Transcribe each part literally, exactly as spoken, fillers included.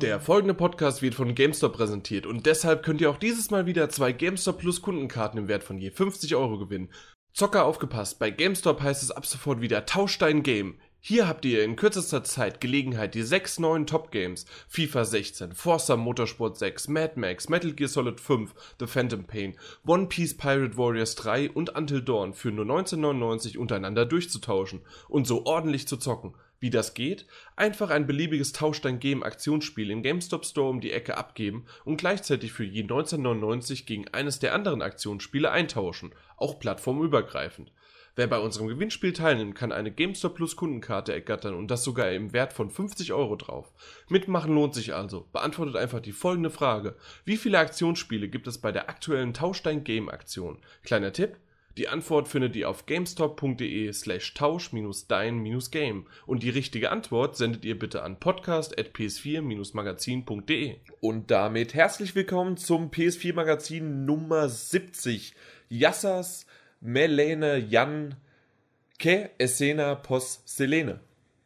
Der folgende Podcast wird von GameStop präsentiert und deshalb könnt ihr auch dieses Mal wieder zwei GameStop Plus Kundenkarten im Wert von je fünfzig Euro gewinnen. Zocker aufgepasst, bei GameStop heißt es ab sofort wieder Tausch dein Game. Hier habt ihr in kürzester Zeit Gelegenheit, die sechs neuen Top-Games, FIFA sechzehn, Forza Motorsport sechs, Mad Max, Metal Gear Solid fünf, The Phantom Pain, One Piece Pirate Warriors drei und Until Dawn für nur neunzehn neunundneunzig untereinander durchzutauschen und so ordentlich zu zocken. Wie das geht? Einfach ein beliebiges Tausch-dein-Game-Aktionsspiel im GameStop Store um die Ecke abgeben und gleichzeitig für je neunzehn neunundneunzig gegen eines der anderen Aktionsspiele eintauschen, auch plattformübergreifend. Wer bei unserem Gewinnspiel teilnimmt, kann eine GameStop Plus Kundenkarte ergattern und das sogar im Wert von fünfzig Euro drauf. Mitmachen lohnt sich also. Beantwortet einfach die folgende Frage. Wie viele Aktionsspiele gibt es bei der aktuellen Tausch-dein-Game-Aktion? Kleiner Tipp. Die Antwort findet ihr auf gamestop.de slash tausch-dein-game und die richtige Antwort sendet ihr bitte an podcast at p s vier magazin punkt d e. Und damit herzlich willkommen zum P S vier Magazin Nummer siebzig. Yassas Melene Jan Ke Esena Pos Selene.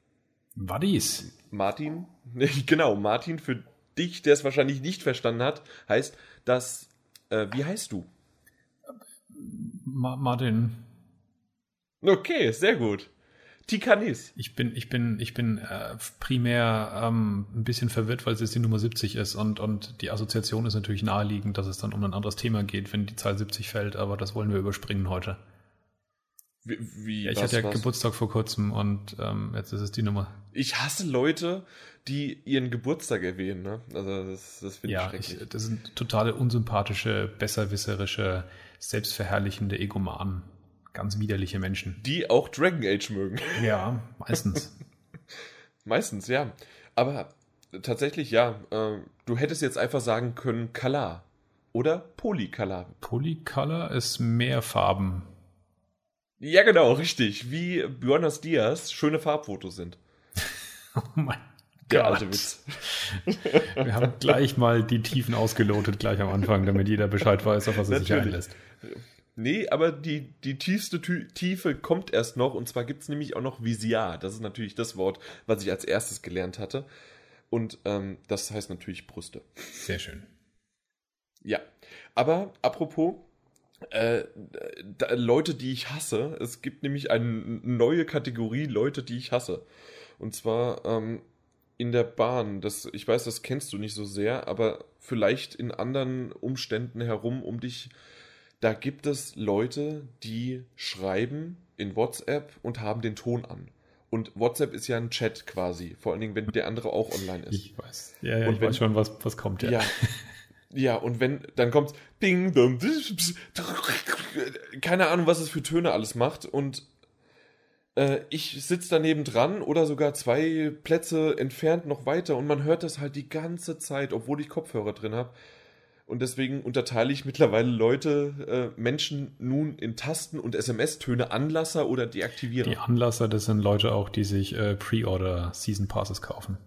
Wadis? Martin, genau, Martin, für dich, der es wahrscheinlich nicht verstanden hat, heißt das, äh, wie heißt du? Ma- Martin. Okay, sehr gut. Tikanis. Ich bin, ich bin, ich bin äh, primär ähm, ein bisschen verwirrt, weil es jetzt die Nummer siebzig ist und, und die Assoziation ist natürlich naheliegend, dass es dann um ein anderes Thema geht, wenn die Zahl siebzig fällt, aber das wollen wir überspringen heute. Wie, wie ja, ich was, hatte ja was? Geburtstag vor kurzem und ähm, jetzt ist es die Nummer. Ich hasse Leute, die ihren Geburtstag erwähnen, ne? Also das, das finde ja, ich schrecklich. Ich, das sind totale unsympathische, besserwisserische, selbstverherrlichende Egomanen. Ganz widerliche Menschen. Die auch Dragon Age mögen. Ja, meistens. Meistens, ja. Aber tatsächlich, ja. Äh, du hättest jetzt einfach sagen können Color. Oder Polycolor. Polycolor ist mehr Farben. Ja, genau, richtig. Wie Buenos Dias schöne Farbfotos sind. Oh mein Der Gott. alte Witz. Wir haben gleich mal die Tiefen ausgelotet, gleich am Anfang, damit jeder Bescheid weiß, auf was er sich einlässt. Nee, aber die, die tiefste Tü- Tiefe kommt erst noch. Und zwar gibt es nämlich auch noch Visiar. Das ist natürlich das Wort, was ich als erstes gelernt hatte. Und ähm, das heißt natürlich Brüste. Sehr schön. Ja, aber apropos äh, da, Leute, die ich hasse. Es gibt nämlich eine neue Kategorie Leute, die ich hasse. Und zwar ähm, in der Bahn. Das, ich weiß, das kennst du nicht so sehr, aber vielleicht in anderen Umständen herum um dich. Da gibt es Leute, die schreiben in WhatsApp und haben den Ton an. Und WhatsApp ist ja ein Chat quasi, vor allen Dingen, wenn der andere auch online ist. Ich weiß. Ja, ja, und ich wenn, weiß schon, was, was kommt. Ja, ja, ja, und wenn, dann kommt Bing, dum, keine Ahnung, was es für Töne alles macht. Und äh, ich sitze daneben dran oder sogar zwei Plätze entfernt noch weiter und man hört das halt die ganze Zeit, obwohl ich Kopfhörer drin habe. Und deswegen unterteile ich mittlerweile Leute, äh, Menschen nun in Tasten- und S M S-Töne Anlasser oder Deaktivierer. Die Anlasser, das sind Leute auch, die sich äh, Pre-Order Season Passes kaufen.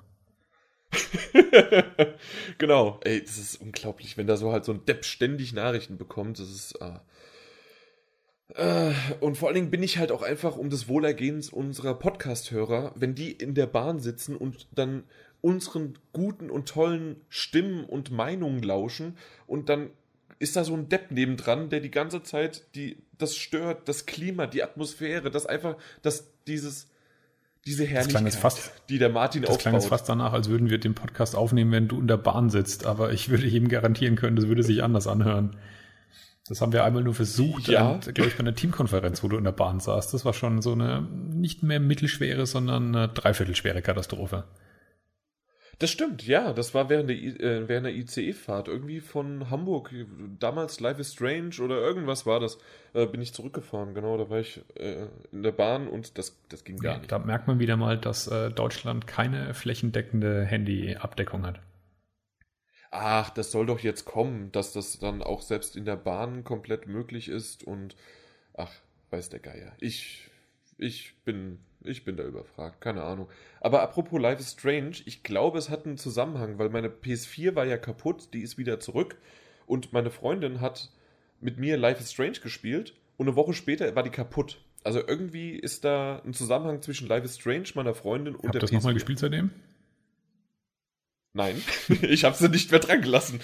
Genau. Ey, das ist unglaublich, wenn da so halt so ein Depp ständig Nachrichten bekommt. Das ist... Äh, äh, und vor allen Dingen bin ich halt auch einfach um des Wohlergehens unserer Podcast-Hörer, wenn die in der Bahn sitzen und dann unseren guten und tollen Stimmen und Meinungen lauschen und dann ist da so ein Depp nebendran, der die ganze Zeit die, das stört, das Klima, die Atmosphäre, das einfach, das dieses, diese Herrlichkeit, das fast, die der Martin das aufbaut. Das klang jetzt fast danach, als würden wir den Podcast aufnehmen, wenn du in der Bahn sitzt, aber ich würde ihm garantieren können, das würde sich anders anhören. Das haben wir einmal nur versucht, ja. glaube ich, bei einer Teamkonferenz, wo du in der Bahn saßt. Das war schon so eine nicht mehr mittelschwere, sondern eine dreiviertelschwere Katastrophe. Das stimmt, ja. Das war während der, I- äh, während der I C E-Fahrt. Irgendwie von Hamburg, damals Life is Strange oder irgendwas war das, äh, bin ich zurückgefahren. Genau, da war ich äh, in der Bahn und das, das ging gar Ja, nicht. da merkt man wieder mal, dass äh, Deutschland keine flächendeckende Handy-Abdeckung hat. Ach, das soll doch jetzt kommen, dass das dann auch selbst in der Bahn komplett möglich ist und ach, weiß der Geier. Ich, ich bin, ich bin da überfragt, keine Ahnung. Aber apropos Life is Strange, ich glaube, es hat einen Zusammenhang, weil meine P S vier war ja kaputt, die ist wieder zurück und meine Freundin hat mit mir Life is Strange gespielt und eine Woche später war die kaputt. Also irgendwie ist da ein Zusammenhang zwischen Life is Strange, meiner Freundin und Habt der das P S vier. nochmal gespielt seitdem? Nein, ich habe sie nicht mehr dran gelassen.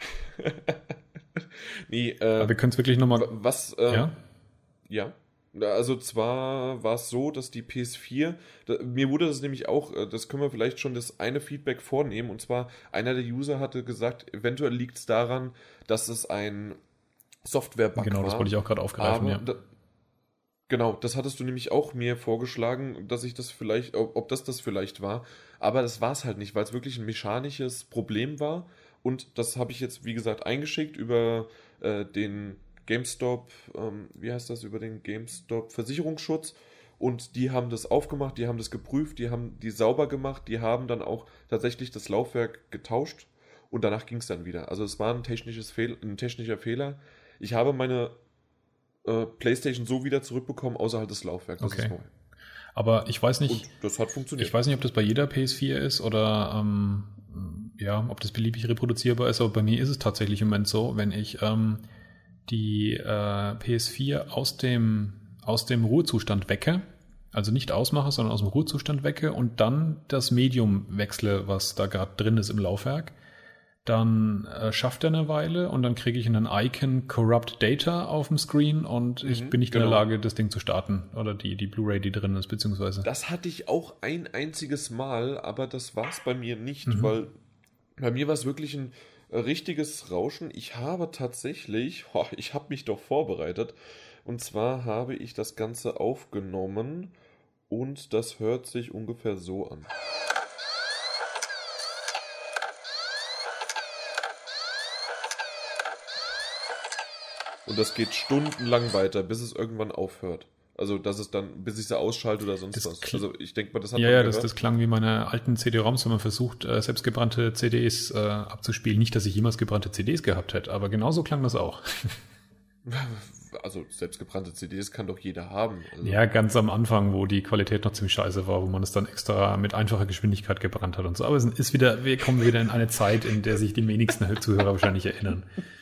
nee, äh, Aber wir können es wirklich nochmal... Was, äh, ja? Ja. Also zwar war es so, dass die P S vier, da, mir wurde das nämlich auch, das können wir vielleicht schon das eine Feedback vornehmen, und zwar einer der User hatte gesagt, eventuell liegt es daran, dass es ein Software-Bug war. Genau, das wollte ich auch gerade aufgreifen, ja. Da, genau, das hattest du nämlich auch mir vorgeschlagen, dass ich das vielleicht, ob, ob das das vielleicht war, aber das war es halt nicht, weil es wirklich ein mechanisches Problem war, und das habe ich jetzt, wie gesagt, eingeschickt über äh, den GameStop, ähm, wie heißt das, über den GameStop Versicherungsschutz, und die haben das aufgemacht, die haben das geprüft, die haben die sauber gemacht, die haben dann auch tatsächlich das Laufwerk getauscht, und danach ging es dann wieder. Also es war ein, technisches Fehl, ein technischer Fehler. Ich habe meine äh, PlayStation so wieder zurückbekommen, außer halt das Laufwerk, das okay. ist neu. Aber ich weiß nicht, und das hat funktioniert. Ich weiß nicht, ob das bei jeder P S vier ist oder ähm, ja, ob das beliebig reproduzierbar ist, aber bei mir ist es tatsächlich im Moment so, wenn ich ähm, die äh, P S vier aus dem, aus dem Ruhezustand wecke, also nicht ausmache, sondern aus dem Ruhezustand wecke und dann das Medium wechsle, was da gerade drin ist im Laufwerk, dann äh, schafft er eine Weile und dann kriege ich einen Icon Corrupt Data auf dem Screen und ich Mhm, bin nicht genau. in der Lage, das Ding zu starten oder die, die Blu-ray, die drin ist, beziehungsweise. Das hatte ich auch ein einziges Mal, aber das war es bei mir nicht, Mhm. weil bei mir war es wirklich ein äh, richtiges Rauschen. Ich habe tatsächlich, oh, ich habe mich doch vorbereitet, und zwar habe ich das Ganze aufgenommen und das hört sich ungefähr so an. Und das geht stundenlang weiter, bis es irgendwann aufhört. Also, dass es dann, bis ich sie ausschalte oder sonst Das was. kli- Also, ich denke mal, das hat Ja, man ja, gehört. das, das klang wie meine alten C D-ROMs, wenn man versucht, äh, selbstgebrannte C Ds äh, abzuspielen. Nicht, dass ich jemals gebrannte C Ds gehabt hätte, aber genauso klang das auch. Also, selbstgebrannte C Ds kann doch jeder haben. Also, Ja, ganz am Anfang, wo die Qualität noch ziemlich scheiße war, wo man es dann extra mit einfacher Geschwindigkeit gebrannt hat und so. Aber es ist wieder, wir kommen wieder in eine Zeit, in der sich die wenigsten Zuhörer wahrscheinlich erinnern.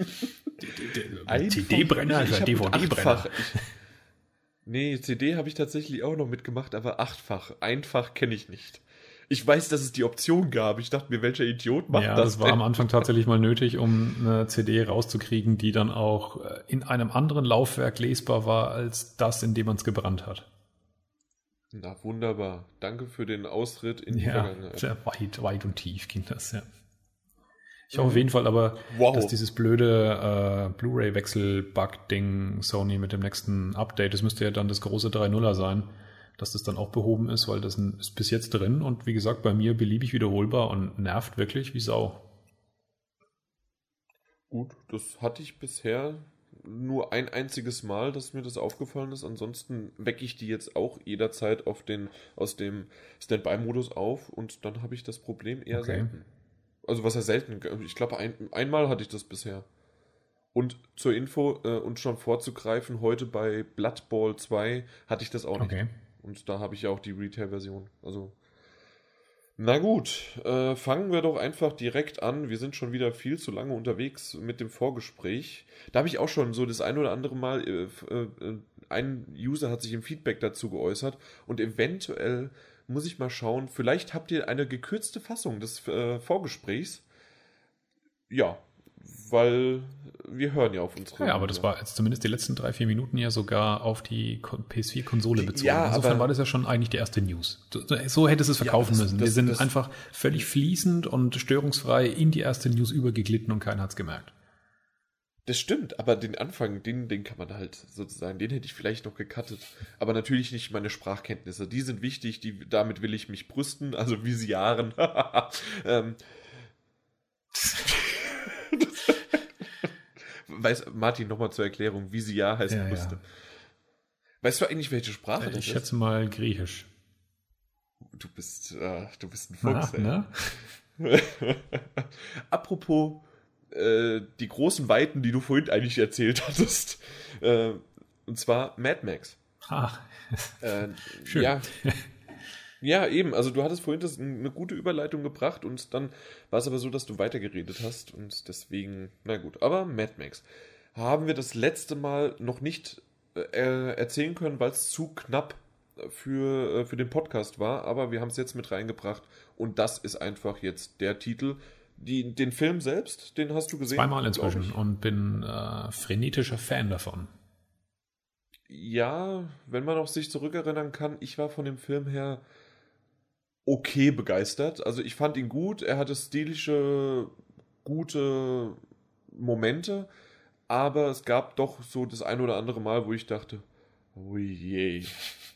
C D-Brenner, ich also hab D mit V D-Brenner. achtfach- ich- Nee, C D habe ich tatsächlich auch noch mitgemacht, aber achtfach. Einfach kenne ich nicht. Ich weiß, dass es die Option gab. Ich dachte mir, welcher Idiot macht Ja, das das war denn? am Anfang tatsächlich mal nötig, um eine C D rauszukriegen, die dann auch äh, in einem anderen Laufwerk lesbar war, als das, in dem man es gebrannt hat. Na, wunderbar. Danke für den Austritt in die Ja, Vergangenheit. sehr weit, weit und tief ging das, ja. Ich hoffe Mhm. auf jeden Fall aber, Wow. dass dieses blöde äh, Blu-ray-Wechsel-Bug-Ding Sony mit dem nächsten Update, das müsste ja dann das große drei Punkt nuller sein, dass das dann auch behoben ist, weil das ist bis jetzt drin und wie gesagt, bei mir beliebig wiederholbar und nervt wirklich wie Sau. Gut, das hatte ich bisher nur ein einziges Mal, dass mir das aufgefallen ist. Ansonsten wecke ich die jetzt auch jederzeit auf den, aus dem Standby-Modus auf, und dann habe ich das Problem eher Okay. selten. Also was heißt selten? Ich glaube, ein, einmal hatte ich das bisher. Und zur Info äh, und schon vorzugreifen, heute bei Blood Bowl zwei hatte ich das auch nicht. Okay. Und da habe ich ja auch die Retail-Version. Also, na gut, äh, fangen wir doch einfach direkt an. Wir sind schon wieder viel zu lange unterwegs mit dem Vorgespräch. Da habe ich auch schon so das ein oder andere Mal, äh, äh, ein User hat sich im Feedback dazu geäußert, und eventuell muss ich mal schauen, vielleicht habt ihr eine gekürzte Fassung des äh, Vorgesprächs. Ja, weil wir hören ja auf unsere... Ja, aber das war jetzt zumindest die letzten drei, vier Minuten ja sogar auf die Kon- P S vier-Konsole Die- bezogen. ja, Insofern aber- war das ja schon eigentlich die erste News. So, so hättest du es verkaufen das- müssen. das- Wir sind das- einfach völlig fließend und störungsfrei in die erste News übergeglitten und keiner hat's gemerkt. Das stimmt, aber den Anfang, den, den kann man halt sozusagen, den hätte ich vielleicht noch gecuttet. Aber natürlich nicht meine Sprachkenntnisse. Die sind wichtig, die, damit will ich mich brüsten, also wie sie Jahren. ähm, Weiß, Martin, nochmal zur Erklärung, wie sie ja heißt Ja, Brüste. ja. Weißt du eigentlich, welche Sprache das Ich ist? schätze mal Griechisch. Du bist, äh, du bist ein Na, Fuchs, ey. ne? Apropos äh, die großen Weiten, die du vorhin eigentlich erzählt hattest. Äh, und zwar Mad Max. Ach, Äh, Schön. Ja. Ja, eben. Also du hattest vorhin das, eine gute Überleitung gebracht, und dann war es aber so, dass du weitergeredet hast, und deswegen, na gut. Aber Mad Max haben wir das letzte Mal noch nicht äh, erzählen können, weil es zu knapp für, äh, für den Podcast war, aber wir haben es jetzt mit reingebracht und das ist einfach jetzt der Titel. Die, den Film selbst, den hast du gesehen? Zweimal inzwischen und bin äh, frenetischer Fan davon. Ja, wenn man auf sich zurückerinnern kann, ich war von dem Film her okay begeistert. Also ich fand ihn gut, er hatte stilische, gute Momente, aber es gab doch so das ein oder andere Mal, wo ich dachte, oh je.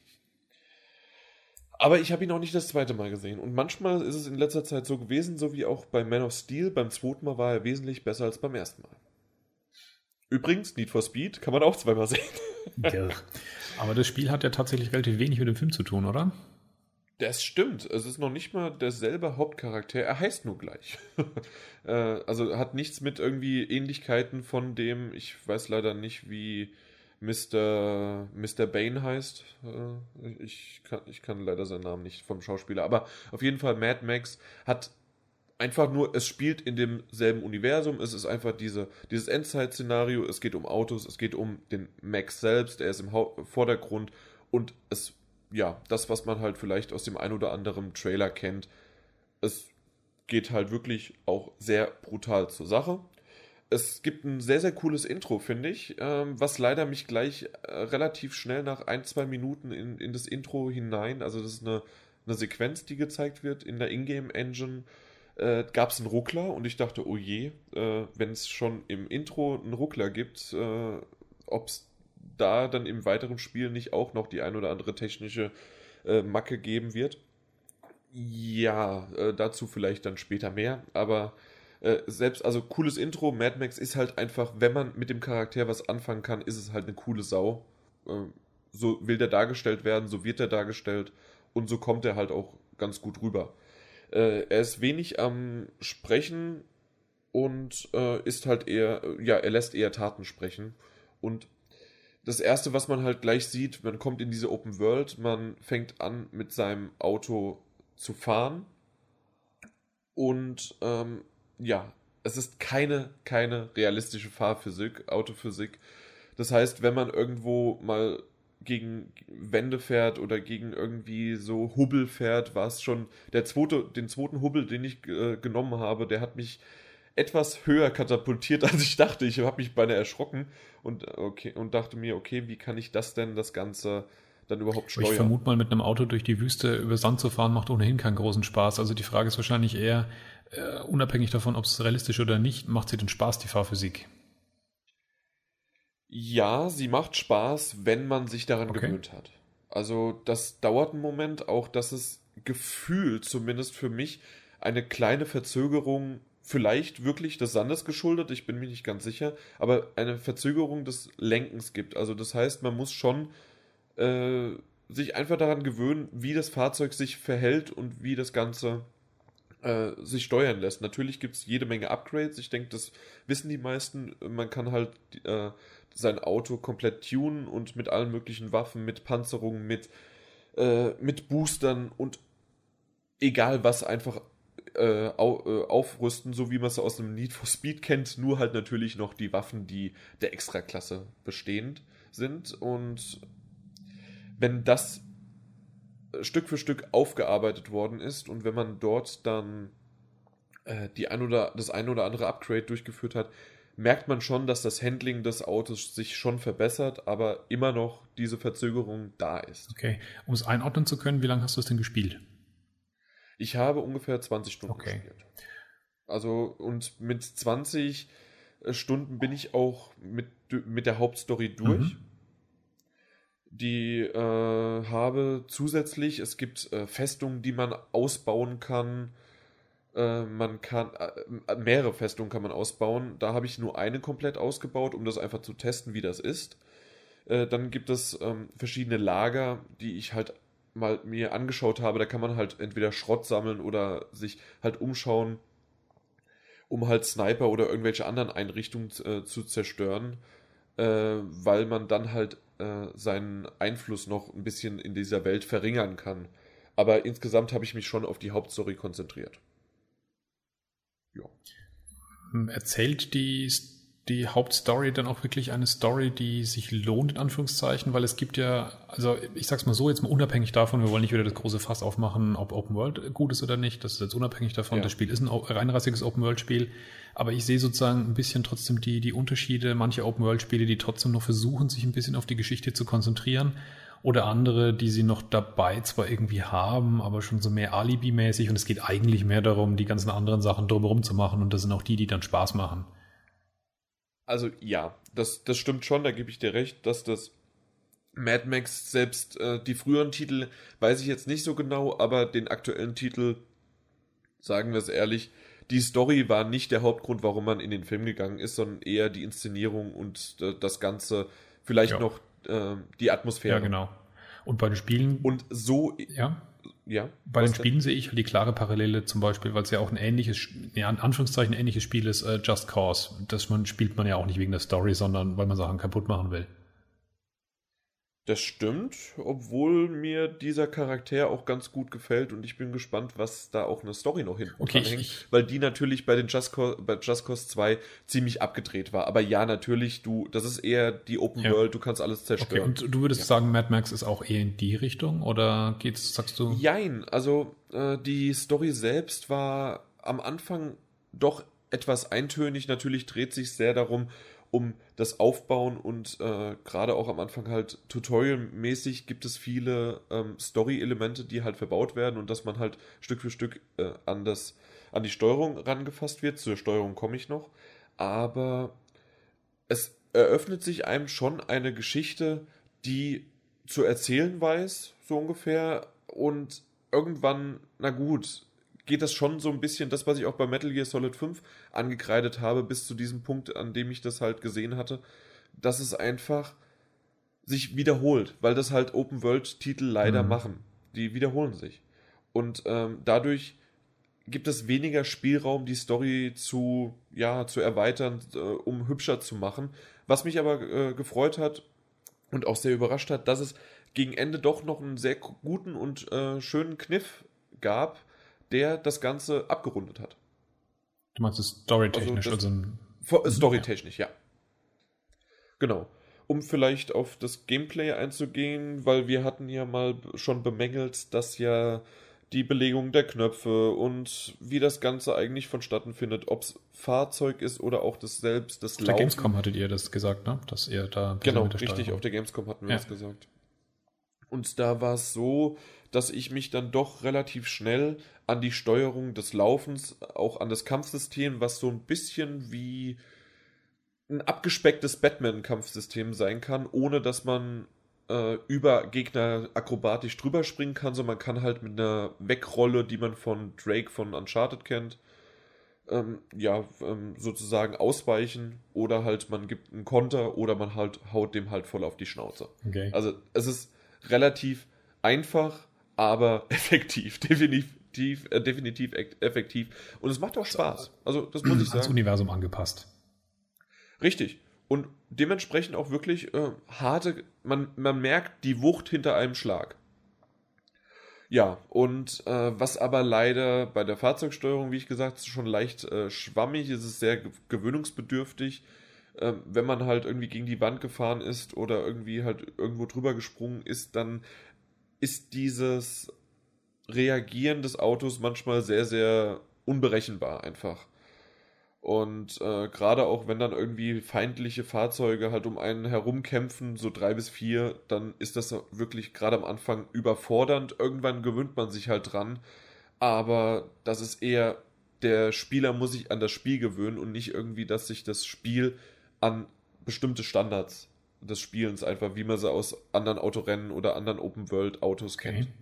Aber ich habe ihn auch nicht das zweite Mal gesehen. Und manchmal ist es in letzter Zeit so gewesen, so wie auch bei Man of Steel. Beim zweiten Mal war er wesentlich besser als beim ersten Mal. Übrigens, Need for Speed kann man auch zweimal sehen. Ja. Aber das Spiel hat ja tatsächlich relativ wenig mit dem Film zu tun, oder? Das stimmt. Es ist noch nicht mal derselbe Hauptcharakter. Er heißt nur gleich. äh, also hat nichts mit irgendwie Ähnlichkeiten von dem, ich weiß leider nicht, wie Mister Mister Bane heißt. Äh, ich, kann, ich kann leider seinen Namen nicht vom Schauspieler. Aber auf jeden Fall, Mad Max hat einfach nur, es spielt in demselben Universum. Es ist einfach diese, dieses Endzeit-Szenario. Es geht um Autos, es geht um den Max selbst. Er ist im Hau- Vordergrund und es ja, das, was man halt vielleicht aus dem ein oder anderen Trailer kennt, es geht halt wirklich auch sehr brutal zur Sache. Es gibt ein sehr, sehr cooles Intro, finde ich, ähm, was leider mich gleich äh, relativ schnell nach ein, zwei Minuten in, in das Intro hinein, also das ist eine, eine Sequenz, die gezeigt wird in der Ingame-Engine, äh, gab es einen Ruckler und ich dachte, oh je, äh, wenn es schon im Intro einen Ruckler gibt, äh, ob es da dann im weiteren Spiel nicht auch noch die ein oder andere technische äh, Macke geben wird. Ja, äh, dazu vielleicht dann später mehr, aber äh, selbst, also cooles Intro, Mad Max ist halt einfach, wenn man mit dem Charakter was anfangen kann, ist es halt eine coole Sau. Äh, so will der dargestellt werden, so wird er dargestellt und so kommt er halt auch ganz gut rüber. Äh, er ist wenig am Sprechen und äh, ist halt eher, ja, er lässt eher Taten sprechen und das erste, was man halt gleich sieht, man kommt in diese Open World, man fängt an mit seinem Auto zu fahren und ähm, ja, es ist keine, keine realistische Fahrphysik, Autophysik. Das heißt, wenn man irgendwo mal gegen Wände fährt oder gegen irgendwie so Hubbel fährt, war es schon der zweite, den zweiten Hubbel, den ich äh, genommen habe, der hat mich etwas höher katapultiert, als ich dachte. Ich habe mich beinahe erschrocken und, okay, und dachte mir, okay, wie kann ich das denn, das Ganze dann überhaupt steuern? Ich vermute mal, mit einem Auto durch die Wüste über Sand zu fahren, macht ohnehin keinen großen Spaß. Also die Frage ist wahrscheinlich eher, äh, unabhängig davon, ob es realistisch oder nicht, macht sie den Spaß, die Fahrphysik? Ja, sie macht Spaß, wenn man sich daran Okay. gewöhnt hat. Also das dauert einen Moment, auch dass es gefühlt, zumindest für mich, eine kleine Verzögerung, vielleicht wirklich des Sandes geschuldet, ich bin mir nicht ganz sicher, aber eine Verzögerung des Lenkens gibt. Also das heißt, man muss schon äh, sich einfach daran gewöhnen, wie das Fahrzeug sich verhält und wie das Ganze äh, sich steuern lässt. Natürlich gibt es jede Menge Upgrades. Ich denke, das wissen die meisten. Man kann halt äh, sein Auto komplett tunen und mit allen möglichen Waffen, mit Panzerungen, mit, äh, mit Boostern und egal was einfach äh, au, äh, aufrüsten, so wie man es aus einem Need for Speed kennt, nur halt natürlich noch die Waffen, die der Extraklasse bestehend sind. Und wenn das Stück für Stück aufgearbeitet worden ist und wenn man dort dann äh, die ein oder, das ein oder andere Upgrade durchgeführt hat, merkt man schon, dass das Handling des Autos sich schon verbessert, aber immer noch diese Verzögerung da ist. Okay. Um es einordnen zu können, wie lange hast du es denn gespielt? Ich habe ungefähr zwanzig Stunden Okay. gespielt. Also, und mit zwanzig Stunden bin ich auch mit, mit der Hauptstory durch. Mhm. Die äh, habe zusätzlich, es gibt äh, Festungen, die man ausbauen kann. Äh, man kann, äh, mehrere Festungen kann man ausbauen. Da habe ich nur eine komplett ausgebaut, um das einfach zu testen, wie das ist. Äh, dann gibt es ähm, verschiedene Lager, die ich halt mal mir angeschaut habe. Da kann man halt entweder Schrott sammeln oder sich halt umschauen, um halt Sniper oder irgendwelche anderen Einrichtungen äh, zu zerstören, äh, weil man dann halt äh, seinen Einfluss noch ein bisschen in dieser Welt verringern kann. Aber insgesamt habe ich mich schon auf die Hauptstory konzentriert. Ja. Erzählt die die Hauptstory dann auch wirklich eine Story, die sich lohnt, in Anführungszeichen? Weil es gibt ja, also ich sag's mal so, jetzt mal unabhängig davon, wir wollen nicht wieder das große Fass aufmachen, ob Open World gut ist oder nicht, das ist jetzt unabhängig davon, ja. Das Spiel ist ein reinrassiges Open World Spiel, aber ich sehe sozusagen ein bisschen trotzdem die, die Unterschiede, manche Open World Spiele, die trotzdem noch versuchen, sich ein bisschen auf die Geschichte zu konzentrieren, oder andere, die sie noch dabei zwar irgendwie haben, aber schon so mehr Alibi-mäßig, und es geht eigentlich mehr darum, die ganzen anderen Sachen drumherum zu machen, und das sind auch die, die dann Spaß machen. Also ja, das, das stimmt schon, da gebe ich dir recht, dass das Mad Max, selbst äh, die früheren Titel, weiß ich jetzt nicht so genau, aber den aktuellen Titel, sagen wir es ehrlich, die Story war nicht der Hauptgrund, warum man in den Film gegangen ist, sondern eher die Inszenierung und äh, das Ganze, vielleicht ja. noch äh, die Atmosphäre. Ja, genau. Und bei den Spielen... Und so... Ja. Ja, bei den Spielen denn? Sehe ich halt die klare Parallele, zum Beispiel, weil es ja auch ein ähnliches, ja, in Anführungszeichen ein ähnliches Spiel ist, äh, Just Cause. Das man, spielt man ja auch nicht wegen der Story, sondern weil man Sachen kaputt machen will. Das stimmt, obwohl mir dieser Charakter auch ganz gut gefällt, und ich bin gespannt, was da auch eine Story noch hinten okay, dran hängt, ich, weil die natürlich bei den Just Cause, bei Just Cause zwei ziemlich abgedreht war. Aber ja, natürlich, du, das ist eher die Open ja. World, du kannst alles zerstören. Okay, und du würdest ja. sagen, Mad Max ist auch eher in die Richtung, oder geht's, sagst du? Jein, also äh, die Story selbst war am Anfang doch etwas eintönig. Natürlich dreht sich sehr darum, um das Aufbauen, und äh, gerade auch am Anfang halt tutorialmäßig gibt es viele ähm, Story-Elemente, die halt verbaut werden, und dass man halt Stück für Stück äh, an, das, an die Steuerung rangefasst wird. Zur Steuerung komme ich noch. Aber es eröffnet sich einem schon eine Geschichte, die zu erzählen weiß, so ungefähr, und irgendwann, na gut, geht das schon so ein bisschen, das, was ich auch bei Metal Gear Solid fünf angekreidet habe, bis zu diesem Punkt, an dem ich das halt gesehen hatte, dass es einfach sich wiederholt, weil das halt Open-World-Titel leider mhm. machen. Die wiederholen sich. Und ähm, dadurch gibt es weniger Spielraum, die Story zu, ja, zu erweitern, äh, um hübscher zu machen. Was mich aber äh, gefreut hat und auch sehr überrascht hat, dass es gegen Ende doch noch einen sehr guten und äh, schönen Kniff gab, der das Ganze abgerundet hat. Du meinst es storytechnisch? Also, also ein, storytechnisch, ja. ja. Genau. Um vielleicht auf das Gameplay einzugehen, weil wir hatten ja mal schon bemängelt, dass ja die Belegung der Knöpfe und wie das Ganze eigentlich vonstatten findet, ob es Fahrzeug ist oder auch das selbst, das Laufen. Auf der Gamescom hattet ihr das gesagt, ne? Dass ihr da genau, mit der richtig, Steuerung. Auf der Gamescom hatten wir ja. das gesagt. Und da war es so, dass ich mich dann doch relativ schnell an die Steuerung des Laufens, auch an das Kampfsystem, was so ein bisschen wie ein abgespecktes Batman-Kampfsystem sein kann, ohne dass man äh, über Gegner akrobatisch drüber springen kann, sondern man kann halt mit einer Wegrolle, die man von Drake von Uncharted kennt, ähm, ja, ähm, sozusagen ausweichen, oder halt man gibt einen Konter oder man halt haut dem halt voll auf die Schnauze. Okay. Also es ist relativ einfach, aber effektiv, definitiv, äh, definitiv effektiv. Und es macht auch Spaß. Also das muss ich sagen. Ans Universum angepasst. Richtig. Und dementsprechend auch wirklich äh, harte, man, man merkt die Wucht hinter einem Schlag. Ja, und äh, was aber leider bei der Fahrzeugsteuerung, wie ich gesagt, schon leicht äh, schwammig ist, es sehr ge- gewöhnungsbedürftig. Äh, wenn man halt irgendwie gegen die Wand gefahren ist oder irgendwie halt irgendwo drüber gesprungen ist, dann ist dieses Reagieren des Autos manchmal sehr, sehr unberechenbar einfach. Und äh, gerade auch wenn dann irgendwie feindliche Fahrzeuge halt um einen herumkämpfen, so drei bis vier, dann ist das wirklich gerade am Anfang überfordernd. Irgendwann gewöhnt man sich halt dran, aber das ist eher, der Spieler muss sich an das Spiel gewöhnen und nicht irgendwie, dass sich das Spiel an bestimmte Standards des Spielens einfach, wie man sie aus anderen Autorennen oder anderen Open-World-Autos kennt. Okay.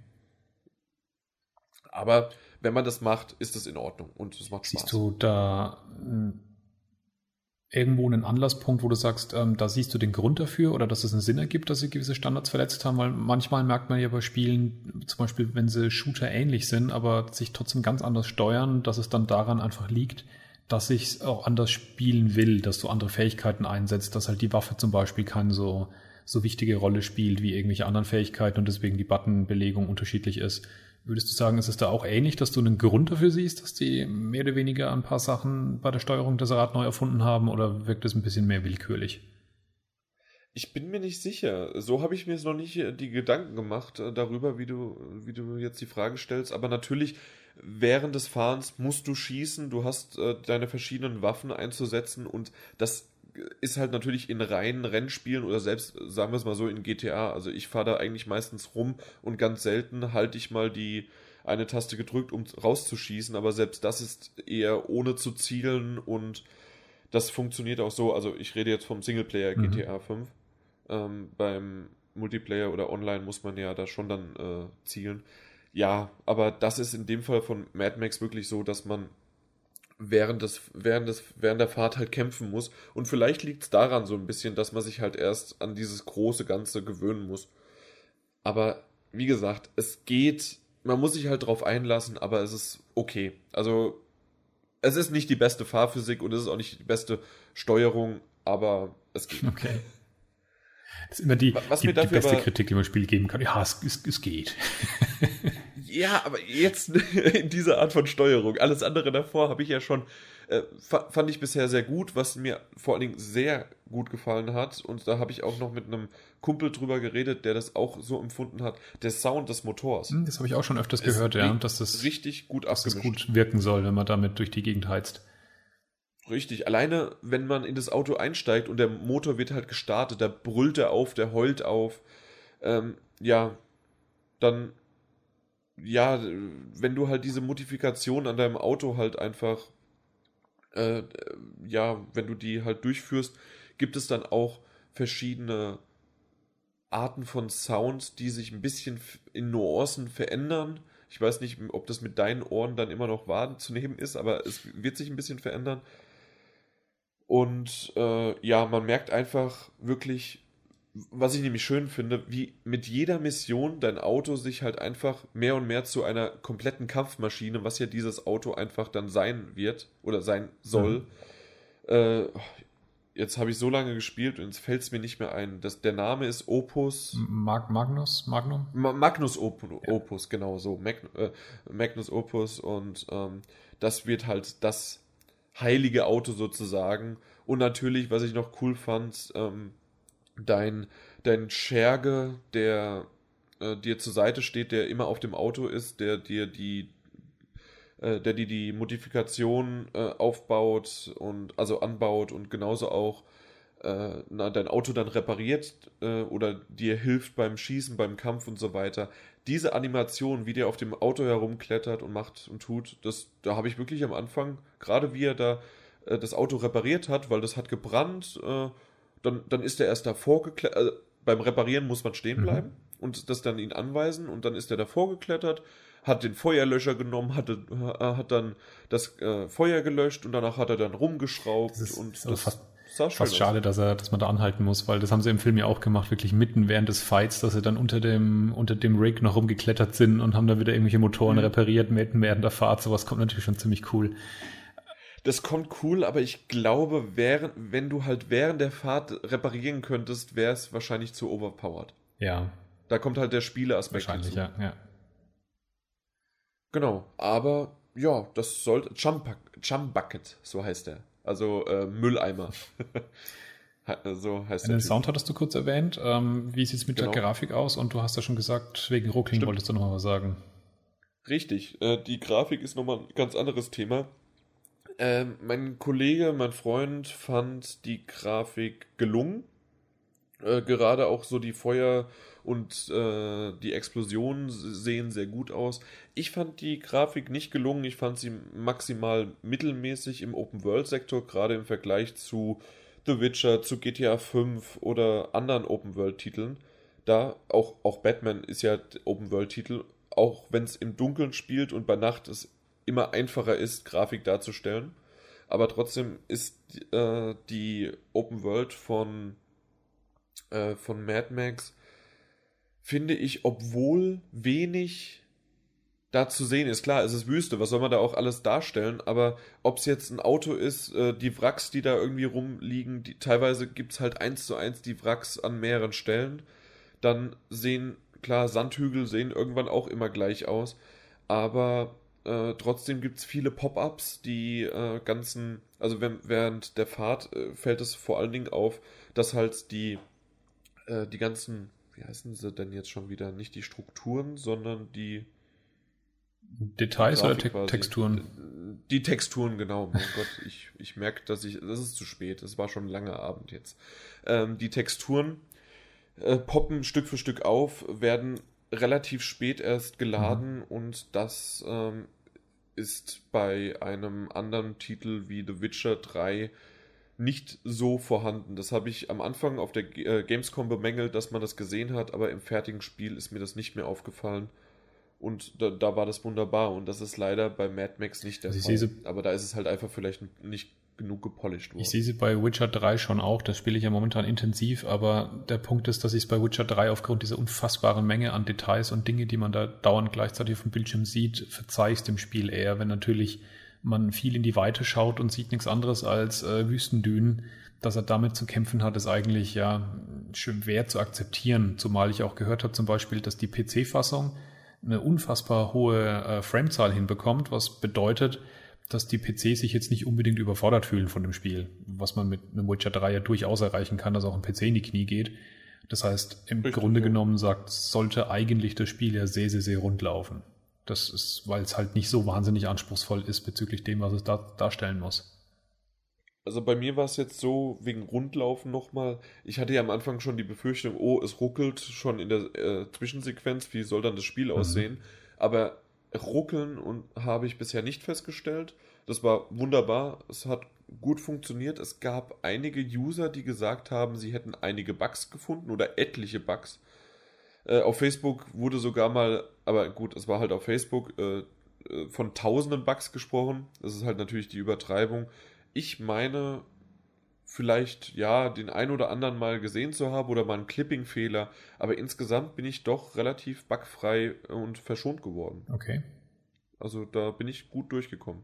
Aber wenn man das macht, ist das in Ordnung und es macht Spaß. Siehst du da äh, irgendwo einen Anlasspunkt, wo du sagst, ähm, da siehst du den Grund dafür oder dass es einen Sinn ergibt, dass sie gewisse Standards verletzt haben? Weil manchmal merkt man ja bei Spielen, zum Beispiel wenn sie Shooter ähnlich sind, aber sich trotzdem ganz anders steuern, dass es dann daran einfach liegt, dass ich es auch anders spielen will, dass du andere Fähigkeiten einsetzt, dass halt die Waffe zum Beispiel kein so so wichtige Rolle spielt wie irgendwelche anderen Fähigkeiten und deswegen die Buttonbelegung unterschiedlich ist. Würdest du sagen, ist es da auch ähnlich, dass du einen Grund dafür siehst, dass die mehr oder weniger ein paar Sachen bei der Steuerung des Rad neu erfunden haben, oder wirkt es ein bisschen mehr willkürlich? Ich bin mir nicht sicher. So habe ich mir jetzt noch nicht die Gedanken gemacht äh, darüber, wie du, wie du jetzt die Frage stellst. Aber natürlich, während des Fahrens musst du schießen, du hast äh, deine verschiedenen Waffen einzusetzen und das ist halt natürlich in reinen Rennspielen oder selbst, sagen wir es mal so, in G T A. Also ich fahre da eigentlich meistens rum und ganz selten halte ich mal die eine Taste gedrückt, um rauszuschießen, aber selbst das ist eher ohne zu zielen und das funktioniert auch so. Also ich rede jetzt vom Singleplayer G T A fünf. Ähm, beim Multiplayer oder Online muss man ja da schon dann äh, zielen. Ja, aber das ist in dem Fall von Mad Max wirklich so, dass man während des, während des, während der Fahrt halt kämpfen muss. Und vielleicht liegt es daran so ein bisschen, dass man sich halt erst an dieses große Ganze gewöhnen muss. Aber wie gesagt, es geht, man muss sich halt drauf einlassen, aber es ist okay. Also es ist nicht die beste Fahrphysik und es ist auch nicht die beste Steuerung, aber es geht. Okay. Das ist immer die, Was die, mir dafür die beste aber, Kritik, die man Spiel geben kann. Ja, es, es, es geht. Ja, aber jetzt in dieser Art von Steuerung. Alles andere davor habe ich ja schon, äh, fand ich bisher sehr gut, was mir vor allen Dingen sehr gut gefallen hat. Und da habe ich auch noch mit einem Kumpel drüber geredet, der das auch so empfunden hat. Der Sound des Motors. Das habe ich auch schon öfters gehört, ja, dass das richtig gut dass das abgemischt. gut wirken soll, wenn man damit durch die Gegend heizt. Richtig, alleine wenn man in das Auto einsteigt und der Motor wird halt gestartet, da brüllt er auf, der heult auf. Ähm, ja, dann, ja, wenn du halt diese Modifikation an deinem Auto halt einfach, äh, ja, wenn du die halt durchführst, gibt es dann auch verschiedene Arten von Sound, die sich ein bisschen in Nuancen verändern. Ich weiß nicht, ob das mit deinen Ohren dann immer noch wahrzunehmen ist, aber es wird sich ein bisschen verändern. Und äh, ja, man merkt einfach wirklich, was ich nämlich schön finde, wie mit jeder Mission dein Auto sich halt einfach mehr und mehr zu einer kompletten Kampfmaschine, was ja dieses Auto einfach dann sein wird oder sein soll. Mhm. Äh, jetzt habe ich so lange gespielt und jetzt fällt es mir nicht mehr ein. Das, der Name ist Opus. Mag, Magnus? Magnum? Ma Magnus Op ja. Opus, genau so. Mag äh, Magnus Opus und ähm, das wird halt das heilige Auto sozusagen. Und natürlich, was ich noch cool fand, ähm, dein, dein Scherge, der äh, dir zur Seite steht, der immer auf dem Auto ist, der dir die äh, der dir die Modifikation äh, aufbaut und also anbaut und genauso auch äh, na, dein Auto dann repariert äh, oder dir hilft beim Schießen, beim Kampf und so weiter. Diese Animation, wie der auf dem Auto herumklettert und macht und tut, das, da habe ich wirklich am Anfang, gerade wie er da äh, das Auto repariert hat, weil das hat gebrannt, äh, dann, dann ist er erst davor geklettert, also beim Reparieren muss man stehen bleiben mhm. und das dann ihn anweisen und dann ist er davor geklettert, hat den Feuerlöscher genommen, hatte, hat dann das äh, Feuer gelöscht und danach hat er dann rumgeschraubt. Das ist, und ist das fast, fast schade, dass, er, dass man da anhalten muss, weil das haben sie im Film ja auch gemacht, wirklich mitten während des Fights, dass sie dann unter dem, unter dem Rig noch rumgeklettert sind und haben dann wieder irgendwelche Motoren mhm. repariert mitten während der Fahrt. Sowas kommt natürlich schon ziemlich cool. Das kommt cool, aber ich glaube, während, wenn du halt während der Fahrt reparieren könntest, wäre es wahrscheinlich zu overpowered. Ja. Da kommt halt der Spieleaspekt wahrscheinlich, hinzu. ja, ja. Genau, aber ja, das sollte Jump, Jump Bucket, so heißt der. Also äh, Mülleimer. So heißt der. Den Sound hattest du kurz erwähnt. Ähm, wie sieht es mit genau. der Grafik aus? Und du hast ja schon gesagt, wegen Ruckling Stimmt. wolltest du nochmal was sagen. Richtig, äh, die Grafik ist nochmal ein ganz anderes Thema. Ähm, mein Kollege, mein Freund fand die Grafik gelungen. Äh, gerade auch so die Feuer und äh, die Explosionen sehen sehr gut aus. Ich fand die Grafik nicht gelungen. Ich fand sie maximal mittelmäßig im Open-World-Sektor, gerade im Vergleich zu The Witcher, zu G T A fünf oder anderen Open-World-Titeln. Da, auch, auch Batman ist ja Open-World-Titel, auch wenn es im Dunkeln spielt und bei Nacht es immer einfacher ist, Grafik darzustellen. Aber trotzdem ist äh, die Open-World von äh, von Mad Max, finde ich, obwohl wenig da zu sehen ist. Klar, es ist Wüste, was soll man da auch alles darstellen, aber ob es jetzt ein Auto ist, äh, die Wracks, die da irgendwie rumliegen, die, teilweise gibt es halt eins zu eins die Wracks an mehreren Stellen, dann sehen, klar, Sandhügel sehen irgendwann auch immer gleich aus, aber äh, trotzdem gibt es viele Pop-ups, die äh, ganzen, also wenn, während der Fahrt äh, fällt es vor allen Dingen auf, dass halt die, äh, die ganzen, wie heißen sie denn jetzt schon wieder, nicht die Strukturen, sondern die Details oder Te- Texturen? Die Texturen, genau. Mein Gott, ich, ich merke, dass ich, das ist zu spät, es war schon ein langer Abend jetzt. Ähm, die Texturen äh, poppen Stück für Stück auf, werden relativ spät erst geladen mhm. und das ähm, ist bei einem anderen Titel wie The Witcher drei nicht so vorhanden. Das habe ich am Anfang auf der äh, Gamescom bemängelt, dass man das gesehen hat, aber im fertigen Spiel ist mir das nicht mehr aufgefallen. Und da, da war das wunderbar. Und das ist leider bei Mad Max nicht der also Fall. Sie, aber da ist es halt einfach vielleicht nicht genug gepolished worden. Ich sehe sie bei Witcher drei schon auch. Das spiele ich ja momentan intensiv. Aber der Punkt ist, dass ich es bei Witcher drei aufgrund dieser unfassbaren Menge an Details und Dinge, die man da dauernd gleichzeitig auf dem Bildschirm sieht, verzeihe ich es dem Spiel eher. Wenn natürlich man viel in die Weite schaut und sieht nichts anderes als äh, Wüstendünen, dass er damit zu kämpfen hat, ist eigentlich ja schwer zu akzeptieren. Zumal ich auch gehört habe zum Beispiel, dass die P C-Fassung eine unfassbar hohe äh, Framezahl hinbekommt, was bedeutet, dass die P Cs sich jetzt nicht unbedingt überfordert fühlen von dem Spiel, was man mit einem Witcher drei ja durchaus erreichen kann, dass auch ein P C in die Knie geht. Das heißt, im Richtig, Grunde ja. genommen sagt, sollte eigentlich das Spiel ja sehr, sehr, sehr rund laufen. Das ist, weil es halt nicht so wahnsinnig anspruchsvoll ist bezüglich dem, was es da darstellen muss. Also bei mir war es jetzt so, wegen Rundlaufen nochmal, ich hatte ja am Anfang schon die Befürchtung, oh, es ruckelt schon in der äh, Zwischensequenz, wie soll dann das Spiel mhm. aussehen? Aber ruckeln und habe ich bisher nicht festgestellt. Das war wunderbar, es hat gut funktioniert. Es gab einige User, die gesagt haben, sie hätten einige Bugs gefunden oder etliche Bugs. Äh, auf Facebook wurde sogar mal, aber gut, es war halt auf Facebook, äh, von tausenden Bugs gesprochen. Das ist halt natürlich die Übertreibung. Ich meine, vielleicht, ja, den ein oder anderen mal gesehen zu haben oder mal einen Clipping-Fehler, aber insgesamt bin ich doch relativ bugfrei und verschont geworden. Okay. Also da bin ich gut durchgekommen.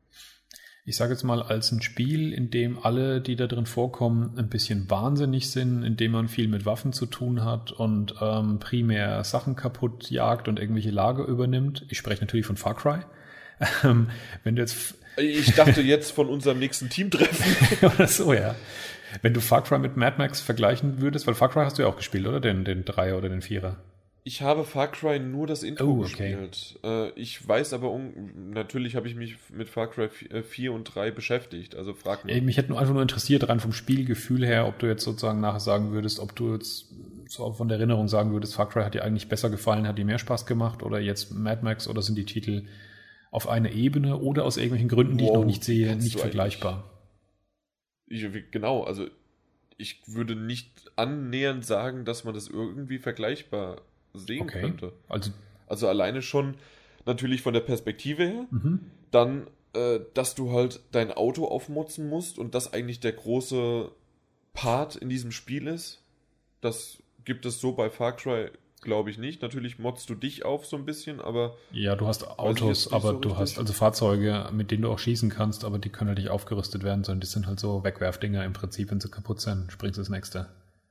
Ich sage jetzt mal, als ein Spiel, in dem alle, die da drin vorkommen, ein bisschen wahnsinnig sind, in dem man viel mit Waffen zu tun hat und ähm, primär Sachen kaputt jagt und irgendwelche Lager übernimmt. Ich spreche natürlich von Far Cry. Ähm, wenn du jetzt... Ich dachte jetzt von unserem nächsten Teamtreffen. Oder so, ja. Wenn du Far Cry mit Mad Max vergleichen würdest, weil Far Cry hast du ja auch gespielt, oder? Den, den Dreier oder den Vierer. Ich habe Far Cry nur das Intro oh, okay. gespielt. Äh, ich weiß aber, un- natürlich habe ich mich mit Far Cry vier und drei beschäftigt, also frag mich. Mich hätte nur einfach nur interessiert, rein vom Spielgefühl her, ob du jetzt sozusagen nachher sagen würdest, ob du jetzt so von der Erinnerung sagen würdest, Far Cry hat dir eigentlich besser gefallen, hat dir mehr Spaß gemacht oder jetzt Mad Max oder sind die Titel auf einer Ebene oder aus irgendwelchen Gründen, die wow, ich noch nicht sehe, nicht vergleichbar? Ich, genau, also ich würde nicht annähernd sagen, dass man das irgendwie vergleichbar sehen okay. könnte. Also, also alleine schon natürlich von der Perspektive her, mhm. dann, äh, dass du halt dein Auto aufmotzen musst und das eigentlich der große Part in diesem Spiel ist. Das gibt es so bei Far Cry, glaube ich, nicht. Natürlich modst du dich auf so ein bisschen, aber... Ja, du hast Autos, aber so du richtig. hast also Fahrzeuge, mit denen du auch schießen kannst, aber die können halt nicht aufgerüstet werden, sondern die sind halt so Wegwerfdinger im Prinzip, wenn sie kaputt sind, springst du das nächste.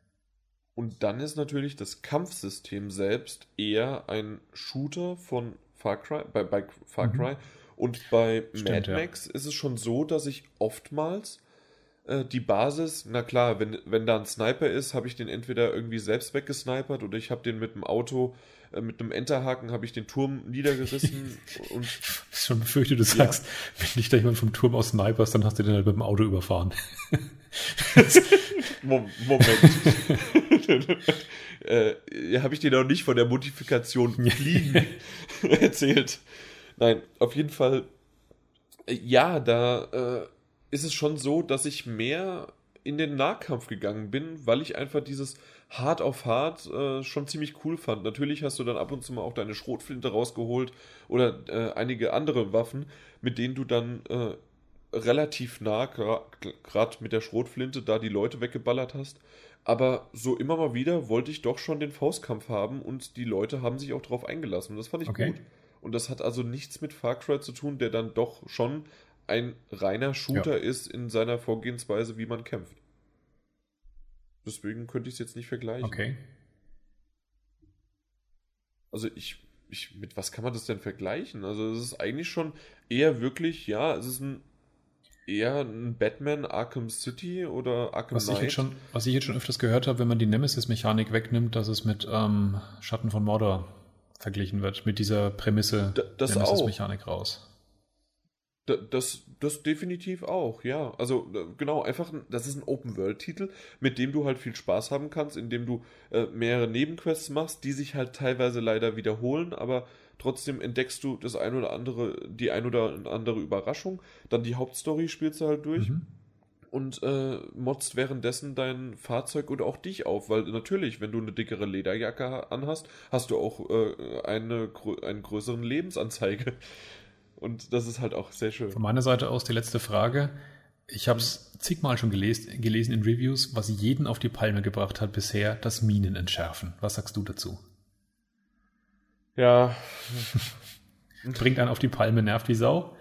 Und dann ist natürlich das Kampfsystem selbst eher ein Shooter von Far Cry, bei, bei Far Cry. Mhm. Und bei Stimmt, Mad Max ja. ist es schon so, dass ich oftmals äh, die Basis, na klar, wenn, wenn da ein Sniper ist, habe ich den entweder irgendwie selbst weggesnipert oder ich habe den mit dem Auto, äh, mit einem Enterhaken habe ich den Turm niedergerissen. und schon befürchtet, du sagst, ja. wenn dich da jemand vom Turm aus sniperst, dann hast du den halt mit dem Auto überfahren. Moment. äh, habe ich dir noch nicht von der Modifikation Fliegen erzählt. Nein, auf jeden Fall, äh, ja, da äh, ist es schon so, dass ich mehr in den Nahkampf gegangen bin, weil ich einfach dieses Hard auf Hard äh, schon ziemlich cool fand. Natürlich hast du dann ab und zu mal auch deine Schrotflinte rausgeholt oder äh, einige andere Waffen, mit denen du dann äh, relativ nah, gerade mit der Schrotflinte, da die Leute weggeballert hast. Aber so immer mal wieder wollte ich doch schon den Faustkampf haben und die Leute haben sich auch drauf eingelassen. Und das fand ich okay. gut. Und das hat also nichts mit Far Cry zu tun, der dann doch schon ein reiner Shooter ja. ist in seiner Vorgehensweise, wie man kämpft. Deswegen könnte ich es jetzt nicht vergleichen. Okay. Also ich, ich, mit was kann man das denn vergleichen? Also es ist eigentlich schon eher wirklich, ja, es ist ein eher ein Batman Arkham City oder Arkham was Knight. Ich jetzt schon, was ich jetzt schon öfters gehört habe, wenn man die Nemesis-Mechanik wegnimmt, dass es mit ähm, Schatten von Mordor verglichen wird, mit dieser Prämisse D- das Nemesis-Mechanik raus. D- Das, das definitiv auch, ja. Also genau, einfach, das ist ein Open-World-Titel, mit dem du halt viel Spaß haben kannst, indem du äh, mehrere Nebenquests machst, die sich halt teilweise leider wiederholen, aber trotzdem entdeckst du das ein oder andere, die ein oder andere Überraschung. Dann die Hauptstory spielst du halt durch Mhm. und äh, motzt währenddessen dein Fahrzeug oder auch dich auf, weil natürlich, wenn du eine dickere Lederjacke anhast, hast du auch äh, eine, einen größeren Lebensanzeige. Und das ist halt auch sehr schön. Von meiner Seite aus die letzte Frage. Ich habe es zigmal schon gelesen, gelesen in Reviews, was jeden auf die Palme gebracht hat bisher, das Minen entschärfen. Was sagst du dazu? Ja. Bringt einen auf die Palme, nervt wie Sau?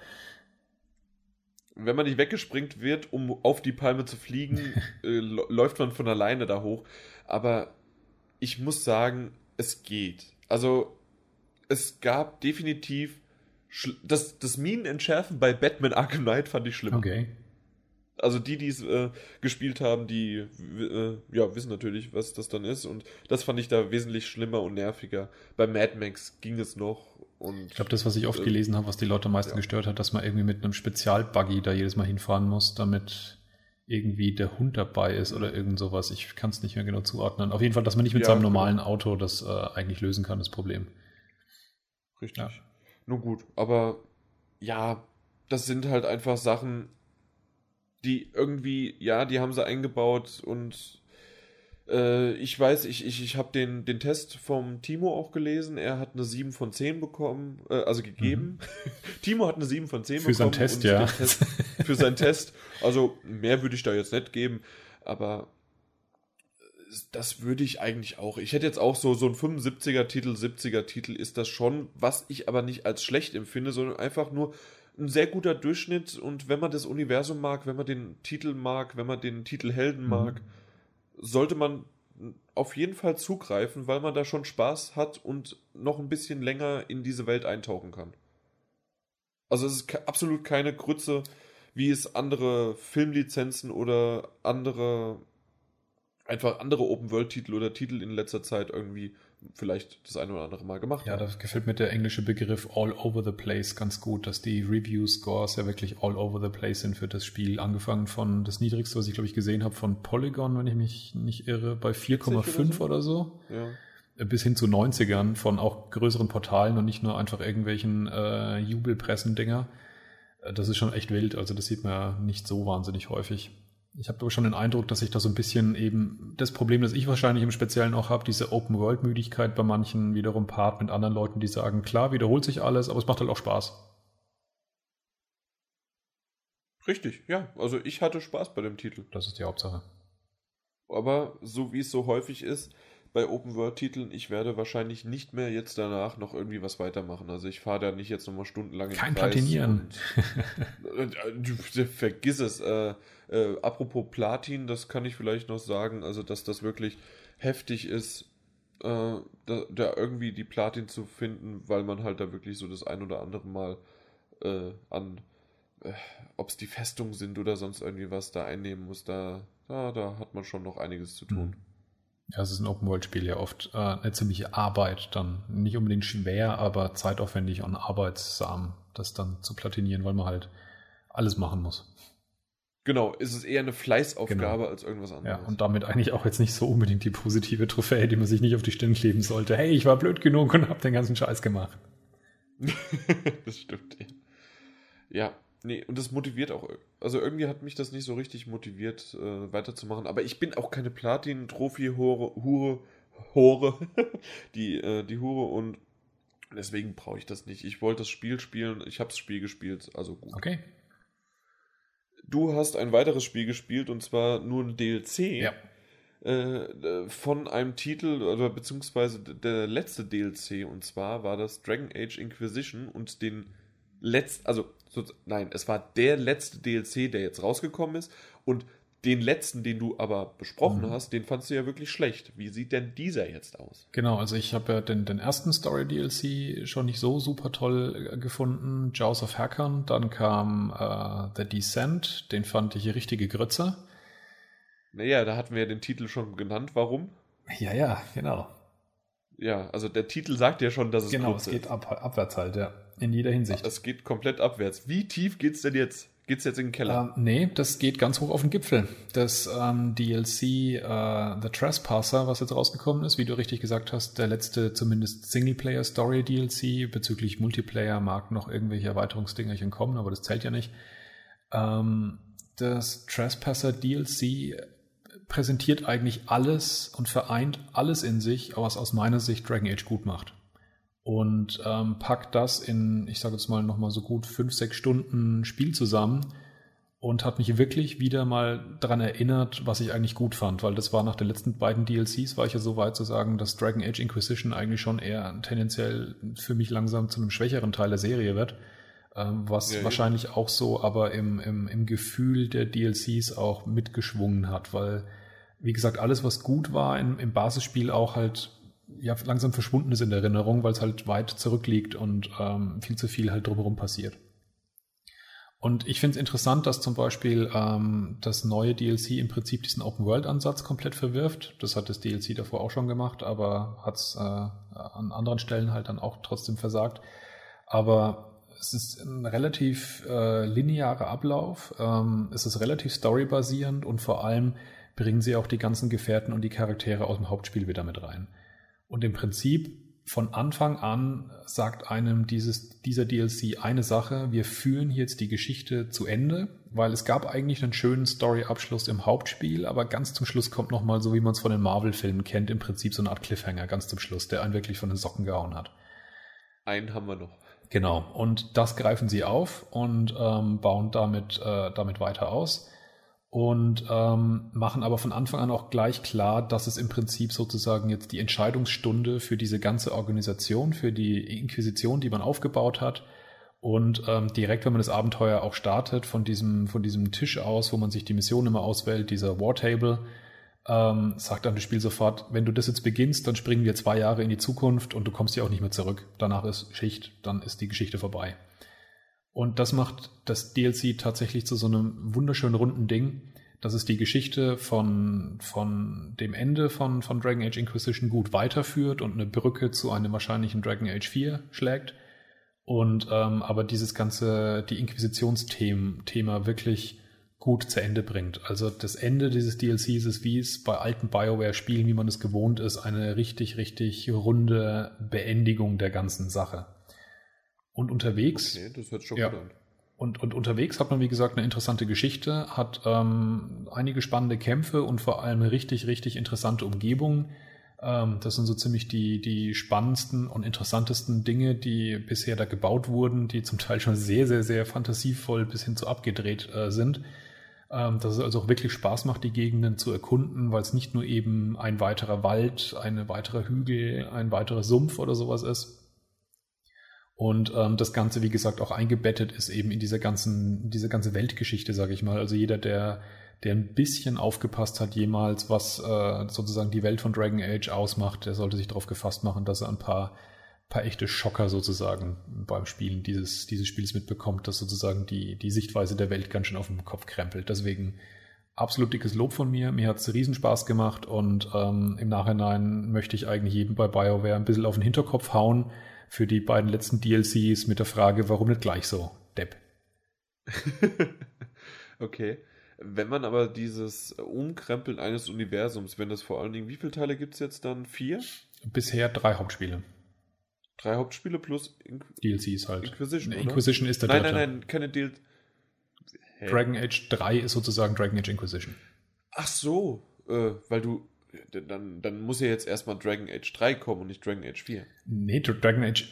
Wenn man nicht weggespringt wird, um auf die Palme zu fliegen, äh, läuft man von alleine da hoch. Aber ich muss sagen, es geht. Also es gab definitiv Das, das Minenentschärfen bei Batman Arkham Knight fand ich schlimmer. Okay. Also die, die es äh, gespielt haben, die äh, ja, wissen natürlich, was das dann ist. Und das fand ich da wesentlich schlimmer und nerviger. Bei Mad Max ging es noch. Und, ich glaube, das, was ich oft äh, gelesen habe, was die Leute am meisten ja. gestört hat, dass man irgendwie mit einem Spezialbuggy da jedes Mal hinfahren muss, damit irgendwie der Hund dabei ist oder irgend sowas. Ich kann es nicht mehr genau zuordnen. Auf jeden Fall, dass man nicht mit ja, seinem normalen genau. Auto das äh, eigentlich lösen kann, das Problem. Richtig. Ja. Nun gut, aber ja, das sind halt einfach Sachen, die irgendwie, ja, die haben sie eingebaut und äh, ich weiß, ich, ich, ich habe den, den Test vom Timo auch gelesen, er hat eine sieben von zehn bekommen, äh, also gegeben. Mhm. Timo hat eine sieben von zehn für bekommen. Für seinen Test, ja. Test, für seinen Test, also mehr würde ich da jetzt nicht geben, aber das würde ich eigentlich auch. Ich hätte jetzt auch so, so ein fünfundsiebziger-Titel, siebziger-Titel ist das schon, was ich aber nicht als schlecht empfinde, sondern einfach nur ein sehr guter Durchschnitt. Und wenn man das Universum mag, wenn man den Titel mag, wenn man den Titelhelden mag, mhm. sollte man auf jeden Fall zugreifen, weil man da schon Spaß hat und noch ein bisschen länger in diese Welt eintauchen kann. Also es ist absolut keine Grütze, wie es andere Filmlizenzen oder andere einfach andere Open-World-Titel oder Titel in letzter Zeit irgendwie vielleicht das eine oder andere Mal gemacht ja, haben. Ja, da gefällt mir der englische Begriff all over the place ganz gut, dass die Review-Scores ja wirklich all over the place sind für das Spiel. Angefangen von das niedrigste, was ich glaube ich gesehen habe, von Polygon, wenn ich mich nicht irre, bei vier Komma fünf oder so. Ja. Bis hin zu neunzigern von auch größeren Portalen und nicht nur einfach irgendwelchen äh, Jubelpressen-Dinger. Das ist schon echt wild, also das sieht man ja nicht so wahnsinnig häufig. Ich habe aber schon den Eindruck, dass ich da so ein bisschen eben das Problem, das ich wahrscheinlich im Speziellen auch habe, diese Open-World-Müdigkeit bei manchen wiederum paart mit anderen Leuten, die sagen, klar, wiederholt sich alles, aber es macht halt auch Spaß. Richtig, ja. Also ich hatte Spaß bei dem Titel. Das ist die Hauptsache. Aber so wie es so häufig ist, bei Open-World-Titeln, ich werde wahrscheinlich nicht mehr jetzt danach noch irgendwie was weitermachen. Also ich fahre da nicht jetzt nochmal stundenlang in Kein Platinieren. Und, äh, vergiss es. Äh, äh, apropos Platin, das kann ich vielleicht noch sagen, also dass das wirklich heftig ist, äh, da, da irgendwie die Platin zu finden, weil man halt da wirklich so das ein oder andere Mal äh, an, äh, ob es die Festungen sind oder sonst irgendwie was da einnehmen muss, da, da, da hat man schon noch einiges zu tun. Mhm. Ja, es ist ein Open-World-Spiel ja oft äh, eine ziemliche Arbeit dann. Nicht unbedingt schwer, aber zeitaufwendig und arbeitsam, das dann zu platinieren, weil man halt alles machen muss. Genau, ist es eher eine Fleißaufgabe genau. als irgendwas anderes. Ja, und damit eigentlich auch jetzt nicht so unbedingt die positive Trophäe, die man sich nicht auf die Stirn kleben sollte. Hey, ich war blöd genug und hab den ganzen Scheiß gemacht. Das stimmt, ja. Ja, nee, und das motiviert auch, also irgendwie hat mich das nicht so richtig motiviert, äh, weiterzumachen, aber ich bin auch keine Platin-Trophy-Hure, Hure, Hure, die, äh, die Hure und deswegen brauche ich das nicht. Ich wollte das Spiel spielen, ich habe das Spiel gespielt, also gut. Okay. Du hast ein weiteres Spiel gespielt und zwar nur ein D L C. Ja. äh, von einem Titel, oder beziehungsweise der letzte D L C, und zwar war das Dragon Age Inquisition und den letzten, also, so, nein, es war der letzte D L C, der jetzt rausgekommen ist, und den letzten, den du aber besprochen mhm. hast, den fandst du ja wirklich schlecht. Wie sieht denn dieser jetzt aus? Genau, also ich habe ja den, den ersten Story-D L C schon nicht so super toll gefunden, Jaws of Hakkon, dann kam äh, The Descent, den fand ich richtige Grütze. Naja, da hatten wir ja den Titel schon genannt, warum? Ja, ja, genau. Ja, also der Titel sagt ja schon, dass es Genau, Grütze es geht ab, abwärts halt, ja, in jeder Hinsicht. Es geht komplett abwärts. Wie tief geht's denn jetzt? Geht's jetzt in den Keller? Ähm, nee, das geht ganz hoch auf den Gipfel. Das ähm, D L C äh, The Trespasser, was jetzt rausgekommen ist, wie du richtig gesagt hast, der letzte zumindest Singleplayer-Story-D L C, bezüglich Multiplayer mag noch irgendwelche Erweiterungsdingerchen kommen, aber das zählt ja nicht. Ähm, das Trespasser D L C präsentiert eigentlich alles und vereint alles in sich, was aus meiner Sicht Dragon Age gut macht. Und ähm, packt das in, ich sage jetzt mal, nochmal so gut fünf, sechs Stunden Spiel zusammen und hat mich wirklich wieder mal daran erinnert, was ich eigentlich gut fand, weil das war nach den letzten beiden D L Cs, war ich ja so weit zu sagen, dass Dragon Age Inquisition eigentlich schon eher tendenziell für mich langsam zu einem schwächeren Teil der Serie wird, ähm, was ja, wahrscheinlich ja. auch so aber im, im, im Gefühl der D L Cs auch mitgeschwungen hat, weil, wie gesagt, alles, was gut war im, im Basisspiel auch halt ja langsam verschwunden ist in der Erinnerung, weil es halt weit zurückliegt und ähm, viel zu viel halt drumherum passiert. Und ich finde es interessant, dass zum Beispiel ähm, das neue D L C im Prinzip diesen Open-World-Ansatz komplett verwirft. Das hat das D L C davor auch schon gemacht, aber hat es äh, an anderen Stellen halt dann auch trotzdem versagt. Aber es ist ein relativ äh, linearer Ablauf, ähm, es ist relativ storybasierend und vor allem bringen sie auch die ganzen Gefährten und die Charaktere aus dem Hauptspiel wieder mit rein. Und im Prinzip von Anfang an sagt einem dieses, dieser D L C eine Sache: Wir führen jetzt die Geschichte zu Ende, weil es gab eigentlich einen schönen Story-Abschluss im Hauptspiel, aber ganz zum Schluss kommt nochmal, so wie man es von den Marvel-Filmen kennt, im Prinzip so eine Art Cliffhanger ganz zum Schluss, der einen wirklich von den Socken gehauen hat. Einen haben wir noch. Genau, und das greifen sie auf und ähm, bauen damit, äh, damit weiter aus. Und ähm, machen aber von Anfang an auch gleich klar, dass es im Prinzip sozusagen jetzt die Entscheidungsstunde für diese ganze Organisation, für die Inquisition, die man aufgebaut hat. Und ähm, direkt, wenn man das Abenteuer auch startet, von diesem, von diesem Tisch aus, wo man sich die Mission immer auswählt, dieser War-Table, ähm, sagt dann das Spiel sofort: Wenn du das jetzt beginnst, dann springen wir zwei Jahre in die Zukunft und du kommst ja auch nicht mehr zurück. Danach ist Schicht, dann ist die Geschichte vorbei. Und das macht das D L C tatsächlich zu so einem wunderschönen runden Ding, dass es die Geschichte von, von dem Ende von, von Dragon Age Inquisition gut weiterführt und eine Brücke zu einem wahrscheinlichen Dragon Age vier schlägt. Und ähm, aber dieses ganze, die Inquisitionsthema wirklich gut zu Ende bringt. Also das Ende dieses D L Cs ist, wie es bei alten BioWare-Spielen, wie man es gewohnt ist, eine richtig, richtig runde Beendigung der ganzen Sache. Und unterwegs, okay, das hört schon ja, gut an. Und, und unterwegs hat man, wie gesagt, eine interessante Geschichte, hat ähm, einige spannende Kämpfe und vor allem richtig, richtig interessante Umgebungen. Ähm, das sind so ziemlich die, die spannendsten und interessantesten Dinge, die bisher da gebaut wurden, die zum Teil schon sehr, sehr, sehr fantasievoll bis hin zu abgedreht äh, sind. Ähm, dass es also auch wirklich Spaß macht, die Gegenden zu erkunden, weil es nicht nur eben ein weiterer Wald, ein weiterer Hügel, ein weiterer Sumpf oder sowas ist. Und ähm, das Ganze, wie gesagt, auch eingebettet ist eben in dieser ganzen, diese ganze Weltgeschichte, sage ich mal. Also jeder, der, der ein bisschen aufgepasst hat jemals, was äh, sozusagen die Welt von Dragon Age ausmacht, der sollte sich darauf gefasst machen, dass er ein paar, paar echte Schocker sozusagen beim Spielen dieses, dieses Spiels mitbekommt, dass sozusagen die, die Sichtweise der Welt ganz schön auf den Kopf krempelt. Deswegen absolut dickes Lob von mir. Mir hat es riesen Spaß gemacht und ähm, im Nachhinein möchte ich eigentlich jedem bei BioWare ein bisschen auf den Hinterkopf hauen, für die beiden letzten D L Cs mit der Frage, warum nicht gleich so, Depp. Okay. Wenn man aber dieses Umkrempeln eines Universums, wenn das vor allen Dingen, wie viele Teile gibt es jetzt dann? Vier? Bisher drei Hauptspiele. Drei Hauptspiele plus Inqu- D L Cs halt. Inquisition, nee, oder? Inquisition ist der Nein, dritte. nein, nein, keine D L C. Hä? Dragon Age drei ist sozusagen Dragon Age Inquisition. Ach so, äh, weil du Dann, dann muss ja jetzt erstmal Dragon Age drei kommen und nicht Dragon Age vier. Nee, Dragon Age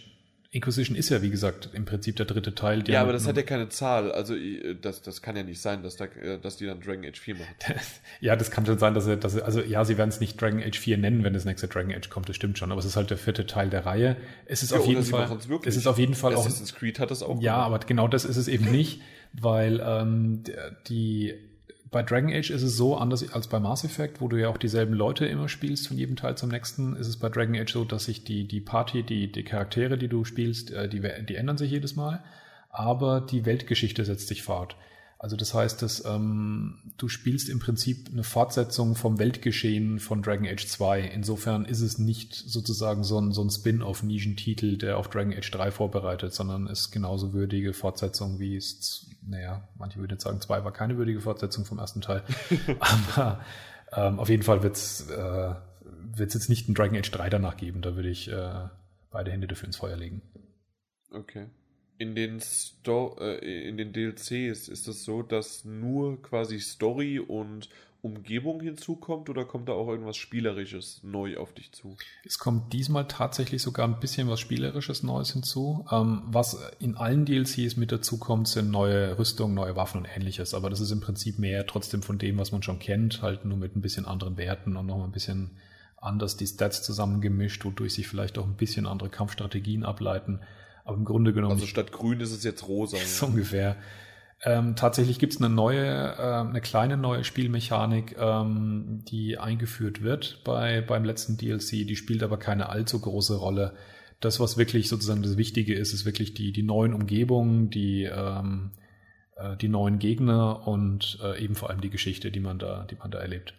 Inquisition ist ja, wie gesagt, im Prinzip der dritte Teil. Ja, aber das hat ja keine Zahl. Also das, das kann ja nicht sein, dass, da, dass die dann Dragon Age vier machen. Ja, das kann schon sein, dass sie, dass sie also ja, sie werden es nicht Dragon Age vier nennen, wenn das nächste Dragon Age kommt, das stimmt schon, aber es ist halt der vierte Teil der Reihe. Es ist ja, auf jeden Fall, es ist auf jeden Fall auch, Assassin's Creed hat das auch ja, gemacht. aber genau das ist es eben nicht, weil ähm, die bei Dragon Age ist es so, anders als bei Mass Effect, wo du ja auch dieselben Leute immer spielst von jedem Teil zum nächsten, ist es bei Dragon Age so, dass sich die, die Party, die, die Charaktere, die du spielst, die, die ändern sich jedes Mal, aber die Weltgeschichte setzt sich fort. Also das heißt, dass ähm, du spielst im Prinzip eine Fortsetzung vom Weltgeschehen von Dragon Age zwei. Insofern ist es nicht sozusagen so ein, so ein Spin-off-Nischentitel, der auf Dragon Age drei vorbereitet, sondern ist genauso würdige Fortsetzung wie es, naja, manche würden jetzt sagen, zwei war keine würdige Fortsetzung vom ersten Teil. Aber ähm, auf jeden Fall wird es äh, wird's jetzt nicht ein Dragon Age drei danach geben. Da würde ich äh, beide Hände dafür ins Feuer legen. Okay. In den, Sto- äh, in den D L Cs ist es so, dass nur quasi Story und Umgebung hinzukommt oder kommt da auch irgendwas Spielerisches neu auf dich zu? Es kommt diesmal tatsächlich sogar ein bisschen was Spielerisches Neues hinzu. Ähm, was in allen D L Cs mit dazu kommt, sind neue Rüstungen, neue Waffen und ähnliches. Aber das ist im Prinzip mehr trotzdem von dem, was man schon kennt, halt nur mit ein bisschen anderen Werten und noch ein bisschen anders die Stats zusammengemischt, wodurch sich vielleicht auch ein bisschen andere Kampfstrategien ableiten. Aber im Grunde genommen... Also statt grün ist es jetzt rosa. So ungefähr. Ähm, tatsächlich gibt es eine neue, äh, eine kleine neue Spielmechanik, ähm, die eingeführt wird bei beim letzten D L C. Die spielt aber keine allzu große Rolle. Das, was wirklich sozusagen das Wichtige ist, ist wirklich die die neuen Umgebungen, die ähm, äh, die neuen Gegner und äh, eben vor allem die Geschichte, die man da, die man da erlebt.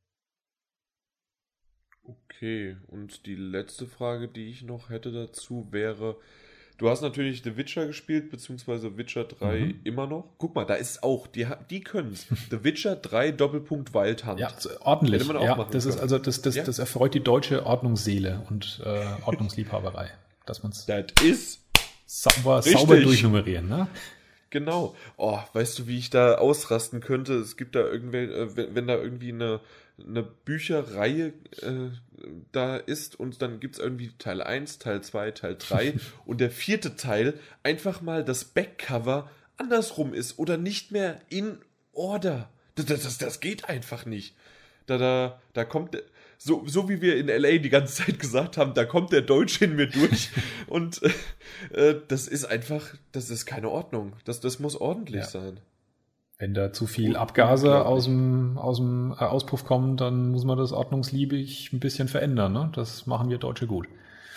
Okay. Und die letzte Frage, die ich noch hätte dazu, wäre: Du hast natürlich The Witcher gespielt, beziehungsweise Witcher drei mhm. immer noch. Guck mal, da ist auch, die, die können es. The Witcher drei Doppelpunkt Wild Hunt. Ja, ordentlich. Hätte man auch ja, machen das können. ist also das, das, Ja. das erfreut die deutsche Ordnungsseele und äh, Ordnungsliebhaberei, dass man es Das ist sauber, richtig. sauber durchnummerieren, ne? Genau. Oh, weißt du, wie ich da ausrasten könnte? Es gibt da irgendwelche, äh, wenn, wenn da irgendwie eine, eine Bücherreihe äh, da ist und dann gibt es irgendwie Teil eins, Teil zwei, Teil drei und der vierte Teil einfach mal das Backcover andersrum ist oder nicht mehr in Order. Das, das, das geht einfach nicht. Da, da, da kommt, so, so wie wir in L A die ganze Zeit gesagt haben, da kommt der Deutsche in mir durch und äh, das ist einfach, das ist keine Ordnung. Das, das muss ordentlich Ja. sein. Wenn da zu viel Abgase Unglaublich. aus dem, aus dem äh, Auspuff kommen, dann muss man das ordnungsliebig ein bisschen verändern, ne? Das machen wir Deutsche gut.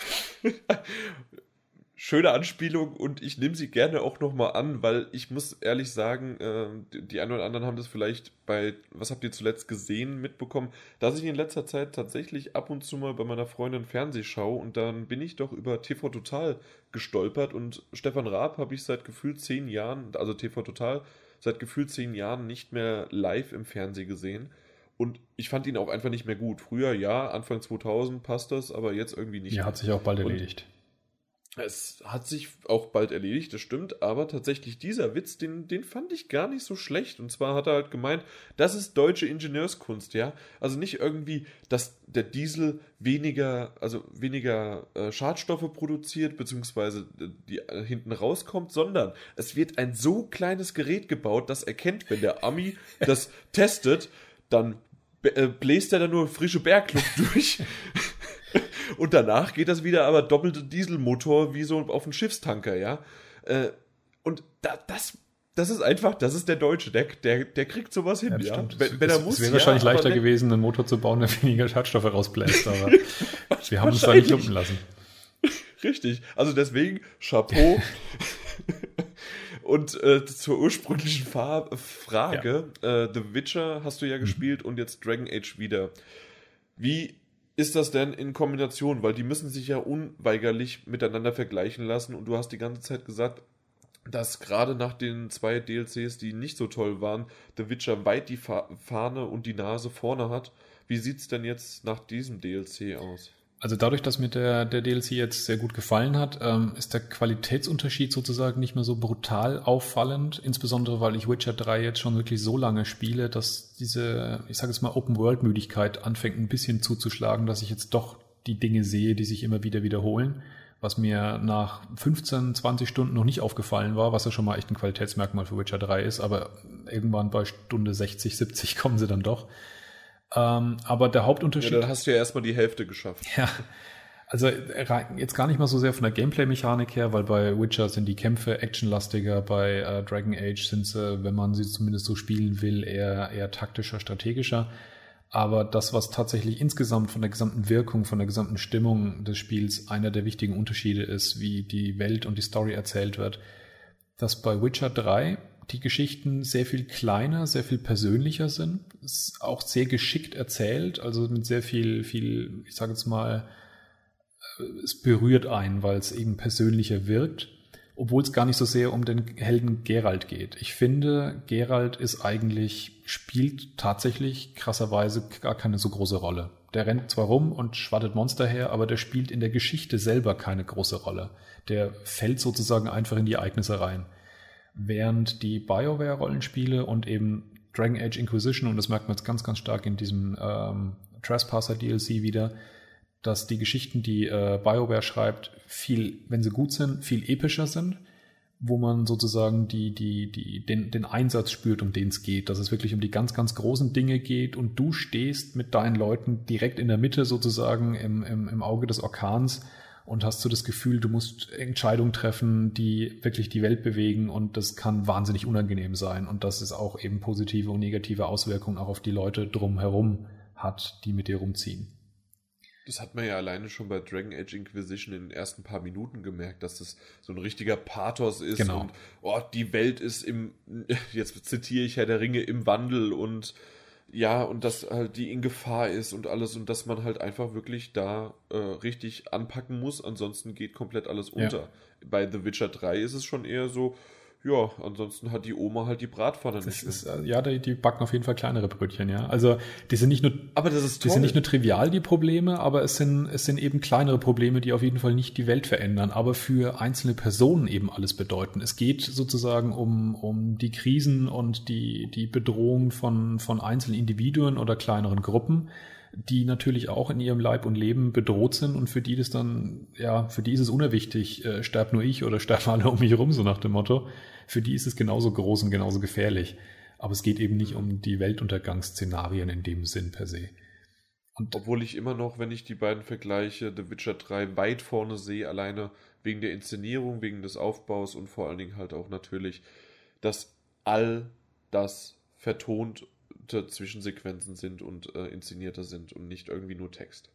Schöne Anspielung und ich nehme sie gerne auch nochmal an, weil ich muss ehrlich sagen, äh, die, die einen oder anderen haben das vielleicht bei, was habt ihr zuletzt gesehen, mitbekommen, dass ich in letzter Zeit tatsächlich ab und zu mal bei meiner Freundin Fernseh schaue und dann bin ich doch über T V Total gestolpert und Stefan Raab habe ich seit gefühlt zehn Jahren, also T V Total, seit gefühlt zehn Jahren nicht mehr live im Fernsehen gesehen. Und ich fand ihn auch einfach nicht mehr gut. Früher, ja, Anfang zweitausend passt das, aber jetzt irgendwie nicht Ja, mehr. hat sich auch bald Und erledigt. es hat sich auch bald erledigt, das stimmt, aber tatsächlich dieser Witz, den, den fand ich gar nicht so schlecht. Und zwar hat er halt gemeint, das ist deutsche Ingenieurskunst, ja. Also nicht irgendwie, dass der Diesel weniger, also weniger äh, Schadstoffe produziert, beziehungsweise die äh, hinten rauskommt, sondern es wird ein so kleines Gerät gebaut, das erkennt, wenn der Ami das testet, dann b- äh, bläst er da nur frische Bergluft durch. Und danach geht das wieder aber doppelte Dieselmotor wie so auf einen Schiffstanker, ja. Äh, und da, das, das ist einfach, das ist der Deutsche, der, der, der kriegt sowas hin, Ja, das ja. stimmt. Wenn, wenn er es, muss, es wäre ja, wahrscheinlich aber leichter wenn- gewesen, einen Motor zu bauen, der weniger Schadstoffe rausbläst, aber wir haben uns da nicht Wahrscheinlich. lumpen lassen. Richtig. Also deswegen Chapeau. Und äh, zur ursprünglichen Fa- Frage, äh, The Witcher hast du ja gespielt und jetzt Dragon Age wieder. Wie ist das denn in Kombination? Weil die müssen sich ja unweigerlich miteinander vergleichen lassen und du hast die ganze Zeit gesagt, dass gerade nach den zwei D L Cs, die nicht so toll waren, The Witcher weit die Fa- Fahne und die Nase vorne hat. Wie sieht's denn jetzt nach diesem D L C aus? Also dadurch, dass mir der, der D L C jetzt sehr gut gefallen hat, ähm, ist der Qualitätsunterschied sozusagen nicht mehr so brutal auffallend, insbesondere weil ich Witcher drei jetzt schon wirklich so lange spiele, dass diese, ich sage jetzt mal, Open-World-Müdigkeit anfängt ein bisschen zuzuschlagen, dass ich jetzt doch die Dinge sehe, die sich immer wieder wiederholen was mir nach fünfzehn, zwanzig Stunden noch nicht aufgefallen war, was ja schon mal echt ein Qualitätsmerkmal für Witcher drei ist, aber irgendwann bei Stunde sechzig, siebzig kommen sie dann doch. Ähm, aber der Hauptunterschied... Ja, dann hast du ja erstmal die Hälfte geschafft. Ja, also jetzt gar nicht mal so sehr von der Gameplay-Mechanik her, weil bei Witcher sind die Kämpfe actionlastiger, bei äh, Dragon Age sind sie, wenn man sie zumindest so spielen will, eher, eher taktischer, strategischer. Aber das, was tatsächlich insgesamt von der gesamten Wirkung, von der gesamten Stimmung des Spiels einer der wichtigen Unterschiede ist, wie die Welt und die Story erzählt wird, dass bei Witcher drei die Geschichten sehr viel kleiner, sehr viel persönlicher sind, ist auch sehr geschickt erzählt, also mit sehr viel, viel, ich sage jetzt mal, es berührt einen, weil es eben persönlicher wirkt, obwohl es gar nicht so sehr um den Helden Geralt geht. Ich finde, Geralt ist eigentlich, spielt tatsächlich krasserweise gar keine so große Rolle. Der rennt zwar rum und schwattet Monster her, aber der spielt in der Geschichte selber keine große Rolle. Der fällt sozusagen einfach in die Ereignisse rein. Während die BioWare-Rollenspiele und eben Dragon Age Inquisition, und das merkt man jetzt ganz, ganz stark in diesem ähm, Trespasser-D L C wieder, dass die Geschichten, die äh, BioWare schreibt, viel, wenn sie gut sind, viel epischer sind, wo man sozusagen die, die, die, den, den Einsatz spürt, um den es geht, dass es wirklich um die ganz, ganz großen Dinge geht und du stehst mit deinen Leuten direkt in der Mitte sozusagen im, im, im Auge des Orkans und hast so das Gefühl, du musst Entscheidungen treffen, die wirklich die Welt bewegen, und das kann wahnsinnig unangenehm sein, und dass es auch eben positive und negative Auswirkungen auch auf die Leute drumherum hat, die mit dir rumziehen. Das hat man ja alleine schon bei Dragon Age Inquisition in den ersten paar Minuten gemerkt, dass das so ein richtiger Pathos ist. Genau. Und oh, die Welt ist im, jetzt zitiere ich Herr der Ringe, im Wandel, und ja, und dass halt die in Gefahr ist und alles, und dass man halt einfach wirklich da äh, richtig anpacken muss, ansonsten geht komplett alles unter. Ja. Bei The Witcher drei ist es schon eher so, ja, ansonsten hat die Oma halt die Bratpfanne das nicht. Ist, ja, die, die backen auf jeden Fall kleinere Brötchen, ja. Also die sind nicht nur, aber das ist toll. Die sind nicht nur trivial, die Probleme, aber es sind, es sind eben kleinere Probleme, die auf jeden Fall nicht die Welt verändern, aber für einzelne Personen eben alles bedeuten. Es geht sozusagen um, um die Krisen und die, die Bedrohung von, von einzelnen Individuen oder kleineren Gruppen, die natürlich auch in ihrem Leib und Leben bedroht sind, und für die das dann, ja, für die ist es unerwichtig, äh, sterb nur ich oder sterben alle um mich herum, so nach dem Motto. Für die ist es genauso groß und genauso gefährlich. Aber es geht eben nicht um die Weltuntergangsszenarien in dem Sinn per se. Und obwohl ich immer noch, wenn ich die beiden vergleiche, The Witcher drei weit vorne sehe, alleine wegen der Inszenierung, wegen des Aufbaus und vor allen Dingen halt auch natürlich, dass all das vertonte Zwischensequenzen sind und äh, inszenierter sind und nicht irgendwie nur Text.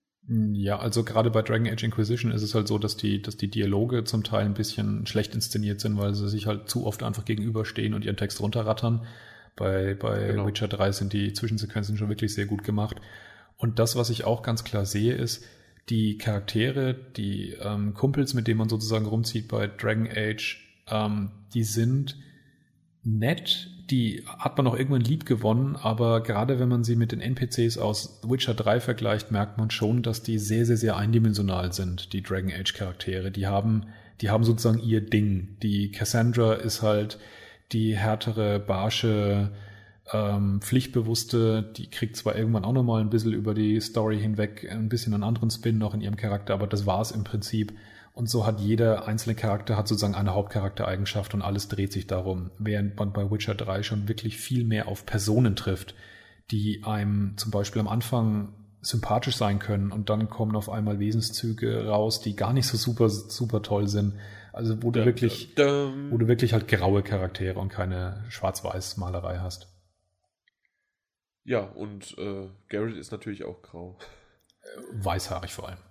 Ja, also gerade bei Dragon Age Inquisition ist es halt so, dass die, dass die Dialoge zum Teil ein bisschen schlecht inszeniert sind, weil sie sich halt zu oft einfach gegenüberstehen und ihren Text runterrattern. Bei, bei genau. Witcher drei sind die Zwischensequenzen schon wirklich sehr gut gemacht. Und das, was ich auch ganz klar sehe, ist, die Charaktere, die ähm, Kumpels, mit denen man sozusagen rumzieht bei Dragon Age, ähm, die sind nett, die hat man auch irgendwann lieb gewonnen, aber gerade wenn man sie mit den N P Cs aus Witcher drei vergleicht, merkt man schon, dass die sehr, sehr, sehr eindimensional sind, die Dragon Age Charaktere. Die haben, die haben sozusagen ihr Ding. Die Cassandra ist halt die härtere, barsche, ähm, pflichtbewusste, die kriegt zwar irgendwann auch nochmal ein bisschen über die Story hinweg ein bisschen einen anderen Spin noch in ihrem Charakter, aber das war's im Prinzip. Und so hat jeder einzelne Charakter hat sozusagen eine Hauptcharaktereigenschaft und alles dreht sich darum, während man bei Witcher drei schon wirklich viel mehr auf Personen trifft, die einem zum Beispiel am Anfang sympathisch sein können, und dann kommen auf einmal Wesenszüge raus, die gar nicht so super, super toll sind. Also wo du wirklich, wo du wirklich halt graue Charaktere und keine Schwarz-Weiß-Malerei hast. Ja, und äh, Geralt ist natürlich auch grau. Weißhaarig vor allem.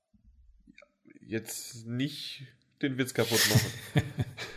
Jetzt nicht den Witz kaputt machen.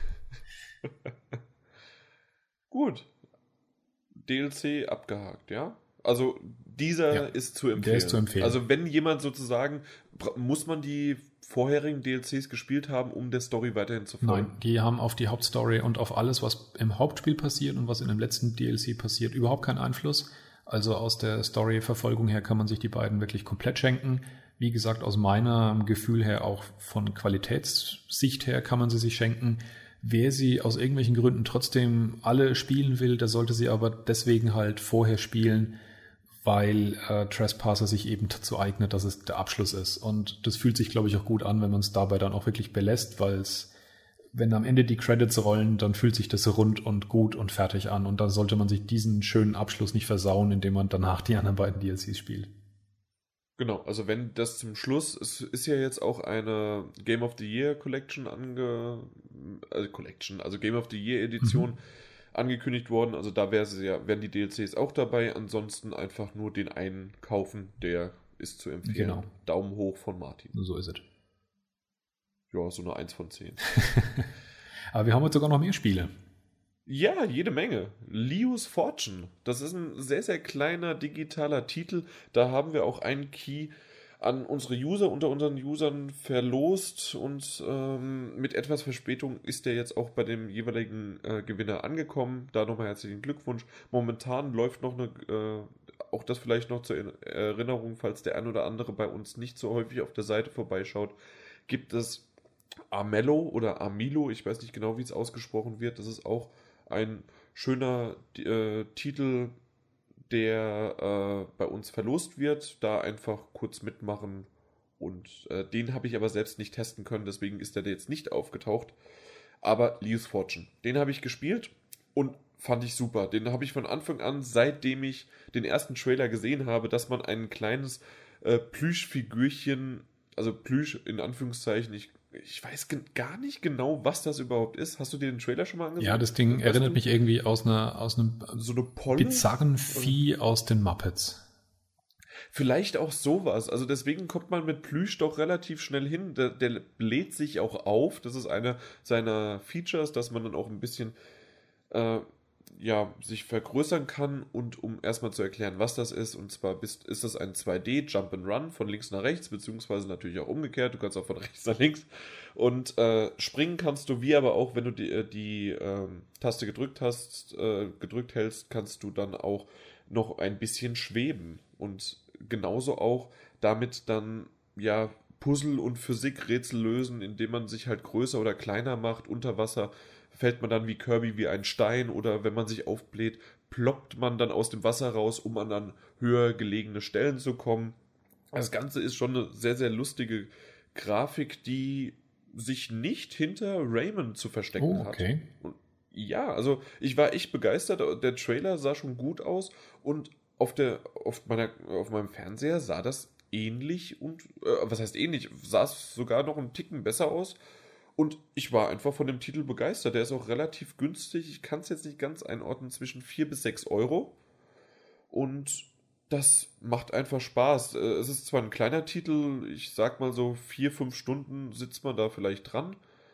Gut. D L C abgehakt, ja? Also dieser ja, ist zu empfehlen. Der ist zu empfehlen. Also wenn jemand sozusagen, muss man die vorherigen D L Cs gespielt haben, um der Story weiterhin zu folgen? Nein, die haben auf die Hauptstory und auf alles, was im Hauptspiel passiert und was in dem letzten D L C passiert, überhaupt keinen Einfluss. Also aus der Story-Verfolgung her kann man sich die beiden wirklich komplett schenken. Wie gesagt, aus meinem Gefühl her, auch von Qualitätssicht her, kann man sie sich schenken. Wer sie aus irgendwelchen Gründen trotzdem alle spielen will, der sollte sie aber deswegen halt vorher spielen, weil äh, Trespasser sich eben dazu eignet, dass es der Abschluss ist. Und das fühlt sich, glaube ich, auch gut an, wenn man es dabei dann auch wirklich belässt, weil es, wenn am Ende die Credits rollen, dann fühlt sich das rund und gut und fertig an. Und dann sollte man sich diesen schönen Abschluss nicht versauen, indem man danach die anderen beiden D L Cs spielt. Genau, also wenn das zum Schluss, es ist ja jetzt auch eine Game of the Year Collection ange, also Collection, also Game of the Year Edition mhm. angekündigt worden, also da wäre sie ja, wären die D L Cs auch dabei, ansonsten einfach nur den einen kaufen, der ist zu empfehlen. Genau. Daumen hoch von Martin. So ist es. Ja, so eine eins von zehn. Aber wir haben jetzt sogar noch mehr Spiele. Ja, jede Menge. Leo's Fortune. Das ist ein sehr, sehr kleiner digitaler Titel. Da haben wir auch einen Key an unsere User, unter unseren Usern verlost und ähm, mit etwas Verspätung ist der jetzt auch bei dem jeweiligen äh, Gewinner angekommen. Da nochmal herzlichen Glückwunsch. Momentan läuft noch eine, äh, auch das vielleicht noch zur Erinnerung, falls der ein oder andere bei uns nicht so häufig auf der Seite vorbeischaut, gibt es Armello oder Armilo, ich weiß nicht genau, wie es ausgesprochen wird. Das ist auch ein schöner äh, Titel, der äh, bei uns verlost wird. Da einfach kurz mitmachen. Und äh, den habe ich aber selbst nicht testen können, deswegen ist der jetzt nicht aufgetaucht. Aber Leo's Fortune, den habe ich gespielt und fand ich super. Den habe ich von Anfang an, seitdem ich den ersten Trailer gesehen habe, dass man ein kleines äh, Plüschfigürchen, also Plüsch in Anführungszeichen, ich Ich weiß gen- gar nicht genau, was das überhaupt ist. Hast du dir den Trailer schon mal angesehen? Ja, das Ding weißt erinnert du? mich irgendwie aus einer aus einem so eine Polle? bizarren Vieh aus den Muppets. Vielleicht auch sowas. Also deswegen kommt man mit Plüsch doch relativ schnell hin. Der, der bläht sich auch auf. Das ist einer seiner Features, dass man dann auch ein bisschen äh, ja, sich vergrößern kann. Und um erstmal zu erklären, was das ist, und zwar bist, ist das ein zwei D Jump and Run von links nach rechts, beziehungsweise natürlich auch umgekehrt. Du kannst auch von rechts nach links. Und äh, springen kannst du, wie aber auch, wenn du die, die ähm, Taste gedrückt hast, äh, gedrückt hältst, kannst du dann auch noch ein bisschen schweben. Und genauso auch damit dann ja Puzzle und Physikrätsel lösen, indem man sich halt größer oder kleiner macht. Unter Wasser fällt man dann wie Kirby wie ein Stein, oder wenn man sich aufbläht, ploppt man dann aus dem Wasser raus, um an dann höher gelegene Stellen zu kommen. Das Ganze ist schon eine sehr, sehr lustige Grafik, die sich nicht hinter Rayman zu verstecken Oh, okay. hat. Und ja, also ich war echt begeistert. Der Trailer sah schon gut aus und auf der auf meiner auf meinem Fernseher sah das ähnlich und äh, was heißt ähnlich, sah es sogar noch einen Ticken besser aus. Und ich war einfach von dem Titel begeistert. Der ist auch relativ günstig. Ich kann es jetzt nicht ganz einordnen, zwischen vier bis sechs Euro. Und das macht einfach Spaß. Es ist zwar ein kleiner Titel, ich sag mal so vier, fünf Stunden sitzt man da vielleicht dran.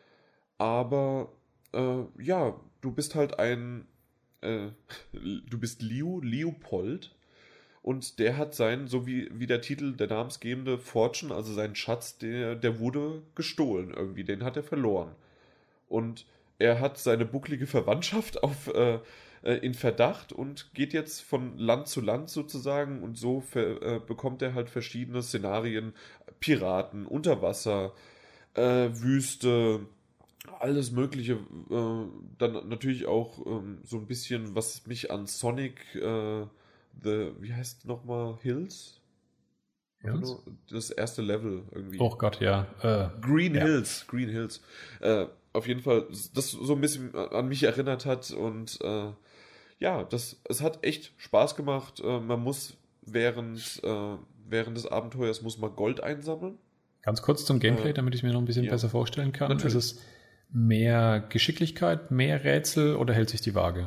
Aber äh, ja, du bist halt ein, äh, du bist Leo, Leopold. Und der hat seinen, so wie, wie der Titel, der namensgebende Fortune, also seinen Schatz, der, der wurde gestohlen irgendwie, den hat er verloren. Und er hat seine bucklige Verwandtschaft auf, äh, äh, in Verdacht und geht jetzt von Land zu Land sozusagen, und so ver, äh, bekommt er halt verschiedene Szenarien, Piraten, Unterwasser, äh, Wüste, alles Mögliche. Äh, dann natürlich auch ähm, so ein bisschen, was mich an Sonic... Äh, The, wie heißt nochmal? Hills? Hills? Das erste Level irgendwie. Oh Gott, ja. Äh, Green ja. Hills. Green Hills. Äh, auf jeden Fall, das so ein bisschen an mich erinnert hat. Und äh, ja, das, es hat echt Spaß gemacht. Äh, man muss während, äh, während des Abenteuers muss man Gold einsammeln. Ganz kurz zum Gameplay, äh, damit ich mir noch ein bisschen ja. besser vorstellen kann. Natürlich. Ist es mehr Geschicklichkeit, mehr Rätsel oder hält sich die Waage?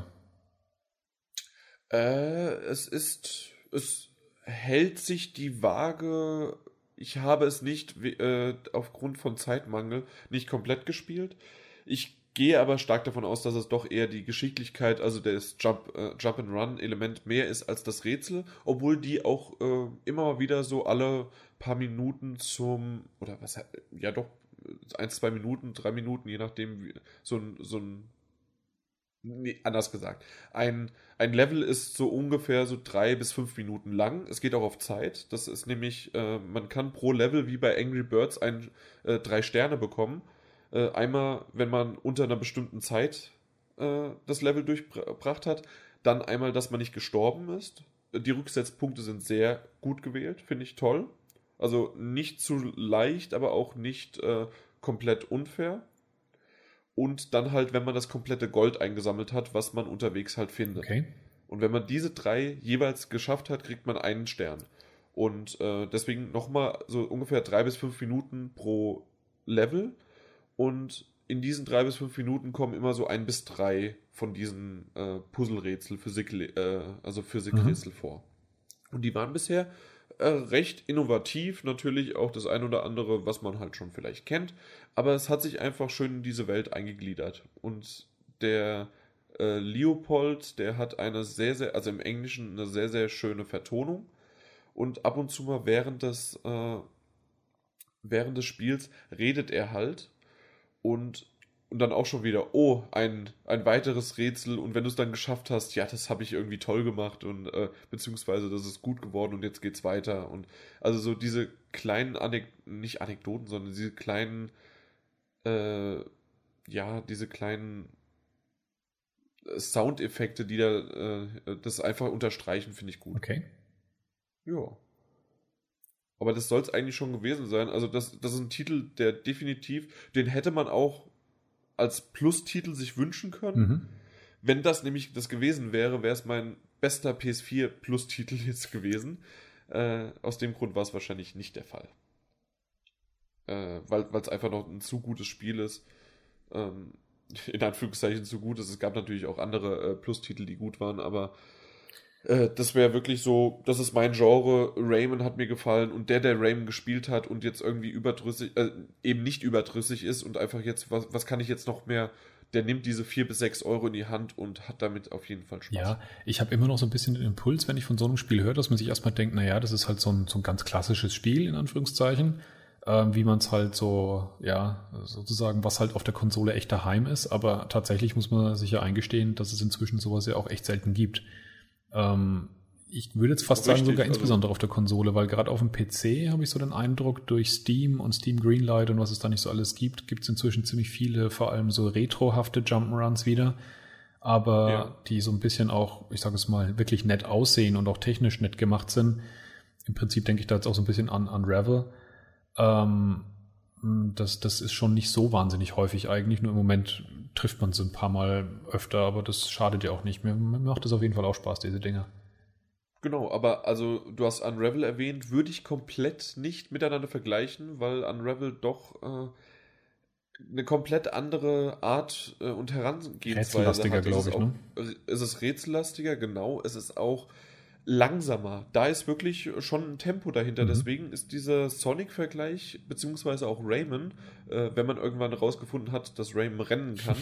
Äh, es ist, es hält sich die Waage. Ich habe es nicht äh, aufgrund von Zeitmangel nicht komplett gespielt. Ich gehe aber stark davon aus, dass es doch eher die Geschicklichkeit, also das Jump, äh, Jump and Run Element mehr ist als das Rätsel, obwohl die auch äh, immer mal wieder so alle paar Minuten zum, oder was, ja doch, ein, zwei Minuten, drei Minuten, je nachdem, wie, so ein, so ein Nee, anders gesagt. Ein, ein Level ist so ungefähr so drei bis fünf Minuten lang. Es geht auch auf Zeit. Das ist nämlich, äh, man kann pro Level wie bei Angry Birds ein, äh, drei Sterne bekommen. Äh, einmal, wenn man unter einer bestimmten Zeit äh, das Level durchgebracht hat. Dann einmal, dass man nicht gestorben ist. die Rücksetzpunkte sind sehr gut gewählt, finde ich toll. Also nicht zu leicht, aber auch nicht äh, komplett unfair. Und dann halt, wenn man das komplette Gold eingesammelt hat, was man unterwegs halt findet. Okay. Und wenn man diese drei jeweils geschafft hat, kriegt man einen Stern. Und äh, deswegen nochmal so ungefähr drei bis fünf Minuten pro Level. Und in diesen drei bis fünf Minuten kommen immer so ein bis drei von diesen äh, Puzzle-Rätsel, Physik, äh, also Physikrätsel mhm. vor. Und die waren bisher äh, recht innovativ. Natürlich auch das ein oder andere, was man halt schon vielleicht kennt. Aber es hat sich einfach schön in diese Welt eingegliedert. Und der äh, Leopold, der hat eine sehr, sehr, also im Englischen eine sehr, sehr schöne Vertonung. Und ab und zu mal während des, äh, während des Spiels redet er halt. Und, und dann auch schon wieder, oh, ein, ein weiteres Rätsel. Und wenn du es dann geschafft hast, ja, das habe ich irgendwie toll gemacht. Und äh, beziehungsweise das ist gut geworden und jetzt geht's weiter. Und also so diese kleinen, Anek- nicht Anekdoten, sondern diese kleinen, äh, ja, diese kleinen Soundeffekte, die da äh, das einfach unterstreichen, finde ich gut. Okay. Ja. Aber das soll es eigentlich schon gewesen sein. Also das, das ist ein Titel, der definitiv, den hätte man auch als Plus-Titel sich wünschen können. Mhm. Wenn das nämlich das gewesen wäre, wäre es mein bester P S vier Plus-Titel jetzt gewesen. Äh, aus dem Grund war es wahrscheinlich nicht der Fall. Äh, weil es einfach noch ein zu gutes Spiel ist. Ähm, in Anführungszeichen zu gut ist. Es gab natürlich auch andere äh, Plus-Titel, die gut waren, aber äh, das wäre wirklich so, das ist mein Genre. Rayman hat mir gefallen und der, der Rayman gespielt hat und jetzt irgendwie überdrüssig, äh, eben nicht überdrüssig ist und einfach jetzt, was, was kann ich jetzt noch mehr, der nimmt diese vier bis sechs Euro in die Hand und hat damit auf jeden Fall Spaß. Ja, ich habe immer noch so ein bisschen den Impuls, wenn ich von so einem Spiel höre, dass man sich erstmal denkt, naja, das ist halt so ein, so ein ganz klassisches Spiel, in Anführungszeichen. Wie man es halt so, ja, sozusagen, was halt auf der Konsole echt daheim ist, aber tatsächlich muss man sich ja eingestehen, dass es inzwischen sowas ja auch echt selten gibt. Ähm, ich würde jetzt fast Richtig, sagen, sogar also insbesondere auf der Konsole, weil gerade auf dem P C habe ich so den Eindruck, durch Steam und Steam Greenlight und was es da nicht so alles gibt, gibt es inzwischen ziemlich viele, vor allem so retrohafte Jump'n'Runs wieder, aber ja, die so ein bisschen auch, ich sage es mal, wirklich nett aussehen und auch technisch nett gemacht sind. Im Prinzip denke ich da jetzt auch so ein bisschen an Unravel. Ähm, das, das ist schon nicht so wahnsinnig häufig eigentlich, nur im Moment trifft man es ein paar Mal öfter, aber das schadet ja auch nicht. Mir, mir macht es auf jeden Fall auch Spaß, diese Dinger. Genau, aber also du hast Unravel erwähnt, würde ich komplett nicht miteinander vergleichen, weil Unravel doch äh, eine komplett andere Art äh, und Herangehensweise rätsellastiger, hat. glaube ich, auch, ne? Es ist rätsellastiger, genau. Es ist auch langsamer. Da ist wirklich schon ein Tempo dahinter. Mhm. Deswegen ist dieser Sonic-Vergleich, beziehungsweise auch Rayman, äh, wenn man irgendwann rausgefunden hat, dass Rayman rennen kann.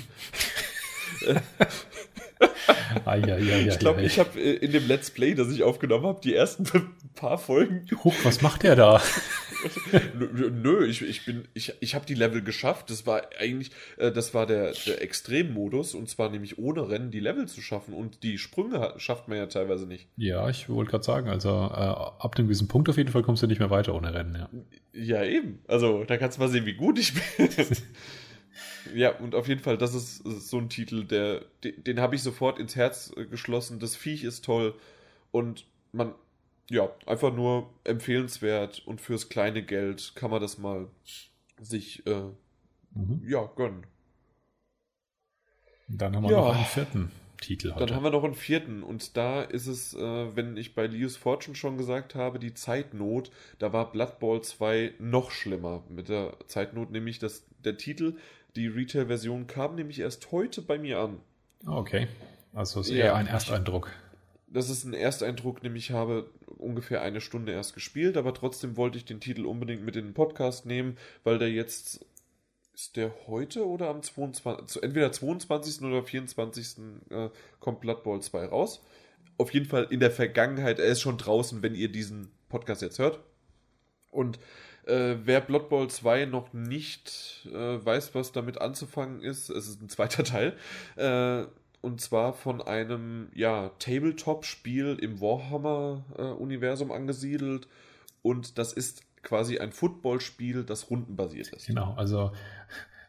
ah, ja, ja, ja, ich glaube, ja, ich habe äh, in dem Let's Play, das ich aufgenommen habe, die ersten paar Folgen. Huch, was macht der da? Nö, nö, ich, ich bin, ich, ich habe die Level geschafft. Das war eigentlich, äh, das war der, der Extremmodus, und zwar nämlich ohne Rennen die Level zu schaffen, und die Sprünge hat, schafft man ja teilweise nicht. Ja, ich wollte gerade sagen, also äh, ab einem gewissen Punkt auf jeden Fall kommst du nicht mehr weiter ohne Rennen, ja. Ja, eben. Also, da kannst du mal sehen, wie gut ich bin. Ja, und auf jeden Fall, das ist, das ist so ein Titel, der, den, den habe ich sofort ins Herz geschlossen. Das Viech ist toll und man, ja, einfach nur empfehlenswert, und fürs kleine Geld kann man das mal sich, äh, mhm. ja, gönnen. Dann haben wir ja. noch einen vierten Titel heute. Dann haben wir noch einen vierten, und da ist es, äh, wenn ich bei Leo's Fortune schon gesagt habe, die Zeitnot, da war Blood Bowl zwei noch schlimmer mit der Zeitnot, nämlich dass der Titel, die Retail-Version kam nämlich erst heute bei mir an. Okay, also ist eher ja, ein Ersteindruck. Das ist ein Ersteindruck, nämlich ich habe ungefähr eine Stunde erst gespielt, aber trotzdem wollte ich den Titel unbedingt mit in den Podcast nehmen, weil der jetzt, ist der heute oder am zweiundzwanzigsten entweder zweiundzwanzigsten oder vierundzwanzigsten Äh, kommt Blood Bowl zwei raus. Auf jeden Fall in der Vergangenheit, er ist schon draußen, wenn ihr diesen Podcast jetzt hört. Und äh, wer Blood Bowl zwei noch nicht äh, weiß, was damit anzufangen ist, es ist ein zweiter Teil, äh, und zwar von einem ja, Tabletop-Spiel im Warhammer-Universum äh, angesiedelt, und das ist quasi ein Footballspiel, das rundenbasiert ist. Genau, also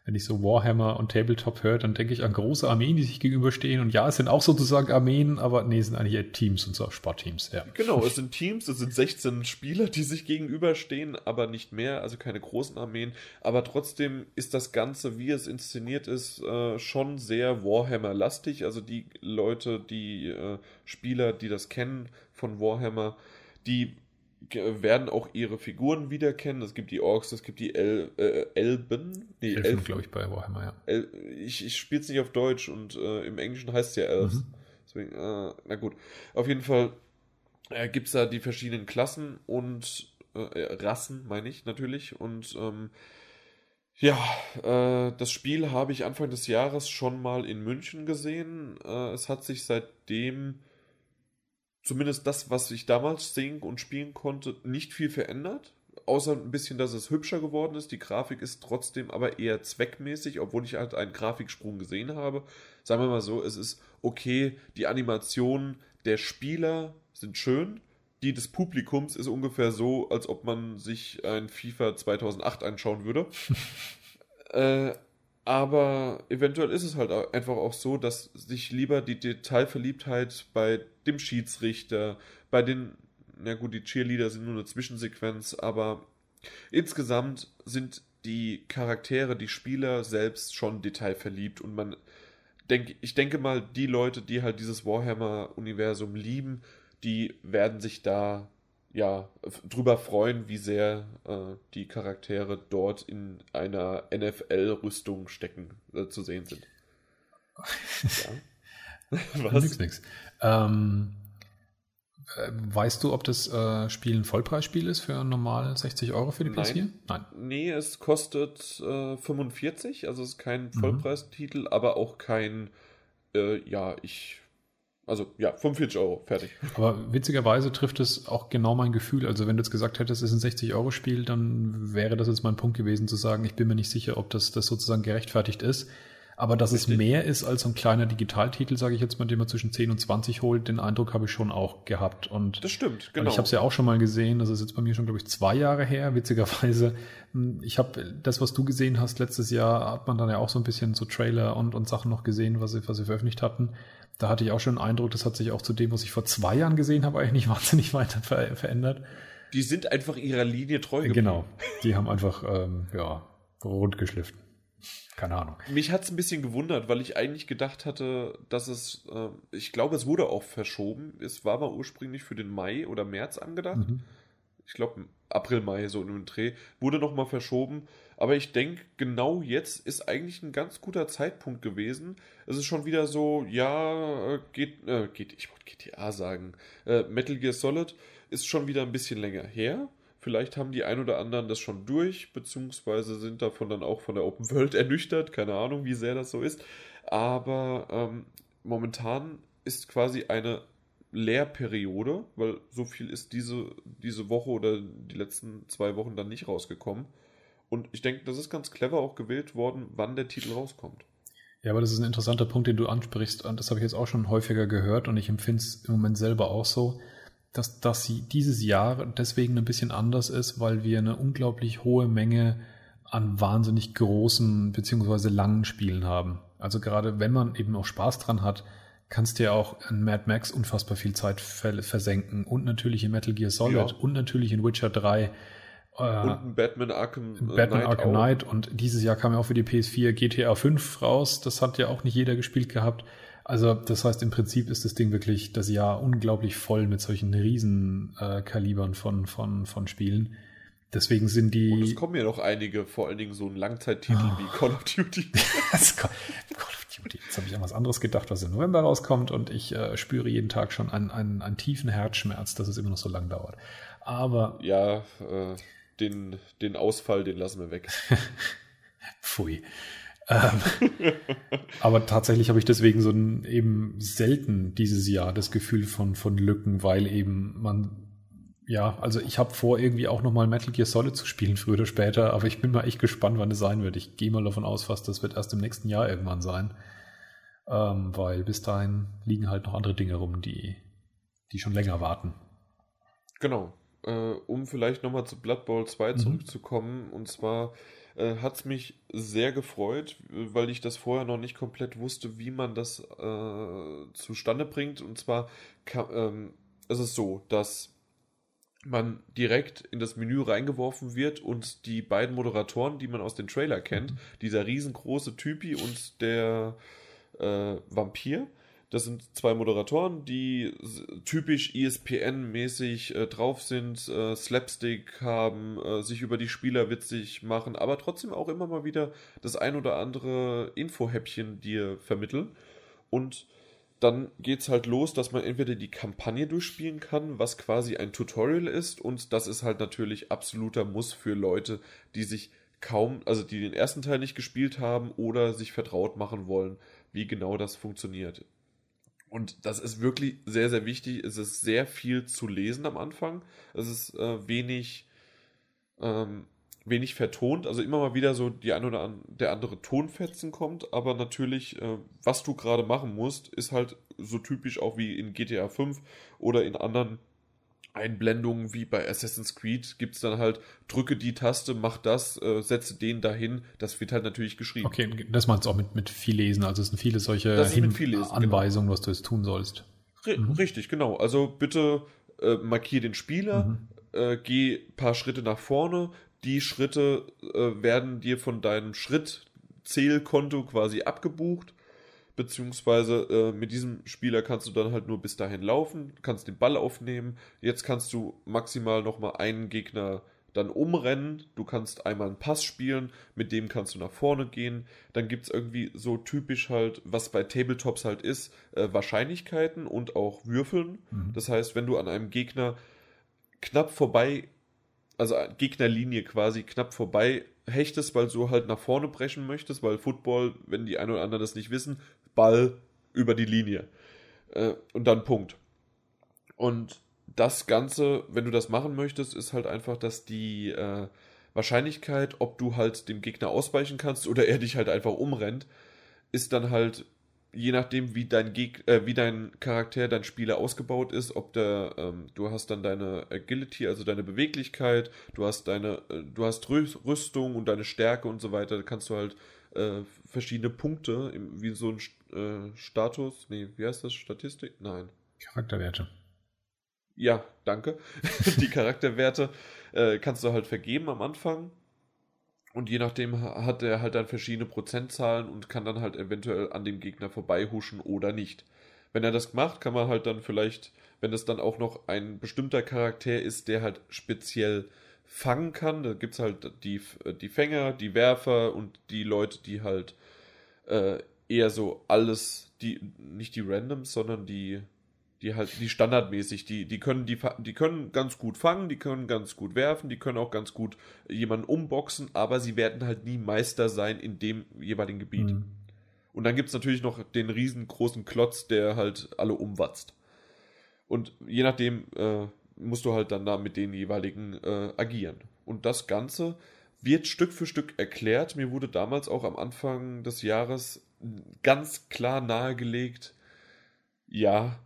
wenn ich so Warhammer und Tabletop höre, dann denke ich an große Armeen, die sich gegenüberstehen. Und ja, es sind auch sozusagen Armeen, aber nee, es sind eigentlich eher Teams und so Sportteams, ja. Genau, es sind Teams, es sind sechzehn Spieler, die sich gegenüberstehen, aber nicht mehr, also keine großen Armeen. Aber trotzdem ist das Ganze, wie es inszeniert ist, äh, schon sehr Warhammer-lastig. Also die Leute, die äh, Spieler, die das kennen von Warhammer, die werden auch ihre Figuren wiederkennen. Es gibt die Orks, es gibt die El äh, Elben. Nee, Elfen, Elfen glaube ich, bei Warhammer, ja. El ich ich spiele es nicht auf Deutsch und äh, im Englischen heißt es ja Elves. Mhm. Deswegen, äh, na gut. Auf jeden Fall äh, gibt es da die verschiedenen Klassen und äh, Rassen, meine ich natürlich. Und ähm, ja, äh, das Spiel habe ich Anfang des Jahres schon mal in München gesehen. Äh, es hat sich seitdem, zumindest das, was ich damals sehen und spielen konnte, nicht viel verändert. Außer ein bisschen, dass es hübscher geworden ist. Die Grafik ist trotzdem aber eher zweckmäßig, obwohl ich halt einen Grafiksprung gesehen habe. Sagen wir mal so, es ist okay, die Animationen der Spieler sind schön. Die des Publikums ist ungefähr so, als ob man sich ein FIFA zweitausendacht anschauen würde. äh, aber eventuell ist es halt einfach auch so, dass sich lieber die Detailverliebtheit bei dem Schiedsrichter, bei den, na gut, die Cheerleader sind nur eine Zwischensequenz, aber insgesamt sind die Charaktere, die Spieler selbst schon detailverliebt und man denke, ich denke mal, die Leute, die halt dieses Warhammer-Universum lieben, die werden sich da ja drüber freuen, wie sehr äh, die Charaktere dort in einer N F L-Rüstung stecken, äh, zu sehen sind. Ja. Was? Nix, nix. Ähm, äh, weißt du, ob das äh, Spiel ein Vollpreisspiel ist für normal sechzig Euro für die P S vier? Nein. Nein. Nee, es kostet äh, fünfundvierzig, also es ist kein Vollpreistitel, mhm. aber auch kein, äh, ja, ich... Also ja, fünfundvierzig Euro, fertig. Aber witzigerweise trifft es auch genau mein Gefühl. Also wenn du jetzt gesagt hättest, es ist ein sechzig Euro Spiel, dann wäre das jetzt mein Punkt gewesen zu sagen, ich bin mir nicht sicher, ob das, das sozusagen gerechtfertigt ist. Aber dass Richtig. Es mehr ist als so ein kleiner Digitaltitel, sage ich jetzt mal, den man zwischen zehn und zwanzig holt, den Eindruck habe ich schon auch gehabt. Und das stimmt, genau. Und ich habe es ja auch schon mal gesehen, das ist jetzt bei mir schon, glaube ich, zwei Jahre her, witzigerweise. Ich habe das, was du gesehen hast letztes Jahr, hat man dann ja auch so ein bisschen so Trailer und, und Sachen noch gesehen, was sie, was sie veröffentlicht hatten. Da hatte ich auch schon den Eindruck, das hat sich auch zu dem, was ich vor zwei Jahren gesehen habe, eigentlich nicht wahnsinnig weiter ver- verändert. Die sind einfach ihrer Linie treu geblieben. Genau, die haben einfach ähm, ja, rund geschliffen. Keine Ahnung. Mich hat es ein bisschen gewundert, weil ich eigentlich gedacht hatte, dass es, äh, ich glaube, es wurde auch verschoben. Es war mal ursprünglich für den Mai oder März angedacht. Mhm. Ich glaube, April, Mai, so in dem Dreh. Wurde nochmal verschoben. Aber ich denke, genau jetzt ist eigentlich ein ganz guter Zeitpunkt gewesen. Es ist schon wieder so, ja, geht, äh, geht ich wollte G T A sagen. Äh, Metal Gear Solid ist schon wieder ein bisschen länger her. Vielleicht haben die ein oder anderen das schon durch, beziehungsweise sind davon dann auch von der Open World ernüchtert. Keine Ahnung, wie sehr das so ist. Aber ähm, momentan ist quasi eine Lehrperiode, weil so viel ist diese, diese Woche oder die letzten zwei Wochen dann nicht rausgekommen. Und ich denke, das ist ganz clever auch gewählt worden, wann der Titel rauskommt. Ja, aber das ist ein interessanter Punkt, den du ansprichst. Und das habe ich jetzt auch schon häufiger gehört und ich empfinde es im Moment selber auch so, dass, dass sie dieses Jahr deswegen ein bisschen anders ist, weil wir eine unglaublich hohe Menge an wahnsinnig großen beziehungsweise langen Spielen haben. Also gerade wenn man eben auch Spaß dran hat, kannst du ja auch in Mad Max unfassbar viel Zeit versenken und natürlich in Metal Gear Solid ja. und natürlich in Witcher drei. Und ein Batman Arkham, Batman Knight Arkham Knight und dieses Jahr kam ja auch für die P S vier G T A fünf raus. Das hat ja auch nicht jeder gespielt gehabt. Also das heißt, im Prinzip ist das Ding wirklich das Jahr unglaublich voll mit solchen riesen äh, Kalibern von, von, von Spielen. Deswegen sind die... Und es kommen ja noch einige, vor allen Dingen so ein Langzeittitel oh. wie Call of Duty. Call of Duty. Jetzt habe ich an was anderes gedacht, was im November rauskommt und ich äh, spüre jeden Tag schon einen, einen, einen tiefen Herzschmerz, dass es immer noch so lang dauert. Aber... Ja, äh, den, den Ausfall, den lassen wir weg. Pfui. ähm, aber tatsächlich habe ich deswegen so ein, eben selten dieses Jahr das Gefühl von, von Lücken, weil eben man... Ja, also ich habe vor, irgendwie auch nochmal Metal Gear Solid zu spielen, früher oder später, aber ich bin mal echt gespannt, wann es sein wird. Ich gehe mal davon aus, fast das wird erst im nächsten Jahr irgendwann sein, ähm, weil bis dahin liegen halt noch andere Dinge rum, die, die schon länger warten. Genau, äh, um vielleicht nochmal zu Blood Bowl zwei mhm. zurückzukommen, und zwar äh, hat es mich sehr gefreut, weil ich das vorher noch nicht komplett wusste, wie man das äh, zustande bringt. Und zwar kann, ähm, ist es so, dass man direkt in das Menü reingeworfen wird und die beiden Moderatoren, die man aus dem Trailer kennt, dieser riesengroße Typi und der äh, Vampir, das sind zwei Moderatoren, die typisch E S P N-mäßig äh, drauf sind, äh, Slapstick haben, äh, sich über die Spieler witzig machen, aber trotzdem auch immer mal wieder das ein oder andere Infohäppchen dir vermitteln. Und dann geht's halt los, dass man entweder die Kampagne durchspielen kann, was quasi ein Tutorial ist, und das ist halt natürlich absoluter Muss für Leute, die sich kaum, also die den ersten Teil nicht gespielt haben oder sich vertraut machen wollen, wie genau das funktioniert. Und das ist wirklich sehr, sehr wichtig. Es ist sehr viel zu lesen am Anfang. Es ist äh, wenig, ähm, wenig vertont. Also immer mal wieder so die ein oder an, der andere Tonfetzen kommt. Aber natürlich, äh, was du gerade machen musst, ist halt so typisch auch wie in G T A fünf oder in anderen Einblendungen wie bei Assassin's Creed. Gibt es dann halt, drücke die Taste, mach das, äh, setze den dahin. Das wird halt natürlich geschrieben. Okay, das meinst du auch mit, mit viel Lesen. Also es sind viele solche Das ist mit viel Lesen, Anweisungen, genau. Was du jetzt tun sollst. R- mhm. Richtig, genau. Also bitte äh, markier den Spieler, mhm. äh, geh ein paar Schritte nach vorne. Die Schritte äh, werden dir von deinem Schrittzählkonto quasi abgebucht. Beziehungsweise äh, mit diesem Spieler kannst du dann halt nur bis dahin laufen, kannst den Ball aufnehmen. Jetzt kannst du maximal nochmal einen Gegner dann umrennen. Du kannst einmal einen Pass spielen, mit dem kannst du nach vorne gehen. Dann gibt es irgendwie so typisch halt, was bei Tabletops halt ist, äh, Wahrscheinlichkeiten und auch Würfeln. Mhm. Das heißt, wenn du an einem Gegner knapp vorbei, also Gegnerlinie quasi knapp vorbei hechtest, weil du halt nach vorne brechen möchtest, weil Football, wenn die einen oder anderen das nicht wissen, Ball über die Linie. Äh, und dann Punkt. Und das Ganze, wenn du das machen möchtest, ist halt einfach, dass die äh, Wahrscheinlichkeit, ob du halt dem Gegner ausweichen kannst oder er dich halt einfach umrennt, ist dann halt, je nachdem, wie dein Geg- äh, wie dein Charakter, dein Spieler ausgebaut ist, ob der, ähm, du hast dann deine Agility, also deine Beweglichkeit, du hast deine, äh, du hast Rü- Rüstung und deine Stärke und so weiter, da kannst du halt äh, verschiedene Punkte, wie so ein äh, Status, nee, wie heißt das? Statistik? Nein. Charakterwerte. Ja, danke. Die Charakterwerte äh, kannst du halt vergeben am Anfang. Und je nachdem hat er halt dann verschiedene Prozentzahlen und kann dann halt eventuell an dem Gegner vorbeihuschen oder nicht. Wenn er das macht, kann man halt dann vielleicht, wenn es dann auch noch ein bestimmter Charakter ist, der halt speziell fangen kann, da gibt es halt die, die Fänger, die Werfer und die Leute, die halt äh, eher so alles, die nicht die Randoms, sondern die die halt, die standardmäßig, die, die können die, die können ganz gut fangen, die können ganz gut werfen, die können auch ganz gut jemanden umboxen, aber sie werden halt nie Meister sein in dem jeweiligen Gebiet. Mhm. Und dann gibt es natürlich noch den riesengroßen Klotz, der halt alle umwatzt. Und je nachdem äh, musst du halt dann da mit den jeweiligen äh, agieren. Und das Ganze wird Stück für Stück erklärt. Mir wurde damals auch am Anfang des Jahres ganz klar nahegelegt, ja,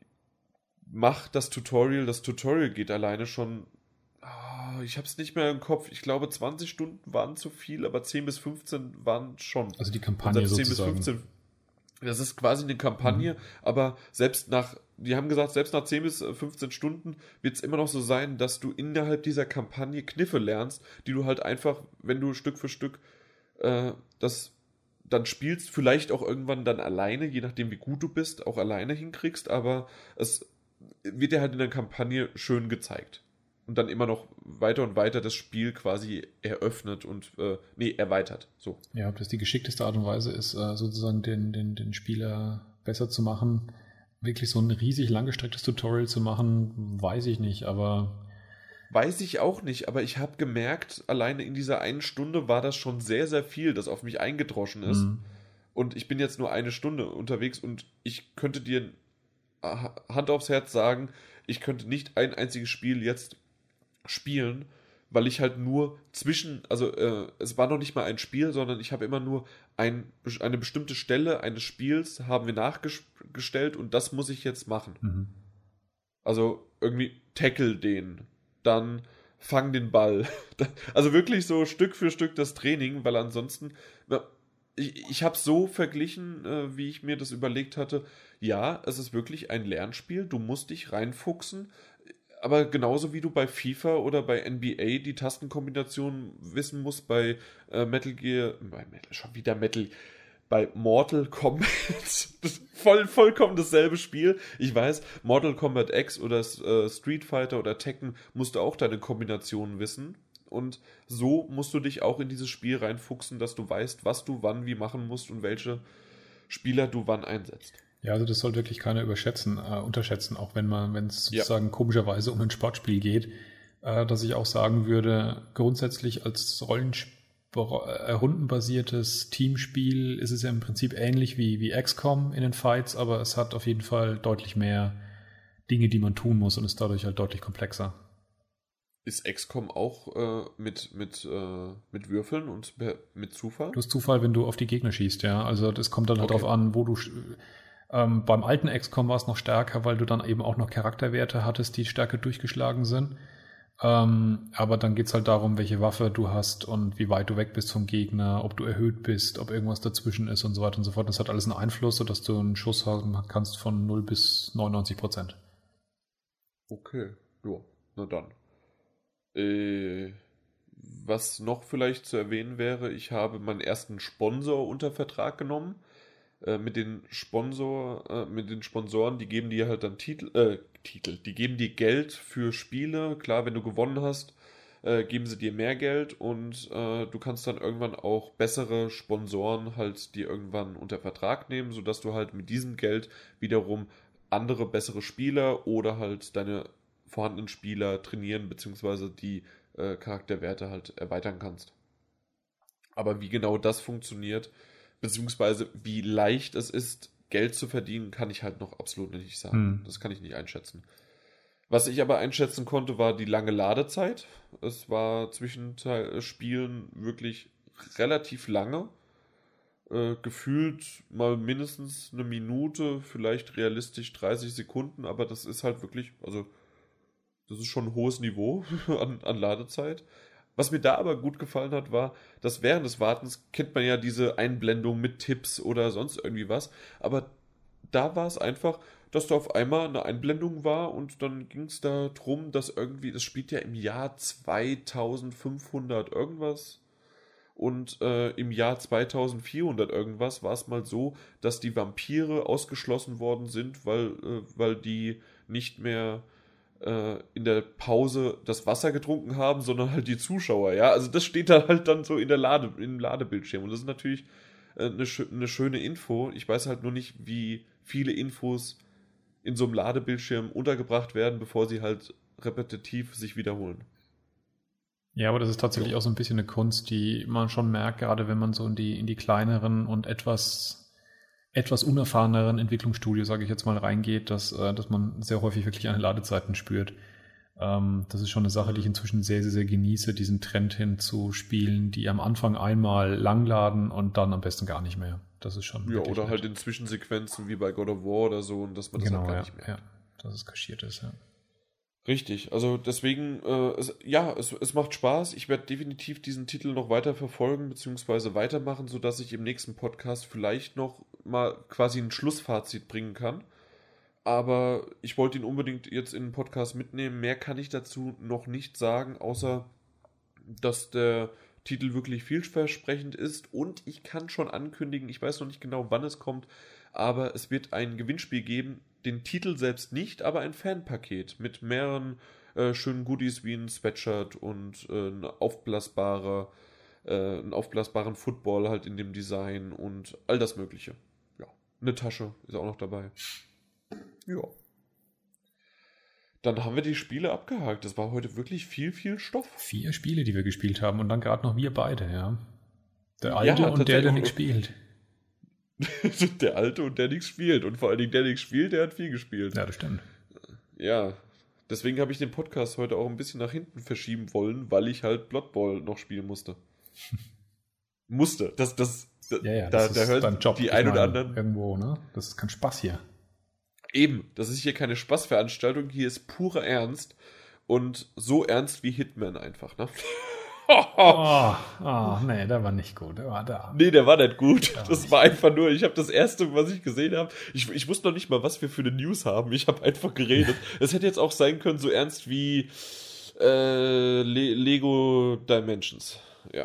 mach das Tutorial. Das Tutorial geht alleine schon, oh, ich habe es nicht mehr im Kopf, ich glaube zwanzig Stunden waren zu viel, aber zehn bis fünfzehn waren schon. Also die Kampagne sozusagen. zehn bis fünfzehn, das ist quasi eine Kampagne, mhm. aber selbst nach, die haben gesagt, selbst nach zehn bis fünfzehn Stunden wird es immer noch so sein, dass du innerhalb dieser Kampagne Kniffe lernst, die du halt einfach, wenn du Stück für Stück äh, das dann spielst, vielleicht auch irgendwann dann alleine, je nachdem wie gut du bist, auch alleine hinkriegst, aber es wird dir halt in der Kampagne schön gezeigt. Und dann immer noch weiter und weiter das Spiel quasi eröffnet und, äh, nee, erweitert. So. Ja, ob das die geschickteste Art und Weise ist, äh, sozusagen den, den, den Spieler besser zu machen, wirklich so ein riesig langgestrecktes Tutorial zu machen, weiß ich nicht, aber... Weiß ich auch nicht, aber ich habe gemerkt, alleine in dieser einen Stunde war das schon sehr, sehr viel, das auf mich eingedroschen ist. Mhm. Und ich bin jetzt nur eine Stunde unterwegs und ich könnte dir Hand aufs Herz sagen, ich könnte nicht ein einziges Spiel jetzt spielen, weil ich halt nur zwischen, also äh, es war noch nicht mal ein Spiel, sondern ich habe immer nur ein, eine bestimmte Stelle eines Spiels haben wir nachgestellt und das muss ich jetzt machen. Mhm. Also irgendwie tackle den, dann fang den Ball. Also wirklich so Stück für Stück das Training, weil ansonsten, ich, ich habe so verglichen, äh, wie ich mir das überlegt hatte, ja, es ist wirklich ein Lernspiel, du musst dich reinfuchsen, aber genauso wie du bei FIFA oder bei N B A die Tastenkombination wissen musst, bei äh, Metal Gear, bei Metal, schon wieder Metal, bei Mortal Kombat, voll, vollkommen dasselbe Spiel. Ich weiß, Mortal Kombat X oder äh, Street Fighter oder Tekken musst du auch deine Kombinationen wissen. Und so musst du dich auch in dieses Spiel reinfuchsen, dass du weißt, was du wann wie machen musst und welche Spieler du wann einsetzt. Ja, also das soll wirklich keiner überschätzen, äh, unterschätzen, auch wenn man, wenn es sozusagen ja. komischerweise um ein Sportspiel geht, äh, dass ich auch sagen würde, grundsätzlich als Rollenspiel rundenbasiertes Teamspiel ist es ja im Prinzip ähnlich wie, wie X COM in den Fights, aber es hat auf jeden Fall deutlich mehr Dinge, die man tun muss und ist dadurch halt deutlich komplexer. Ist X COM auch äh, mit, mit, äh, mit Würfeln und mit Zufall? Du hast Zufall, wenn du auf die Gegner schießt, ja. Also das kommt dann halt okay. darauf an, wo du... Ähm, beim alten X COM war es noch stärker, weil du dann eben auch noch Charakterwerte hattest, die stärker durchgeschlagen sind. Ähm, aber dann geht's halt darum, welche Waffe du hast und wie weit du weg bist vom Gegner, ob du erhöht bist, ob irgendwas dazwischen ist und so weiter und so fort. Das hat alles einen Einfluss, sodass du einen Schuss haben kannst von null bis neunundneunzig Prozent. Okay, ja, na dann. Äh, was noch vielleicht zu erwähnen wäre, ich habe meinen ersten Sponsor unter Vertrag genommen. Äh, mit den Sponsor, äh, mit den Sponsoren, die geben dir halt dann Titel, äh, Titel, die geben dir Geld für Spiele. Klar, wenn du gewonnen hast, äh, geben sie dir mehr Geld und äh, du kannst dann irgendwann auch bessere Sponsoren halt dir irgendwann unter Vertrag nehmen, sodass du halt mit diesem Geld wiederum andere bessere Spieler oder halt deine vorhandenen Spieler trainieren bzw. die äh, Charakterwerte halt erweitern kannst. Aber wie genau das funktioniert, beziehungsweise wie leicht es ist, Geld zu verdienen, kann ich halt noch absolut nicht sagen. Hm. Das kann ich nicht einschätzen. Was ich aber einschätzen konnte, war die lange Ladezeit. Es war zwischen Spielen wirklich relativ lange. Äh, gefühlt mal mindestens eine Minute, vielleicht realistisch dreißig Sekunden, aber das ist halt wirklich, also das ist schon ein hohes Niveau an, an Ladezeit. Was mir da aber gut gefallen hat, war, dass während des Wartens kennt man ja diese Einblendung mit Tipps oder sonst irgendwie was, aber da war es einfach, dass da auf einmal eine Einblendung war und dann ging es da drum, dass irgendwie, das spielt ja im Jahr zweitausendfünfhundert irgendwas und äh, im Jahr zweitausendvierhundert irgendwas war es mal so, dass die Vampire ausgeschlossen worden sind, weil, äh, weil die nicht mehr in der Pause das Wasser getrunken haben, sondern halt die Zuschauer, ja, also das steht da halt dann so in der Lade, im Ladebildschirm und das ist natürlich äh, eine, eine schöne Info. Ich weiß halt nur nicht, wie viele Infos in so einem Ladebildschirm untergebracht werden, bevor sie halt repetitiv sich wiederholen. Ja, aber das ist tatsächlich ja. auch so ein bisschen eine Kunst, die man schon merkt, gerade wenn man so in die, in die kleineren und etwas etwas unerfahreneren Entwicklungsstudio, sage ich jetzt mal, reingeht, dass, äh, dass man sehr häufig wirklich eine Ladezeiten spürt. Ähm, das ist schon eine Sache, die ich inzwischen sehr, sehr, sehr genieße, diesen Trend hin zu Spielen, die am Anfang einmal langladen und dann am besten gar nicht mehr. Das ist schon ja, oder nett. Halt in Zwischensequenzen wie bei God of War oder so und dass man das genau, auch gar ja, nicht mehr ja, dass es kaschiert ist, ja. Richtig, also deswegen, äh, es, ja, es, es macht Spaß. Ich werde definitiv diesen Titel noch weiter verfolgen bzw. weitermachen, sodass ich im nächsten Podcast vielleicht noch mal quasi ein Schlussfazit bringen kann. Aber ich wollte ihn unbedingt jetzt in den Podcast mitnehmen. Mehr kann ich dazu noch nicht sagen, außer dass der Titel wirklich vielversprechend ist. Und ich kann schon ankündigen, ich weiß noch nicht genau, wann es kommt, aber es wird ein Gewinnspiel geben. Den Titel selbst nicht, aber ein Fanpaket mit mehreren äh, schönen Goodies wie ein Sweatshirt und äh, ein aufblasbarer, äh, einen aufblasbaren Football halt in dem Design und all das Mögliche. Ja, eine Tasche ist auch noch dabei. Ja. Dann haben wir die Spiele abgehakt. Das war heute wirklich viel, viel Stoff. Vier Spiele, die wir gespielt haben und dann gerade noch wir beide, ja. Der Alte ja, und der, der nichts spielt. Der Alte und der nichts spielt. Und vor allen Dingen der nichts spielt, der hat viel gespielt. Ja, das stimmt. Ja, deswegen habe ich den Podcast heute auch ein bisschen nach hinten verschieben wollen, weil ich halt Blood Bowl noch spielen musste. musste. Das, das, das, ja, ja, da, das da ist hört dein Job. Die ein oder meine, anderen. Irgendwo, ne? Das ist kein Spaß hier. Eben, das ist hier keine Spaßveranstaltung, hier ist purer Ernst. und so ernst wie Hitman einfach, ne? Oh, oh, nee, der war nicht gut. Der war da. Nee, der war nicht gut. Der war das nicht war einfach nur, ich habe das erste, was ich gesehen habe, ich, ich wusste noch nicht mal, was wir für eine News haben. Ich habe einfach geredet. Es hätte jetzt auch sein können, so ernst wie äh, Le- Lego Dimensions. Ja.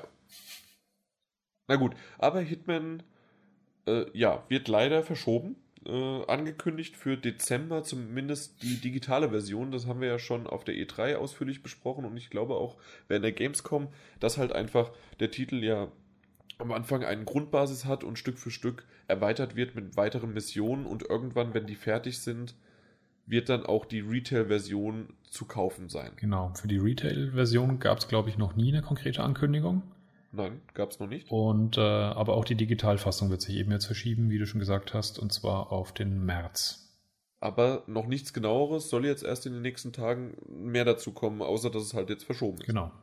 Na gut, aber Hitman, äh, ja, wird leider verschoben. Äh, angekündigt für Dezember, zumindest die digitale Version. Das haben wir ja schon auf der E drei ausführlich besprochen und ich glaube auch während der Gamescom, dass halt einfach der Titel ja am Anfang eine Grundbasis hat und Stück für Stück erweitert wird mit weiteren Missionen und irgendwann, wenn die fertig sind, wird dann auch die Retail-Version zu kaufen sein. Genau, für die Retail-Version gab es, glaube ich, noch nie eine konkrete Ankündigung. Nein, gab es noch nicht. Und äh, aber auch die Digitalfassung wird sich eben jetzt verschieben, wie du schon gesagt hast, und zwar auf den März. Aber noch nichts Genaueres, soll jetzt erst in den nächsten Tagen mehr dazu kommen, außer dass es halt jetzt verschoben ist. Genau.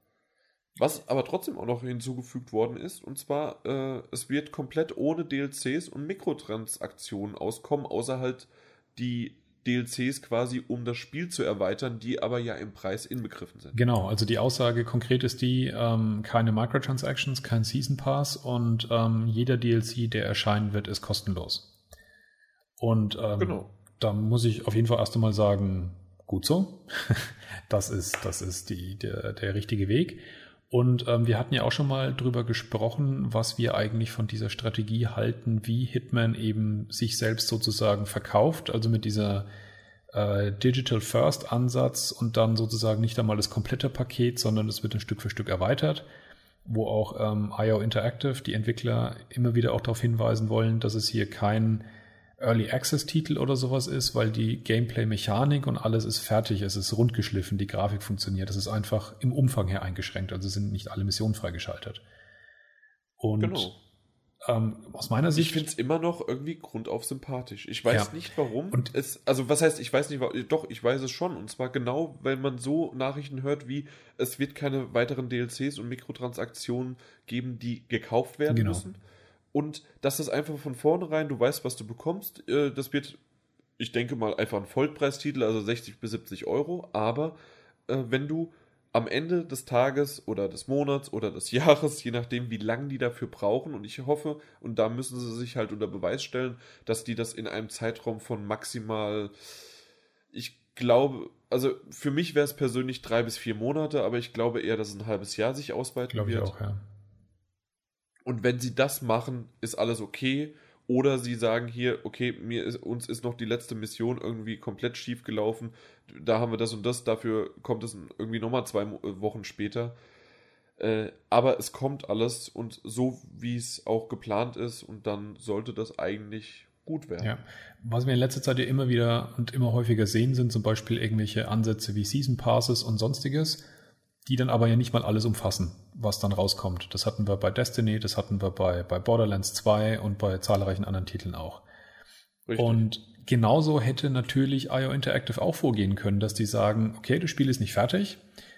Was aber trotzdem auch noch hinzugefügt worden ist, und zwar, äh, es wird komplett ohne D L Cs und Mikrotransaktionen auskommen, außer halt die D L Cs quasi, um das Spiel zu erweitern, die aber ja im Preis inbegriffen sind. Genau, also die Aussage konkret ist die, ähm, keine Microtransactions, kein Season Pass und ähm, jeder D L C, der erscheinen wird, ist kostenlos. Und ähm, Genau. da muss ich auf jeden Fall erst einmal sagen, gut so. das ist, das ist die, der, der richtige Weg. Und ähm, wir hatten ja auch schon mal drüber gesprochen, was wir eigentlich von dieser Strategie halten, wie Hitman eben sich selbst sozusagen verkauft, also mit dieser äh, Digital First Ansatz und dann sozusagen nicht einmal das komplette Paket, sondern es wird ein Stück für Stück erweitert, wo auch ähm, I O Interactive, die Entwickler, immer wieder auch darauf hinweisen wollen, dass es hier kein Early Access Titel oder sowas ist, weil die Gameplay-Mechanik und alles ist fertig, es ist rundgeschliffen, die Grafik funktioniert, es ist einfach im Umfang her eingeschränkt, also sind nicht alle Missionen freigeschaltet. Und Genau. ähm, aus meiner Sicht... Ich finde es immer noch irgendwie grundauf sympathisch. Ich weiß Ja. nicht, warum. Und- es, also was heißt, ich weiß nicht, wa- doch, ich weiß es schon. Und zwar genau, weil man so Nachrichten hört wie, es wird keine weiteren D L Cs und Mikrotransaktionen geben, die gekauft werden Genau. müssen. Und dass das einfach von vornherein, du weißt, was du bekommst, äh, das wird, ich denke mal, einfach ein Vollpreistitel, also sechzig bis siebzig Euro, aber äh, wenn du am Ende des Tages oder des Monats oder des Jahres, je nachdem, wie lange die dafür brauchen, und ich hoffe, und da müssen sie sich halt unter Beweis stellen, dass die das in einem Zeitraum von maximal, ich glaube, also für mich wäre es persönlich drei bis vier Monate, aber ich glaube eher, dass es ein halbes Jahr sich ausweiten Glaube ich wird. auch, ja. Und wenn sie das machen, ist alles okay. Oder sie sagen hier, okay, mir ist, uns ist noch die letzte Mission irgendwie komplett schief gelaufen. Da haben wir das und das, dafür kommt es irgendwie nochmal zwei Mo- Wochen später. Äh, aber es kommt alles und so, wie es auch geplant ist. Und dann sollte das eigentlich gut werden. Ja. Was wir in letzter Zeit ja immer wieder und immer häufiger sehen, sind zum Beispiel irgendwelche Ansätze wie Season Passes und sonstiges, die dann aber ja nicht mal alles umfassen, was dann rauskommt. Das hatten wir bei Destiny, das hatten wir bei, bei Borderlands zwei und bei zahlreichen anderen Titeln auch. Richtig. Und genauso hätte natürlich I O Interactive auch vorgehen können, dass die sagen, okay, das Spiel ist nicht fertig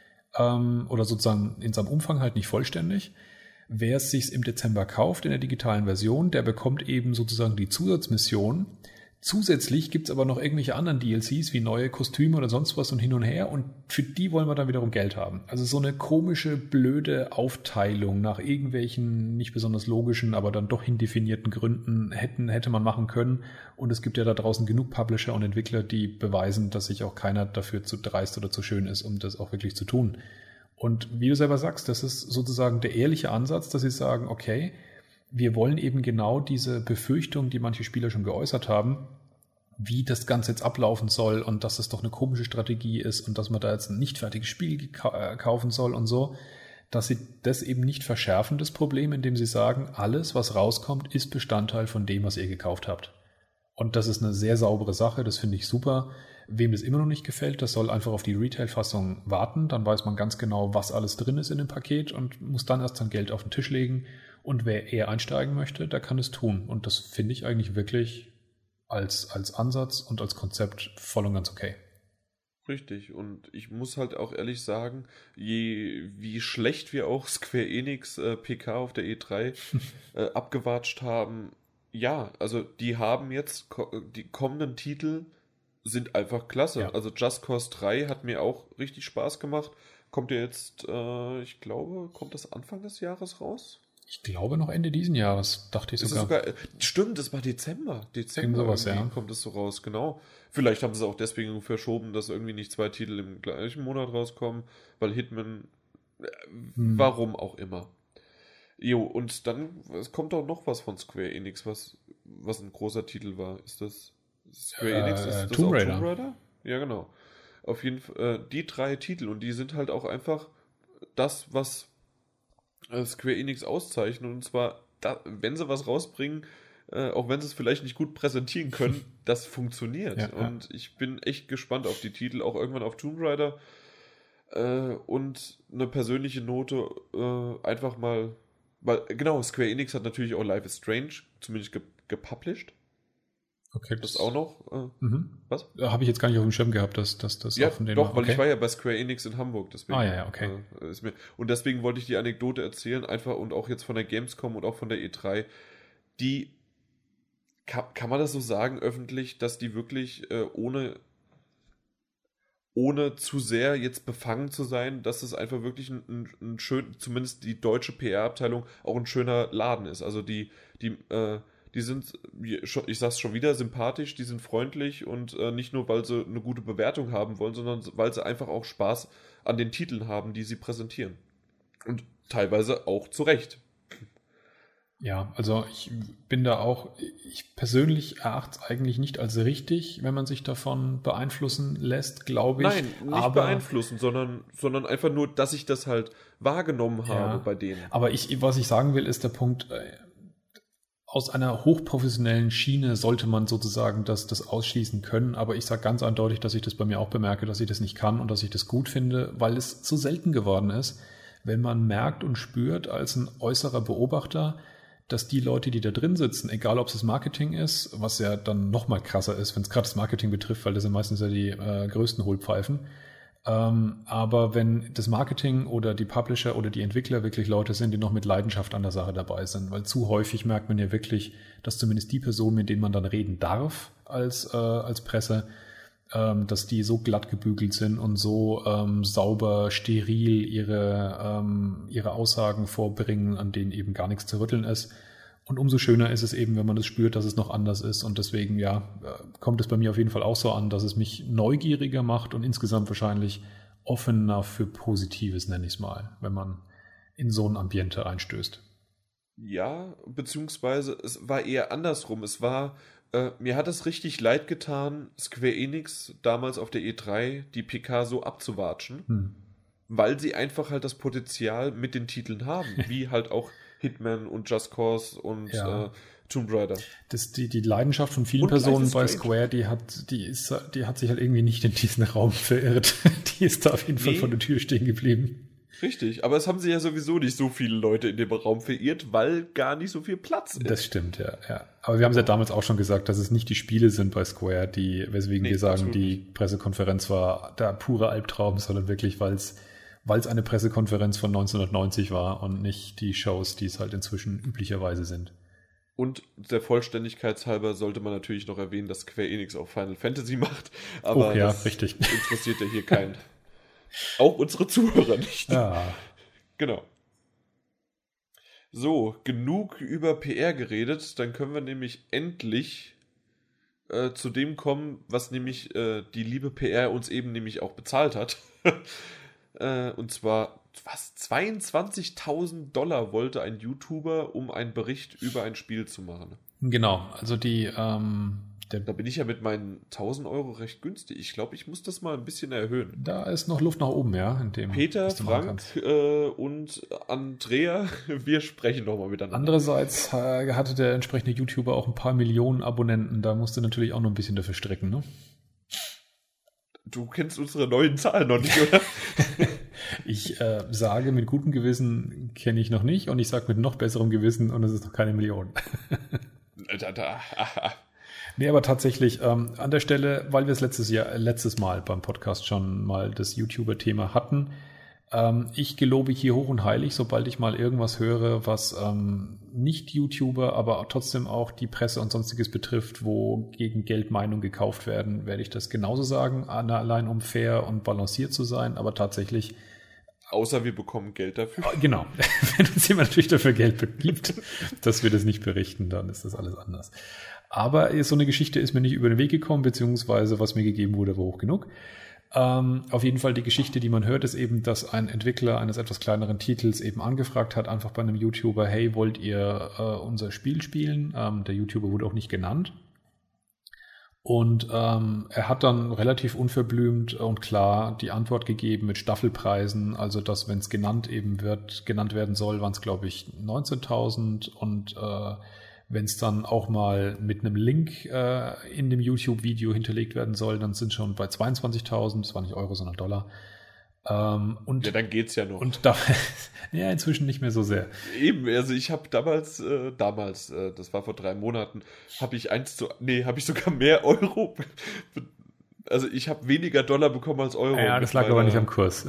ähm, oder sozusagen in seinem Umfang halt nicht vollständig. Wer es sich im Dezember kauft in der digitalen Version, der bekommt eben sozusagen die Zusatzmission. Zusätzlich gibt es aber noch irgendwelche anderen D L Cs wie neue Kostüme oder sonst was und hin und her und für die wollen wir dann wiederum Geld haben. Also so eine komische, blöde Aufteilung nach irgendwelchen nicht besonders logischen, aber dann doch hindefinierten Gründen hätten, hätte man machen können. Und es gibt ja da draußen genug Publisher und Entwickler, die beweisen, dass sich auch keiner dafür zu dreist oder zu schön ist, um das auch wirklich zu tun. Und wie du selber sagst, das ist sozusagen der ehrliche Ansatz, dass sie sagen, okay, wir wollen eben genau diese Befürchtung, die manche Spieler schon geäußert haben, wie das Ganze jetzt ablaufen soll und dass es doch eine komische Strategie ist und dass man da jetzt ein nicht fertiges Spiel kaufen soll und so, dass sie das eben nicht verschärfen, das Problem, indem sie sagen, alles, was rauskommt, ist Bestandteil von dem, was ihr gekauft habt. Und das ist eine sehr saubere Sache, das finde ich super. Wem das immer noch nicht gefällt, das soll einfach auf die Retail-Fassung warten, dann weiß man ganz genau, was alles drin ist in dem Paket und muss dann erst sein Geld auf den Tisch legen. Und wer eher einsteigen möchte, der kann es tun. Und das finde ich eigentlich wirklich als, als Ansatz und als Konzept voll und ganz okay. Richtig. Und ich muss halt auch ehrlich sagen, je wie schlecht wir auch Square Enix äh, P K auf der E drei äh, abgewatscht haben, ja, also die haben jetzt ko- die kommenden Titel sind einfach klasse. Ja. Also Just Cause drei hat mir auch richtig Spaß gemacht. Kommt ja jetzt, äh, ich glaube, kommt das Anfang des Jahres raus? Ich glaube noch Ende diesen Jahres, dachte ich Ist sogar. es sogar. Stimmt, es war Dezember. Dezember Irgend sowas, irgendwie ja. kommt es so raus, genau. Vielleicht haben sie es auch deswegen verschoben, dass irgendwie nicht zwei Titel im gleichen Monat rauskommen, weil Hitman, äh, Hm. warum auch immer. Jo, und dann, es kommt auch noch was von Square Enix, was, was ein großer Titel war. Ist das Square Äh, Enix? Ist das Tomb auch Raider. Tomb Raider? Ja, genau. Auf jeden Fall, äh, die drei Titel, und die sind halt auch einfach das, was äh, Square Enix auszeichnet, und zwar, da, wenn sie was rausbringen, äh, auch wenn sie es vielleicht nicht gut präsentieren können, das funktioniert. Ja, ja. Und ich bin echt gespannt auf die Titel, auch irgendwann auf Tomb Raider. Äh, und eine persönliche Note, äh, einfach mal, weil, genau, Square Enix hat natürlich auch Life is Strange, zumindest ge gepublished. Okay, Das auch noch. Äh, Mhm. was? Habe ich jetzt gar nicht auf dem Schirm gehabt, dass, dass das Ja, auch von denen doch, war. weil Okay. ich war ja bei Square Enix in Hamburg, deswegen. Ah, ja, ja, okay. Äh, ist mir, und deswegen wollte ich die Anekdote erzählen, einfach, und auch jetzt von der Gamescom und auch von der E drei, die, kann, kann man das so sagen, öffentlich, dass die wirklich äh, ohne, ohne zu sehr jetzt befangen zu sein, dass es einfach wirklich ein, ein, ein schön, zumindest die deutsche P R-Abteilung, auch ein schöner Laden ist. Also die, die, äh, die sind, ich sag's schon wieder, sympathisch, die sind freundlich, und äh, nicht nur, weil sie eine gute Bewertung haben wollen, sondern weil sie einfach auch Spaß an den Titeln haben, die sie präsentieren. Und teilweise auch zu Recht. Ja, also ich bin da auch, ich persönlich erachte es eigentlich nicht als richtig, wenn man sich davon beeinflussen lässt, glaube ich. Nein, nicht aber, beeinflussen, sondern, sondern einfach nur, dass ich das halt wahrgenommen habe Ja. bei denen. Aber ich, was ich sagen will, ist der Punkt, äh, aus einer hochprofessionellen Schiene sollte man sozusagen das, das ausschließen können. Aber ich sage ganz eindeutig, dass ich das bei mir auch bemerke, dass ich das nicht kann und dass ich das gut finde, weil es so selten geworden ist, wenn man merkt und spürt als ein äußerer Beobachter, dass die Leute, die da drin sitzen, egal ob es das Marketing ist, was ja dann noch mal krasser ist, wenn es gerade das Marketing betrifft, weil das sind meistens ja die äh, größten Hohlpfeifen. Ähm, aber wenn das Marketing oder die Publisher oder die Entwickler wirklich Leute sind, die noch mit Leidenschaft an der Sache dabei sind, weil zu häufig merkt man ja wirklich, dass zumindest die Personen, mit denen man dann reden darf als, äh, als Presse, ähm, dass die so glatt gebügelt sind und so ähm, sauber, steril ihre, ähm, ihre Aussagen vorbringen, an denen eben gar nichts zu rütteln ist. Und umso schöner ist es eben, wenn man das spürt, dass es noch anders ist. Und deswegen, ja, kommt es bei mir auf jeden Fall auch so an, dass es mich neugieriger macht und insgesamt wahrscheinlich offener für Positives, nenne ich es mal, wenn man in so ein Ambiente einstößt. Ja, beziehungsweise es war eher andersrum. Es war, äh, mir hat es richtig leid getan, Square Enix damals auf der E drei die P K so abzuwatschen, Hm. weil sie einfach halt das Potenzial mit den Titeln haben, wie halt auch Hitman und Just Cause und Ja. äh, Tomb Raider. Das, die, die Leidenschaft von vielen Und Life Personen is bei Strange. Square, die hat, die ist, die hat sich halt irgendwie nicht in diesen Raum verirrt. Die ist da auf jeden Fall Nee. vor der Tür stehen geblieben. Richtig, aber es haben sich ja sowieso nicht so viele Leute in dem Raum verirrt, weil gar nicht so viel Platz ist. Das stimmt, ja, ja. Aber wir haben es ja damals auch schon gesagt, dass es nicht die Spiele sind bei Square, die, weswegen Nee, wir sagen, absolut die Pressekonferenz war der pure Albtraum, sondern wirklich, weil es weil es eine Pressekonferenz von neunzehnhundertneunzig war und nicht die Shows, die es halt inzwischen üblicherweise sind. Und der Vollständigkeit halber sollte man natürlich noch erwähnen, dass Square Enix auch Final Fantasy macht, aber Oh ja, das richtig. interessiert ja hier keinen. Auch unsere Zuhörer nicht. Ja, Genau. So, genug über P R geredet, dann können wir nämlich endlich äh, zu dem kommen, was nämlich äh, die liebe P R uns eben nämlich auch bezahlt hat. äh, und zwar, was, zweiundzwanzigtausend Dollar wollte ein YouTuber, um einen Bericht über ein Spiel zu machen. genau. Also die, ähm, der, Da bin ich ja mit meinen tausend Euro recht günstig. Ich glaube, ich muss das mal ein bisschen erhöhen. da ist noch Luft nach oben, ja, in dem Peter, was du machen Frank kannst. äh, und Andrea, wir sprechen nochmal miteinander. Andererseits äh, hatte der entsprechende YouTuber auch ein paar Millionen Abonnenten, da musste natürlich auch noch ein bisschen dafür strecken, ne? Du kennst unsere neuen Zahlen noch nicht, oder? Ich äh, sage, mit gutem Gewissen kenne ich noch nicht und ich sage mit noch besserem Gewissen und es ist noch keine Million. da, da, aha. Nee, aber tatsächlich ähm, an der Stelle, weil wir es letztes Jahr, letztes Mal beim Podcast schon mal das YouTuber-Thema hatten, Ähm, ich gelobe hier hoch und heilig, sobald ich mal irgendwas höre, was ähm, nicht YouTuber, aber trotzdem auch die Presse und Sonstiges betrifft, wo gegen Geld Meinungen gekauft werden, werde ich das genauso sagen, allein um fair und balanciert zu sein, aber tatsächlich... Außer wir bekommen Geld dafür. Genau, wenn uns jemand natürlich dafür Geld gibt, dass wir das nicht berichten, dann ist das alles anders. Aber so eine Geschichte ist mir nicht über den Weg gekommen, beziehungsweise was mir gegeben wurde, war hoch genug. Ähm, auf jeden Fall die Geschichte, die man hört, ist eben, dass ein Entwickler eines etwas kleineren Titels eben angefragt hat, einfach bei einem YouTuber, hey, wollt ihr äh, unser Spiel spielen? Ähm, der YouTuber wurde auch nicht genannt. Und ähm, er hat dann relativ unverblümt und klar die Antwort gegeben mit Staffelpreisen, also dass, wenn es genannt eben wird, genannt werden soll, waren es, glaube ich, neunzehntausend und äh, wenn es dann auch mal mit einem Link äh, in dem YouTube-Video hinterlegt werden soll, dann sind schon bei zweiundzwanzigtausend, das war nicht Euro, sondern Dollar. Ähm, und, ja, dann geht's ja noch. Und da, ja, inzwischen nicht mehr so sehr. Eben, also ich habe damals, äh, damals, äh, das war vor drei Monaten, habe ich eins zu, nee, habe ich sogar mehr Euro, also ich habe weniger Dollar bekommen als Euro. Ja, das lag meiner, aber nicht am Kurs.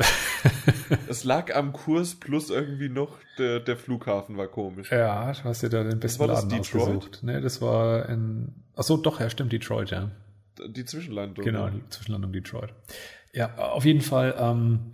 Es lag am Kurs plus irgendwie noch, der, der Flughafen war komisch. Ja, du hast dir da den besten Laden ausgesucht. Nee, das war in, ach so, doch, ja, stimmt, Detroit, ja. Die Zwischenlandung. Genau, die Zwischenlandung Detroit. Ja, auf jeden Fall ähm,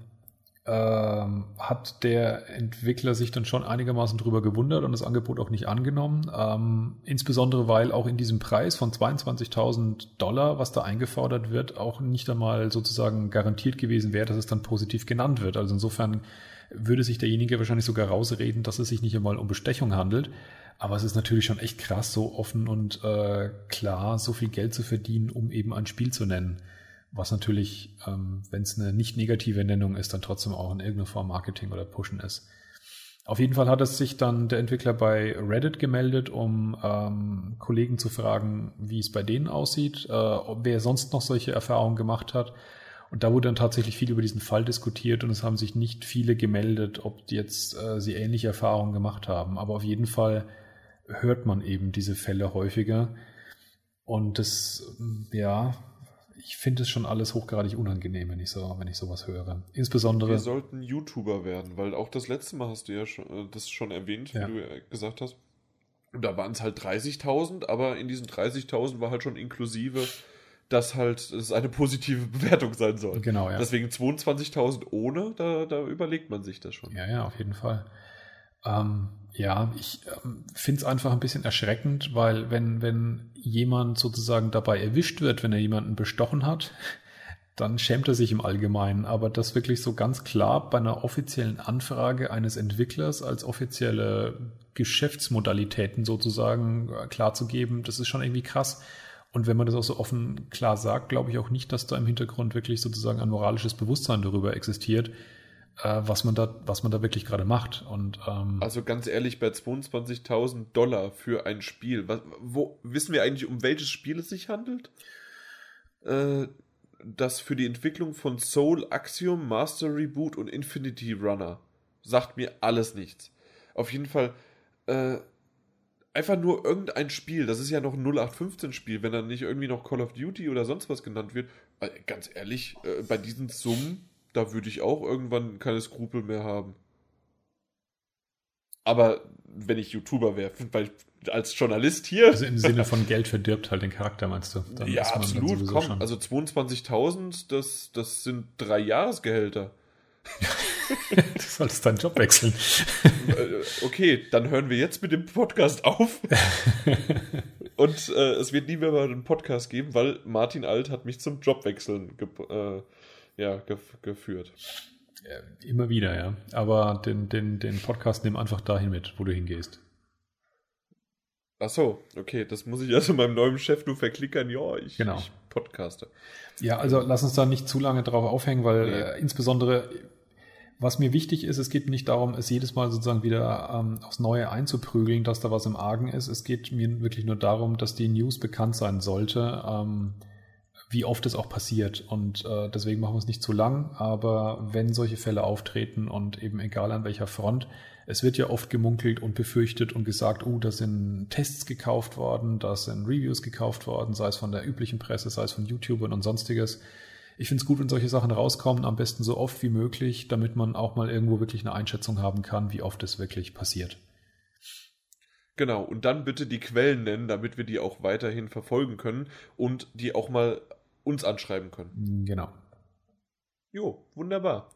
ähm, hat der Entwickler sich dann schon einigermaßen drüber gewundert und das Angebot auch nicht angenommen. Ähm, insbesondere, weil auch in diesem Preis von zweiundzwanzigtausend Dollar, was da eingefordert wird, auch nicht einmal sozusagen garantiert gewesen wäre, dass es dann positiv genannt wird. Also insofern würde sich derjenige wahrscheinlich sogar rausreden, dass es sich nicht einmal um Bestechung handelt. Aber es ist natürlich schon echt krass, so offen und äh, klar so viel Geld zu verdienen, um eben ein Spiel zu nennen. Was natürlich, ähm, wenn es eine nicht negative Nennung ist, dann trotzdem auch in irgendeiner Form Marketing oder Pushen ist. Auf jeden Fall hat es sich dann der Entwickler bei Reddit gemeldet, um ähm, Kollegen zu fragen, wie es bei denen aussieht, äh, ob wer sonst noch solche Erfahrungen gemacht hat. Und da wurde dann tatsächlich viel über diesen Fall diskutiert und es haben sich nicht viele gemeldet, ob jetzt äh, sie ähnliche Erfahrungen gemacht haben. Aber auf jeden Fall hört man eben diese Fälle häufiger. Und das, ja... Ich finde es schon alles hochgradig unangenehm, wenn ich so, wenn ich sowas höre. Insbesondere. Wir sollten YouTuber werden, weil auch das letzte Mal hast du ja schon, das schon erwähnt, ja. wie du gesagt hast. Und da waren es halt dreißigtausend, aber in diesen dreißigtausend war halt schon inklusive, dass halt es eine positive Bewertung sein soll. Genau, ja. Deswegen zweiundzwanzigtausend ohne, da, da überlegt man sich das schon. Ja, ja, auf jeden Fall. Ähm, ja, ich ähm, finde es einfach ein bisschen erschreckend, weil wenn, wenn jemand sozusagen dabei erwischt wird, wenn er jemanden bestochen hat, dann schämt er sich im Allgemeinen. Aber das wirklich so ganz klar bei einer offiziellen Anfrage eines Entwicklers als offizielle Geschäftsmodalitäten sozusagen klarzugeben, das ist schon irgendwie krass. Und wenn man das auch so offen klar sagt, glaube ich auch nicht, dass da im Hintergrund wirklich sozusagen ein moralisches Bewusstsein darüber existiert, was man da, was man da wirklich gerade macht. Und, ähm, also ganz ehrlich, bei zweiundzwanzigtausend Dollar für ein Spiel, was, wo wissen wir eigentlich, um welches Spiel es sich handelt? Äh, das für die Entwicklung von Soul, Axiom, Master Reboot und Infinity Runner sagt mir alles nichts. Auf jeden Fall äh, einfach nur irgendein Spiel, das ist ja noch ein null acht fünfzehn Spiel, wenn dann nicht irgendwie noch Call of Duty oder sonst was genannt wird. Äh, ganz ehrlich, äh, bei diesen Summen da würde ich auch irgendwann keine Skrupel mehr haben. Aber wenn ich YouTuber wäre, weil als Journalist hier... Also im Sinne von Geld verdirbt halt den Charakter, meinst du? Dann ja, absolut. Komm, schon. Also zweiundzwanzigtausend, das, das sind drei Jahresgehälter. Du solltest deinen Job wechseln. Okay, dann hören wir jetzt mit dem Podcast auf. Und äh, es wird nie mehr mal einen Podcast geben, weil Martin Alt hat mich zum Jobwechseln ge- äh, Ja, gef- geführt. Ja, immer wieder, ja. Aber den, den, den Podcast nimm einfach dahin mit, wo du hingehst. Ach so, okay, das muss ich also meinem neuen Chef nur verklickern. Ja, ich, genau. ich podcaste. Ja, also lass uns da nicht zu lange drauf aufhängen, weil nee. äh, insbesondere, was mir wichtig ist, es geht mir nicht darum, es jedes Mal sozusagen wieder ähm, aufs Neue einzuprügeln, dass da was im Argen ist. Es geht mir wirklich nur darum, dass die News bekannt sein sollte, ähm, wie oft es auch passiert. Und äh, deswegen machen wir es nicht zu lang, aber wenn solche Fälle auftreten und eben egal an welcher Front, es wird ja oft gemunkelt und befürchtet und gesagt, oh, da sind Tests gekauft worden, da sind Reviews gekauft worden, sei es von der üblichen Presse, sei es von YouTubern und sonstiges. Ich finde es gut, wenn solche Sachen rauskommen, am besten so oft wie möglich, damit man auch mal irgendwo wirklich eine Einschätzung haben kann, wie oft es wirklich passiert. Genau, und dann bitte die Quellen nennen, damit wir die auch weiterhin verfolgen können und die auch mal uns anschreiben können. Genau. Jo, wunderbar.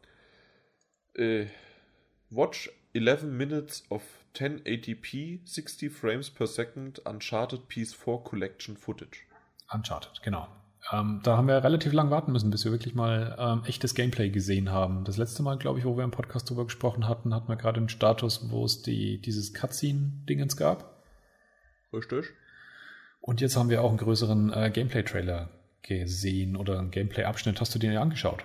Äh, watch eleven minutes of ten eighty p, sixty frames per second, Uncharted P S four Collection Footage. Uncharted, genau. Ähm, da haben wir relativ lang warten müssen, bis wir wirklich mal ähm, echtes Gameplay gesehen haben. Das letzte Mal, glaube ich, wo wir im Podcast drüber gesprochen hatten, hatten wir gerade einen Status, wo es die, dieses Cutscene-Dingens gab. Richtig. Und jetzt haben wir auch einen größeren äh, Gameplay-Trailer gesehen oder einen Gameplay-Abschnitt. Hast du den ja angeschaut?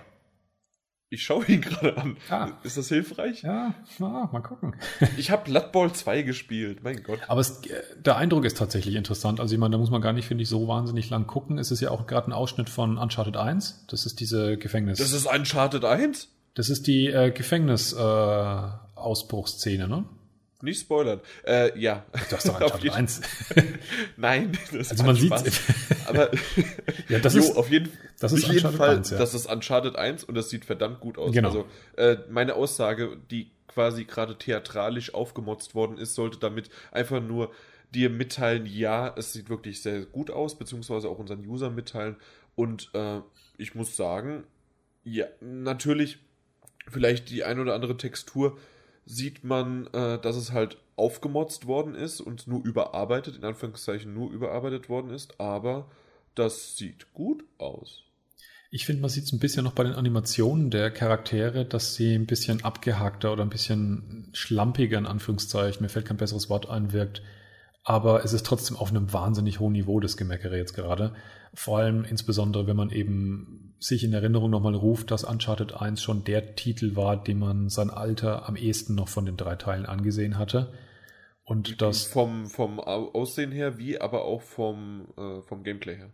Ich schaue ihn gerade an. Ah. Ist das hilfreich? Ja, na, mal gucken. Ich habe Blood Bowl zwei gespielt, mein Gott. Aber es, der Eindruck ist tatsächlich interessant. Also ich meine, da muss man gar nicht, finde ich, so wahnsinnig lang gucken. Es ist ja auch gerade ein Ausschnitt von Uncharted eins. Das ist diese Gefängnis... Das ist Uncharted eins? Das ist die äh, Gefängnis-Ausbruchsszene, äh, ne? Nicht spoilern. Äh, ja. Du hast doch Uncharted eins. Nein, das also man sieht aber ja, das jo, ist, auf jeden, das ist auf jeden Fall, eins, ja. das ist Uncharted eins und das sieht verdammt gut aus. Genau. Also äh, meine Aussage, die quasi gerade theatralisch aufgemotzt worden ist, sollte damit einfach nur dir mitteilen, ja, es sieht wirklich sehr gut aus, beziehungsweise auch unseren Usern mitteilen. Und äh, ich muss sagen, ja, natürlich vielleicht die ein oder andere Textur sieht man, äh, dass es halt aufgemotzt worden ist und nur überarbeitet, in Anführungszeichen nur überarbeitet worden ist, aber das sieht gut aus. Ich finde, man sieht es ein bisschen noch bei den Animationen der Charaktere, dass sie ein bisschen abgehackter oder ein bisschen schlampiger, in Anführungszeichen, mir fällt kein besseres Wort ein, wirkt. Aber es ist trotzdem auf einem wahnsinnig hohen Niveau, das Gemeckere jetzt gerade. Vor allem insbesondere, wenn man eben sich in Erinnerung nochmal ruft, dass Uncharted eins schon der Titel war, den man sein Alter am ehesten noch von den drei Teilen angesehen hatte. Und das vom, vom Aussehen her, wie aber auch vom, äh, vom Gameplay her.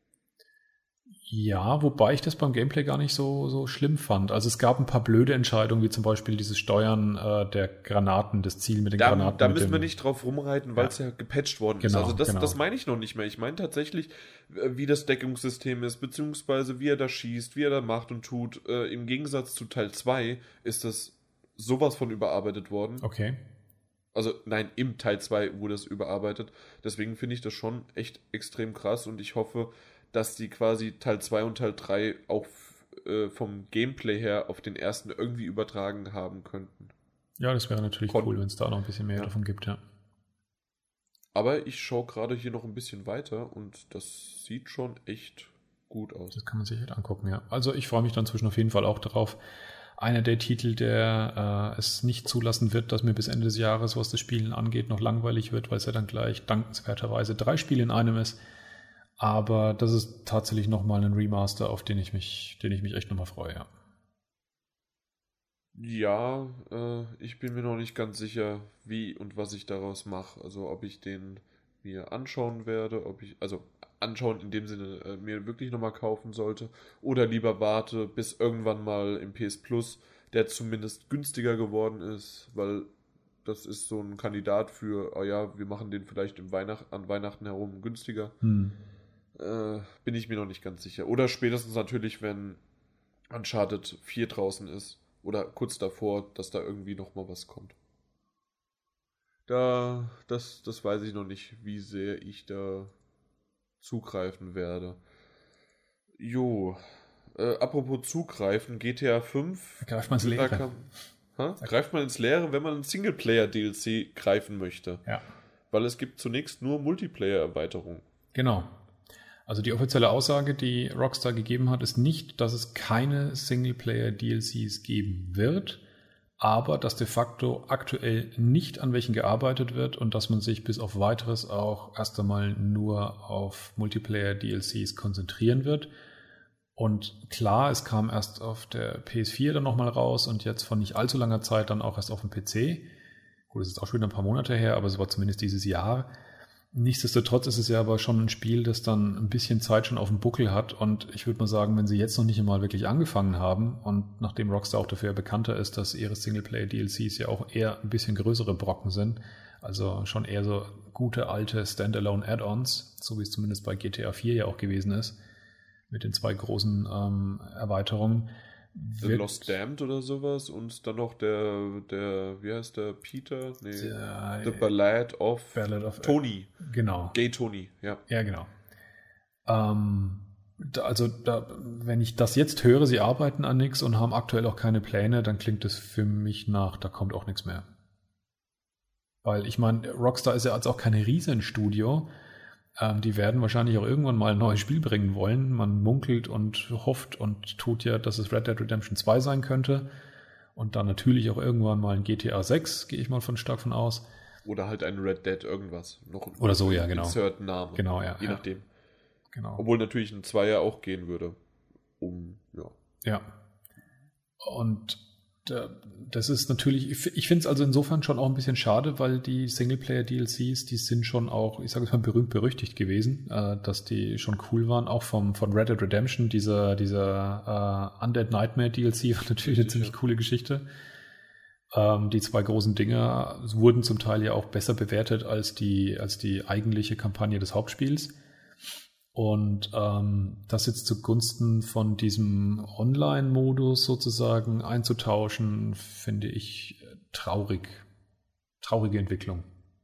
Ja, wobei ich das beim Gameplay gar nicht so, so schlimm fand. Also es gab ein paar blöde Entscheidungen, wie zum Beispiel dieses Steuern äh, der Granaten, das Ziel mit den da, Granaten. Da mit müssen dem, wir nicht drauf rumreiten, weil ja. es ja gepatcht worden genau, ist. Also das, genau. das meine ich noch nicht mehr. Ich meine tatsächlich, wie das Deckungssystem ist, beziehungsweise wie er da schießt, wie er da macht und tut. Äh, im Gegensatz zu Teil zwei ist das sowas von überarbeitet worden. Okay. Also nein, im Teil zwei wurde es überarbeitet. Deswegen finde ich das schon echt extrem krass und ich hoffe, dass die quasi Teil zwei und Teil drei auch äh, vom Gameplay her auf den ersten irgendwie übertragen haben könnten. Ja, das wäre natürlich Kon- cool, wenn es da noch ein bisschen mehr ja. davon gibt, ja. Aber ich schaue gerade hier noch ein bisschen weiter und das sieht schon echt gut aus. Das kann man sich halt angucken, ja. Also ich freue mich dann zwischen auf jeden Fall auch darauf. Einer der Titel, der äh, es nicht zulassen wird, dass mir bis Ende des Jahres, was das Spielen angeht, noch langweilig wird, weil es ja dann gleich dankenswerterweise drei Spiele in einem ist. Aber das ist tatsächlich nochmal ein Remaster, auf den ich mich, den ich mich echt nochmal freue, ja. Ja, äh, ich bin mir noch nicht ganz sicher, wie und was ich daraus mache. Also ob ich den mir anschauen werde, ob ich, also anschauen in dem Sinne äh, mir wirklich nochmal kaufen sollte oder lieber warte, bis irgendwann mal im P S Plus, der zumindest günstiger geworden ist, weil das ist so ein Kandidat für, oh ja, wir machen den vielleicht im Weihnacht, an Weihnachten herum günstiger. Hm. Äh, bin ich mir noch nicht ganz sicher. Oder spätestens natürlich, wenn Uncharted vier draußen ist. Oder kurz davor, dass da irgendwie nochmal was kommt. Da, das, das weiß ich noch nicht, wie sehr ich da zugreifen werde. Jo, äh, apropos zugreifen, G T A fünf. Greift man ins Leere. Kam, ha? Greift man ins Leere, wenn man ein Singleplayer-D L C greifen möchte. Ja. Weil es gibt zunächst nur Multiplayer-Erweiterungen. Genau. Also die offizielle Aussage, die Rockstar gegeben hat, ist nicht, dass es keine Singleplayer-D L Cs geben wird, aber dass de facto aktuell nicht an welchen gearbeitet wird und dass man sich bis auf Weiteres auch erst einmal nur auf Multiplayer-D L Cs konzentrieren wird. Und klar, es kam erst auf der P S vier dann nochmal raus und jetzt von nicht allzu langer Zeit dann auch erst auf dem P C. Gut, das ist auch schon wieder ein paar Monate her, aber es war zumindest dieses Jahr. Nichtsdestotrotz ist es ja aber schon ein Spiel, das dann ein bisschen Zeit schon auf dem Buckel hat und ich würde mal sagen, wenn sie jetzt noch nicht einmal wirklich angefangen haben und nachdem Rockstar auch dafür bekannter ist, dass ihre Singleplayer-D L Cs ja auch eher ein bisschen größere Brocken sind, also schon eher so gute alte Standalone Add-ons, so wie es zumindest bei G T A vier ja auch gewesen ist, mit den zwei großen ähm, Erweiterungen. The Lost Damned oder sowas und dann noch der, der, wie heißt der, Peter? Nee, der, The Ballad of, Ballad of Tony. Genau. Gay Tony, ja. Ja, genau. Ähm, da, also da, wenn ich das jetzt höre, sie arbeiten an nichts und haben aktuell auch keine Pläne, dann klingt es für mich nach, da kommt auch nichts mehr. Weil ich meine, Rockstar ist ja jetzt auch kein Riesenstudio. Ähm, die werden wahrscheinlich auch irgendwann mal ein neues Spiel bringen wollen. Man munkelt und hofft und tut ja, dass es Red Dead Redemption zwei sein könnte. Und dann natürlich auch irgendwann mal ein G T A sechs, gehe ich mal von stark von aus. Oder halt ein Red Dead irgendwas. Noch Oder so, ja, genau. Insert-Name. Genau, ja. Je ja. nachdem. Genau. Obwohl natürlich ein Zweier auch gehen würde. Um, ja. Ja. Und das ist natürlich, ich finde es also insofern schon auch ein bisschen schade, weil die Singleplayer-D L Cs, die sind schon auch, ich sage es mal, berühmt berüchtigt gewesen, äh, dass die schon cool waren, auch vom, von Red Dead Redemption, dieser, dieser äh, Undead Nightmare D L C war natürlich eine ziemlich coole Geschichte. Ähm, die zwei großen Dinger wurden zum Teil ja auch besser bewertet als die, als die eigentliche Kampagne des Hauptspiels. Und ähm, das jetzt zugunsten von diesem Online-Modus sozusagen einzutauschen, finde ich traurig. Traurige Entwicklung.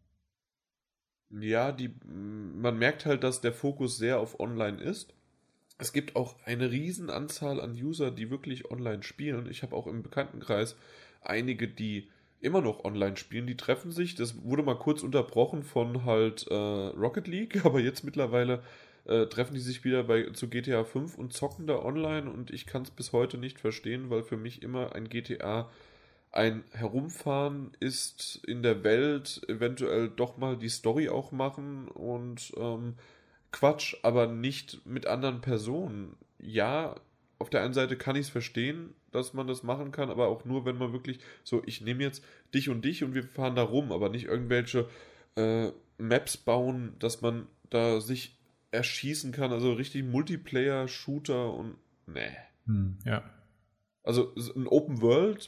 Ja, die, man merkt halt, dass der Fokus sehr auf Online ist. Es gibt auch eine riesen Anzahl an User, die wirklich online spielen. Ich habe auch im Bekanntenkreis einige, die immer noch online spielen. Die treffen sich, das wurde mal kurz unterbrochen von halt äh, Rocket League, aber jetzt mittlerweile Äh, treffen die sich wieder bei, zu G T A fünf und zocken da online und ich kann es bis heute nicht verstehen, weil für mich immer ein G T A ein Herumfahren ist in der Welt, eventuell doch mal die Story auch machen und ähm, Quatsch, aber nicht mit anderen Personen. Ja, auf der einen Seite kann ich es verstehen, dass man das machen kann, aber auch nur, wenn man wirklich so, ich nehme jetzt dich und dich und wir fahren da rum, aber nicht irgendwelche äh, Maps bauen, dass man da sich erschießen kann, also richtig Multiplayer-Shooter und nee. Hm, ja. Also ein Open World,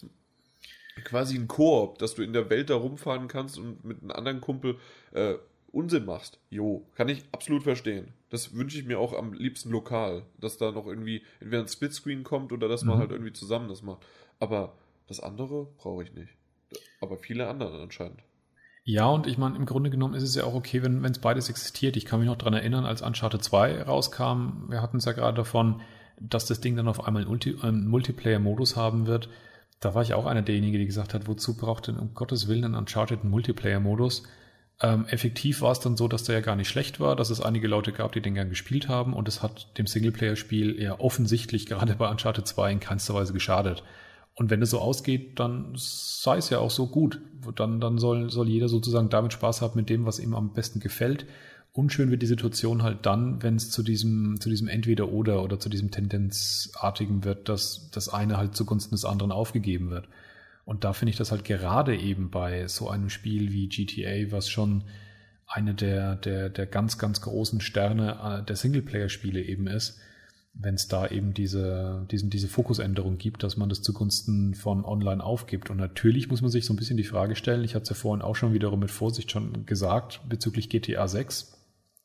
quasi ein Koop, dass du in der Welt da rumfahren kannst und mit einem anderen Kumpel äh, Unsinn machst. Jo, kann ich absolut verstehen. Das wünsche ich mir auch am liebsten lokal, dass da noch irgendwie entweder ein Splitscreen kommt oder dass man Mhm. halt irgendwie zusammen das macht. Aber das andere brauche ich nicht. Aber viele andere anscheinend. Ja, und ich meine, im Grunde genommen ist es ja auch okay, wenn es beides existiert. Ich kann mich noch dran erinnern, als Uncharted zwei rauskam, wir hatten es ja gerade davon, dass das Ding dann auf einmal einen, Ulti- einen Multiplayer-Modus haben wird. Da war ich auch einer derjenigen, die gesagt hat, wozu braucht denn um Gottes Willen ein Uncharted einen Multiplayer-Modus? Ähm, effektiv war es dann so, dass der ja gar nicht schlecht war, dass es einige Leute gab, die den gern gespielt haben und es hat dem Singleplayer-Spiel ja offensichtlich gerade bei Uncharted zwei in keinster Weise geschadet. Und wenn es so ausgeht, dann sei es ja auch so gut. Dann, dann soll, soll jeder sozusagen damit Spaß haben mit dem, was ihm am besten gefällt. Unschön wird die Situation halt dann, wenn es zu diesem, zu diesem Entweder-Oder oder zu diesem Tendenzartigen wird, dass das eine halt zugunsten des anderen aufgegeben wird. Und da finde ich das halt gerade eben bei so einem Spiel wie G T A, was schon eine der, der, der ganz, ganz großen Sterne der Singleplayer-Spiele eben ist, wenn es da eben diese, diesen, diese Fokusänderung gibt, dass man das zugunsten von Online aufgibt. Und natürlich muss man sich so ein bisschen die Frage stellen, ich hatte es ja vorhin auch schon wiederum mit Vorsicht schon gesagt, bezüglich G T A sechs,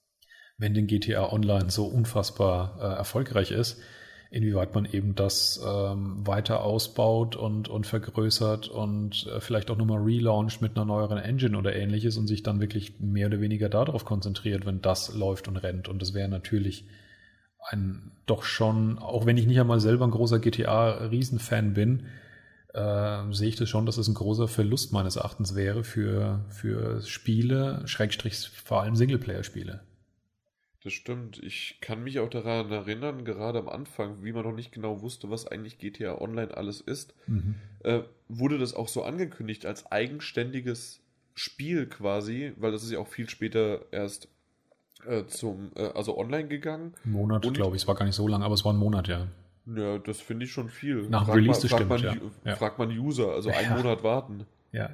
wenn denn G T A Online so unfassbar äh, erfolgreich ist, inwieweit man eben das ähm, weiter ausbaut und, und vergrößert und äh, vielleicht auch nochmal relauncht mit einer neueren Engine oder ähnliches und sich dann wirklich mehr oder weniger darauf konzentriert, wenn das läuft und rennt. Und das wäre natürlich ein doch schon, auch wenn ich nicht einmal selber ein großer G T A-Riesenfan bin, äh, sehe ich das schon, dass es ein großer Verlust meines Erachtens wäre für, für Spiele, Schrägstrich vor allem Singleplayer-Spiele. Das stimmt. Ich kann mich auch daran erinnern, gerade am Anfang, wie man noch nicht genau wusste, was eigentlich G T A Online alles ist, Mhm. äh, wurde das auch so angekündigt als eigenständiges Spiel quasi, weil das ist ja auch viel später erst äh, zum, äh, also online gegangen. Ein Monat, Und- glaube ich, es war gar nicht so lang, aber es war ein Monat, ja. Ja, das finde ich schon viel. Nach dem Frag Release, mal, das fragt stimmt, man, ja. die- Ja. fragt man User, also einen Ja. Monat warten. Ja.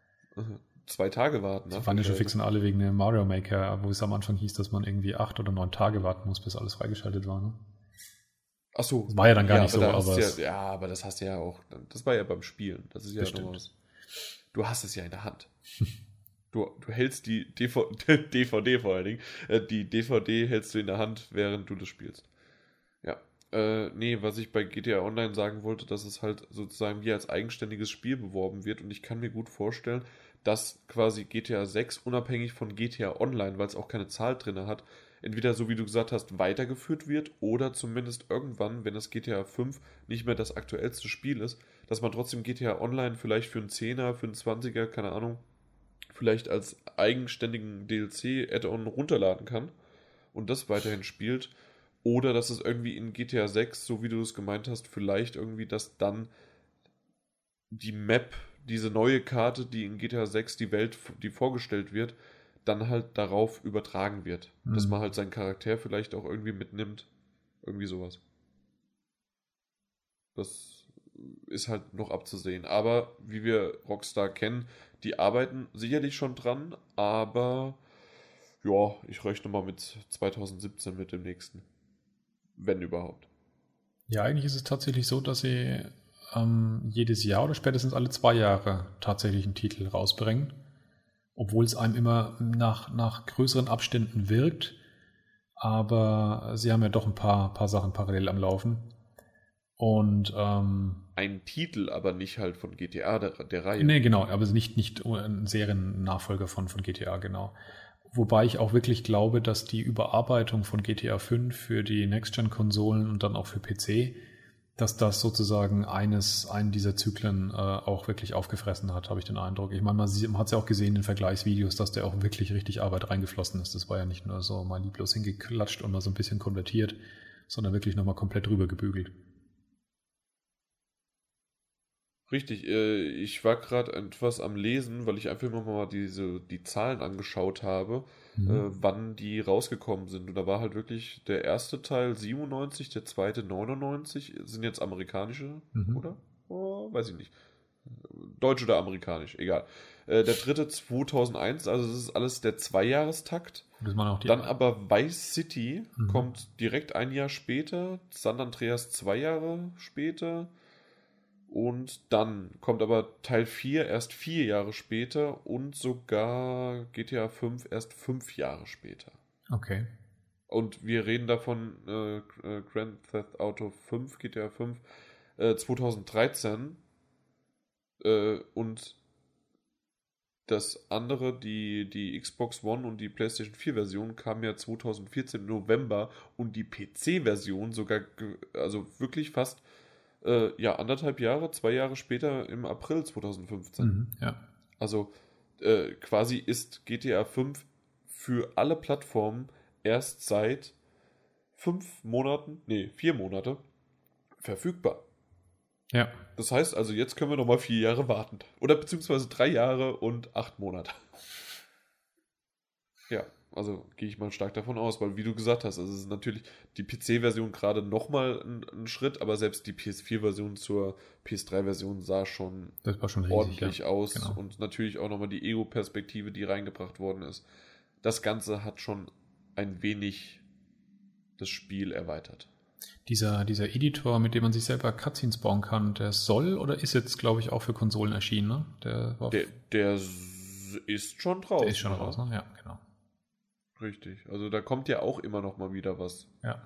Zwei Tage warten. Die ne? waren ja schon fix und alle wegen dem Mario Maker, wo es am Anfang hieß, dass man irgendwie acht oder neun Tage warten muss, bis alles freigeschaltet war. Ne? Ach so. Das war ja dann gar nicht so, da hast aber du es- ja, ja, aber das hast du ja auch. Das war ja beim Spielen. Das ist ja Das noch stimmt. was. Du hast es ja in der Hand. Du, du hältst die D V D, D V D vor allen Dingen. äh, Die D V D hältst du in der Hand, während du das spielst. Ja. Äh, nee, was ich bei G T A Online sagen wollte, dass es halt sozusagen wie als eigenständiges Spiel beworben wird und ich kann mir gut vorstellen, dass quasi G T A sechs unabhängig von G T A Online, weil es auch keine Zahl drin hat, entweder so wie du gesagt hast, weitergeführt wird oder zumindest irgendwann, wenn das G T A fünf nicht mehr das aktuellste Spiel ist, dass man trotzdem G T A Online vielleicht für einen Zehner, für einen Zwanziger, keine Ahnung, vielleicht als eigenständigen D L C-Add-on runterladen kann und das weiterhin spielt. Oder dass es irgendwie in G T A sechs, so wie du es gemeint hast, vielleicht irgendwie, dass dann die Map, diese neue Karte, die in G T A sechs die Welt, die vorgestellt wird, dann halt darauf übertragen wird. Mhm. Dass man halt seinen Charakter vielleicht auch irgendwie mitnimmt. Irgendwie sowas. Das ist halt noch abzusehen. Aber wie wir Rockstar kennen, die arbeiten sicherlich schon dran, aber ja, ich rechne mal mit zwanzig siebzehn mit dem nächsten. Wenn überhaupt. Ja, eigentlich ist es tatsächlich so, dass sie ähm, jedes Jahr oder spätestens alle zwei Jahre tatsächlich einen Titel rausbringen. Obwohl es einem immer nach, nach größeren Abständen wirkt. Aber sie haben ja doch ein paar, paar Sachen parallel am Laufen. Und ähm, ein Titel, aber nicht halt von G T A der, der Reihe. Nee, genau, aber nicht, nicht ein Seriennachfolger von, von G T A, genau. Wobei ich auch wirklich glaube, dass die Überarbeitung von G T A fünf für die Next-Gen-Konsolen und dann auch für P C, dass das sozusagen eines, einen dieser Zyklen äh, auch wirklich aufgefressen hat, habe ich den Eindruck. Ich meine, man, man hat es ja auch gesehen in Vergleichsvideos, dass da auch wirklich richtig Arbeit reingeflossen ist. Das war ja nicht nur so mal lieblos hingeklatscht und mal so ein bisschen konvertiert, sondern wirklich nochmal komplett drüber gebügelt. Richtig, äh, ich war gerade etwas am Lesen, weil ich einfach immer mal diese, die Zahlen angeschaut habe, mhm. äh, wann die rausgekommen sind. Und da war halt wirklich der erste Teil siebenundneunzig, der zweite neunundneunzig, sind jetzt amerikanische, mhm. oder? Oh, weiß ich nicht. Deutsch oder amerikanisch, egal. Äh, der dritte zweitausendeins, also das ist alles der Zweijahrestakt. Das waren auch die Dann aber Vice City mhm. kommt direkt ein Jahr später, San Andreas zwei Jahre später. Und dann kommt aber Teil vier erst vier Jahre später und sogar G T A fünf erst fünf Jahre später. Okay. Und wir reden davon äh, Grand Theft Auto fünf, G T A fünf, äh, zweitausenddreizehn äh, und das andere, die, die Xbox One und die PlayStation vier Version kam ja zweitausendvierzehn im November und die P C Version sogar, also wirklich fast Äh, ja, anderthalb Jahre, zwei Jahre später im April zweitausendfünfzehn. Mhm, ja. Also äh, quasi ist G T A fünf für alle Plattformen erst seit fünf Monaten, nee, vier Monate verfügbar. Ja. Das heißt also, jetzt können wir nochmal vier Jahre warten. Oder beziehungsweise drei Jahre und acht Monate. Ja. Also gehe ich mal stark davon aus, weil wie du gesagt hast, also es ist natürlich die P C-Version gerade nochmal ein, ein Schritt, aber selbst die P S vier Version zur P S drei Version sah schon, das war schon riesig, ordentlich ja. aus Genau. Und natürlich auch nochmal die Ego-Perspektive, die reingebracht worden ist. Das Ganze hat schon ein wenig das Spiel erweitert. Dieser, dieser Editor, mit dem man sich selber Cutscenes bauen kann, der soll oder ist jetzt, glaube ich, auch für Konsolen erschienen, ne? Der, war der, der ist schon draußen. Der ist schon raus, ne? Ja, genau. Richtig, also da kommt ja auch immer noch mal wieder was. Ja.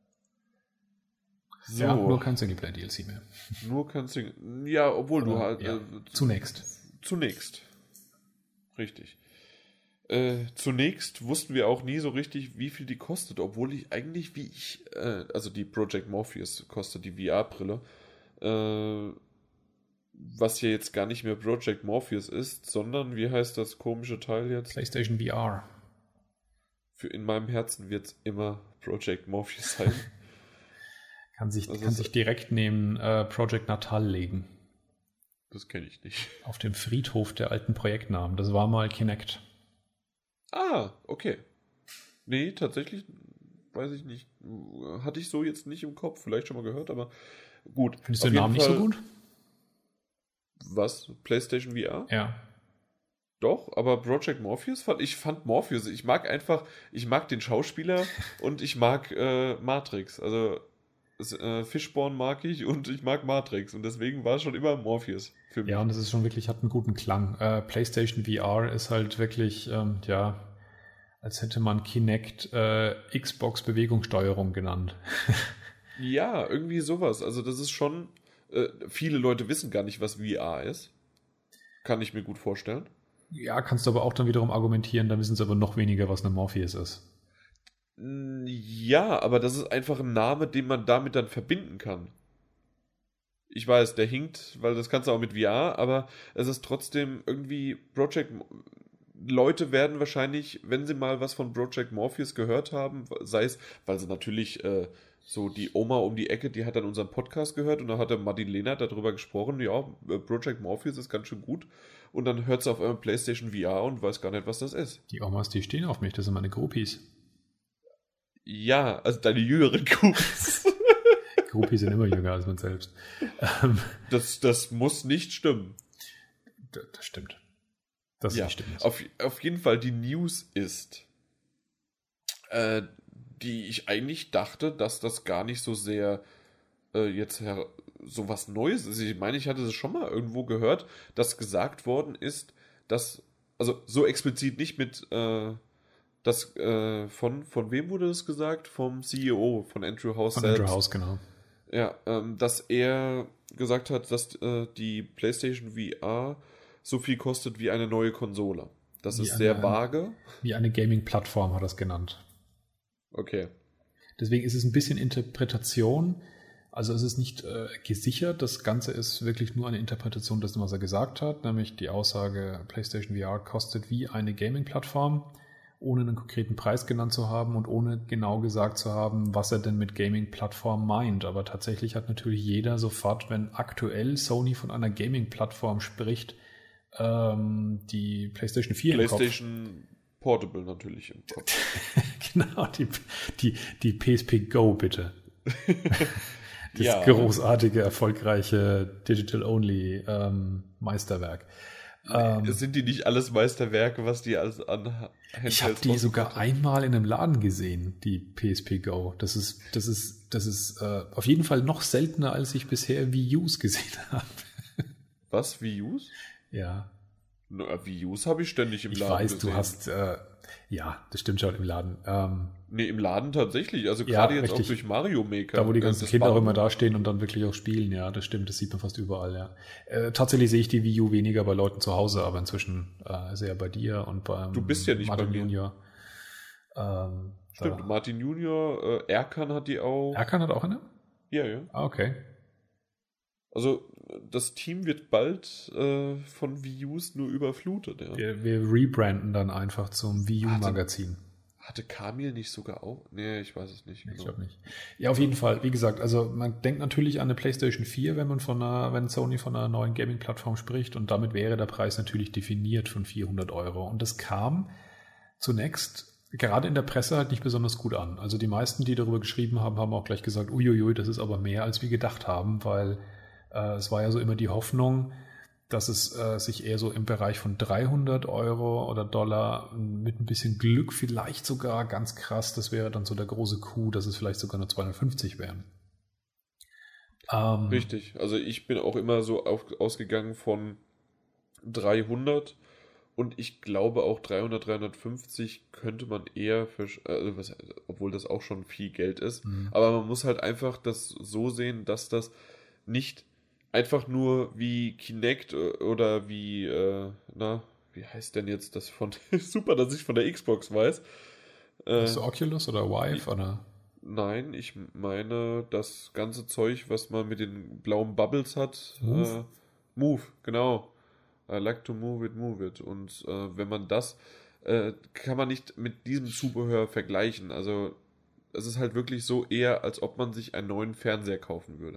So. Ja, nur kein Singleplayer-D L C mehr. Nur kein Singleplayer. Ja, obwohl Oder, du halt. Ja. Äh, zunächst. Zunächst. Richtig. Äh, zunächst wussten wir auch nie so richtig, wie viel die kostet, obwohl ich eigentlich, wie ich, äh, also die Project Morpheus kostet die V R-Brille, äh, was ja jetzt gar nicht mehr Project Morpheus ist, sondern, wie heißt das komische Teil jetzt? PlayStation V R. Für in meinem Herzen wird es immer Project Morpheus sein. kann sich, also kann sich direkt neben äh, Project Natal legen. Das kenne ich nicht. Auf dem Friedhof der alten Projektnamen. Das war mal Kinect. Ah, okay. Nee, tatsächlich, weiß ich nicht. Hatte ich so jetzt nicht im Kopf. Vielleicht schon mal gehört, aber gut. Findest du den Namen Fall, nicht so gut? Was? PlayStation V R? Ja. Doch, aber Project Morpheus fand ich fand Morpheus. Ich mag einfach, ich mag den Schauspieler und ich mag äh, Matrix. Also äh, Fishborn mag ich und ich mag Matrix und deswegen war es schon immer Morpheus für mich. Ja, und das ist schon wirklich, hat einen guten Klang. Äh, PlayStation V R ist halt wirklich, ähm, ja, als hätte man Kinect äh, Xbox Bewegungssteuerung genannt. Ja, irgendwie sowas. Also das ist schon, äh, viele Leute wissen gar nicht, was V R ist. Kann ich mir gut vorstellen. Ja, kannst du aber auch dann wiederum argumentieren, dann wissen sie aber noch weniger, was eine Morpheus ist. Ja, aber das ist einfach ein Name, den man damit dann verbinden kann. Ich weiß, der hinkt, weil das kannst du auch mit V R, aber es ist trotzdem irgendwie Project... Leute werden wahrscheinlich, wenn sie mal was von Project Morpheus gehört haben, sei es, weil sie natürlich äh, so die Oma um die Ecke, die hat dann unseren Podcast gehört und da hat der Martin Lehnert darüber gesprochen, ja, Project Morpheus ist ganz schön gut und dann hört sie auf einmal PlayStation V R und weiß gar nicht, was das ist. Die Omas, die stehen auf mich, das sind meine Groupies. Ja, also deine jüngeren Groupies. Groupies sind immer jünger als man selbst. das, das muss nicht stimmen. Das, das stimmt. Das ja, ist nicht stimmt. Auf, auf jeden Fall die News ist, äh, die ich eigentlich dachte, dass das gar nicht so sehr äh, jetzt her- so was Neues ist. Ich meine, ich hatte es schon mal irgendwo gehört, dass gesagt worden ist, dass, also so explizit nicht mit, äh, das, äh, von, von wem wurde das gesagt? Vom C E O, von Andrew House Von selbst. Andrew House, genau. Ja, ähm, dass er gesagt hat, dass äh, die PlayStation V R so viel kostet wie eine neue Konsole. Das Wie ist eine, sehr vage. Wie eine Gaming-Plattform hat er es genannt. Okay. Deswegen ist es ein bisschen Interpretation. Also es ist nicht äh, gesichert. Das Ganze ist wirklich nur eine Interpretation dessen, was er gesagt hat. Nämlich die Aussage, PlayStation V R kostet wie eine Gaming-Plattform, ohne einen konkreten Preis genannt zu haben und ohne genau gesagt zu haben, was er denn mit Gaming-Plattform meint. Aber tatsächlich hat natürlich jeder sofort, wenn aktuell Sony von einer Gaming-Plattform spricht, ähm, die PlayStation vier PlayStation im Kopf. Portable natürlich im Kopf. Genau, die, die, die P S P Go bitte. Das Ja. großartige, erfolgreiche Digital-Only ähm, Meisterwerk. Ähm, Sind die nicht alles Meisterwerke, was die alles an Handhelds Ich habe die sogar einmal in einem Laden gesehen, die P S P Go. Das ist, das ist, das ist äh, auf jeden Fall noch seltener, als ich bisher Wii Us gesehen habe. Was, Wii Us? Ja. Na, Wii Us habe ich ständig im Ich Laden weiß, gesehen. du hast, äh, ja, das stimmt schon im Laden. Ähm, Nee, im Laden tatsächlich. Also Ja, gerade jetzt richtig. auch durch Mario Maker. Da, wo die Äh, ganzen das Kinder auch Band- immer dastehen und dann wirklich auch spielen, ja, das stimmt, das sieht man fast überall, ja. Äh, tatsächlich sehe ich die Wii U weniger bei Leuten zu Hause, aber inzwischen äh, sehr bei dir und beim Du bist ja nicht Martin bei mir. Junior. Ähm, Stimmt, da- Martin Junior, äh, Erkan hat die auch. Erkan hat auch eine? Ja, ja. Ah, okay. Also das Team wird bald äh, von Wii Us nur überflutet. Ja. Wir, wir rebranden dann einfach zum Wii U-Magazin. Hatte Kamil nicht sogar auch? Nee, ich weiß es nicht. Ich Genau. glaube nicht. Ja, auf jeden Fall. Wie gesagt, also man denkt natürlich an eine PlayStation vier, wenn man von einer, wenn Sony von einer neuen Gaming-Plattform spricht, und damit wäre der Preis natürlich definiert von vierhundert Euro. Und das kam zunächst gerade in der Presse halt nicht besonders gut an. Also die meisten, die darüber geschrieben haben, haben auch gleich gesagt, uiuiui, das ist aber mehr, als wir gedacht haben, weil äh, es war ja so immer die Hoffnung, dass es äh, sich eher so im Bereich von dreihundert Euro oder Dollar mit ein bisschen Glück vielleicht sogar ganz krass, das wäre dann so der große Coup, dass es vielleicht sogar nur zweihundertfünfzig wären. Ähm, Richtig. Also ich bin auch immer so auf, ausgegangen von dreihundert und ich glaube auch dreihundert, dreihundertfünfzig könnte man eher, für, also was, obwohl das auch schon viel Geld ist, Mhm. aber man muss halt einfach das so sehen, dass das nicht einfach nur wie Kinect oder wie, äh, na, wie heißt denn jetzt das von, super, dass ich von der Xbox weiß. Äh, Ist das Oculus oder Vive oder? nein, ich meine das ganze Zeug, was man mit den blauen Bubbles hat. Move? Äh, Move, genau. I like to move it, move it. Und äh, wenn man das, äh, kann man nicht mit diesem Zubehör vergleichen. Also es ist halt wirklich so eher, als ob man sich einen neuen Fernseher kaufen würde.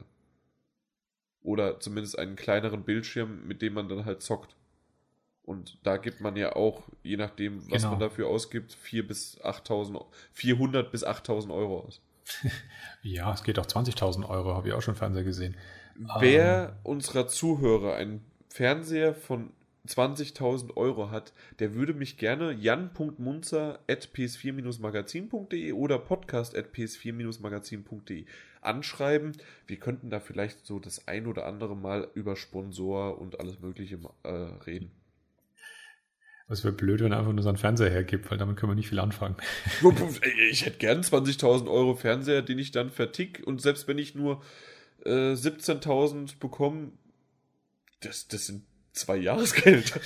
Oder zumindest einen kleineren Bildschirm, mit dem man dann halt zockt. Und da gibt man ja auch, je nachdem, was Genau. man dafür ausgibt, vier bis achttausend, vierhundert bis achttausend Euro aus. Ja, es geht auch zwanzigtausend Euro, habe ich auch schon Fernseher gesehen. Wer unserer Zuhörer einen Fernseher von zwanzigtausend Euro hat, der würde mich gerne jan punkt munzer at p s vier magazin punkt de oder podcast at p s vier magazin punkt de anschreiben. Wir könnten da vielleicht so das ein oder andere Mal über Sponsor und alles Mögliche äh, reden. Was wäre blöd, wenn er einfach nur seinen Fernseher hergibt, weil damit können wir nicht viel anfangen. Ich hätte gern zwanzigtausend Euro Fernseher, den ich dann vertick, und selbst wenn ich nur äh, siebzehntausend bekomme, das, das sind zwei Jahresgeld.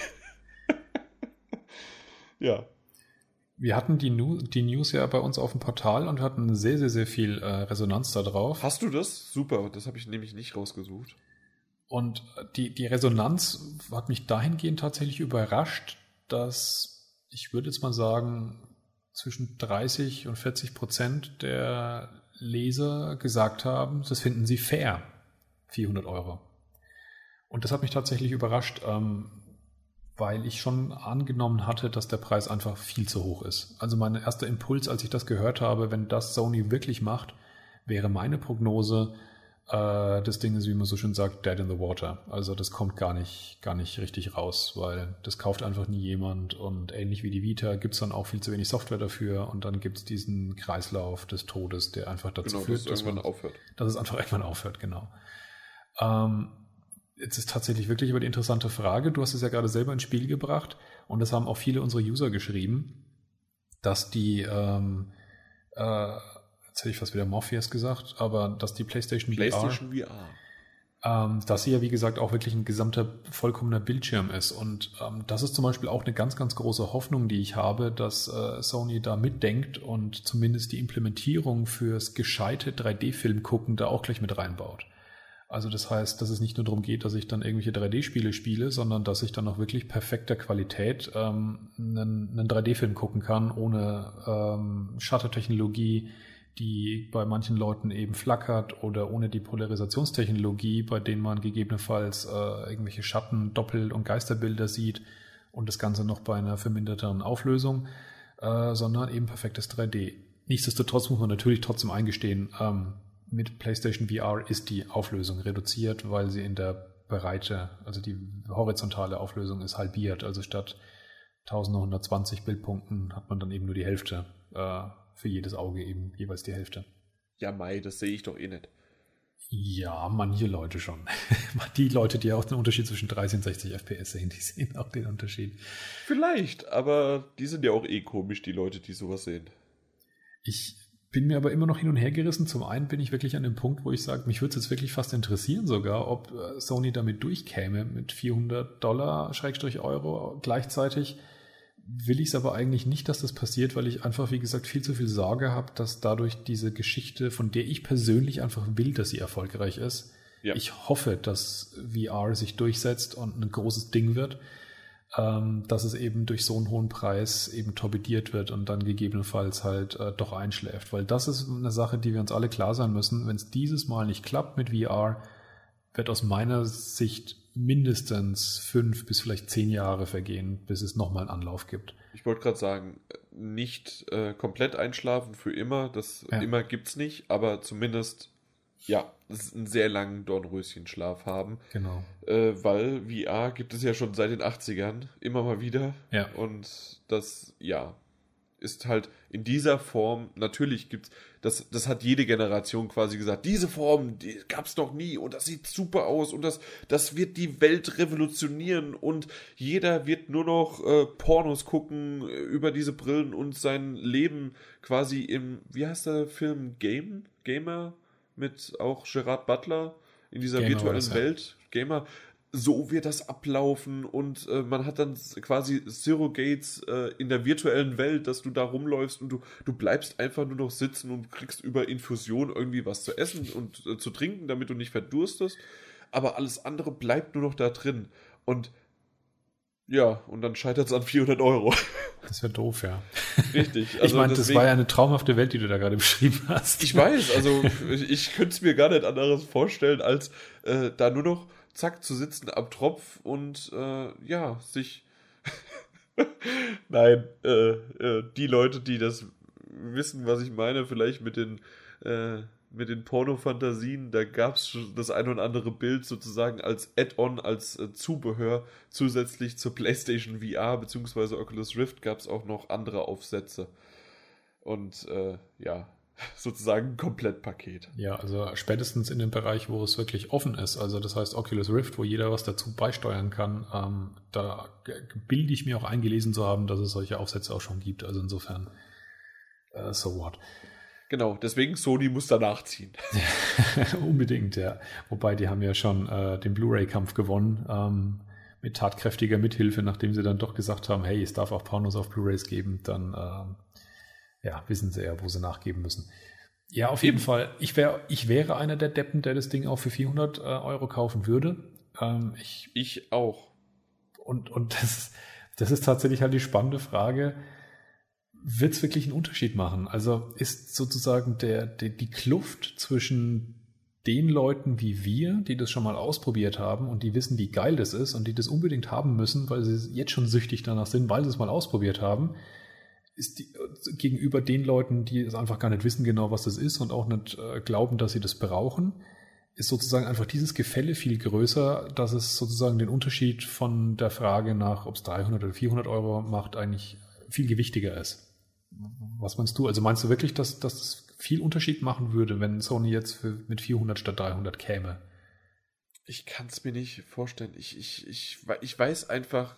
Ja. Wir hatten die, Nu- die News ja bei uns auf dem Portal und hatten sehr, sehr, sehr viel äh, Resonanz da drauf. Hast du das? Super, das habe ich nämlich nicht rausgesucht. Und die, die Resonanz hat mich dahingehend tatsächlich überrascht, dass ich würde jetzt mal sagen, zwischen dreißig und vierzig Prozent der Leser gesagt haben, das finden sie fair, vierhundert Euro. Und das hat mich tatsächlich überrascht, ähm, weil ich schon angenommen hatte, dass der Preis einfach viel zu hoch ist. Also mein erster Impuls, als ich das gehört habe, wenn das Sony wirklich macht, wäre meine Prognose, äh, das Ding ist, wie man so schön sagt, dead in the water. Also das kommt gar nicht, gar nicht richtig raus, weil das kauft einfach nie jemand, und ähnlich wie die Vita gibt es dann auch viel zu wenig Software dafür, und dann gibt es diesen Kreislauf des Todes, der einfach dazu genau, führt, dass es irgendwann man, aufhört. Dass es einfach irgendwann aufhört, genau. Ähm, Jetzt ist tatsächlich wirklich aber die interessante Frage, du hast es ja gerade selber ins Spiel gebracht, und das haben auch viele unserer User geschrieben, dass die, ähm, äh, jetzt hätte ich fast wieder Morpheus gesagt, aber dass die PlayStation, PlayStation V R, V R. ähm, dass sie ja wie gesagt auch wirklich ein gesamter, vollkommener Bildschirm ist, und ähm, das ist zum Beispiel auch eine ganz, ganz große Hoffnung, die ich habe, dass äh, Sony da mitdenkt und zumindest die Implementierung fürs gescheite drei D-Film gucken da auch gleich mit reinbaut. Also das heißt, dass es nicht nur darum geht, dass ich dann irgendwelche drei D-Spiele spiele, sondern dass ich dann auch wirklich perfekter Qualität ähm, einen, einen drei D-Film gucken kann, ohne ähm, Shutter-Technologie, die bei manchen Leuten eben flackert, oder ohne die Polarisationstechnologie, bei denen man gegebenenfalls äh, irgendwelche Schatten, Doppel- und Geisterbilder sieht, und das Ganze noch bei einer verminderteren Auflösung, äh, sondern eben perfektes drei D. Nichtsdestotrotz muss man natürlich trotzdem eingestehen, ähm, mit PlayStation V R ist die Auflösung reduziert, weil sie in der Breite, also die horizontale Auflösung ist halbiert. Also statt eintausendneunhundertzwanzig Bildpunkten hat man dann eben nur die Hälfte. Äh, für jedes Auge eben jeweils die Hälfte. Ja, Mai, das sehe ich doch eh nicht. Ja, manche Leute schon. Die Leute, die auch den Unterschied zwischen dreißig und sechzig F P S sehen, die sehen auch den Unterschied. Vielleicht, aber die sind ja auch eh komisch, die Leute, die sowas sehen. Ich bin mir aber immer noch hin und her gerissen. Zum einen bin ich wirklich an dem Punkt, wo ich sage, mich würde es jetzt wirklich fast interessieren sogar, ob Sony damit durchkäme mit vierhundert Dollar, Schrägstrich Euro. Gleichzeitig will ich es aber eigentlich nicht, dass das passiert, weil ich einfach, wie gesagt, viel zu viel Sorge habe, dass dadurch diese Geschichte, von der ich persönlich einfach will, dass sie erfolgreich ist, ja. Ich hoffe, dass V R sich durchsetzt und ein großes Ding wird, ähm, dass es eben durch so einen hohen Preis eben torpediert wird und dann gegebenenfalls halt äh, doch einschläft. Weil das ist eine Sache, die wir uns alle klar sein müssen. Wenn es dieses Mal nicht klappt mit V R, wird aus meiner Sicht mindestens fünf bis vielleicht zehn Jahre vergehen, bis es nochmal einen Anlauf gibt. Ich wollte gerade sagen, nicht äh, komplett einschlafen für immer, das ja. immer gibt's nicht, aber zumindest ja, einen sehr langen Dornröschenschlaf haben. Genau. Äh, weil V R gibt es ja schon seit den achtzigern immer mal wieder. Ja. Und das, ja, ist halt in dieser Form, natürlich gibt's, das, das hat jede Generation quasi gesagt, diese Form, die gab's noch nie und das sieht super aus und das, das wird die Welt revolutionieren und jeder wird nur noch äh, Pornos gucken über diese Brillen und sein Leben quasi im, wie heißt der Film, Game? Gamer? Mit auch Gerard Butler in dieser Gamer virtuellen das, ja. Welt, Gamer, so wird das ablaufen und äh, man hat dann quasi Surrogates äh, in der virtuellen Welt, dass du da rumläufst und du, du bleibst einfach nur noch sitzen und kriegst über Infusion irgendwie was zu essen und äh, zu trinken, damit du nicht verdurstest, aber alles andere bleibt nur noch da drin und ja, und dann scheitert es an vierhundert Euro. Das wäre doof, ja. Richtig. Also ich meine, das war ja eine traumhafte Welt, die du da gerade beschrieben hast. Ich weiß, also ich, ich könnte es mir gar nicht anderes vorstellen, als äh, da nur noch zack zu sitzen am Tropf und äh, ja, sich Nein, äh, äh, die Leute, die das wissen, was ich meine, vielleicht mit den äh, mit den Pornofantasien, da gab es schon das ein oder andere Bild sozusagen als Add-on, als äh, Zubehör zusätzlich zur PlayStation V R bzw. Oculus Rift gab es auch noch andere Aufsätze. Und äh, ja, sozusagen ein Komplettpaket. Ja, also spätestens in dem Bereich, wo es wirklich offen ist, also das heißt Oculus Rift, wo jeder was dazu beisteuern kann, ähm, da bilde ich mir auch eingelesen zu haben, dass es solche Aufsätze auch schon gibt. Also insofern, uh, so what. Genau, deswegen Sony muss da nachziehen. Unbedingt, ja. Wobei, die haben ja schon äh, den Blu-ray-Kampf gewonnen, ähm, mit tatkräftiger Mithilfe, nachdem sie dann doch gesagt haben, hey, es darf auch Pornos auf Blu-rays geben, dann ähm, ja, wissen sie ja, wo sie nachgeben müssen. Ja, auf jeden Fall. Ich, wär, ich wäre einer der Deppen, der das Ding auch für vierhundert Euro kaufen würde. Ähm, ich, ich auch. Und, und das, ist, das ist tatsächlich halt die spannende Frage, wird es wirklich einen Unterschied machen? Also ist sozusagen der, der, die Kluft zwischen den Leuten wie wir, die das schon mal ausprobiert haben und die wissen, wie geil das ist und die das unbedingt haben müssen, weil sie jetzt schon süchtig danach sind, weil sie es mal ausprobiert haben, ist die, gegenüber den Leuten, die es einfach gar nicht wissen genau, was das ist und auch nicht äh, glauben, dass sie das brauchen, ist sozusagen einfach dieses Gefälle viel größer, dass es sozusagen den Unterschied von der Frage nach, ob es dreihundert oder vierhundert Euro macht, eigentlich viel gewichtiger ist. Was meinst du? Also meinst du wirklich, dass, dass das viel Unterschied machen würde, wenn Sony jetzt für, mit vierhundert statt dreihundert käme? Ich kann es mir nicht vorstellen. Ich, ich, ich, ich weiß einfach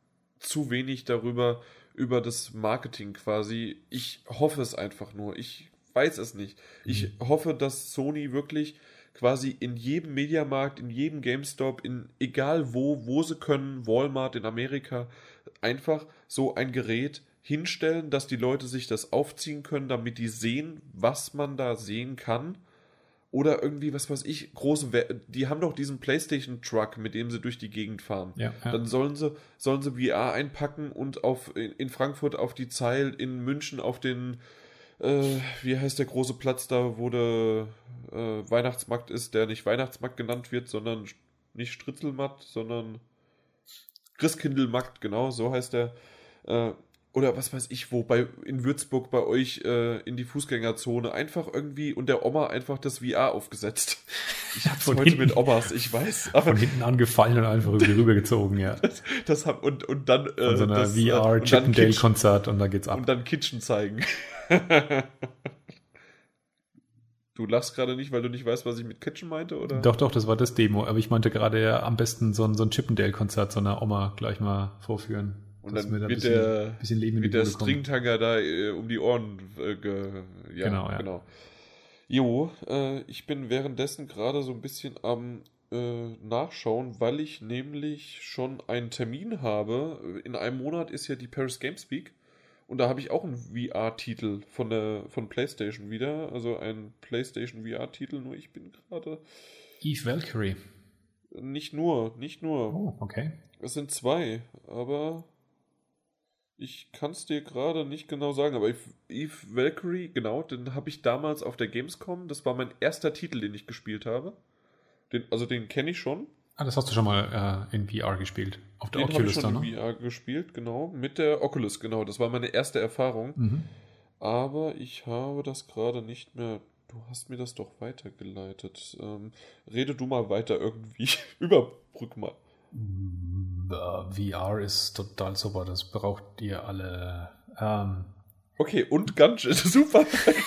zu wenig darüber, über das Marketing quasi. Ich hoffe es einfach nur. Ich weiß es nicht. Mhm. Ich hoffe, dass Sony wirklich quasi in jedem Mediamarkt, in jedem GameStop, in egal wo, wo sie können, Walmart in Amerika, einfach so ein Gerät hinstellen, dass die Leute sich das aufziehen können, damit die sehen, was man da sehen kann. Oder irgendwie, was weiß ich, große, We- die haben doch diesen PlayStation-Truck, mit dem sie durch die Gegend fahren. Ja, ja. Dann sollen sie, sollen sie V R einpacken und auf, in, in Frankfurt auf die Zeil, in München auf den, äh, wie heißt der große Platz da, wo der äh, Weihnachtsmarkt ist, der nicht Weihnachtsmarkt genannt wird, sondern nicht Stritzelmarkt, sondern Christkindlmarkt, genau, so heißt der. Äh, Oder was weiß ich wo, bei, in Würzburg bei euch äh, in die Fußgängerzone einfach irgendwie und der Oma einfach das V R aufgesetzt. Ich hab's Von heute hinten. mit Omas, ich weiß. Aber Von hinten angefallen und einfach über die rübergezogen, ja. das, das hab, und, und dann äh, Von so einer das, V äh, und dann R-Chippendale-Konzert und da geht's ab. Und dann Kitchen zeigen. Du lachst gerade nicht, weil du nicht weißt, was ich mit Kitchen meinte, oder? Doch, doch, das war das Demo. Aber ich meinte gerade ja am besten so ein, so ein Chippendale-Konzert so einer Oma gleich mal vorführen. Und dann wird bisschen, der, bisschen Leben in wird der Stringtanger da äh, um die Ohren äh, ge, ja, genau, ja. genau. Jo, äh, ich bin währenddessen gerade so ein bisschen am äh, Nachschauen, weil ich nämlich schon einen Termin habe. In einem Monat ist ja die Paris Games Week und da habe ich auch einen V R-Titel von der von PlayStation wieder, also einen PlayStation V R-Titel, nur ich bin gerade... Eve Valkyrie. Nicht nur, nicht nur. Oh, okay. Es sind zwei, aber... Ich kann es dir gerade nicht genau sagen, aber Eve Valkyrie, genau, den habe ich damals auf der Gamescom, das war mein erster Titel, den ich gespielt habe. Den, also den kenne ich schon. Ah, das hast du schon mal äh, in V R gespielt. Auf der den Oculus dann, dann, ne? Den habe ich schon in V R gespielt, genau. Mit der Oculus, genau. Das war meine erste Erfahrung. Mhm. Aber ich habe das gerade nicht mehr... Du hast mir das doch weitergeleitet. Ähm, rede du mal weiter irgendwie. Überbrück mal. Uh, V R ist total super, das braucht ihr alle. Ähm. Okay, und ganz super.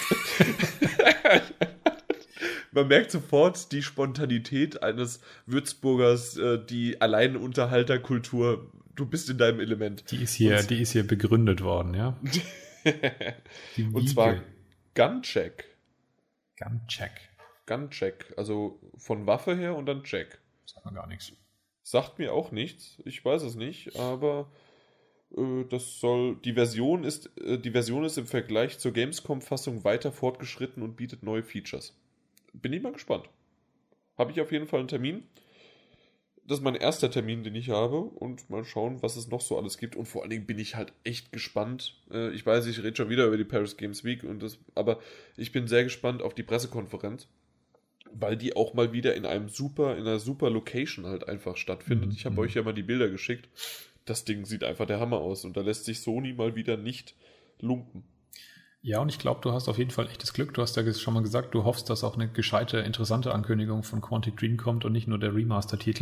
Man merkt sofort die Spontanität eines Würzburgers, die Alleinunterhalterkultur. Du bist in deinem Element. Die ist hier, und, die ist hier begründet worden, ja. Und zwar Guncheck. Guncheck. Guncheck, also von Waffe her und dann Check. Sagt man gar nichts. Sagt mir auch nichts, ich weiß es nicht, aber äh, das soll, die Version ist, äh, die Version ist im Vergleich zur Gamescom-Fassung weiter fortgeschritten und bietet neue Features. Bin ich mal gespannt. Habe ich auf jeden Fall einen Termin. Das ist mein erster Termin, den ich habe und mal schauen, was es noch so alles gibt und vor allen Dingen bin ich halt echt gespannt. Äh, ich weiß, ich rede schon wieder über die Paris Games Week und das, aber ich bin sehr gespannt auf die Pressekonferenz. Weil die auch mal wieder in einem super, in einer super Location halt einfach stattfindet. Mhm. Ich habe euch ja mal die Bilder geschickt. Das Ding sieht einfach der Hammer aus und da lässt sich Sony mal wieder nicht lumpen. Ja, und ich glaube, du hast auf jeden Fall echtes Glück. Du hast ja schon mal gesagt, du hoffst, dass auch eine gescheite, interessante Ankündigung von Quantic Dream kommt und nicht nur der Remaster-Titel.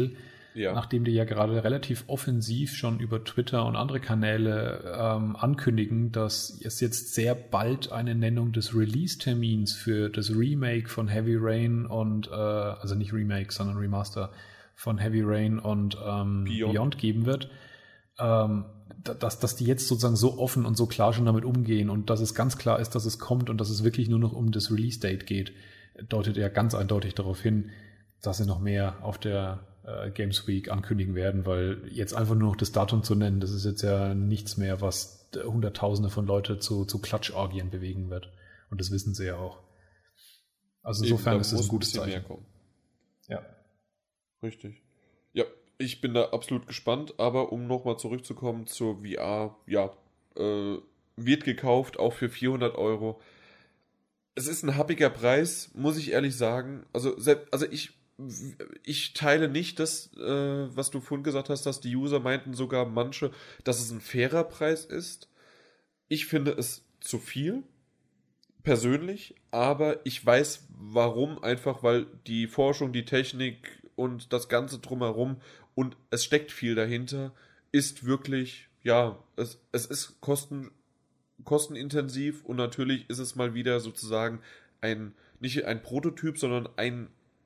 ja. nachdem die ja gerade relativ offensiv schon über Twitter und andere Kanäle ähm, ankündigen, dass es jetzt sehr bald eine Nennung des Release-Termins für das Remake von Heavy Rain und, äh, also nicht Remake, sondern Remaster von Heavy Rain und ähm, Beyond. Beyond geben wird, ähm, dass, dass die jetzt sozusagen so offen und so klar schon damit umgehen und dass es ganz klar ist, dass es kommt und dass es wirklich nur noch um das Release-Date geht, deutet ja ganz eindeutig darauf hin, dass sie noch mehr auf der äh, Games Week ankündigen werden, weil jetzt einfach nur noch das Datum zu nennen, das ist jetzt ja nichts mehr, was Hunderttausende von Leuten zu, zu Klatschorgien bewegen wird. Und das wissen sie ja auch. Also insofern Eben, ist es ein gutes Zeichen. Mehr kommen. Ja. Richtig. Ja, ich bin da absolut gespannt, aber um nochmal zurückzukommen zur V R, ja, äh, wird gekauft, auch für vierhundert Euro. Es ist ein happiger Preis, muss ich ehrlich sagen. Also, also ich Ich teile nicht das, äh, was du vorhin gesagt hast, dass die User meinten sogar manche, dass es ein fairer Preis ist. Ich finde es zu viel, persönlich, aber ich weiß warum, einfach weil die Forschung, die Technik und das Ganze drumherum und es steckt viel dahinter, ist wirklich, ja, es, es ist kosten, kostenintensiv und natürlich ist es mal wieder sozusagen ein, nicht ein Prototyp, sondern ein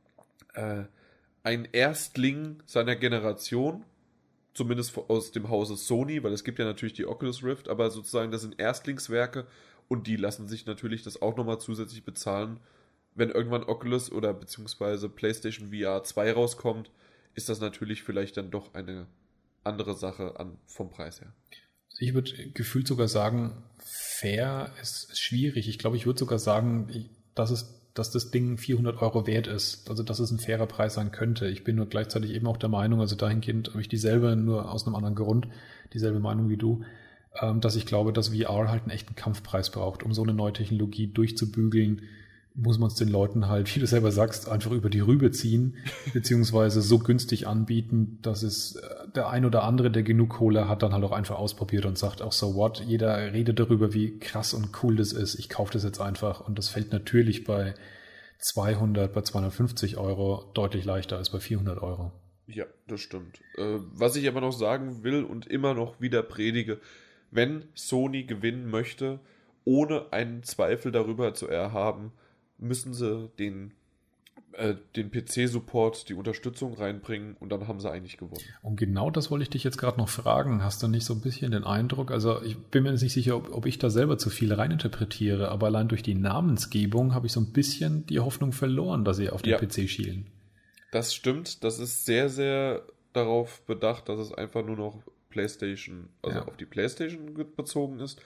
ein Erstling seiner Generation, zumindest aus dem Hause Sony, weil es gibt ja natürlich die Oculus Rift, aber sozusagen das sind Erstlingswerke und die lassen sich natürlich das auch nochmal zusätzlich bezahlen. Wenn irgendwann Oculus oder beziehungsweise PlayStation V R zwei rauskommt, ist das natürlich vielleicht dann doch eine andere Sache an, vom Preis her. Ich würde gefühlt sogar sagen, fair ist schwierig. Ich glaube, ich würde sogar sagen, dass es dass das Ding vierhundert Euro wert ist, also dass es ein fairer Preis sein könnte. Ich bin nur gleichzeitig eben auch der Meinung, also dahingehend habe ich dieselbe, nur aus einem anderen Grund, dieselbe Meinung wie du, ähm, dass ich glaube, dass V R halt einen echten Kampfpreis braucht. Um so eine neue Technologie durchzubügeln, muss man es den Leuten halt, wie du selber sagst, einfach über die Rübe ziehen, beziehungsweise so günstig anbieten, dass es der ein oder andere, der genug Kohle hat, dann halt auch einfach ausprobiert und sagt auch so what, jeder redet darüber, wie krass und cool das ist, ich kaufe das jetzt einfach und das fällt natürlich bei zweihundert, bei zweihundertfünfzig Euro deutlich leichter als bei vierhundert Euro. Ja, das stimmt. Äh, was ich aber noch sagen will und immer noch wieder predige, wenn Sony gewinnen möchte, ohne einen Zweifel darüber zu erhaben, müssen sie den, äh, den P C-Support, die Unterstützung reinbringen und dann haben sie eigentlich gewonnen. Und genau das wollte ich dich jetzt gerade noch fragen. Hast du nicht so ein bisschen den Eindruck, also ich bin mir jetzt nicht sicher, ob, ob ich da selber zu viel reininterpretiere, aber allein durch die Namensgebung habe ich so ein bisschen die Hoffnung verloren, dass sie auf den ja. P C schielen. Das stimmt, das ist sehr, sehr darauf bedacht, dass es einfach nur noch PlayStation, also ja. auf die PlayStation bezogen ist.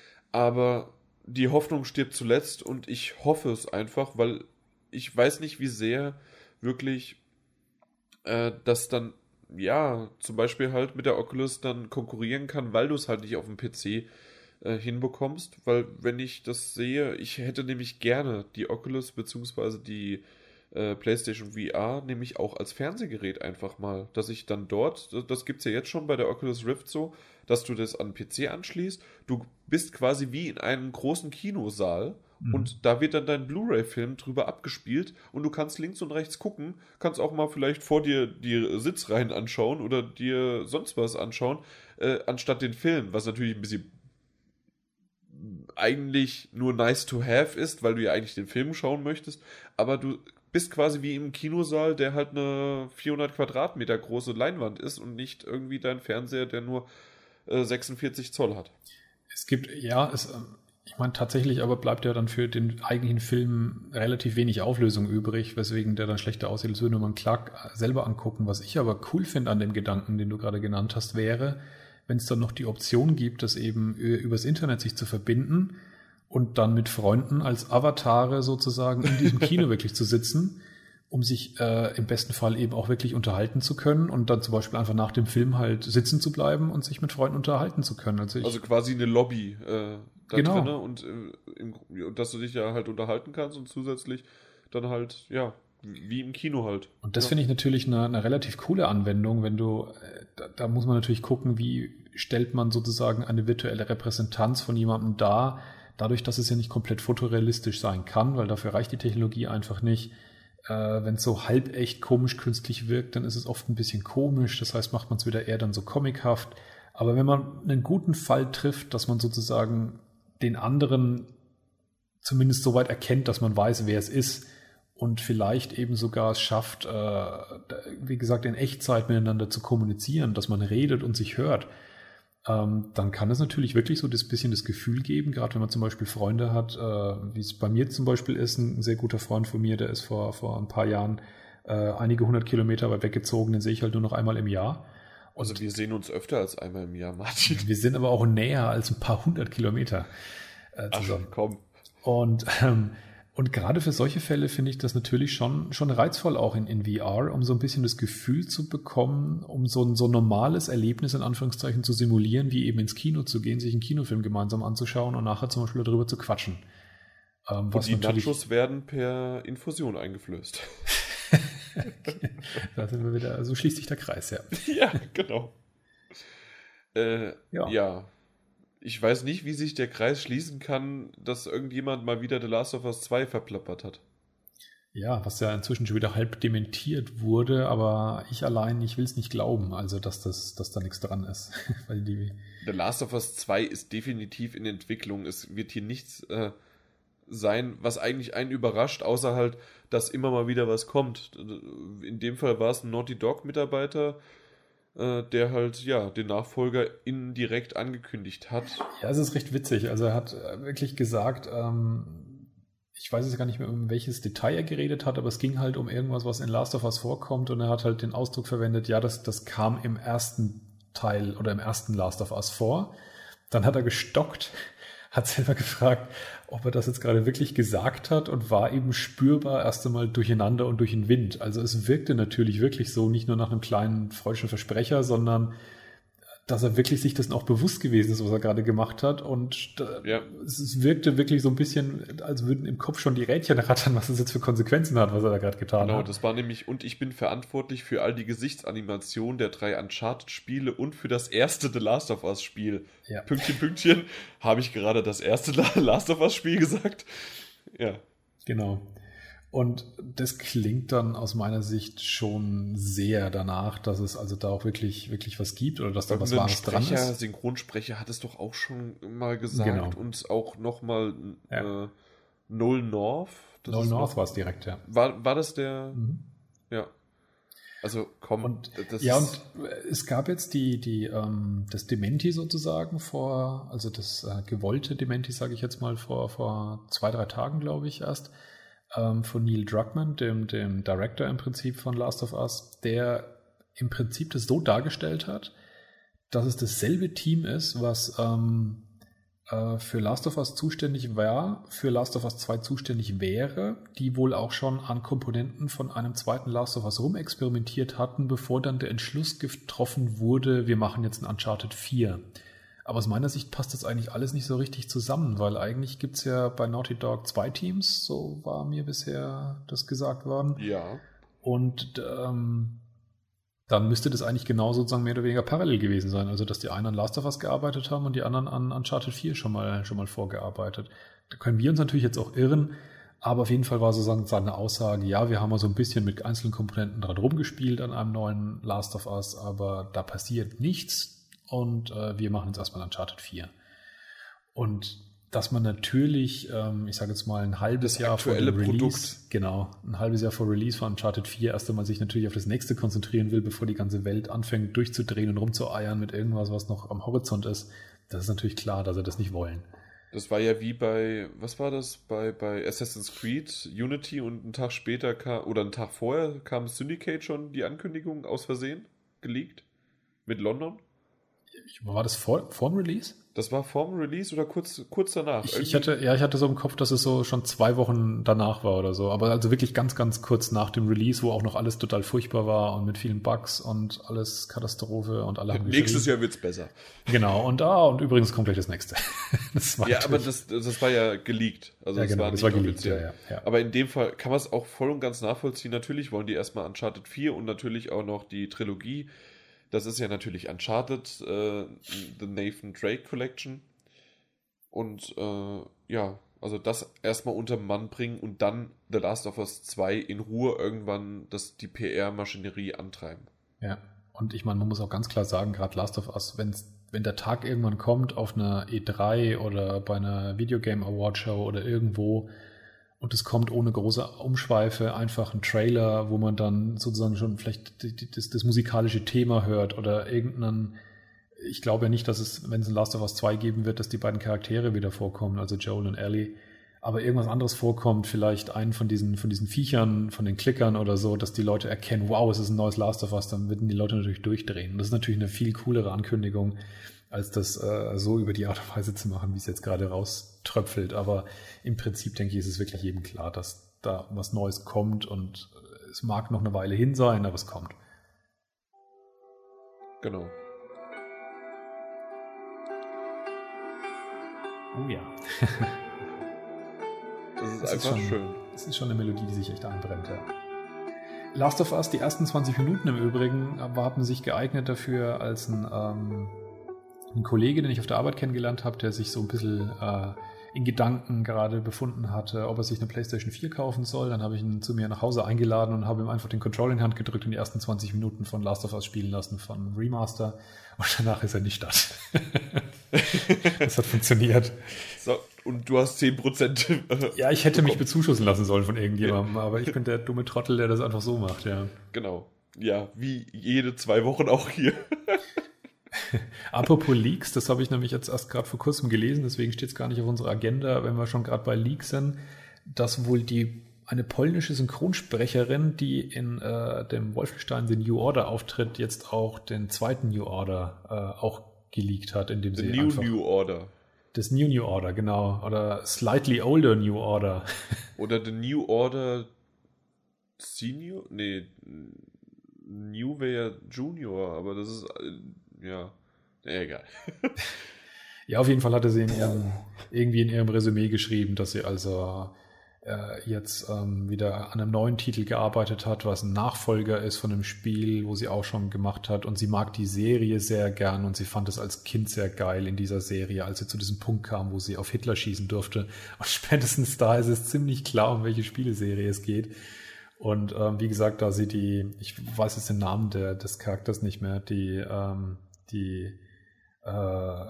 Aber die Hoffnung stirbt zuletzt und ich hoffe es einfach, weil ich weiß nicht, wie sehr wirklich äh, das dann, ja, zum Beispiel halt mit der Oculus dann konkurrieren kann, weil du es halt nicht auf dem P C äh, hinbekommst, weil wenn ich das sehe, ich hätte nämlich gerne die Oculus bzw. die äh, PlayStation V R nämlich auch als Fernsehgerät einfach mal, dass ich dann dort, das gibt es ja jetzt schon bei der Oculus Rift so, dass du das an den P C anschließt, du bist quasi wie in einem großen Kinosaal mhm. und da wird dann dein Blu-ray-Film drüber abgespielt und du kannst links und rechts gucken, kannst auch mal vielleicht vor dir die Sitzreihen anschauen oder dir sonst was anschauen, äh, anstatt den Film, was natürlich ein bisschen eigentlich nur nice to have ist, weil du ja eigentlich den Film schauen möchtest, aber du bist quasi wie im Kinosaal, der halt eine vierhundert Quadratmeter große Leinwand ist und nicht irgendwie dein Fernseher, der nur äh, sechsundvierzig Zoll hat. Es gibt, ja, es, ich meine tatsächlich, aber bleibt ja dann für den eigentlichen Film relativ wenig Auflösung übrig, weswegen der dann schlechter aussieht, als würde man klar selber angucken. Was ich aber cool finde an dem Gedanken, den du gerade genannt hast, wäre, wenn es dann noch die Option gibt, das eben übers Internet sich zu verbinden und dann mit Freunden als Avatare sozusagen in diesem Kino wirklich zu sitzen, um sich äh, im besten Fall eben auch wirklich unterhalten zu können und dann zum Beispiel einfach nach dem Film halt sitzen zu bleiben und sich mit Freunden unterhalten zu können. Also, ich, also quasi eine Lobby äh, da genau. drin und, äh, im, und dass du dich ja halt unterhalten kannst und zusätzlich dann halt, ja, wie im Kino halt. Und das ja. finde ich natürlich eine, eine relativ coole Anwendung, wenn du, äh, da, da muss man natürlich gucken, wie stellt man sozusagen eine virtuelle Repräsentanz von jemandem dar, dadurch, dass es ja nicht komplett fotorealistisch sein kann, weil dafür reicht die Technologie einfach nicht, Äh, wenn es so halb echt komisch künstlich wirkt, dann ist es oft ein bisschen komisch. Das heißt, macht man es wieder eher dann so comichaft. Aber wenn man einen guten Fall trifft, dass man sozusagen den anderen zumindest so weit erkennt, dass man weiß, wer es ist und vielleicht eben sogar es schafft, äh, wie gesagt, in Echtzeit miteinander zu kommunizieren, dass man redet und sich hört, ähm, dann kann es natürlich wirklich so das bisschen das Gefühl geben, gerade wenn man zum Beispiel Freunde hat, äh, wie es bei mir zum Beispiel ist, ein sehr guter Freund von mir, der ist vor, vor ein paar Jahren äh, einige hundert Kilometer weit weggezogen, den sehe ich halt nur noch einmal im Jahr. Und also wir sehen uns öfter als einmal im Jahr, Martin. Wir sind aber auch näher als ein paar hundert Kilometer äh, zusammen. Ach, komm. Und, ähm, und gerade für solche Fälle finde ich das natürlich schon, schon reizvoll auch in, in V R, um so ein bisschen das Gefühl zu bekommen, um so ein so normales Erlebnis in Anführungszeichen zu simulieren, wie eben ins Kino zu gehen, sich einen Kinofilm gemeinsam anzuschauen und nachher zum Beispiel darüber zu quatschen. Ähm, was und die Nachos werden per Infusion eingeflößt. Da sind wir wieder, so schließt sich der Kreis, ja. Ja, genau. Äh, ja. ja. Ich weiß nicht, wie sich der Kreis schließen kann, dass irgendjemand mal wieder The Last of Us zwei verplappert hat. Ja, was ja inzwischen schon wieder halb dementiert wurde, aber ich allein, ich will es nicht glauben, also dass, das, dass da nichts dran ist. Weil die The Last of Us zwei ist definitiv in Entwicklung. Es wird hier nichts äh, sein, was eigentlich einen überrascht, außer halt, dass immer mal wieder was kommt. In dem Fall war es ein Naughty Dog-Mitarbeiter, der halt, ja, den Nachfolger indirekt angekündigt hat. Ja, es ist recht witzig. Also er hat wirklich gesagt, ähm, ich weiß jetzt gar nicht mehr, um welches Detail er geredet hat, aber es ging halt um irgendwas, was in Last of Us vorkommt und er hat halt den Ausdruck verwendet, ja, das, das kam im ersten Teil oder im ersten Last of Us vor. Dann hat er gestockt, hat selber gefragt, ob er das jetzt gerade wirklich gesagt hat und war eben spürbar erst einmal durcheinander und durch den Wind. Also es wirkte natürlich wirklich so, nicht nur nach einem kleinen freudschen Versprecher, sondern dass er wirklich sich dessen auch bewusst gewesen ist, was er gerade gemacht hat. Und ja. es wirkte wirklich so ein bisschen, als würden im Kopf schon die Rädchen rattern, was es jetzt für Konsequenzen hat, was er da gerade getan genau, hat. Genau, das war nämlich, und ich bin verantwortlich für all die Gesichtsanimationen der drei Uncharted-Spiele und für das erste The Last of Us-Spiel. Ja. Pünktchen, Pünktchen, habe ich gerade das erste Last of Us-Spiel gesagt? Ja. Genau. Und das klingt dann aus meiner Sicht schon sehr danach, dass es also da auch wirklich, wirklich was gibt oder dass da was Wahres dran ist. Synchronsprecher hat es doch auch schon mal gesagt genau. Und auch nochmal ja. äh, Noel North. Das Noel North war es direkt, ja. War, war das der? Mhm. Ja. Also komm. Und, das ja, und es gab jetzt die, die, ähm, das Dementi sozusagen vor, also das äh, gewollte Dementi, sage ich jetzt mal, vor, vor zwei, drei Tagen, glaube ich, erst. Von Neil Druckmann, dem, dem Director im Prinzip von Last of Us, der im Prinzip das so dargestellt hat, dass es dasselbe Team ist, was ähm, äh, für Last of Us zuständig war, für Last of Us zwei zuständig wäre, die wohl auch schon an Komponenten von einem zweiten Last of Us rumexperimentiert hatten, bevor dann der Entschluss getroffen wurde, wir machen jetzt ein Uncharted vier. Aber aus meiner Sicht passt das eigentlich alles nicht so richtig zusammen, weil eigentlich gibt es ja bei Naughty Dog zwei Teams, so war mir bisher das gesagt worden. Ja. Und ähm, dann müsste das eigentlich genau sozusagen mehr oder weniger parallel gewesen sein. Also dass die einen an Last of Us gearbeitet haben und die anderen an Uncharted vier schon mal, schon mal vorgearbeitet. Da können wir uns natürlich jetzt auch irren, aber auf jeden Fall war sozusagen seine Aussage, ja, wir haben mal so ein bisschen mit einzelnen Komponenten dran rumgespielt an einem neuen Last of Us, aber da passiert nichts. Und äh, wir machen jetzt erstmal Uncharted vier. Und dass man natürlich, ähm, ich sage jetzt mal ein halbes das Jahr vor dem Release, Produkt. genau, ein halbes Jahr vor Release von Uncharted vier erst einmal sich natürlich auf das nächste konzentrieren will, bevor die ganze Welt anfängt durchzudrehen und rumzueiern mit irgendwas, was noch am Horizont ist, das ist natürlich klar, dass sie das nicht wollen. Das war ja wie bei, was war das, bei, bei Assassin's Creed Unity und einen Tag später kam, oder einen Tag vorher kam Syndicate schon die Ankündigung aus Versehen geleakt mit London. War das vor, vor dem Release? Das war vor dem Release oder kurz, kurz danach? Ich, ich hatte, ja, ich hatte so im Kopf, dass es so schon zwei Wochen danach war oder so. Aber also wirklich ganz, ganz kurz nach dem Release, wo auch noch alles total furchtbar war und mit vielen Bugs und alles Katastrophe und alle haben geschrien. Nächstes Jahr wird's besser. Genau. Und ah, und übrigens kommt gleich das nächste. Das war ja, aber das, das war ja geleakt. Also ja, das genau, war das nicht war offiziell. Geleakt, ja, ja. Aber in dem Fall kann man es auch voll und ganz nachvollziehen. Natürlich wollen die erstmal Uncharted vier und natürlich auch noch die Trilogie. Das ist ja natürlich Uncharted, äh, The Nathan Drake Collection. Und äh, ja, Also das erstmal unter den Mann bringen und dann The Last of Us zwei in Ruhe irgendwann das, die P R-Maschinerie antreiben. Ja, und ich meine, man muss auch ganz klar sagen, gerade Last of Us, wenn's, wenn der Tag irgendwann kommt auf einer E drei oder bei einer Videogame Award Show oder irgendwo und es kommt ohne große Umschweife einfach ein Trailer, wo man dann sozusagen schon vielleicht die, die, das, das musikalische Thema hört oder irgendeinen, ich glaube ja nicht, dass es, wenn es ein Last of Us zwei geben wird, dass die beiden Charaktere wieder vorkommen, also Joel und Ellie, aber irgendwas anderes vorkommt, vielleicht einen von diesen, von diesen Viechern, von den Klickern oder so, dass die Leute erkennen, wow, es ist ein neues Last of Us, dann würden die Leute natürlich durchdrehen. Und das ist natürlich eine viel coolere Ankündigung, als das äh, so über die Art und Weise zu machen, wie es jetzt gerade rauströpfelt. Aber im Prinzip, denke ich, ist es wirklich jedem klar, dass da was Neues kommt und es mag noch eine Weile hin sein, aber es kommt. Genau. Oh ja. Das ist das einfach ist schon, schön. Das ist schon eine Melodie, die sich echt einbrennt, ja. Last of Us, die ersten zwanzig Minuten im Übrigen, haben sich geeignet dafür, als ein, ähm, ein Kollege, den ich auf der Arbeit kennengelernt habe, der sich so ein bisschen äh, in Gedanken gerade befunden hatte, ob er sich eine PlayStation vier kaufen soll. Dann habe ich ihn zu mir nach Hause eingeladen und habe ihm einfach den Controller in die Hand gedrückt und die ersten zwanzig Minuten von Last of Us spielen lassen von Remaster. Und danach ist er nicht da. Das hat funktioniert. So, und du hast zehn Prozent. Ja, ich hätte mich bezuschussen lassen sollen von irgendjemandem, ja. Aber ich bin der dumme Trottel, der das einfach so macht, ja. Genau. Ja, wie jede zwei Wochen auch hier. Apropos Leaks, das habe ich nämlich jetzt erst gerade vor kurzem gelesen, deswegen steht es gar nicht auf unserer Agenda, wenn wir schon gerade bei Leaks sind, dass wohl die eine polnische Synchronsprecherin, die in äh, dem Wolfenstein The New Order auftritt, jetzt auch den zweiten New Order äh, auch geleakt hat, indem The sie New einfach... New Order. Das New New Order, genau. Oder Slightly Older New Order. Oder The New Order Senior? Nee, New wäre ja Junior, aber das ist, ja, egal. Ja, auf jeden Fall hatte sie in ihrem, irgendwie in ihrem Resümee geschrieben, dass sie also äh, jetzt ähm, wieder an einem neuen Titel gearbeitet hat, was ein Nachfolger ist von einem Spiel, wo sie auch schon gemacht hat, und sie mag die Serie sehr gern und sie fand es als Kind sehr geil in dieser Serie, als sie zu diesem Punkt kam, wo sie auf Hitler schießen durfte, und spätestens da ist es ziemlich klar, um welche Spieleserie es geht. Und ähm, wie gesagt, da sie die, ich weiß jetzt den Namen der, des Charakters nicht mehr, die ähm, die äh,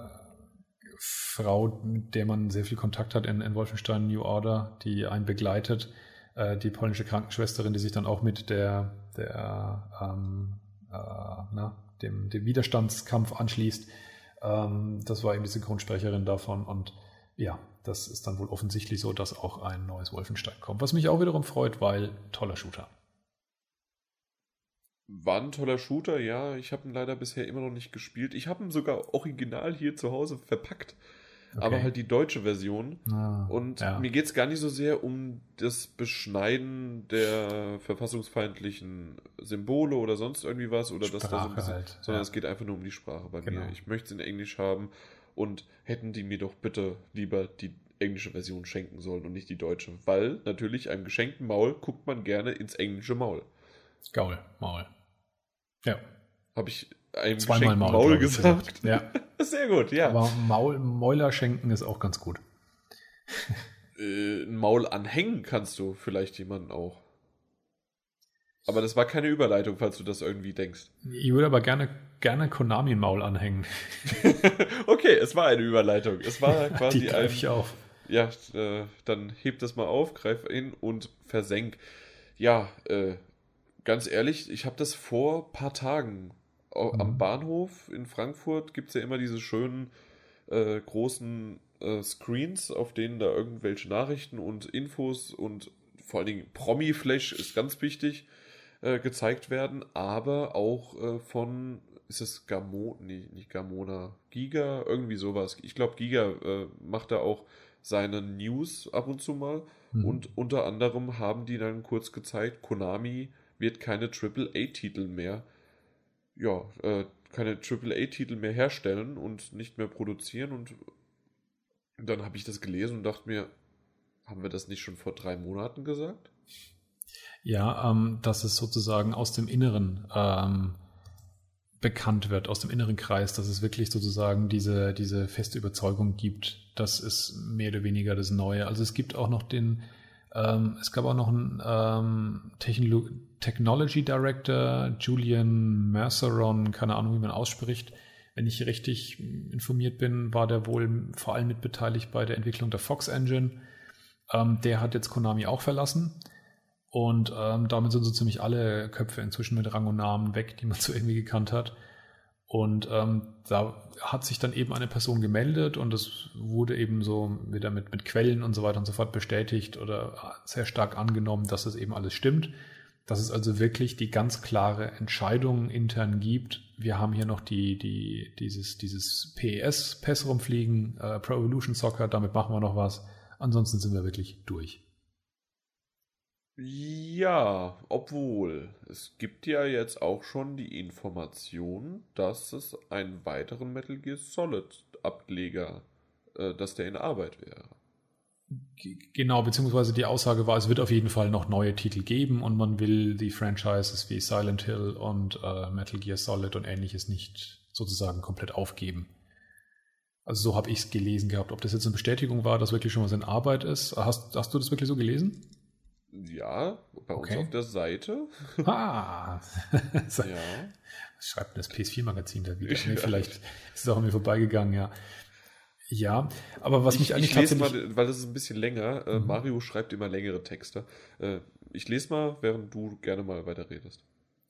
Frau, mit der man sehr viel Kontakt hat in, in Wolfenstein New Order, die einen begleitet, äh, die polnische Krankenschwesterin, die sich dann auch mit der, der ähm, äh, na, dem, dem Widerstandskampf anschließt. Ähm, das war eben die Synchronsprecherin davon, und ja, das ist dann wohl offensichtlich so, dass auch ein neues Wolfenstein kommt, was mich auch wiederum freut, weil toller Shooter. War ein toller Shooter, ja. Ich habe ihn leider bisher immer noch nicht gespielt. Ich habe ihn sogar original hier zu Hause verpackt. Okay. Aber halt die deutsche Version. Ah, und ja. Mir geht es gar nicht so sehr um das Beschneiden der verfassungsfeindlichen Symbole oder sonst irgendwie was. Oder das da so ein bisschen, halt. Sondern ja. Es geht einfach nur um die Sprache bei genau. mir. Ich möchte es in Englisch haben, und hätten die mir doch bitte lieber die englische Version schenken sollen und nicht die deutsche. Weil natürlich einem geschenkten Maul guckt man gerne ins englische Maul. Gaul, Maul. Ja. Habe ich einem Zweimal Maul, Maul gesagt? gesagt. Ja. Sehr gut, ja. Aber Maul, Mäuler schenken ist auch ganz gut. Äh, ein Maul anhängen kannst du vielleicht jemanden auch. Aber das war keine Überleitung, falls du das irgendwie denkst. Ich würde aber gerne, gerne Konami Maul anhängen. Okay, es war eine Überleitung. Es war quasi Die greife ich auf. Ja, äh, dann heb das mal auf, greif hin und versenk. Ja, äh, ganz ehrlich, ich habe das vor ein paar Tagen mhm. am Bahnhof in Frankfurt gibt es ja immer diese schönen äh, großen äh, Screens, auf denen da irgendwelche Nachrichten und Infos und vor allen Dingen Promi-Flash ist ganz wichtig, äh, gezeigt werden, aber auch äh, von, ist es Gamo, nee, nicht Gamona, Giga, irgendwie sowas. Ich glaube, Giga äh, macht da auch seine News ab und zu mal mhm. und unter anderem haben die dann kurz gezeigt, Konami wird keine Triple A Titel mehr, ja, äh, keine Triple A Titel mehr herstellen und nicht mehr produzieren, und dann habe ich das gelesen und dachte mir, haben wir das nicht schon vor drei Monaten gesagt? Ja, ähm, dass es sozusagen aus dem Inneren ähm, bekannt wird aus dem inneren Kreis, dass es wirklich sozusagen diese, diese feste Überzeugung gibt. Das ist mehr oder weniger das Neue. Also es gibt auch noch den, ähm, es gab auch noch einen ähm, Techno- Technology Director, Julian Merceron, keine Ahnung, wie man ausspricht. Wenn ich richtig informiert bin, war der wohl vor allem mitbeteiligt bei der Entwicklung der Fox Engine. Ähm, der hat jetzt Konami auch verlassen. Und ähm, damit sind so ziemlich alle Köpfe inzwischen mit Rang und Namen weg, die man so irgendwie gekannt hat. Und ähm, da hat sich dann eben eine Person gemeldet und das wurde eben so wieder mit, mit Quellen und so weiter und so fort bestätigt oder sehr stark angenommen, dass das eben alles stimmt. Dass es also wirklich die ganz klare Entscheidung intern gibt. Wir haben hier noch die, die, dieses, dieses P E S, P E S rumfliegen, äh, Pro Evolution Soccer, damit machen wir noch was. Ansonsten sind wir wirklich durch. Ja, obwohl, es gibt ja jetzt auch schon die Information, dass es einen weiteren Metal Gear Solid Ableger, äh, dass der in Arbeit wäre. Genau, beziehungsweise die Aussage war, es wird auf jeden Fall noch neue Titel geben und man will die Franchises wie Silent Hill und äh, Metal Gear Solid und ähnliches nicht sozusagen komplett aufgeben. Also so habe ich es gelesen gehabt. Ob das jetzt eine Bestätigung war, dass wirklich schon was in Arbeit ist, hast, hast du das wirklich so gelesen? Ja, bei uns Okay. auf der Seite. Ah, Ja. was schreibt denn das P S vier Magazin da wieder? Nee, vielleicht ist es auch an mir vorbeigegangen, ja. Ja, aber was mich ich, eigentlich ich lese tatsächlich... mal, weil das ist ein bisschen länger. Äh, Mhm. Mario schreibt immer längere Texte. Äh, ich lese mal, während du gerne mal weiterredest.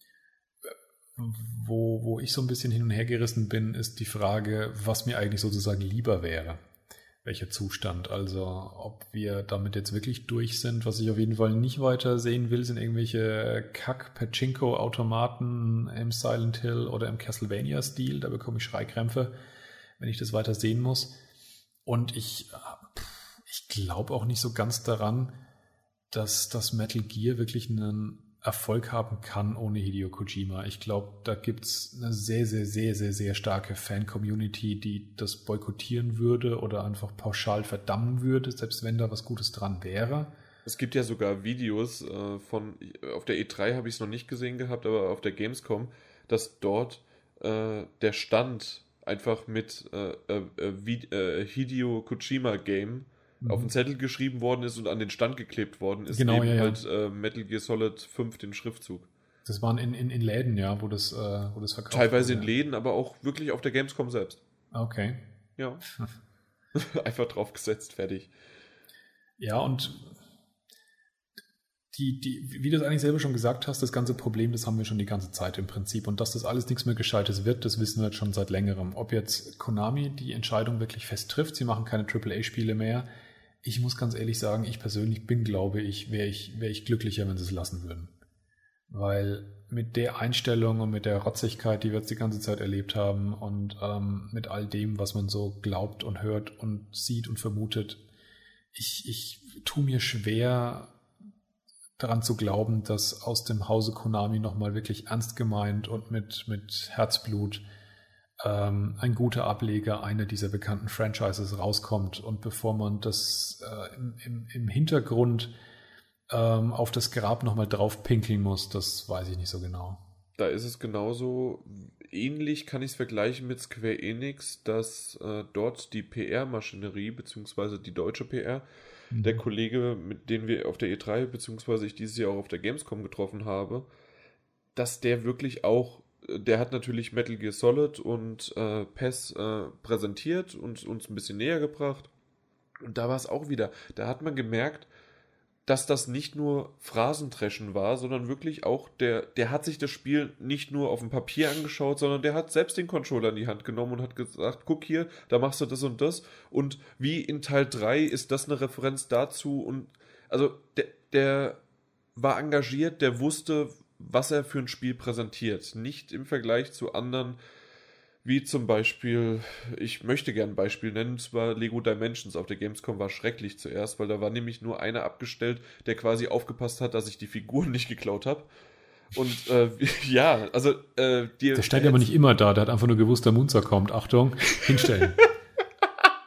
Wo, wo ich so ein bisschen hin und her gerissen bin, ist die Frage, was mir eigentlich sozusagen lieber wäre. Welcher Zustand. Also ob wir damit jetzt wirklich durch sind. Was ich auf jeden Fall nicht weiter sehen will, sind irgendwelche Kack-Pachinko-Automaten im Silent Hill oder im Castlevania-Stil. Da bekomme ich Schreikrämpfe, wenn ich das weiter sehen muss. Und ich, ich glaube auch nicht so ganz daran, dass das Metal Gear wirklich einen Erfolg haben kann ohne Hideo Kojima. Ich glaube, da gibt's eine sehr, sehr, sehr, sehr, sehr starke Fan-Community, die das boykottieren würde oder einfach pauschal verdammen würde, selbst wenn da was Gutes dran wäre. Es gibt ja sogar Videos äh, von, auf der E drei habe ich es noch nicht gesehen gehabt, aber auf der Gamescom, dass dort äh, der Stand einfach mit äh, äh, äh, Hideo Kojima Game mhm. auf den Zettel geschrieben worden ist und an den Stand geklebt worden ist, genau, neben ja, ja. halt äh, Metal Gear Solid fünf den Schriftzug. Das waren in, in, in Läden, ja, wo das, äh, wo das verkauft Teilweise wurde. in Läden, aber auch wirklich auf der Gamescom selbst. Okay. Ja. Einfach draufgesetzt, fertig. Ja, und die, die, wie du es eigentlich selber schon gesagt hast, das ganze Problem, das haben wir schon die ganze Zeit im Prinzip. Und dass das alles nichts mehr Gescheites wird, das wissen wir jetzt schon seit längerem. Ob jetzt Konami die Entscheidung wirklich fest trifft, sie machen keine Triple A-Spiele mehr. Ich muss ganz ehrlich sagen, ich persönlich bin, glaube ich, wäre ich, wäre ich glücklicher, wenn sie es lassen würden. Weil mit der Einstellung und mit der Rotzigkeit, die wir jetzt die ganze Zeit erlebt haben und ähm, mit all dem, was man so glaubt und hört und sieht und vermutet, ich, ich tue mir schwer, daran zu glauben, dass aus dem Hause Konami nochmal wirklich ernst gemeint und mit, mit Herzblut ähm, ein guter Ableger einer dieser bekannten Franchises rauskommt. Und bevor man das äh, im, im, im Hintergrund ähm, auf das Grab nochmal drauf pinkeln muss, das weiß ich nicht so genau. Da ist es genauso. Ähnlich kann ich es vergleichen mit Square Enix, dass äh, dort die P R-Maschinerie, beziehungsweise die deutsche P R, mhm. der Kollege, mit dem wir auf der E drei, beziehungsweise ich dieses Jahr auch auf der Gamescom getroffen habe, dass der wirklich auch, der hat natürlich Metal Gear Solid und äh, P E S äh, präsentiert und uns ein bisschen näher gebracht. Und da war es auch wieder, da hat man gemerkt, dass das nicht nur Phrasendreschen war, sondern wirklich auch, der, der hat sich das Spiel nicht nur auf dem Papier angeschaut, sondern der hat selbst den Controller in die Hand genommen und hat gesagt, guck hier, da machst du das und das. Und wie in Teil drei ist das eine Referenz dazu. Und also der, der war engagiert, der wusste, was er für ein Spiel präsentiert. Nicht im Vergleich zu anderen, wie zum Beispiel, ich möchte gerne ein Beispiel nennen, zwar Lego Dimensions auf der Gamescom war schrecklich zuerst, weil da war nämlich nur einer abgestellt, der quasi aufgepasst hat, dass ich die Figuren nicht geklaut habe. Und äh, ja, also äh, die, der stand aber nicht immer da, der hat einfach nur gewusst, der Munzer kommt. Achtung, hinstellen.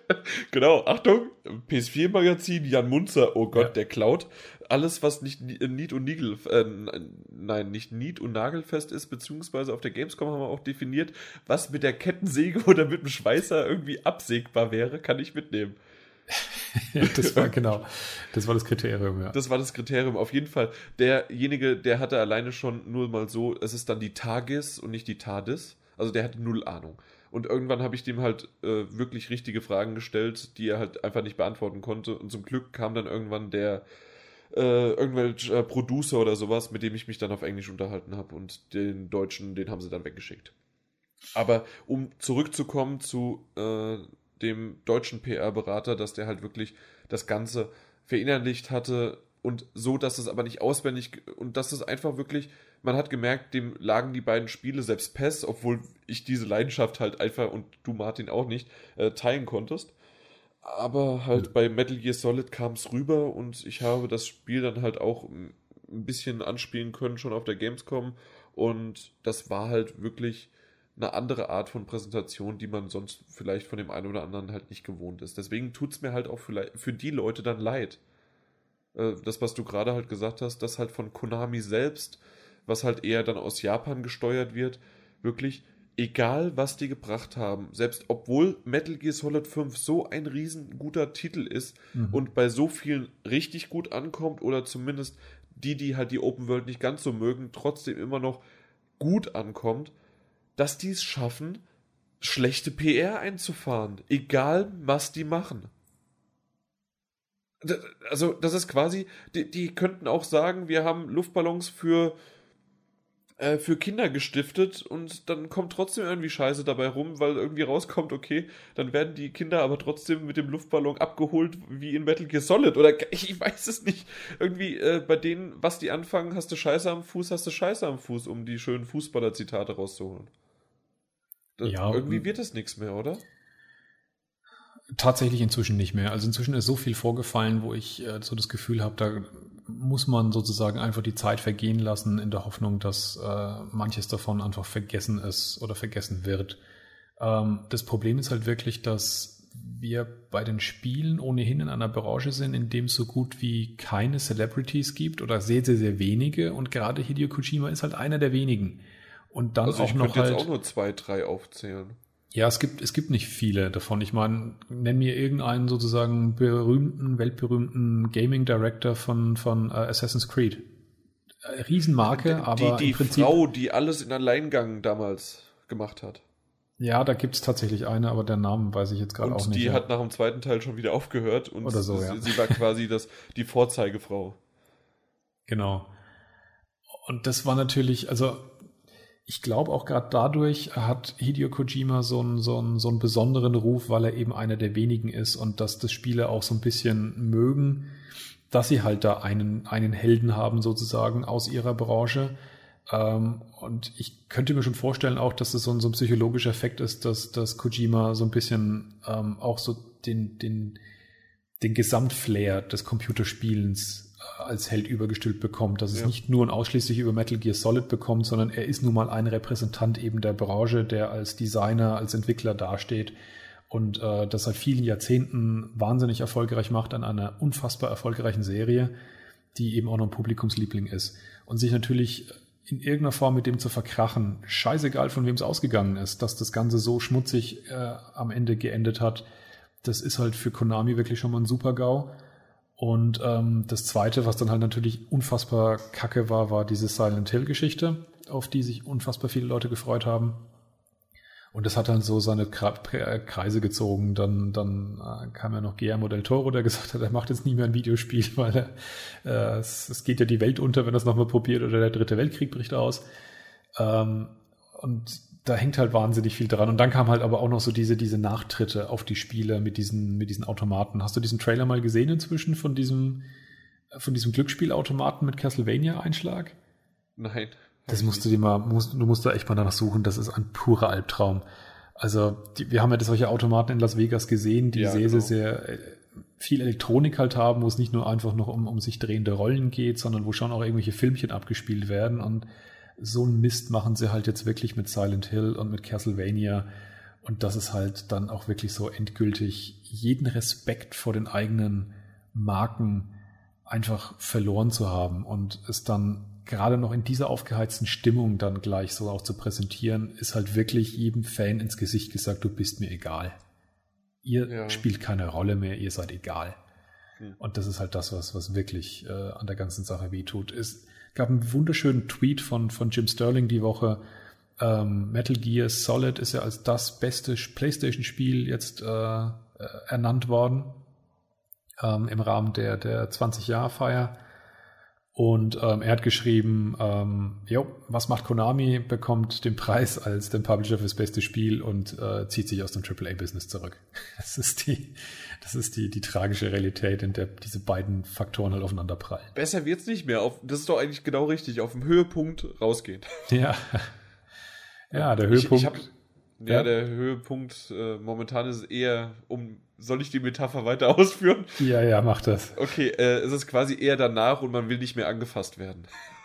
Genau, Achtung, P S vier Magazin, Jan Munzer, oh Gott, Ja. der klaut. Alles, was nicht Niet und Nigel, äh, nein, nicht Niet und Nagelfest ist, beziehungsweise auf der Gamescom haben wir auch definiert, was mit der Kettensäge oder mit dem Schweißer irgendwie absägbar wäre, kann ich mitnehmen. Ja, das war genau, das war das Kriterium, ja. Das war das Kriterium. Auf jeden Fall, derjenige, der hatte alleine schon nur mal so, es ist dann die TARDIS und nicht die TARDIS. Also der hatte null Ahnung. Und irgendwann habe ich dem halt äh, wirklich richtige Fragen gestellt, die er halt einfach nicht beantworten konnte. Und zum Glück kam dann irgendwann der äh, irgendwelcher äh, Producer oder sowas, mit dem ich mich dann auf Englisch unterhalten habe. Und den Deutschen, den haben sie dann weggeschickt. Aber um zurückzukommen zu äh, dem deutschen P R-Berater, dass der halt wirklich das Ganze verinnerlicht hatte und so, dass es aber nicht auswendig und dass es einfach wirklich, man hat gemerkt, dem lagen die beiden Spiele, selbst P E S, obwohl ich diese Leidenschaft halt einfach und du Martin auch nicht, äh, teilen konntest. Aber halt Ja. bei Metal Gear Solid kam es rüber und ich habe das Spiel dann halt auch ein bisschen anspielen können, schon auf der Gamescom und das war halt wirklich eine andere Art von Präsentation, die man sonst vielleicht von dem einen oder anderen halt nicht gewohnt ist. Deswegen tut es mir halt auch für, für die Leute dann leid. Äh, das, was du gerade halt gesagt hast, das halt von Konami selbst, was halt eher dann aus Japan gesteuert wird, wirklich, egal was die gebracht haben, selbst obwohl Metal Gear Solid fünf so ein riesen guter Titel ist Mhm. und bei so vielen richtig gut ankommt oder zumindest die, die halt die Open World nicht ganz so mögen, trotzdem immer noch gut ankommt, dass die es schaffen, schlechte P R einzufahren. Egal, was die machen. D- Also, das ist quasi, die, die könnten auch sagen, wir haben Luftballons für, äh, für Kinder gestiftet und dann kommt trotzdem irgendwie Scheiße dabei rum, weil irgendwie rauskommt, okay, dann werden die Kinder aber trotzdem mit dem Luftballon abgeholt wie in Metal Gear Solid. Oder ich, ich weiß es nicht. Irgendwie äh, bei denen, was die anfangen, hast du Scheiße am Fuß, hast du Scheiße am Fuß, um die schönen Fußballer-Zitate rauszuholen. Da, Ja, irgendwie wird das nichts mehr, oder? Tatsächlich inzwischen nicht mehr. Also inzwischen ist so viel vorgefallen, wo ich äh, so das Gefühl habe, da muss man sozusagen einfach die Zeit vergehen lassen in der Hoffnung, dass äh, manches davon einfach vergessen ist oder vergessen wird. Ähm, das Problem ist halt wirklich, dass wir bei den Spielen ohnehin in einer Branche sind, in dem es so gut wie keine Celebrities gibt oder sehr, sehr, sehr wenige und gerade Hideo Kojima ist halt einer der wenigen. Und dann Also auch ich noch könnte jetzt halt auch nur zwei, drei aufzählen. Ja, es gibt, es gibt nicht viele davon. Ich meine, nenn mir irgendeinen sozusagen berühmten, weltberühmten Gaming Director von, von äh, Assassin's Creed. Äh, Riesenmarke, aber die die im Prinzip. Frau, die alles in Alleingang damals gemacht hat. Ja, da gibt's tatsächlich eine, aber der Name weiß ich jetzt gerade Und auch nicht. die ja. hat nach dem zweiten Teil schon wieder aufgehört und Oder so, sie, ja. sie war quasi das, die Vorzeigefrau. Genau. Und das war natürlich, also ich glaube auch gerade dadurch hat Hideo Kojima so einen, so, einen, so einen besonderen Ruf, weil er eben einer der wenigen ist und dass das Spieler auch so ein bisschen mögen, dass sie halt da einen, einen Helden haben sozusagen aus ihrer Branche. Ähm, und ich könnte mir schon vorstellen auch, dass das so ein, so ein psychologischer Effekt ist, dass, dass Kojima so ein bisschen ähm, auch so den, den, den Gesamtflair des Computerspielens als Held übergestülpt bekommt, dass es Ja. nicht nur und ausschließlich über Metal Gear Solid bekommt, sondern er ist nun mal ein Repräsentant eben der Branche, der als Designer, als Entwickler dasteht und äh, das seit vielen Jahrzehnten wahnsinnig erfolgreich macht an einer unfassbar erfolgreichen Serie, die eben auch noch ein Publikumsliebling ist. Und sich natürlich in irgendeiner Form mit dem zu verkrachen, scheißegal von wem es ausgegangen ist, dass das Ganze so schmutzig äh, am Ende geendet hat, das ist halt für Konami wirklich schon mal ein Super-GAU. Und ähm, das Zweite, was dann halt natürlich unfassbar kacke war, war diese Silent Hill-Geschichte, auf die sich unfassbar viele Leute gefreut haben. Und das hat dann so seine Kreise gezogen. Dann, dann äh, kam ja noch Guillermo del Toro, der gesagt hat, er macht jetzt nie mehr ein Videospiel, weil er, äh, es, es geht ja die Welt unter, wenn er es nochmal probiert, oder der dritte Weltkrieg bricht aus. Ähm, und da hängt halt wahnsinnig viel dran. Und dann kam halt aber auch noch so diese, diese Nachtritte auf die Spiele mit diesen, mit diesen Automaten. Hast du diesen Trailer mal gesehen inzwischen von diesem, von diesem Glücksspielautomaten mit Castlevania-Einschlag? Nein. Das musst du dir mal, musst, du musst da echt mal danach suchen. Das ist ein purer Albtraum. Also, die, wir haben ja solche Automaten in Las Vegas gesehen, die Ja, sehr, genau. sehr, sehr viel Elektronik halt haben, wo es nicht nur einfach noch um, um sich drehende Rollen geht, sondern wo schon auch irgendwelche Filmchen abgespielt werden. Und so einen Mist machen sie halt jetzt wirklich mit Silent Hill und mit Castlevania. Und das ist halt dann auch wirklich so endgültig jeden Respekt vor den eigenen Marken einfach verloren zu haben und es dann gerade noch in dieser aufgeheizten Stimmung dann gleich so auch zu präsentieren, ist halt wirklich jedem Fan ins Gesicht gesagt, du bist mir egal. Ihr ja. spielt keine Rolle mehr, ihr seid egal. Hm. Und das ist halt das, was, was wirklich äh, an der ganzen Sache wehtut. Es gab einen wunderschönen Tweet von, von Jim Sterling die Woche. Ähm, Metal Gear Solid ist ja als das beste PlayStation-Spiel jetzt äh, äh, ernannt worden ähm, im Rahmen der, der zwanzig-Jahr-Feier. Und ähm, er hat geschrieben, ähm, jo, was macht Konami? Bekommt den Preis als den Publisher fürs beste Spiel und äh, zieht sich aus dem Triple A-Business zurück. Das ist die, das ist die, die tragische Realität, in der diese beiden Faktoren halt aufeinander prallen. Besser wird's nicht mehr. Auf, das ist doch eigentlich genau richtig. Auf dem Höhepunkt rausgehen. Ja, ja, der Höhepunkt. Ich, ich hab, ja, ja, der Höhepunkt äh, momentan ist eher um. Soll ich die Metapher weiter ausführen? Ja, ja, mach das. Okay, äh, es ist quasi eher danach und man will nicht mehr angefasst werden.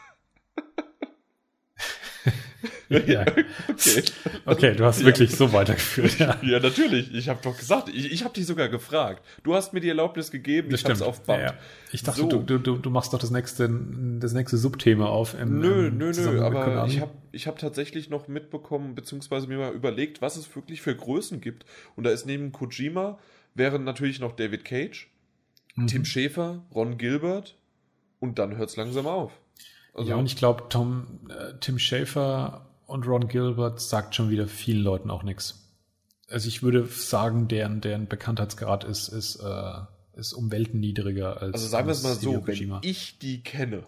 ja. Okay. Okay, du hast ja. wirklich so weitergeführt. Ja, ja natürlich. Ich habe doch gesagt, ich, ich habe dich sogar gefragt. Du hast mir die Erlaubnis gegeben, das ich habe es auf Band. Ja, ja. Ich dachte, so. du, du, du machst doch das nächste, das nächste Subthema auf. Im, nö, im nö, nö, aber ich habe ich hab tatsächlich noch mitbekommen, beziehungsweise mir mal überlegt, was es wirklich für Größen gibt. Und da ist neben Kojima wären natürlich noch David Cage, mhm. Tim Schafer, Ron Gilbert und dann hört es langsam auf. Also, ja, und ich glaube, Tom, äh, Tim Schafer und Ron Gilbert sagt schon wieder vielen Leuten auch nichts. Also ich würde sagen, deren, deren Bekanntheitsgrad ist, ist, äh, ist um Welten niedriger als. Also sagen wir es mal so, Kojima. Wenn ich die kenne,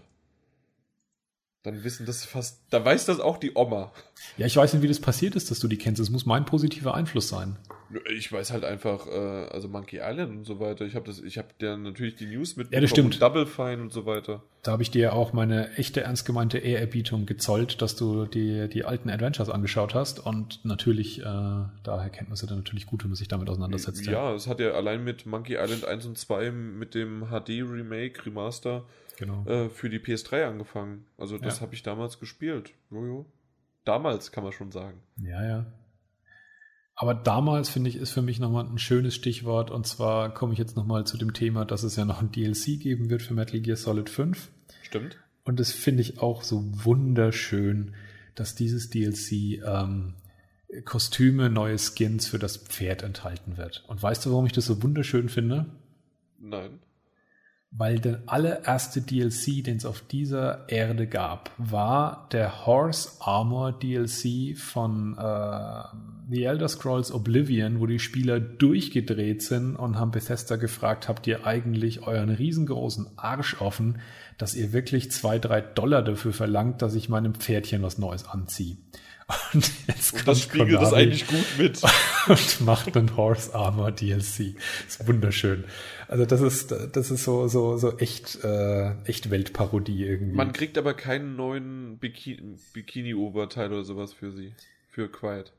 dann wissen das fast, da weiß das auch die Oma. Ja, ich weiß nicht, wie das passiert ist, dass du die kennst. Das muss mein positiver Einfluss sein. Ich weiß halt einfach, äh, also Monkey Island und so weiter. Ich habe das, ich habe dir natürlich die News mitbekommen. Ja, das stimmt. Und Double Fine und so weiter. Da habe ich dir auch meine echte, ernst gemeinte Ehrerbietung gezollt, dass du die, die alten Adventures angeschaut hast. Und natürlich, äh, daher kennt man es ja dann natürlich gut, wenn man sich damit auseinandersetzt. Ja, ja, es hat ja allein mit Monkey Island eins und zwei mit dem H D-Remake, Remaster, genau. äh, für die P S drei angefangen. Also das ja. habe ich damals gespielt. Jojo. Damals kann man schon sagen. Ja, ja. Aber damals, finde ich, ist für mich nochmal ein schönes Stichwort. Und zwar komme ich jetzt nochmal zu dem Thema, dass es ja noch ein D L C geben wird für Metal Gear Solid fünf. Stimmt. Und das finde ich auch so wunderschön, dass dieses D L C ähm, Kostüme, neue Skins für das Pferd enthalten wird. Und weißt du, warum ich das so wunderschön finde? Nein. Weil der allererste D L C, den es auf dieser Erde gab, war der Horse Armor D L C von äh, The Elder Scrolls Oblivion, wo die Spieler durchgedreht sind und haben Bethesda gefragt, habt ihr eigentlich euren riesengroßen Arsch offen, dass ihr wirklich zwei, drei Dollar dafür verlangt, dass ich meinem Pferdchen was Neues anziehe. Und jetzt und das spiegelt Konami das eigentlich gut mit. Und macht einen Horse Armor D L C. Das ist wunderschön. Also das ist, das ist so, so, so echt, äh, echt Weltparodie irgendwie. Man kriegt aber keinen neuen Bikini, Bikini-Oberteil oder sowas für sie. Für Quiet.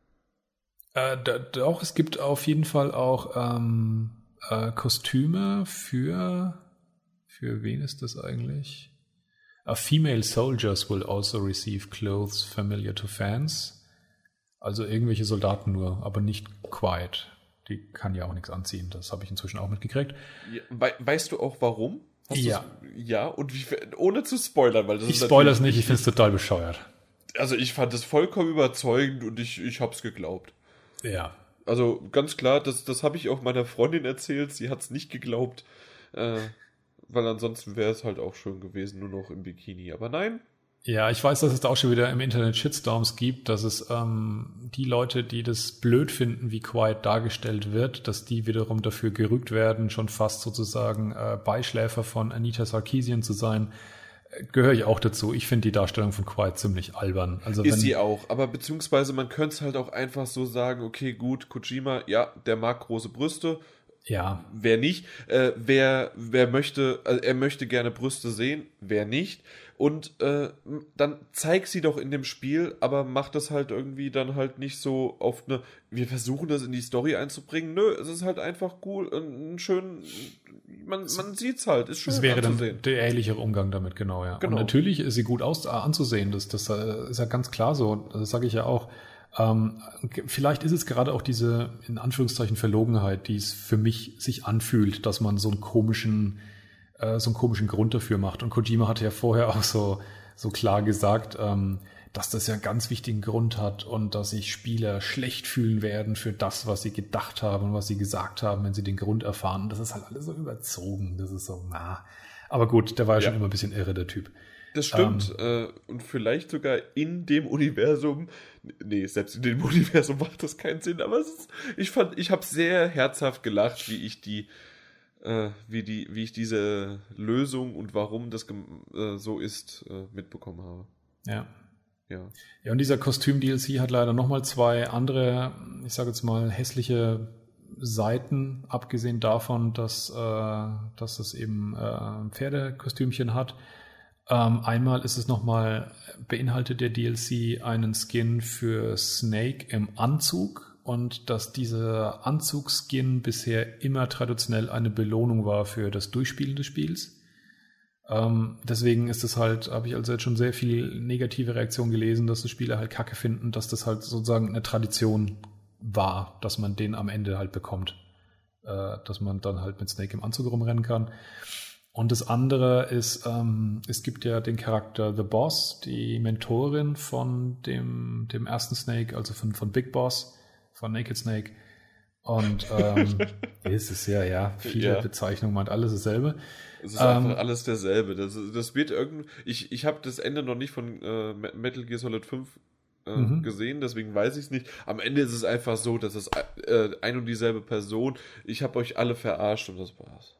Äh, da, doch, es gibt auf jeden Fall auch ähm, äh, Kostüme für, für wen ist das eigentlich? Uh, female soldiers will also receive clothes familiar to fans. Also irgendwelche Soldaten nur, aber nicht Quiet. Die kann ja auch nichts anziehen. Das habe ich inzwischen auch mitgekriegt. Ja, we- weißt du auch warum? Hast ja. Ja, und wie, ohne zu spoilern, weil das ich ist spoilere es nicht, ich finde es total bescheuert. Also ich fand es vollkommen überzeugend und ich, ich habe es geglaubt. Ja. Also ganz klar, das, das habe ich auch meiner Freundin erzählt. Sie hat es nicht geglaubt. Äh, Weil ansonsten wäre es halt auch schön gewesen, nur noch im Bikini. Aber nein. Ja, ich weiß, dass es da auch schon wieder im Internet Shitstorms gibt, dass es ähm, die Leute, die das blöd finden, wie Quiet dargestellt wird, dass die wiederum dafür gerügt werden, schon fast sozusagen äh, Beischläfer von Anita Sarkeesian zu sein. Äh, gehöre ich auch dazu. Ich finde die Darstellung von Quiet ziemlich albern. Also ist wenn, sie auch. Aber beziehungsweise man könnte es halt auch einfach so sagen, okay, gut, Kojima, ja, der mag große Brüste. Ja. Wer nicht? Äh, wer, wer möchte, also er möchte gerne Brüste sehen, wer nicht? Und äh, dann zeig sie doch in dem Spiel, aber mach das halt irgendwie dann halt nicht so auf eine, wir versuchen das in die Story einzubringen. Nö, es ist halt einfach cool, ein schön, man, man sieht's halt, ist schön anzusehen. Das wäre anzusehen. dann der ehrlichere Umgang damit, genau, ja. Genau. Und natürlich ist sie gut aus, anzusehen, das, das ist ja ganz klar so, das sage ich ja auch. Ähm, vielleicht ist es gerade auch diese, in Anführungszeichen, Verlogenheit, die es für mich sich anfühlt, dass man so einen komischen, äh, so einen komischen Grund dafür macht. Und Kojima hatte ja vorher auch so, so klar gesagt, ähm, dass das ja einen ganz wichtigen Grund hat und dass sich Spieler schlecht fühlen werden für das, was sie gedacht haben und was sie gesagt haben, wenn sie den Grund erfahren. Das ist halt alles so überzogen. Das ist so, na. Aber gut, der war ja, ja. schon immer ein bisschen irre, der Typ. Das stimmt. Ähm, äh, und vielleicht sogar in dem Universum, nee, selbst in dem Universum macht das keinen Sinn, aber es ist, ich fand, ich habe sehr herzhaft gelacht, wie ich die, äh, wie die, wie ich diese Lösung und warum das äh, so ist, äh, mitbekommen habe. Ja. Ja. Ja, und dieser Kostüm-D L C hat leider nochmal zwei andere, ich sage jetzt mal, hässliche Seiten, abgesehen davon, dass, äh, dass es eben äh, Pferdekostümchen hat. Ähm, einmal ist es nochmal, beinhaltet der D L C einen Skin für Snake im Anzug und dass dieser Anzug-Skin bisher immer traditionell eine Belohnung war für das Durchspielen des Spiels. Ähm, deswegen ist es halt, habe ich also jetzt schon sehr viel negative Reaktionen gelesen, dass die Spieler halt Kacke finden, dass das halt sozusagen eine Tradition war, dass man den am Ende halt bekommt. Äh, dass man dann halt mit Snake im Anzug rumrennen kann. Und das andere ist, ähm, es gibt ja den Charakter The Boss, die Mentorin von dem, dem ersten Snake, also von, von Big Boss, von Naked Snake. Und ähm, ist es ja, ja, viele ja. Bezeichnungen meint alles dasselbe. Es ist ähm, einfach alles derselbe. Das, das wird irgendwie. Ich, ich habe das Ende noch nicht von äh, Metal Gear Solid fünf äh, mhm. gesehen, deswegen weiß ich es nicht. Am Ende ist es einfach so, dass es äh, ein und dieselbe Person. Ich habe euch alle verarscht und das war's.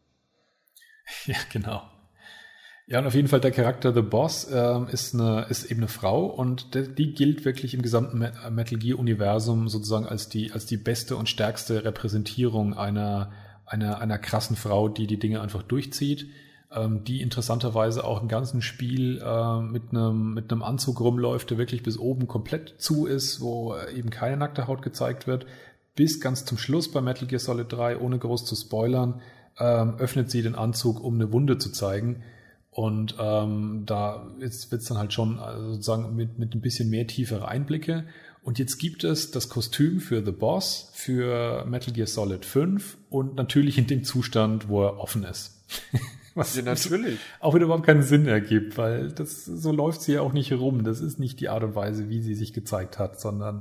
Ja, genau. Ja, und auf jeden Fall der Charakter The Boss ähm, ist, eine, ist eben eine Frau und de, die gilt wirklich im gesamten Metal Gear-Universum sozusagen als die, als die beste und stärkste Repräsentierung einer, einer, einer krassen Frau, die die Dinge einfach durchzieht, ähm, die interessanterweise auch im ganzen Spiel äh, mit einem, mit einem Anzug rumläuft, der wirklich bis oben komplett zu ist, wo eben keine nackte Haut gezeigt wird, bis ganz zum Schluss bei Metal Gear Solid drei, ohne groß zu spoilern, ähm, öffnet sie den Anzug, um eine Wunde zu zeigen. Und ähm, da wird es dann halt schon also sozusagen mit, mit ein bisschen mehr tiefere Einblicke. Und jetzt gibt es das Kostüm für The Boss, für Metal Gear Solid fünf und natürlich in dem Zustand, wo er offen ist. Was ja, natürlich. Auch wieder überhaupt keinen Sinn ergibt, weil das so läuft sie ja auch nicht rum. Das ist nicht die Art und Weise, wie sie sich gezeigt hat, sondern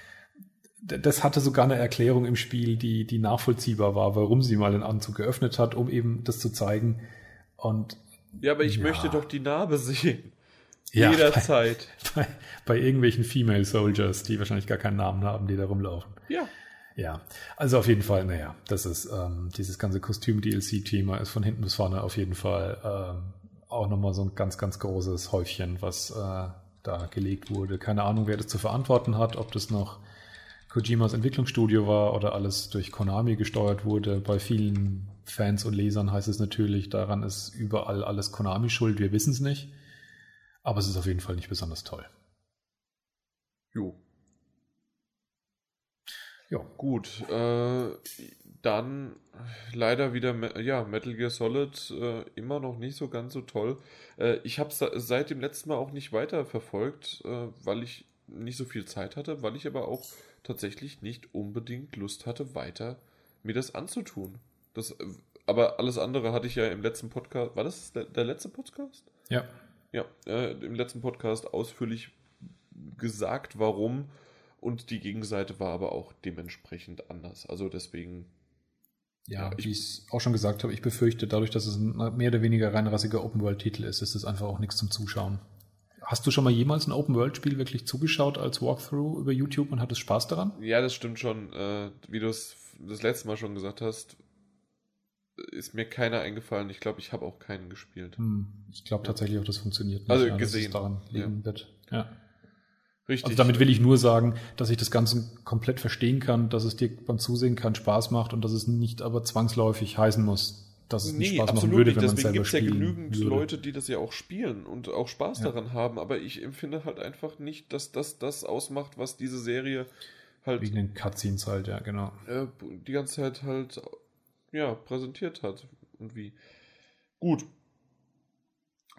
das hatte sogar eine Erklärung im Spiel, die, die nachvollziehbar war, warum sie mal den Anzug geöffnet hat, um eben das zu zeigen. Und ja, aber ich ja. möchte doch die Narbe sehen. Ja, jederzeit. Bei, bei, bei irgendwelchen Female Soldiers, die wahrscheinlich gar keinen Namen haben, die da rumlaufen. Ja. Ja, also auf jeden Fall, naja, das ist, ähm, dieses ganze Kostüm-D L C-Thema ist von hinten bis vorne auf jeden Fall ähm, auch nochmal so ein ganz, ganz großes Häufchen, was äh, da gelegt wurde. Keine Ahnung, wer das zu verantworten hat, ob das noch Kojimas Entwicklungsstudio war oder alles durch Konami gesteuert wurde. Bei vielen Fans und Lesern heißt es natürlich, daran ist überall alles Konami schuld. Wir wissen es nicht. Aber es ist auf jeden Fall nicht besonders toll. Jo. Ja, gut. Äh, dann leider wieder, ja, Metal Gear Solid äh, immer noch nicht so ganz so toll. Äh, ich habe es seit dem letzten Mal auch nicht weiter verfolgt, äh, weil ich nicht so viel Zeit hatte, weil ich aber auch tatsächlich nicht unbedingt Lust hatte, weiter mir das anzutun. Das, aber alles andere hatte ich ja im letzten Podcast, war das der, der letzte Podcast? Ja. Ja, äh, im letzten Podcast ausführlich gesagt, warum, und die Gegenseite war aber auch dementsprechend anders. Also deswegen... Ja, ja ich, wie ich es auch schon gesagt habe, ich befürchte, dadurch, dass es ein mehr oder weniger reinrassiger Open-World-Titel ist, ist es einfach auch nichts zum Zuschauen. Hast du schon mal jemals ein Open-World-Spiel wirklich zugeschaut als Walkthrough über YouTube und hattest Spaß daran? Ja, das stimmt schon. Äh, wie du es das letzte Mal schon gesagt hast, ist mir keiner eingefallen. Ich glaube, ich habe auch keinen gespielt. Hm, ich glaube tatsächlich auch, das funktioniert nicht. Also ja, gesehen. Dass es daran liegen ja. wird. Ja. Richtig. Also damit will ich nur sagen, dass ich das Ganze komplett verstehen kann, dass es dir beim Zusehen keinen Spaß macht und dass es nicht aber zwangsläufig heißen muss, dass es nee, nicht Spaß machen absolut würde, nicht. wenn man Deswegen selber spielen gibt es ja genügend würde. Leute, die das ja auch spielen und auch Spaß Ja. daran haben, aber ich empfinde halt einfach nicht, dass das das ausmacht, was diese Serie halt Wegen den Cutscenes halt, ja, genau. äh, die ganze Zeit halt ja, präsentiert hat und wie. Gut.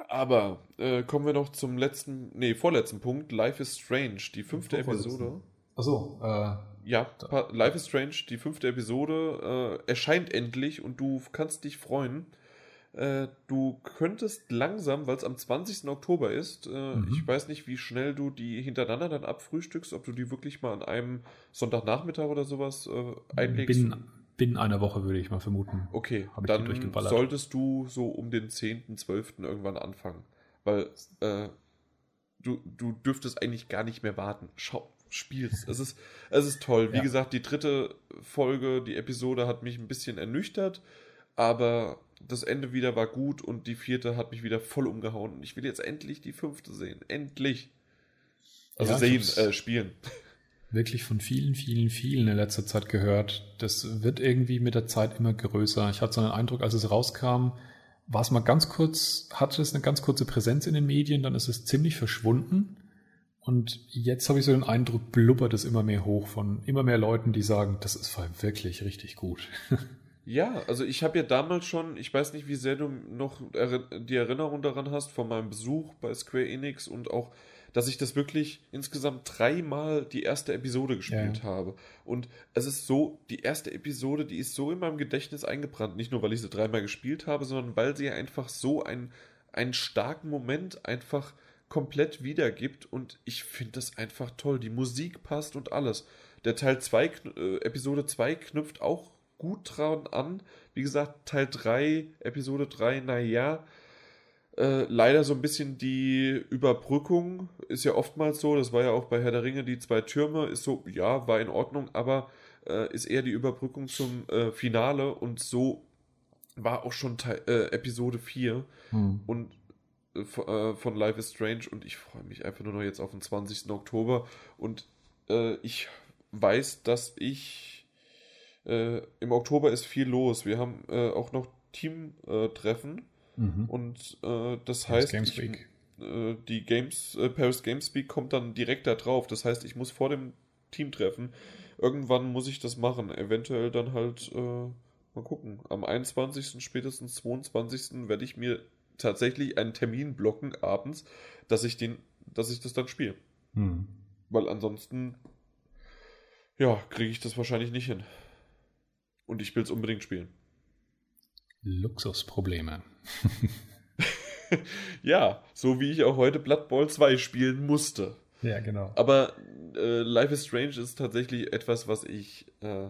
Aber äh, kommen wir noch zum letzten, nee, vorletzten Punkt, Life is Strange, die fünfte Episode. Achso, äh... Ja, Life is Strange, die fünfte Episode, äh, erscheint endlich und du kannst dich freuen. Äh, du könntest langsam, weil es am zwanzigsten Oktober ist, äh, mhm. ich weiß nicht, wie schnell du die hintereinander dann abfrühstückst, ob du die wirklich mal an einem Sonntagnachmittag oder sowas äh, einlegst. Binnen, binnen einer Woche würde ich mal vermuten. Okay, dann solltest du so um den zehnten, zwölften irgendwann anfangen. Weil äh, du, du dürftest eigentlich gar nicht mehr warten. Schau. Spielst. Es ist, es ist toll. Wie ja. gesagt, die dritte Folge, die Episode hat mich ein bisschen ernüchtert, aber das Ende wieder war gut und die vierte hat mich wieder voll umgehauen. Und ich will jetzt endlich die fünfte sehen. Endlich. Also ja, sehen, äh, spielen. Wirklich von vielen, vielen, vielen in letzter Zeit gehört. Das wird irgendwie mit der Zeit immer größer. Ich hatte so einen Eindruck, als es rauskam, war es mal ganz kurz, hatte es eine ganz kurze Präsenz in den Medien, dann ist es ziemlich verschwunden. Und jetzt habe ich so den Eindruck, blubbert es immer mehr hoch von immer mehr Leuten, die sagen, das ist wirklich richtig gut. Ja, also ich habe ja damals schon, ich weiß nicht, wie sehr du noch die Erinnerung daran hast, von meinem Besuch bei Square Enix und auch, dass ich das wirklich insgesamt dreimal die erste Episode gespielt ja. habe. Und es ist so, die erste Episode, die ist so in meinem Gedächtnis eingebrannt, nicht nur, weil ich sie dreimal gespielt habe, sondern weil sie einfach so ein, einen starken Moment einfach komplett wiedergibt und ich finde das einfach toll. Die Musik passt und alles. Der Teil zwei, äh, Episode zwei knüpft auch gut dran an. Wie gesagt, Teil drei, Episode drei, naja, äh, leider so ein bisschen die Überbrückung ist ja oftmals so, das war ja auch bei Herr der Ringe, die zwei Türme, ist so, ja, war in Ordnung, aber äh, ist eher die Überbrückung zum äh, Finale und so war auch schon Teil, äh, Episode vier hm. und von Life is Strange und ich freue mich einfach nur noch jetzt auf den zwanzigsten Oktober und äh, ich weiß, dass ich äh, im Oktober ist viel los. Wir haben äh, auch noch Teamtreffen äh, mhm. und äh, das Paris heißt Games Week. Ich, äh, die Games äh, Paris Games Week kommt dann direkt da drauf. Das heißt, ich muss vor dem Teamtreffen irgendwann muss ich das machen. Eventuell dann halt äh, mal gucken. Am einundzwanzigsten spätestens zweiundzwanzigsten werde ich mir tatsächlich einen Termin blocken abends, dass ich den, dass ich das dann spiele. Hm. Weil ansonsten, ja, kriege ich das wahrscheinlich nicht hin. Und ich will es unbedingt spielen. Luxusprobleme. Ja, so wie ich auch heute Blood Bowl zwei spielen musste. Ja, genau. Aber äh, Life is Strange ist tatsächlich etwas, was ich äh,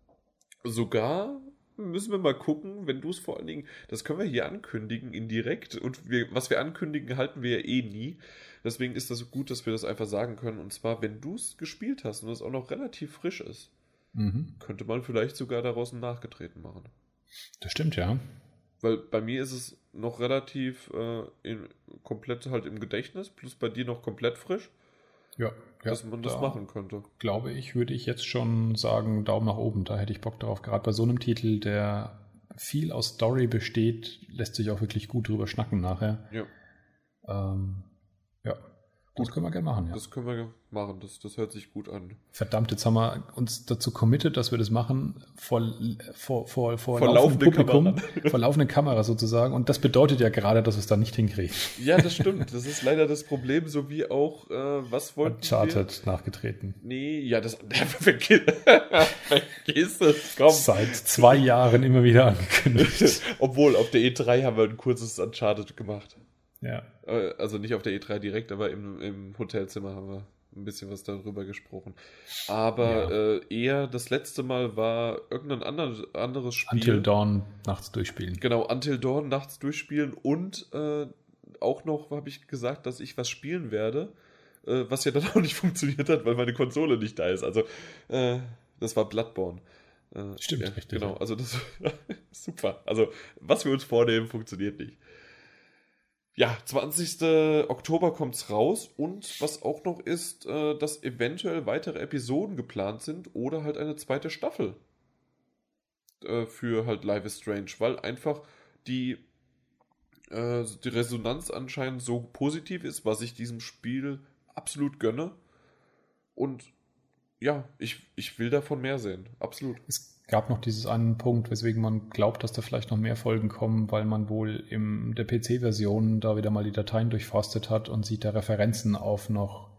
sogar müssen wir mal gucken, wenn du es vor allen Dingen, das können wir hier ankündigen, indirekt, und wir, was wir ankündigen, halten wir ja eh nie. Deswegen ist das so gut, dass wir das einfach sagen können. Und zwar, wenn du es gespielt hast und es auch noch relativ frisch ist, mhm. könnte man vielleicht sogar daraus ein Nachgetreten machen. Das stimmt, ja. Weil bei mir ist es noch relativ äh, in, komplett halt im Gedächtnis, plus bei dir noch komplett frisch. Ja, ja, dass man das da machen könnte. Glaube ich, würde ich jetzt schon sagen, Daumen nach oben, da hätte ich Bock drauf. Gerade bei so einem Titel, der viel aus Story besteht, lässt sich auch wirklich gut drüber schnacken nachher. Ja. Ähm, ja, gut, das können wir gerne machen. Ja. Das können wir machen, das, das hört sich gut an. Verdammt, jetzt haben wir uns dazu committed, dass wir das machen vor, vor, vor, vor, vor laufendem Publikum, vor laufenden Kamera sozusagen. Und das bedeutet ja gerade, dass wir es dann nicht hinkriegen. Ja, das stimmt. Das ist leider das Problem, so wie auch, äh, was wollten Uncharted wir? Nachgetreten. Nee, ja, das vergiss es, komm. Seit zwei Jahren immer wieder angekündigt. Obwohl, auf der E drei haben wir ein kurzes Uncharted gemacht. Ja. Also nicht auf der E drei direkt, aber im, im Hotelzimmer haben wir ein bisschen was darüber gesprochen. Aber ja. äh, eher das letzte Mal war irgendein ander, anderes Spiel. Until Dawn nachts durchspielen. Genau, Until Dawn nachts durchspielen und äh, auch noch habe ich gesagt, dass ich was spielen werde, äh, was ja dann auch nicht funktioniert hat, weil meine Konsole nicht da ist. Also äh, das war Bloodborne. Äh, Stimmt, ja, richtig. Genau, also das super. Also was wir uns vornehmen, funktioniert nicht. Ja, zwanzigsten Oktober kommt's raus und was auch noch ist, äh, dass eventuell weitere Episoden geplant sind oder halt eine zweite Staffel äh, für halt Life is Strange, weil einfach die, äh, die Resonanz anscheinend so positiv ist, was ich diesem Spiel absolut gönne. Und ja, ich, ich will davon mehr sehen, absolut. Es gab noch dieses einen Punkt, weswegen man glaubt, dass da vielleicht noch mehr Folgen kommen, weil man wohl in der P C-Version da wieder mal die Dateien durchforstet hat und sieht da Referenzen auf noch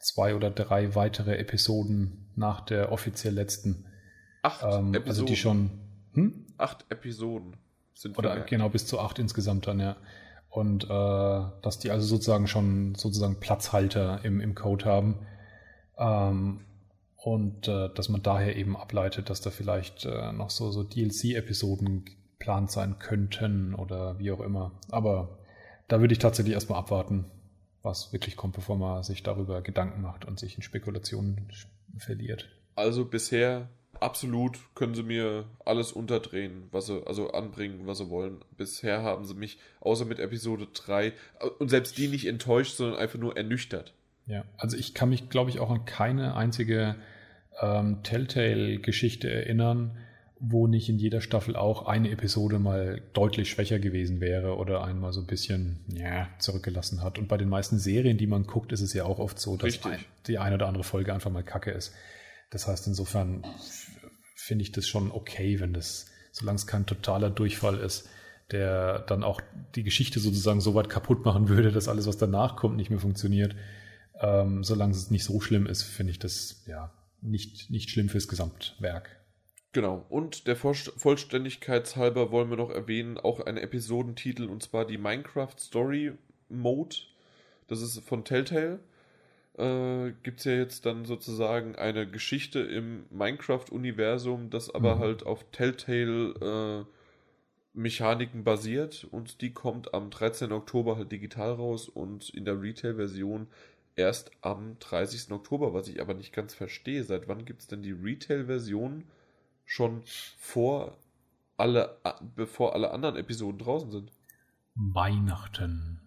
zwei oder drei weitere Episoden nach der offiziell letzten. Acht ähm, Episoden. Also die schon... Hm? Acht Episoden sind Oder vermerkt. genau, bis zu acht insgesamt dann, ja. Und äh, dass die also sozusagen schon sozusagen Platzhalter im, im Code haben. Ähm, und äh, dass man daher eben ableitet, dass da vielleicht äh, noch so, so D L C-Episoden geplant sein könnten oder wie auch immer. Aber da würde ich tatsächlich erstmal abwarten, was wirklich kommt, bevor man sich darüber Gedanken macht und sich in Spekulationen verliert. Also bisher absolut können sie mir alles unterdrehen, was sie, also anbringen, was sie wollen. Bisher haben sie mich, außer mit Episode drei, und selbst die nicht enttäuscht, sondern einfach nur ernüchtert. Ja, also ich kann mich, glaube ich, auch an keine einzige ähm, Telltale-Geschichte erinnern, wo nicht in jeder Staffel auch eine Episode mal deutlich schwächer gewesen wäre oder einmal so ein bisschen ja, zurückgelassen hat. Und bei den meisten Serien, die man guckt, ist es ja auch oft so, dass ein, die eine oder andere Folge einfach mal kacke ist. Das heißt, insofern finde ich das schon okay, wenn das, solange es kein totaler Durchfall ist, der dann auch die Geschichte sozusagen so weit kaputt machen würde, dass alles, was danach kommt, nicht mehr funktioniert. Ähm, solange es nicht so schlimm ist, finde ich das ja nicht, nicht schlimm fürs Gesamtwerk. Genau. Und der Vollständigkeitshalber wollen wir noch erwähnen, auch ein Episodentitel, und zwar die Minecraft Story Mode. Das ist von Telltale. Äh, gibt es ja jetzt dann sozusagen eine Geschichte im Minecraft-Universum, das aber mhm. halt auf Telltale äh, Mechaniken basiert, und die kommt am dreizehnten Oktober halt digital raus und in der Retail-Version erst am dreißigsten Oktober, was ich aber nicht ganz verstehe. Seit wann gibt es denn die Retail-Version schon vor alle, bevor alle anderen Episoden draußen sind? Weihnachten.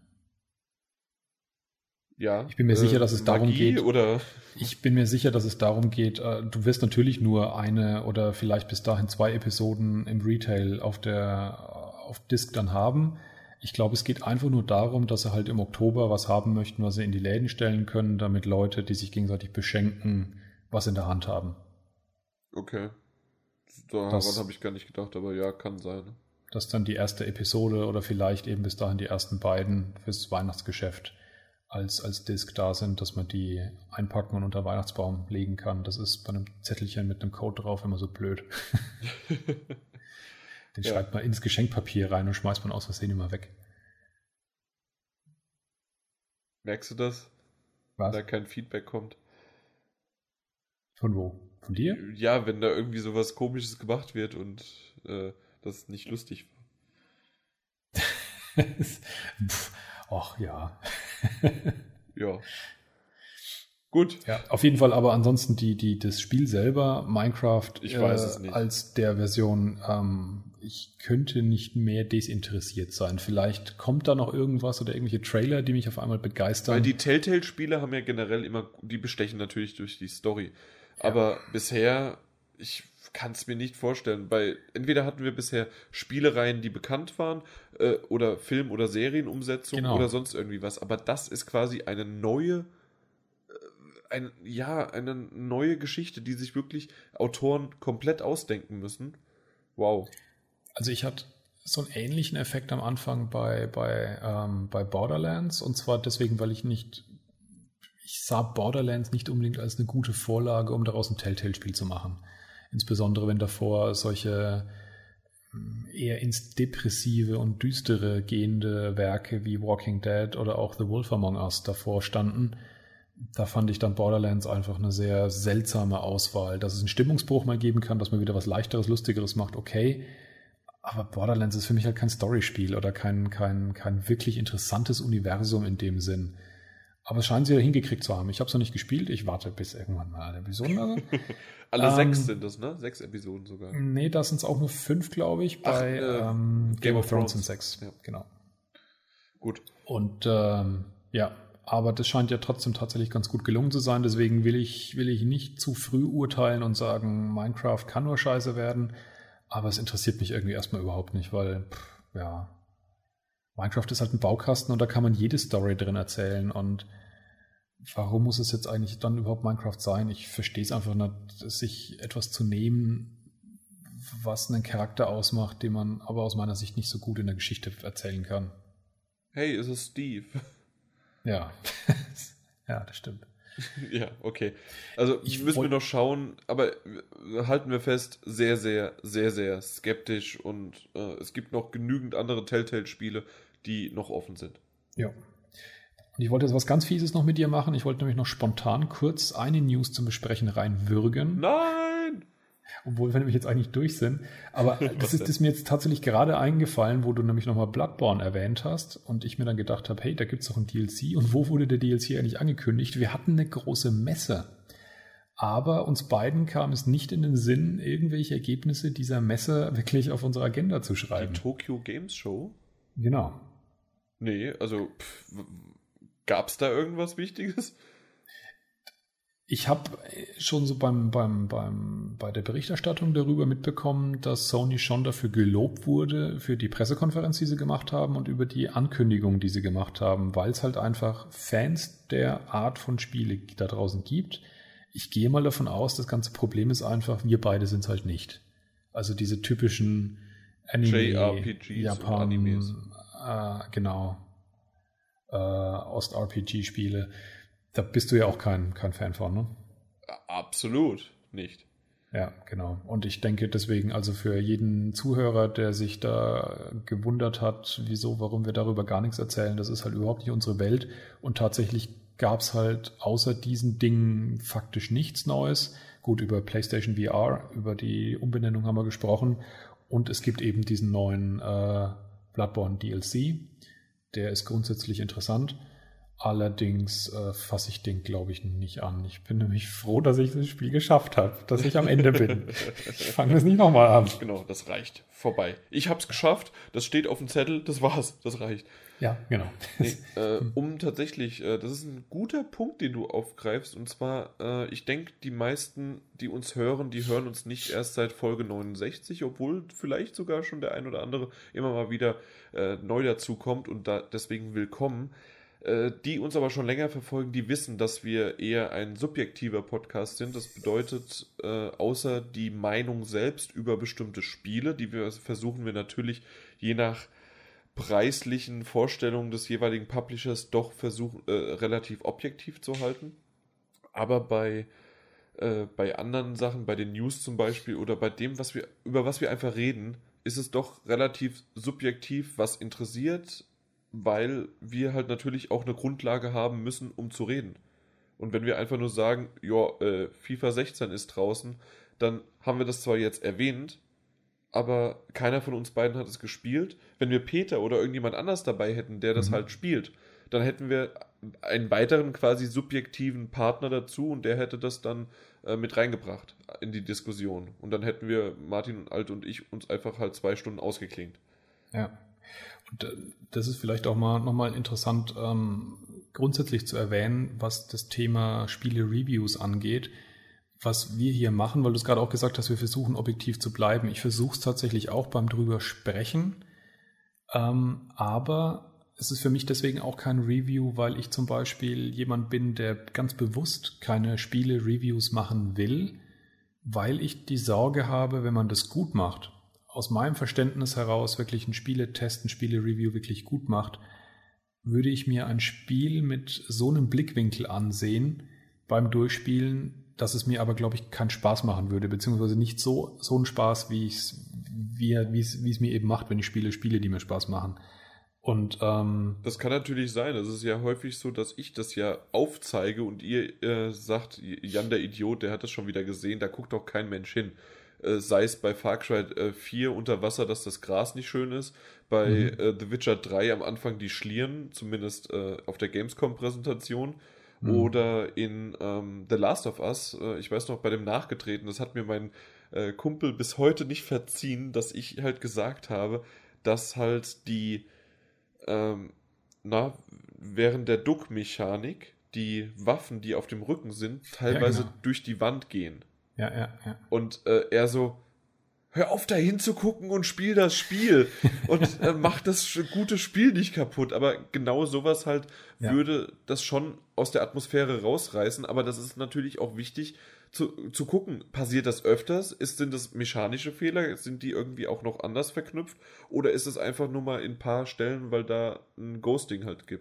Ja. Ich bin mir äh, sicher, dass es Magie darum geht. Oder? Ich bin mir sicher, dass es darum geht, äh, du wirst natürlich nur eine oder vielleicht bis dahin zwei Episoden im Retail auf der auf Disc dann haben. Ich glaube, es geht einfach nur darum, dass sie halt im Oktober was haben möchten, was sie in die Läden stellen können, damit Leute, die sich gegenseitig beschenken, was in der Hand haben. Okay. Daran habe ich gar nicht gedacht, aber ja, kann sein. Dass dann die erste Episode oder vielleicht eben bis dahin die ersten beiden fürs Weihnachtsgeschäft als, als Disc da sind, dass man die einpacken und unter Weihnachtsbaum legen kann. Das ist bei einem Zettelchen mit einem Code drauf immer so blöd. Den ja. schreibt man ins Geschenkpapier rein und schmeißt man aus Versehen immer weg. Merkst du das? Was? Wenn da kein Feedback kommt. Von wo? Von dir? Ja, wenn da irgendwie sowas Komisches gemacht wird und äh, das nicht lustig war. Ach ja. Ja. Gut. Ja, auf jeden Fall, aber ansonsten die, die, das Spiel selber, Minecraft, ich äh, weiß es nicht. Als der Version, ähm, ich könnte nicht mehr desinteressiert sein. Vielleicht kommt da noch irgendwas oder irgendwelche Trailer, die mich auf einmal begeistern. Weil die Telltale-Spiele haben ja generell immer, die bestechen natürlich durch die Story. Ja. Aber bisher, ich kann es mir nicht vorstellen, weil entweder hatten wir bisher Spielereien, die bekannt waren, äh, oder Film- oder Serienumsetzungen genau. oder sonst irgendwie was. Aber das ist quasi eine neue Ein, ja, eine neue Geschichte, die sich wirklich Autoren komplett ausdenken müssen. Wow. Also ich hatte so einen ähnlichen Effekt am Anfang bei, bei, ähm, bei Borderlands, und zwar deswegen, weil ich nicht, ich sah Borderlands nicht unbedingt als eine gute Vorlage, um daraus ein Telltale-Spiel zu machen. Insbesondere wenn davor solche eher ins Depressive und Düstere gehende Werke wie Walking Dead oder auch The Wolf Among Us davor standen. Da fand ich dann Borderlands einfach eine sehr seltsame Auswahl. Dass es einen Stimmungsbruch mal geben kann, dass man wieder was Leichteres, Lustigeres macht, okay. Aber Borderlands ist für mich halt kein Storyspiel oder kein, kein, kein wirklich interessantes Universum in dem Sinn. Aber es scheinen sie ja hingekriegt zu haben. Ich habe es noch nicht gespielt. Ich warte bis irgendwann mal alle Episoden. Also. alle ähm, sechs sind das, ne? Sechs Episoden sogar. Nee, da sind es auch nur fünf, glaube ich. Bei Ach, äh, ähm, Game, Game of Thrones sind sechs. Ja. Genau. Gut. Und ähm, ja, aber das scheint ja trotzdem tatsächlich ganz gut gelungen zu sein. Deswegen will ich, will ich nicht zu früh urteilen und sagen, Minecraft kann nur scheiße werden. Aber es interessiert mich irgendwie erstmal überhaupt nicht, weil, pff, ja, Minecraft ist halt ein Baukasten und da kann man jede Story drin erzählen. Und warum muss es jetzt eigentlich dann überhaupt Minecraft sein? Ich verstehe es einfach nicht, sich etwas zu nehmen, was einen Charakter ausmacht, den man aber aus meiner Sicht nicht so gut in der Geschichte erzählen kann. Hey, es ist Steve. Ja, ja, das stimmt. Ja, okay. Also Ich müssen wir wollt- noch schauen, aber halten wir fest, sehr, sehr, sehr, sehr skeptisch und äh, es gibt noch genügend andere Telltale-Spiele, die noch offen sind. Ja. Und ich wollte jetzt was ganz Fieses noch mit dir machen. Ich wollte nämlich noch spontan kurz eine News zum Besprechen reinwürgen. Nein! Obwohl wir nämlich jetzt eigentlich durch sind. Aber das Was ist, denn? ist mir jetzt tatsächlich gerade eingefallen, wo du nämlich nochmal Bloodborne erwähnt hast und ich mir dann gedacht habe, hey, da gibt es doch ein D L C. Und wo wurde der D L C eigentlich angekündigt? Wir hatten eine große Messe. Aber uns beiden kam es nicht in den Sinn, irgendwelche Ergebnisse dieser Messe wirklich auf unsere Agenda zu schreiben. Die Tokyo Games Show? Genau. Nee, also pff, gab's da irgendwas Wichtiges? Ich habe schon so beim, beim, beim, bei der Berichterstattung darüber mitbekommen, dass Sony schon dafür gelobt wurde, für die Pressekonferenz, die sie gemacht haben und über die Ankündigung, die sie gemacht haben, weil es halt einfach Fans der Art von Spiele da draußen gibt. Ich gehe mal davon aus, das ganze Problem ist einfach, wir beide sind es halt nicht. Also diese typischen Anime, J R P Gs Japan, und Animes. Äh, genau, äh, Ost-R P G-Spiele. Da bist du ja auch kein, kein Fan von, ne? Absolut nicht. Ja, genau. Und ich denke deswegen, also für jeden Zuhörer, der sich da gewundert hat, wieso, warum wir darüber gar nichts erzählen, das ist halt überhaupt nicht unsere Welt. Und tatsächlich gab es halt außer diesen Dingen faktisch nichts Neues. Gut, über PlayStation V R, über die Umbenennung haben wir gesprochen. Und es gibt eben diesen neuen äh, Bloodborne D L C. Der ist grundsätzlich interessant. Allerdings äh, fasse ich den, glaube ich, nicht an. Ich bin nämlich froh, dass ich das Spiel geschafft habe, dass ich am Ende bin. Ich fange das nicht nochmal an. Genau, das reicht. Vorbei. Ich habe es geschafft, das steht auf dem Zettel, das war's, das reicht. Ja, genau. Nee, äh, um tatsächlich, äh, das ist ein guter Punkt, den du aufgreifst, und zwar, äh, ich denke, die meisten, die uns hören, die hören uns nicht erst seit Folge neunundsechzig, obwohl vielleicht sogar schon der ein oder andere immer mal wieder äh, neu dazukommt und da deswegen willkommen. Die uns aber schon länger verfolgen, die wissen, dass wir eher ein subjektiver Podcast sind. Das bedeutet, äh, außer die Meinung selbst über bestimmte Spiele, die wir versuchen wir natürlich je nach preislichen Vorstellungen des jeweiligen Publishers doch versuchen, äh, relativ objektiv zu halten. Aber bei, äh, bei anderen Sachen, bei den News zum Beispiel oder bei dem, was wir, über was wir einfach reden, ist es doch relativ subjektiv, was interessiert, weil wir halt natürlich auch eine Grundlage haben müssen, um zu reden. Und wenn wir einfach nur sagen, ja, äh, FIFA sechzehn ist draußen, dann haben wir das zwar jetzt erwähnt, aber keiner von uns beiden hat es gespielt. Wenn wir Peter oder irgendjemand anders dabei hätten, der das Mhm. halt spielt, dann hätten wir einen weiteren quasi subjektiven Partner dazu und der hätte das dann äh, mit reingebracht in die Diskussion. Und dann hätten wir, Martin und Alt und ich, uns einfach halt zwei Stunden ausgeklingt. Ja. Und äh, das ist vielleicht auch mal nochmal interessant, ähm, grundsätzlich zu erwähnen, was das Thema Spiele-Reviews angeht, was wir hier machen, weil du es gerade auch gesagt hast, wir versuchen objektiv zu bleiben. Ich versuche es tatsächlich auch beim drüber sprechen, ähm, aber es ist für mich deswegen auch kein Review, weil ich zum Beispiel jemand bin, der ganz bewusst keine Spiele-Reviews machen will, weil ich die Sorge habe, wenn man das gut macht, aus meinem Verständnis heraus wirklich ein Spieletest, ein Spiele-Review wirklich gut macht, würde ich mir ein Spiel mit so einem Blickwinkel ansehen beim Durchspielen, dass es mir aber, glaube ich, keinen Spaß machen würde, beziehungsweise nicht so, so einen Spaß, wie es wie, wie es, wie es mir eben macht, wenn ich Spiele spiele, die mir Spaß machen. Und ähm, das kann natürlich sein. Es ist ja häufig so, dass ich das ja aufzeige und ihr äh, sagt, Jan der Idiot, der hat das schon wieder gesehen, da guckt doch kein Mensch hin. Äh, sei es bei Far Cry äh, vier unter Wasser, dass das Gras nicht schön ist, bei Mhm. äh, The Witcher drei am Anfang die Schlieren, zumindest äh, auf der Gamescom-Präsentation, Mhm. oder in ähm, The Last of Us, äh, ich weiß noch, bei dem Nachgetreten, das hat mir mein äh, Kumpel bis heute nicht verziehen, dass ich halt gesagt habe, dass halt die ähm, na, während der Duck-Mechanik die Waffen, die auf dem Rücken sind, teilweise genau. durch die Wand gehen. ja, ja, ja. Und äh, er so, hör auf da hinzugucken und spiel das Spiel und äh, mach das sch- gute Spiel nicht kaputt. Aber genau sowas halt Ja. würde das schon aus der Atmosphäre rausreißen. Aber das ist natürlich auch wichtig zu, zu gucken, passiert das öfters? Ist, sind das mechanische Fehler? Sind die irgendwie auch noch anders verknüpft? Oder ist es einfach nur mal in ein paar Stellen, weil da ein Ghosting halt gibt?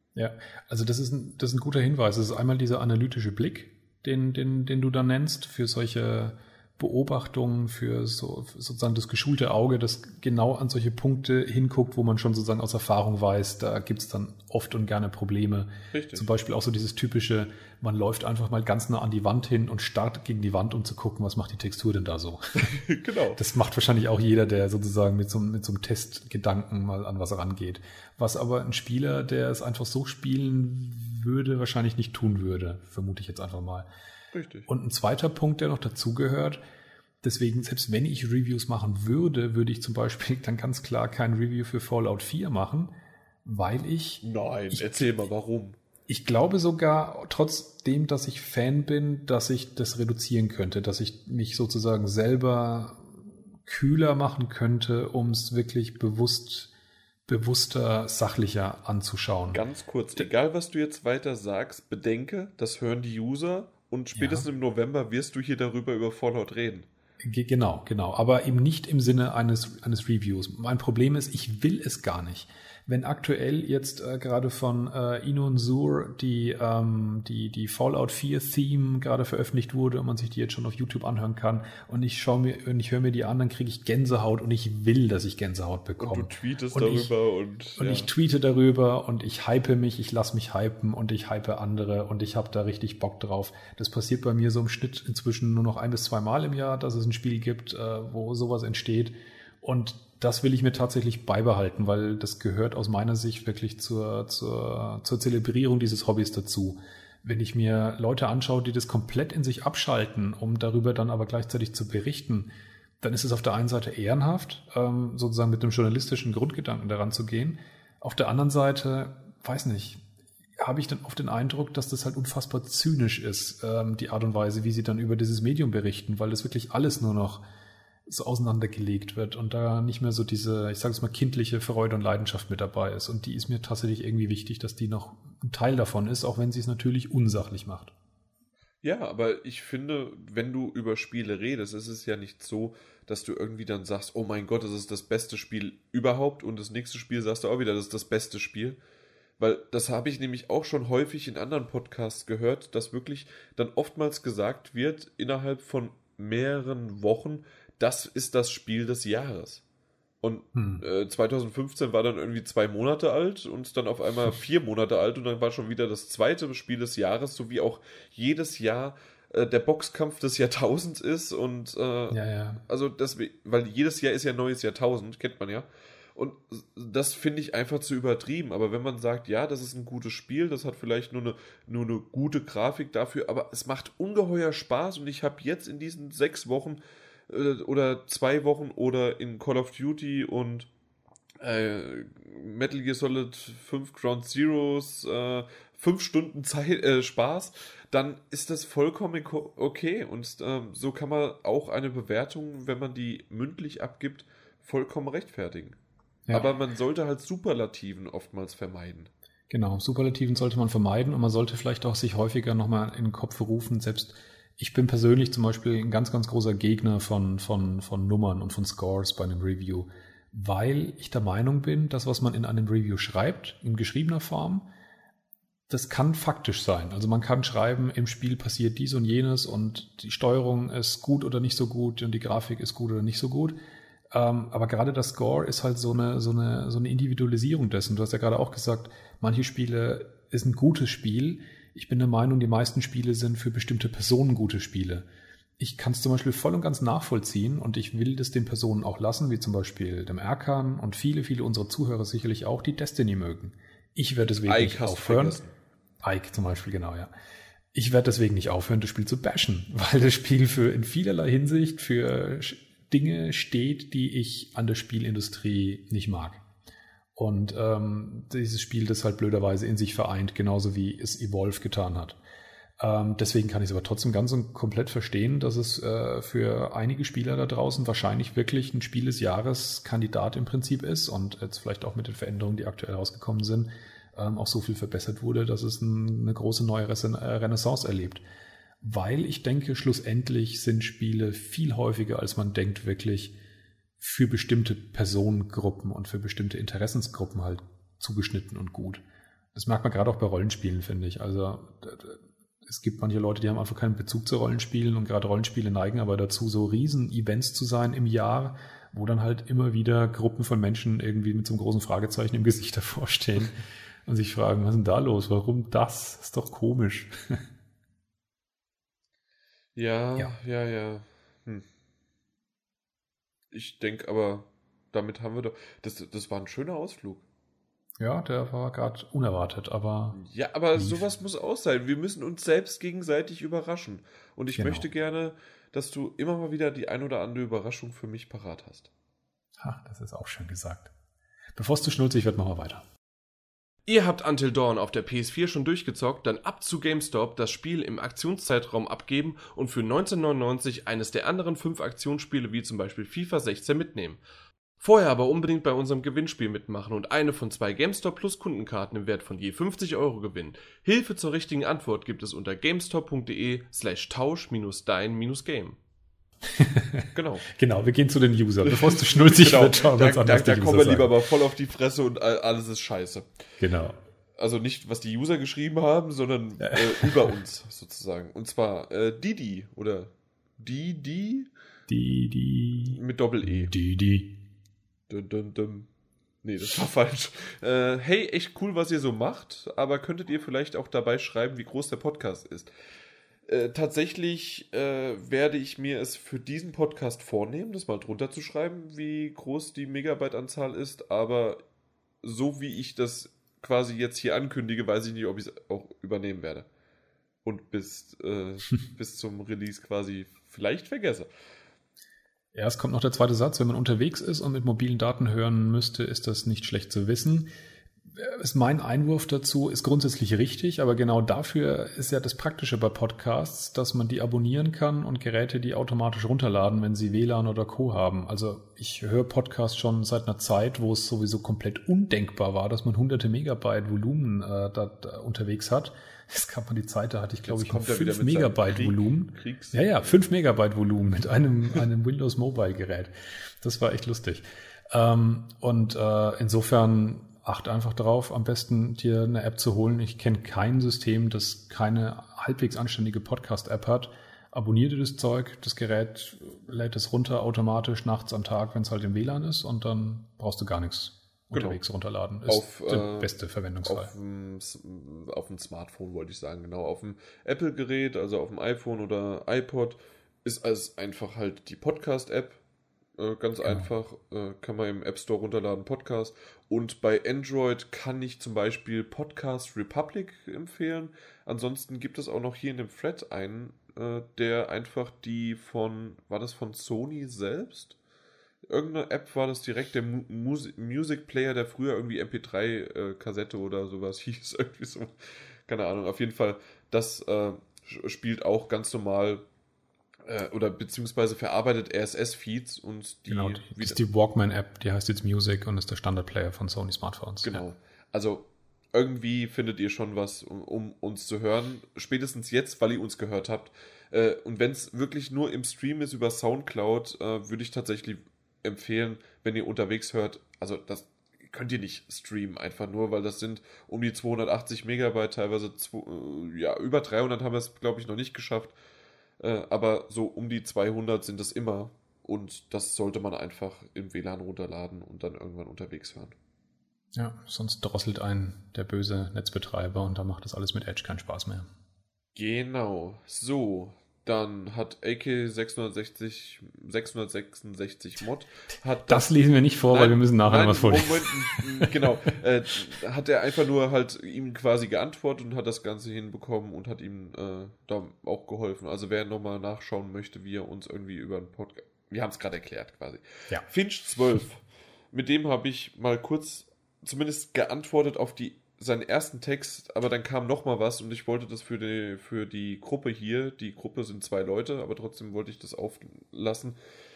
Ja, also das ist ein, das ist ein guter Hinweis. Das ist einmal dieser analytische Blick, den, den, den du da nennst, für solche Beobachtungen, für so sozusagen das geschulte Auge, das genau an solche Punkte hinguckt, wo man schon sozusagen aus Erfahrung weiß, da gibt es dann oft und gerne Probleme. Richtig. Zum Beispiel auch so dieses typische, man läuft einfach mal ganz nah an die Wand hin und starrt gegen die Wand, um zu gucken, was macht die Textur denn da so. Genau. Das macht wahrscheinlich auch jeder, der sozusagen mit so, mit so einem Testgedanken mal an was rangeht. Was aber ein Spieler, der es einfach so spielen würde, wahrscheinlich nicht tun würde, vermute ich jetzt einfach mal. Richtig. Und ein zweiter Punkt, der noch dazugehört, deswegen, selbst wenn ich Reviews machen würde, würde ich zum Beispiel dann ganz klar kein Review für Fallout vier machen, weil ich... Nein, ich, erzähl mal, warum. Ich glaube sogar, trotzdem, dass ich Fan bin, dass ich das reduzieren könnte, dass ich mich sozusagen selber kühler machen könnte, um es wirklich bewusst, bewusster, sachlicher anzuschauen. Ganz kurz, egal was du jetzt weiter sagst, bedenke, das hören die User und spätestens ja. im November wirst du hier darüber über Fallout reden. Genau, genau. Aber eben nicht im Sinne eines, eines Reviews. Mein Problem ist, ich will es gar nicht. Wenn aktuell jetzt äh, gerade von äh, Inon Sur die, ähm, die, die Fallout vier Theme gerade veröffentlicht wurde und man sich die jetzt schon auf YouTube anhören kann und ich schaue mir und ich höre mir die an, dann kriege ich Gänsehaut und ich will, dass ich Gänsehaut bekomme. Und du tweetest und darüber ich, und und ja. ich tweete darüber und ich hype mich, ich lasse mich hypen und ich hype andere und ich habe da richtig Bock drauf. Das passiert bei mir so im Schnitt inzwischen nur noch ein bis zwei Mal im Jahr, dass es ein Spiel gibt, äh, wo sowas entsteht. Und das will ich mir tatsächlich beibehalten, weil das gehört aus meiner Sicht wirklich zur, zur, zur Zelebrierung dieses Hobbys dazu. Wenn ich mir Leute anschaue, die das komplett in sich abschalten, um darüber dann aber gleichzeitig zu berichten, dann ist es auf der einen Seite ehrenhaft, ähm, sozusagen mit dem journalistischen Grundgedanken daran zu gehen. Auf der anderen Seite, weiß nicht, habe ich dann oft den Eindruck, dass das halt unfassbar zynisch ist, ähm, die Art und Weise, wie sie dann über dieses Medium berichten, weil das wirklich alles nur noch so auseinandergelegt wird und da nicht mehr so diese, ich sage es mal, kindliche Freude und Leidenschaft mit dabei ist. Und die ist mir tatsächlich irgendwie wichtig, dass die noch ein Teil davon ist, auch wenn sie es natürlich unsachlich macht. Ja, aber ich finde, wenn du über Spiele redest, ist es ja nicht so, dass du irgendwie dann sagst, oh mein Gott, das ist das beste Spiel überhaupt und das nächste Spiel sagst du auch wieder, das ist das beste Spiel. Weil das habe ich nämlich auch schon häufig in anderen Podcasts gehört, dass wirklich dann oftmals gesagt wird, innerhalb von mehreren Wochen, das ist das Spiel des Jahres. Und hm. äh, zwanzig fünfzehn war dann irgendwie zwei Monate alt und dann auf einmal vier Monate alt und dann war schon wieder das zweite Spiel des Jahres, so wie auch jedes Jahr äh, der Boxkampf des Jahrtausends ist und äh, ja, ja. also deswegen, weil jedes Jahr ist ja ein neues Jahrtausend, kennt man ja. Und das finde ich einfach zu übertrieben. Aber wenn man sagt, ja, das ist ein gutes Spiel, das hat vielleicht nur eine, nur eine gute Grafik dafür, aber es macht ungeheuer Spaß und ich habe jetzt in diesen sechs Wochen äh, oder zwei Wochen oder in Call of Duty und äh, Metal Gear Solid fünf Ground Zeroes äh, fünf Stunden Zeit, äh, Spaß, dann ist das vollkommen okay. Und äh, so kann man auch eine Bewertung, wenn man die mündlich abgibt, vollkommen rechtfertigen. Ja. Aber man sollte halt Superlativen oftmals vermeiden. Genau, Superlativen sollte man vermeiden und man sollte vielleicht auch sich häufiger nochmal in den Kopf rufen. Selbst ich bin persönlich zum Beispiel ein ganz, ganz großer Gegner von, von, von Nummern und von Scores bei einem Review, weil ich der Meinung bin, dass was man in einem Review schreibt, in geschriebener Form, das kann faktisch sein. Also man kann schreiben, im Spiel passiert dies und jenes und die Steuerung ist gut oder nicht so gut und die Grafik ist gut oder nicht so gut. Ähm, aber gerade das Score ist halt so eine, so eine, so eine Individualisierung dessen. Du hast ja gerade auch gesagt, manche Spiele ist ein gutes Spiel. Ich bin der Meinung, die meisten Spiele sind für bestimmte Personen gute Spiele. Ich kann es zum Beispiel voll und ganz nachvollziehen und ich will das den Personen auch lassen, wie zum Beispiel dem Erkan und viele, viele unserer Zuhörer sicherlich auch, die Destiny mögen. Ich werde deswegen Ike nicht aufhören. Ike zum Beispiel, genau, ja. Ich werde deswegen nicht aufhören, das Spiel zu bashen, weil das Spiel für in vielerlei Hinsicht für Dinge steht, die ich an der Spielindustrie nicht mag. Und ähm, dieses Spiel das halt blöderweise in sich vereint, genauso wie es Evolve getan hat. Ähm, deswegen kann ich es aber trotzdem ganz und komplett verstehen, dass es äh, für einige Spieler da draußen wahrscheinlich wirklich ein Spiel des Jahres Kandidat im Prinzip ist und jetzt vielleicht auch mit den Veränderungen, die aktuell rausgekommen sind, ähm, auch so viel verbessert wurde, dass es ein, eine große neue Renaissance erlebt. Weil ich denke, schlussendlich sind Spiele viel häufiger, als man denkt, wirklich für bestimmte Personengruppen und für bestimmte Interessensgruppen halt zugeschnitten und gut. Das merkt man gerade auch bei Rollenspielen, finde ich. Also es gibt manche Leute, die haben einfach keinen Bezug zu Rollenspielen und gerade Rollenspiele neigen aber dazu, so Riesen-Events zu sein im Jahr, wo dann halt immer wieder Gruppen von Menschen irgendwie mit so einem großen Fragezeichen im Gesicht davor stehen und sich fragen, was ist denn da los? Warum das? Das ist doch komisch. Ja, Ja. ja, ja. Hm. Ich denke aber, damit haben wir doch. Das, das war ein schöner Ausflug. Ja, der war gerade unerwartet, aber Ja, aber lief. sowas muss auch sein. Wir müssen uns selbst gegenseitig überraschen. Und ich Genau. möchte gerne, dass du immer mal wieder die ein oder andere Überraschung für mich parat hast. Ha, das ist auch schön gesagt. Bevor es zu schnulzig wird, machen wir weiter. Ihr habt Until Dawn auf der P S vier schon durchgezockt, dann ab zu GameStop, das Spiel im Aktionszeitraum abgeben und für neunzehn neunundneunzig eines der anderen fünf Aktionsspiele wie zum Beispiel FIFA sechzehn mitnehmen. Vorher aber unbedingt bei unserem Gewinnspiel mitmachen und eine von zwei GameStop Plus Kundenkarten im Wert von je fünfzig Euro gewinnen. Hilfe zur richtigen Antwort gibt es unter gamestop.de slash tausch minus dein minus game. Genau. Genau, wir gehen zu den Usern. Bevor es zu schnulzig Genau. wird, schauen wir uns Da, an, da, was die da User kommen wir sagen. lieber mal voll auf die Fresse und all- alles ist scheiße. Genau. Also nicht, was die User geschrieben haben, sondern äh, über uns sozusagen. Und zwar äh, Didi oder Didi Die, die, mit Doppel-E. die, die. Dun, dun, dun. Nee, das war falsch. Äh, hey, echt cool, was ihr so macht, aber könntet ihr vielleicht auch dabei schreiben, wie groß der Podcast ist? Äh, tatsächlich äh, werde ich mir es für diesen Podcast vornehmen, das mal drunter zu schreiben, wie groß die Megabyte-Anzahl ist, aber so wie ich das quasi jetzt hier ankündige, weiß ich nicht, ob ich es auch übernehmen werde. Und bis, äh, bis zum Release quasi vielleicht vergesse. Ja, es kommt noch der zweite Satz. Wenn man unterwegs ist und mit mobilen Daten hören müsste, ist das nicht schlecht zu wissen. Ist mein Einwurf dazu ist grundsätzlich richtig, aber genau dafür ist ja das Praktische bei Podcasts, dass man die abonnieren kann und Geräte die automatisch runterladen, wenn sie W L A N oder Co. haben. Also ich höre Podcasts schon seit einer Zeit, wo es sowieso komplett undenkbar war, dass man hunderte Megabyte Volumen äh, da, da unterwegs hat. Es gab mal die Zeit, da hatte ich glaube Jetzt ich ein kommt er wieder fünf mit seinem Megabyte Krieg- Volumen. Kriegs- Ja, ja, fünf Megabyte Volumen mit einem, einem Windows Mobile Gerät. Das war echt lustig. Ähm, und äh, insofern acht einfach drauf, am besten dir eine App zu holen. Ich kenne kein System, das keine halbwegs anständige Podcast-App hat. Abonnier dir das Zeug, das Gerät lädt es runter automatisch nachts am Tag, wenn es halt im W L A N ist und dann brauchst du gar nichts Genau. unterwegs runterladen. Ist Auf, der äh, beste Verwendungsfall. Auf dem, S- auf dem Smartphone wollte ich sagen, genau. Auf dem Apple-Gerät, also auf dem iPhone oder iPod, ist es einfach halt die Podcast-App. Äh, ganz Genau. einfach, äh, kann man im App Store runterladen, Podcast. Und bei Android kann ich zum Beispiel Podcast Republic empfehlen. Ansonsten gibt es auch noch hier in dem Thread einen, äh, der einfach die von, war das von Sony selbst? Irgendeine App war das direkt, der Mu Mus Music Player, der früher irgendwie M P drei Kassette oder sowas hieß, irgendwie so. Keine Ahnung, auf jeden Fall, das äh, spielt auch ganz normal äh, oder beziehungsweise verarbeitet R S S-Feeds und die. Genau, das ist die Walkman-App, die heißt jetzt Music und ist der Standardplayer von Sony Smartphones. Genau. Ja. Also irgendwie findet ihr schon was, um, um uns zu hören. Spätestens jetzt, weil ihr uns gehört habt. Äh, und wenn es wirklich nur im Stream ist über Soundcloud, äh, würde ich tatsächlich empfehlen, wenn ihr unterwegs hört, also das könnt ihr nicht streamen, einfach nur, weil das sind um die zweihundertachtzig Megabyte, teilweise zwei, äh, ja, über dreihundert haben wir es, glaube ich, noch nicht geschafft, äh, aber so um die zweihundert sind es immer und das sollte man einfach im W L A N runterladen und dann irgendwann unterwegs hören. Ja, sonst drosselt ein der böse Netzbetreiber und da macht das alles mit Edge keinen Spaß mehr. Genau, so, dann hat A K sechshundertsechzig, sechshundertsechsundsechzig Mod hat Das lesen wir nicht vor, Nein, weil wir müssen nachher nein, noch was vorlesen. Moment, m- genau. Äh, hat er einfach nur halt ihm quasi geantwortet und hat das Ganze hinbekommen und hat ihm äh, da auch geholfen. Also wer nochmal nachschauen möchte, wie er uns irgendwie über einen Podcast... Wir haben es gerade erklärt quasi. Ja. Finch zwölf. Mit dem habe ich mal kurz zumindest geantwortet auf die seinen ersten Text, aber dann kam noch mal was und ich wollte das für die, für die Gruppe hier, die Gruppe sind zwei Leute, aber trotzdem wollte ich das auflassen.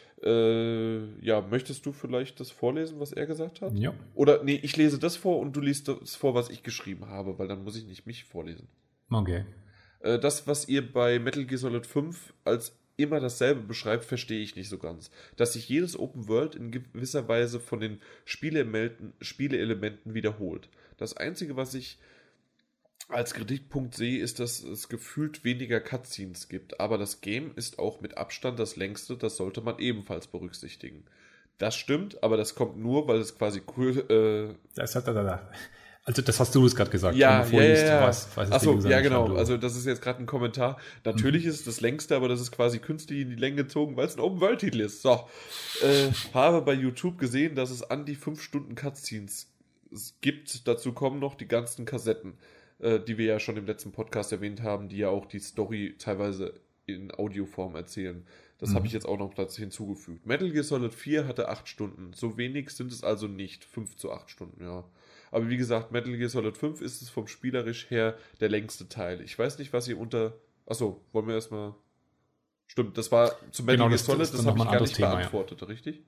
Äh, ja, möchtest du vielleicht das vorlesen, was er gesagt hat? Ja. Oder, nee, ich lese das vor und du liest das vor, was ich geschrieben habe, weil dann muss ich nicht mich vorlesen. Okay. Äh, das, was ihr bei Metal Gear Solid fünf als immer dasselbe beschreibt, verstehe ich nicht so ganz. Dass sich jedes Open World in gewisser Weise von den Spieleelementen, Spieleelementen wiederholt. Das Einzige, was ich als Kritikpunkt sehe, ist, dass es gefühlt weniger Cutscenes gibt. Aber das Game ist auch mit Abstand das längste, das sollte man ebenfalls berücksichtigen. Das stimmt, aber das kommt nur, weil es quasi cool... Äh, das hat, da, da, da. Also das hast du es gerade gesagt. Ja, ja, ja. ja. Weiß, weiß Achso, ja genau. Also das ist jetzt gerade ein Kommentar. Natürlich mhm. ist es das längste, aber das ist quasi künstlich in die Länge gezogen, weil es ein Open-World-Titel ist. So, äh, habe bei YouTube gesehen, dass es an die fünf Stunden Cutscenes gibt. Dazu kommen noch die ganzen Kassetten, äh, die wir ja schon im letzten Podcast erwähnt haben, die ja auch die Story teilweise in Audioform erzählen. Das mhm. habe ich jetzt auch noch dazu hinzugefügt. Metal Gear Solid vier hatte acht Stunden. So wenig sind es also nicht. fünf zu acht Stunden, ja. Aber wie gesagt, Metal Gear Solid fünf ist es vom spielerisch her der längste Teil. Ich weiß nicht, was ihr unter... Achso, wollen wir erstmal... Stimmt, das war zu Metal genau, Gear das, Solid, das, das, das habe ich gar nicht Thema, beantwortet, ja. Richtig?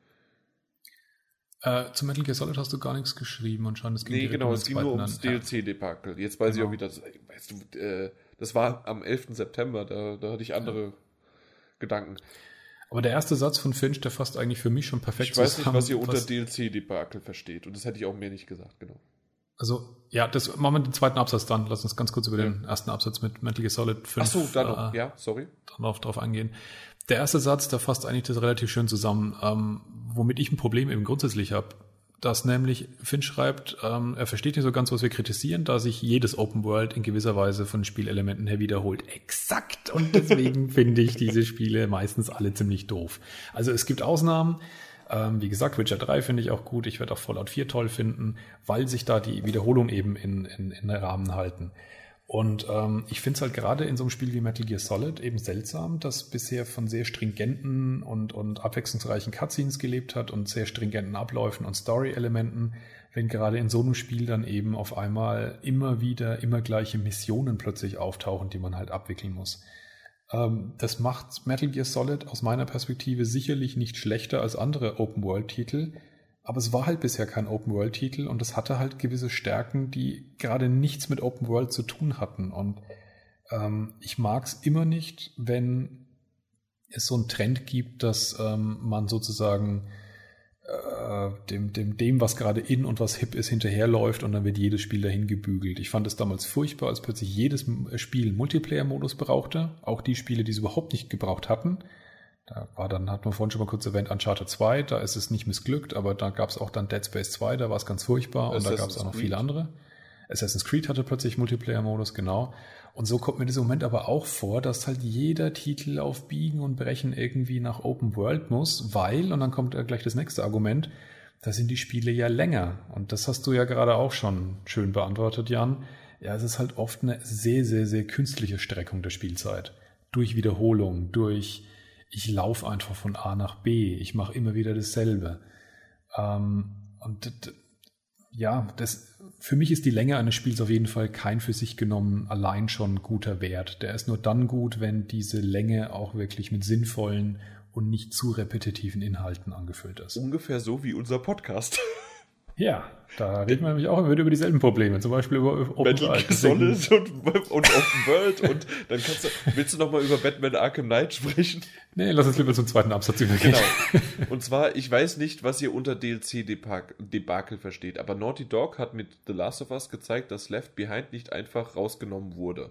Äh, zu Metal Gear Solid hast du gar nichts geschrieben anscheinend. Es ging nee, genau, um es ging nur ums D L C-Debakel. Jetzt weiß genau. ich auch wieder... Weißt du, äh, das war am elften September, da, da hatte ich andere ja. Gedanken. Aber der erste Satz von Finch, der fasst eigentlich für mich schon perfekt zusammen. Ich weiß zusammen, nicht, was ihr unter D L C-Debakel versteht. Und das hätte ich auch mir nicht gesagt, genau. Also, ja, das machen wir den zweiten Absatz dann. Lass uns ganz kurz über ja. den ersten Absatz mit Metal Gear Solid fünf. Ach so, da noch. Äh, ja, sorry. Darauf drauf eingehen. Der erste Satz, der fasst eigentlich das relativ schön zusammen, ähm, womit ich ein Problem eben grundsätzlich habe. Dass nämlich Finch schreibt, ähm, er versteht nicht so ganz, was wir kritisieren, da sich jedes Open World in gewisser Weise von Spielelementen her wiederholt. Exakt! Und deswegen finde ich diese Spiele meistens alle ziemlich doof. Also es gibt Ausnahmen. Ähm, wie gesagt, Witcher drei finde ich auch gut. Ich werde auch Fallout vier toll finden, weil sich da die Wiederholung eben in, in, in Rahmen halten. Und ähm, ich finde es halt gerade in so einem Spiel wie Metal Gear Solid eben seltsam, dass bisher von sehr stringenten und, und abwechslungsreichen Cutscenes gelebt hat und sehr stringenten Abläufen und Story-Elementen, wenn gerade in so einem Spiel dann eben auf einmal immer wieder immer gleiche Missionen plötzlich auftauchen, die man halt abwickeln muss. Ähm, das macht Metal Gear Solid aus meiner Perspektive sicherlich nicht schlechter als andere Open-World-Titel, aber es war halt bisher kein Open-World-Titel und es hatte halt gewisse Stärken, die gerade nichts mit Open-World zu tun hatten. Und ähm, ich mag es immer nicht, wenn es so einen Trend gibt, dass ähm, man sozusagen äh, dem, dem, dem, was gerade in und was hip ist, hinterherläuft und dann wird jedes Spiel dahin gebügelt. Ich fand es damals furchtbar, als plötzlich jedes Spiel Multiplayer-Modus brauchte. Auch die Spiele, die es überhaupt nicht gebraucht hatten. Da war dann, hat man vorhin schon mal kurz erwähnt, Uncharted zwei, da ist es nicht missglückt, aber da gab es auch dann Dead Space zwei, da war es ganz furchtbar und da gab es auch noch viele andere. Assassin's Creed hatte plötzlich Multiplayer-Modus, genau. Und so kommt mir das im Moment aber auch vor, dass halt jeder Titel auf Biegen und Brechen irgendwie nach Open World muss, weil, und dann kommt gleich das nächste Argument, da sind die Spiele ja länger. Und das hast du ja gerade auch schon schön beantwortet, Jan. Ja, es ist halt oft eine sehr, sehr, sehr künstliche Streckung der Spielzeit. Durch Wiederholung, durch ich laufe einfach von A nach B, ich mache immer wieder dasselbe. Ähm, und ja, das, für mich ist die Länge eines Spiels auf jeden Fall kein für sich genommen allein schon guter Wert. Der ist nur dann gut, wenn diese Länge auch wirklich mit sinnvollen und nicht zu repetitiven Inhalten angefüllt ist. Ungefähr so wie unser Podcast. Ja, da reden wir nämlich auch immer über dieselben Probleme, zum Beispiel über Open World. Solid und, und Open World und dann kannst du, willst du nochmal über Batman Arkham Knight sprechen? Nee, lass uns lieber zum zweiten Absatz übergehen. Genau. Und zwar, ich weiß nicht, was ihr unter D L C-Debakel versteht, aber Naughty Dog hat mit The Last of Us gezeigt, dass Left Behind nicht einfach rausgenommen wurde.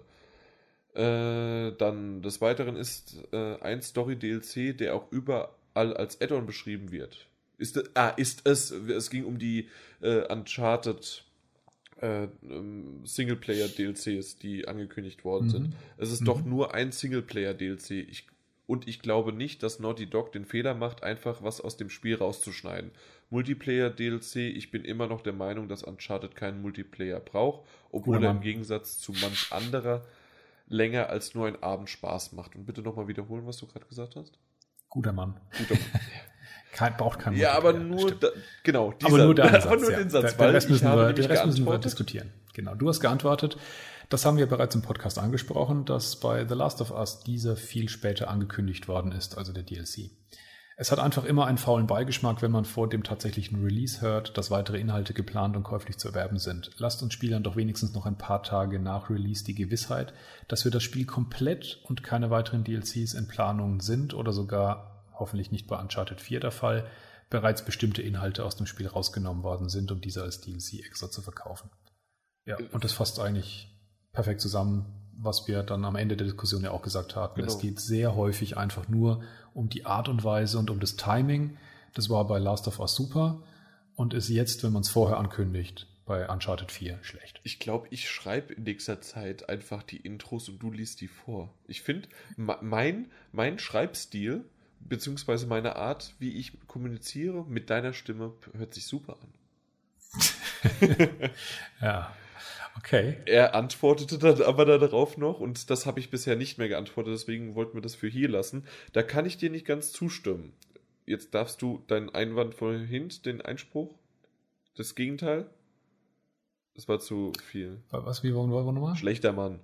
Äh, dann des Weiteren ist äh, ein Story-D L C, der auch überall als Add-on beschrieben wird. Ist, ah, ist es, es ging um die äh, Uncharted äh, Singleplayer-D L Cs, die angekündigt worden mhm. sind. Es ist mhm. doch nur ein Singleplayer-D L C. Ich, und ich glaube nicht, dass Naughty Dog den Fehler macht, einfach was aus dem Spiel rauszuschneiden. Multiplayer-D L C, ich bin immer noch der Meinung, dass Uncharted keinen Multiplayer braucht, obwohl er im Gegensatz zu manch anderer länger als nur ein Abend Spaß macht. Und bitte nochmal wiederholen, was du gerade gesagt hast. Guter Mann. Guter Mann. Kein, braucht keinen Ja, aber nur, da, genau, dieser, aber nur, der Ansatz, aber nur ja. den Satz, der, weil der Rest müssen ich habe wir, den Rest müssen wir diskutieren. Genau, du hast geantwortet. Das haben wir bereits im Podcast angesprochen, dass bei The Last of Us dieser viel später angekündigt worden ist, also der D L C. Es hat einfach immer einen faulen Beigeschmack, wenn man vor dem tatsächlichen Release hört, dass weitere Inhalte geplant und käuflich zu erwerben sind. Lasst uns Spielern doch wenigstens noch ein paar Tage nach Release die Gewissheit, dass wir das Spiel komplett und keine weiteren D L Cs in Planung sind oder sogar, hoffentlich nicht bei Uncharted vier der Fall, bereits bestimmte Inhalte aus dem Spiel rausgenommen worden sind, um diese als D L C extra zu verkaufen. Ja, und das fasst eigentlich perfekt zusammen, was wir dann am Ende der Diskussion ja auch gesagt hatten. Genau. Es geht sehr häufig einfach nur um die Art und Weise und um das Timing. Das war bei Last of Us super und ist jetzt, wenn man es vorher ankündigt, bei Uncharted vier schlecht. Ich glaube, ich schreibe in nächster Zeit einfach die Intros und du liest die vor. Ich finde, mein, mein Schreibstil, beziehungsweise meine Art, wie ich kommuniziere, mit deiner Stimme, hört sich super an. Ja, okay. Er antwortete dann aber darauf noch, und das habe ich bisher nicht mehr geantwortet, deswegen wollten wir das für hier lassen. Da kann ich dir nicht ganz zustimmen. Jetzt darfst du deinen Einwand vorhin, den Einspruch, das Gegenteil. Das war zu viel. Was, wie wollen wir nochmal? Schlechter Mann.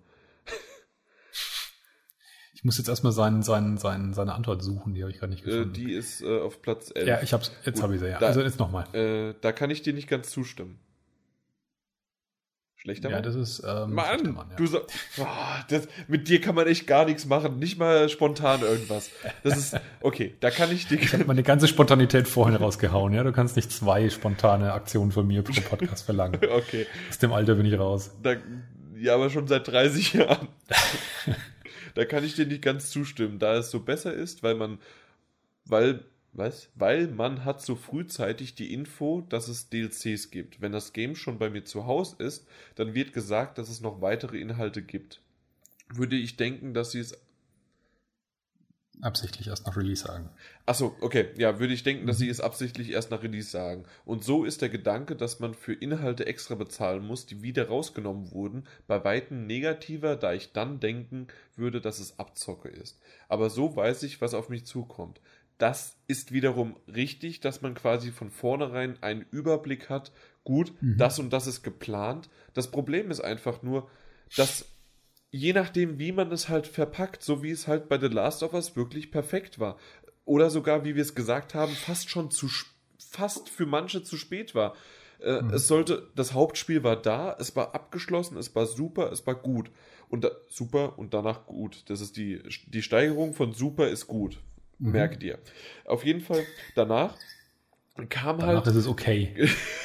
Ich muss jetzt erstmal sein, sein, sein, seine Antwort suchen, die habe ich gerade nicht gefunden. Äh, die ist äh, auf Platz elf. Ja, ich hab's, jetzt habe ich sie, ja. Da, also jetzt nochmal. Äh, da kann ich dir nicht ganz zustimmen. Schlechter Mann? Ja, das ist ähm, Mann, Mann, ja. du so, oh, das, mit dir kann man echt gar nichts machen, nicht mal spontan irgendwas. Das ist, okay, da kann ich dir... Ich habe meine ganze Spontanität vorhin rausgehauen, ja, du kannst nicht zwei spontane Aktionen von mir pro Podcast verlangen. Okay. Aus dem Alter bin ich raus. Da, ja, aber schon seit dreißig Jahren. Da kann ich dir nicht ganz zustimmen, da es so besser ist, weil man, weil... Was? Weil man hat so frühzeitig die Info, dass es D L Cs gibt. Wenn das Game schon bei mir zu Hause ist, dann wird gesagt, dass es noch weitere Inhalte gibt. Würde ich denken, dass sie es... Absichtlich erst nach Release sagen. Achso, okay. Ja, würde ich denken, dass sie es absichtlich erst nach Release sagen. Und so ist der Gedanke, dass man für Inhalte extra bezahlen muss, die wieder rausgenommen wurden, bei Weitem negativer, da ich dann denken würde, dass es Abzocke ist. Aber so weiß ich, was auf mich zukommt. Das ist wiederum richtig, dass man quasi von vornherein einen Überblick hat, gut, mhm. das und das ist geplant. Das Problem ist einfach nur, dass je nachdem, wie man es halt verpackt, so wie es halt bei The Last of Us wirklich perfekt war, oder sogar, wie wir es gesagt haben, fast schon zu, fast für manche zu spät war. Äh, mhm. Es sollte, das Hauptspiel war da, es war abgeschlossen, es war super, es war gut. Und da, super und danach gut. Das ist die, die Steigerung von super ist gut. Mhm. Merke dir. Auf jeden Fall, danach kam danach halt... Danach ist es okay.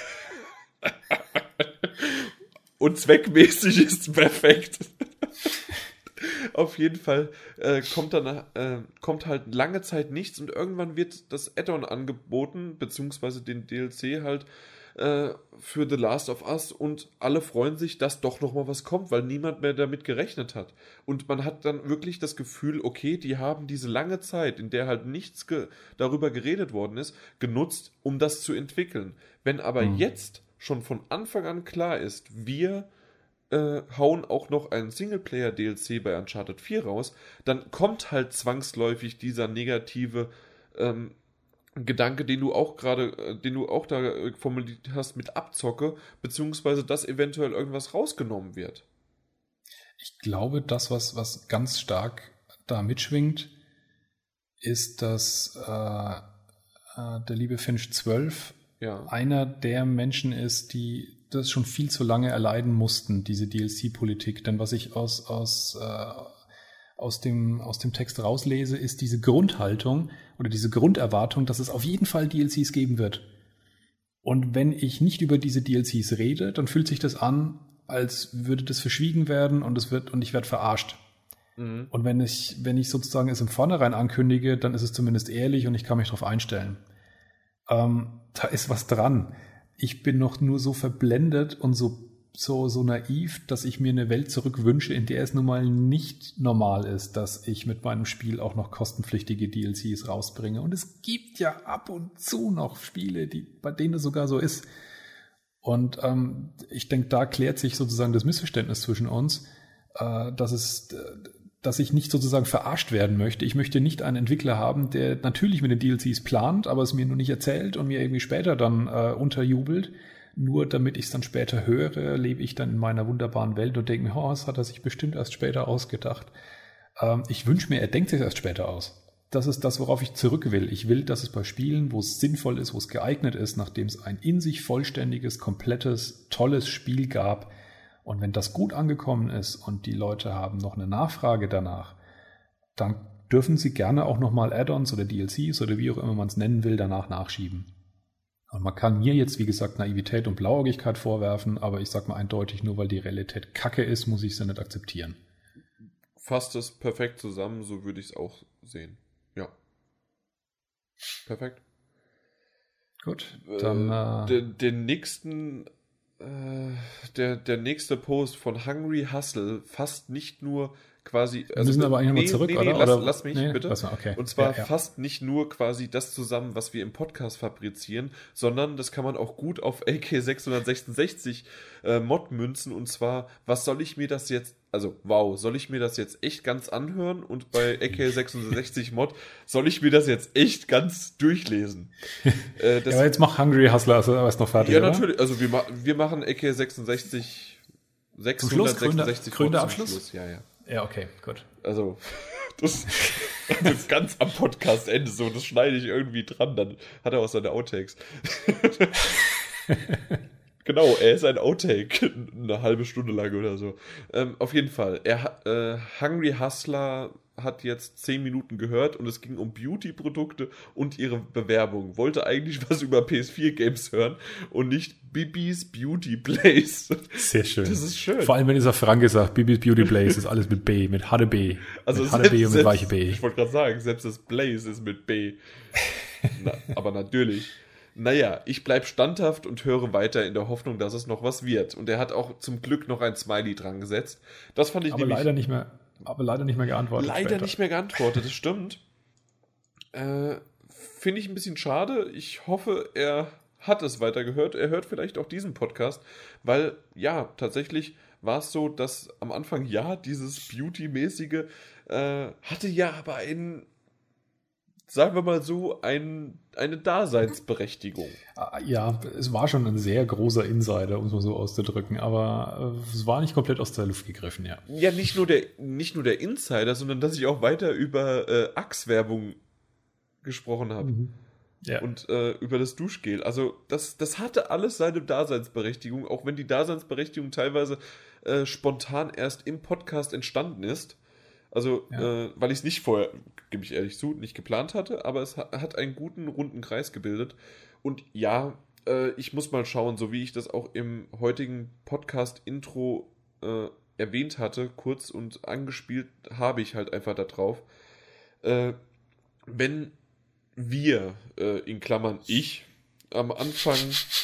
Und zweckmäßig ist es perfekt. Auf jeden Fall äh, kommt dann äh, kommt halt lange Zeit nichts und irgendwann wird das Add-on angeboten, beziehungsweise den D L C halt äh, für The Last of Us und alle freuen sich, dass doch nochmal was kommt, weil niemand mehr damit gerechnet hat. Und man hat dann wirklich das Gefühl, okay, die haben diese lange Zeit, in der halt nichts ge- darüber geredet worden ist, genutzt, um das zu entwickeln. Wenn aber mhm. jetzt schon von Anfang an klar ist, wir äh, hauen auch noch einen Singleplayer-D L C bei Uncharted vier raus, dann kommt halt zwangsläufig dieser negative ähm, Gedanke, den du auch gerade, den du auch da formuliert hast mit Abzocke, beziehungsweise dass eventuell irgendwas rausgenommen wird. Ich glaube, das, was, was ganz stark da mitschwingt, ist, dass äh, äh, der liebe Finch zwölf ja. einer der Menschen ist, die das schon viel zu lange erleiden mussten, diese D L C-Politik. Denn was ich aus, aus, äh, aus, dem, aus dem Text rauslese, ist diese Grundhaltung oder diese Grunderwartung, dass es auf jeden Fall D L Cs geben wird. Und wenn ich nicht über diese D L Cs rede, dann fühlt sich das an, als würde das verschwiegen werden und es wird und ich werde verarscht. Mhm. Und wenn ich, wenn ich sozusagen es im Vornherein ankündige, dann ist es zumindest ehrlich und ich kann mich darauf einstellen. Ähm, da ist was dran. Ich bin noch nur so verblendet und so, so, so naiv, dass ich mir eine Welt zurückwünsche, in der es nun mal nicht normal ist, dass ich mit meinem Spiel auch noch kostenpflichtige D L Cs rausbringe. Und es gibt ja ab und zu noch Spiele, die, bei denen es sogar so ist. Und ähm, ich denke, da klärt sich sozusagen das Missverständnis zwischen uns, äh, dass es, dass ich nicht sozusagen verarscht werden möchte. Ich möchte nicht einen Entwickler haben, der natürlich mit den D L Cs plant, aber es mir nur nicht erzählt und mir irgendwie später dann äh, unterjubelt. Nur damit ich es dann später höre, lebe ich dann in meiner wunderbaren Welt und denke mir, oh, das hat er sich bestimmt erst später ausgedacht. Ähm, ich wünsche mir, er denkt sich erst später aus. Das ist das, worauf ich zurück will. Ich will, dass es bei Spielen, wo es sinnvoll ist, wo es geeignet ist, nachdem es ein in sich vollständiges, komplettes, tolles Spiel gab, und wenn das gut angekommen ist und die Leute haben noch eine Nachfrage danach, dann dürfen sie gerne auch nochmal Add-ons oder D L Cs oder wie auch immer man es nennen will, danach nachschieben. Und man kann mir jetzt, wie gesagt, Naivität und Blauäugigkeit vorwerfen, aber ich sag mal eindeutig, nur weil die Realität kacke ist, muss ich sie nicht akzeptieren. Fasst es perfekt zusammen, so würde ich es auch sehen. Ja. Perfekt. Gut, dann... Äh, äh, den, den nächsten... Äh, der, der nächste Post von Hungry Hustle fasst nicht nur quasi... Wir müssen also, aber eigentlich nee, nochmal zurück, nee, nee, oder? Lass, oder? lass mich, nee, bitte. Lass mal, okay. Und zwar ja, ja. fasst nicht nur quasi das zusammen, was wir im Podcast fabrizieren, sondern das kann man auch gut auf A K sechshundertsechsundsechzig äh, Mod münzen. Und zwar, was soll ich mir das jetzt... Also, wow, soll ich mir das jetzt echt ganz anhören? Und bei A K sechsundsechzig Mod soll ich mir das jetzt echt ganz durchlesen? Äh, das, ja, aber jetzt mach Hungry Hustler, also aber ist noch fertig, Ja, oder? natürlich. Also wir, wir machen A K sechsundsechzig, sechshundertsechsundsechzig Gründer Abschluss? Schluss. Ja, ja. Ja, okay, gut. Also, das, das ist ganz am Podcast-Ende so, das schneide ich irgendwie dran, dann hat er auch seine Outtakes. Genau, er ist ein Outtake, eine halbe Stunde lang oder so. Ähm, auf jeden Fall, er, äh, Hungry Hustler hat jetzt zehn Minuten gehört und es ging um Beauty-Produkte und ihre Bewerbung. Wollte eigentlich was über P S vier Games hören und nicht Bibis Beauty Place. Sehr schön. Das ist schön. Vor allem, wenn dieser Franke sagt, Bibis Beauty Place ist alles mit B, mit H D B. Also mit H D B und mit selbst, weiche B. Ich wollte gerade sagen, selbst das Blaze ist mit B. Na, aber natürlich. Naja, ich bleib standhaft und höre weiter in der Hoffnung, dass es noch was wird. Und er hat auch zum Glück noch ein Smiley dran gesetzt. Das fand ich aber nämlich... leider nicht mehr, aber leider nicht mehr geantwortet. Leider später. nicht mehr geantwortet, das stimmt. Äh, finde ich ein bisschen schade. Ich hoffe, er hat es weitergehört. Er hört vielleicht auch diesen Podcast, weil, ja, tatsächlich war es so, dass am Anfang, ja, dieses Beauty-mäßige äh, hatte ja aber einen... sagen wir mal so, ein, eine Daseinsberechtigung. Ja, es war schon ein sehr großer Insider, um es mal so auszudrücken, aber es war nicht komplett aus der Luft gegriffen, ja. Ja, nicht nur der, nicht nur der Insider, sondern dass ich auch weiter über äh, Axe-Werbung gesprochen habe. Mhm. Ja. Und äh, über das Duschgel. Also das, das hatte alles seine Daseinsberechtigung, auch wenn die Daseinsberechtigung teilweise äh, spontan erst im Podcast entstanden ist. Also, ja. äh, weil ich es nicht vorher, gebe ich ehrlich zu, nicht geplant hatte, aber es ha- hat einen guten, runden Kreis gebildet. Und ja, äh, ich muss mal schauen, so wie ich das auch im heutigen Podcast-Intro äh, erwähnt hatte, kurz und angespielt habe ich halt einfach da drauf. Äh, wenn wir, äh, in Klammern ich, am Anfang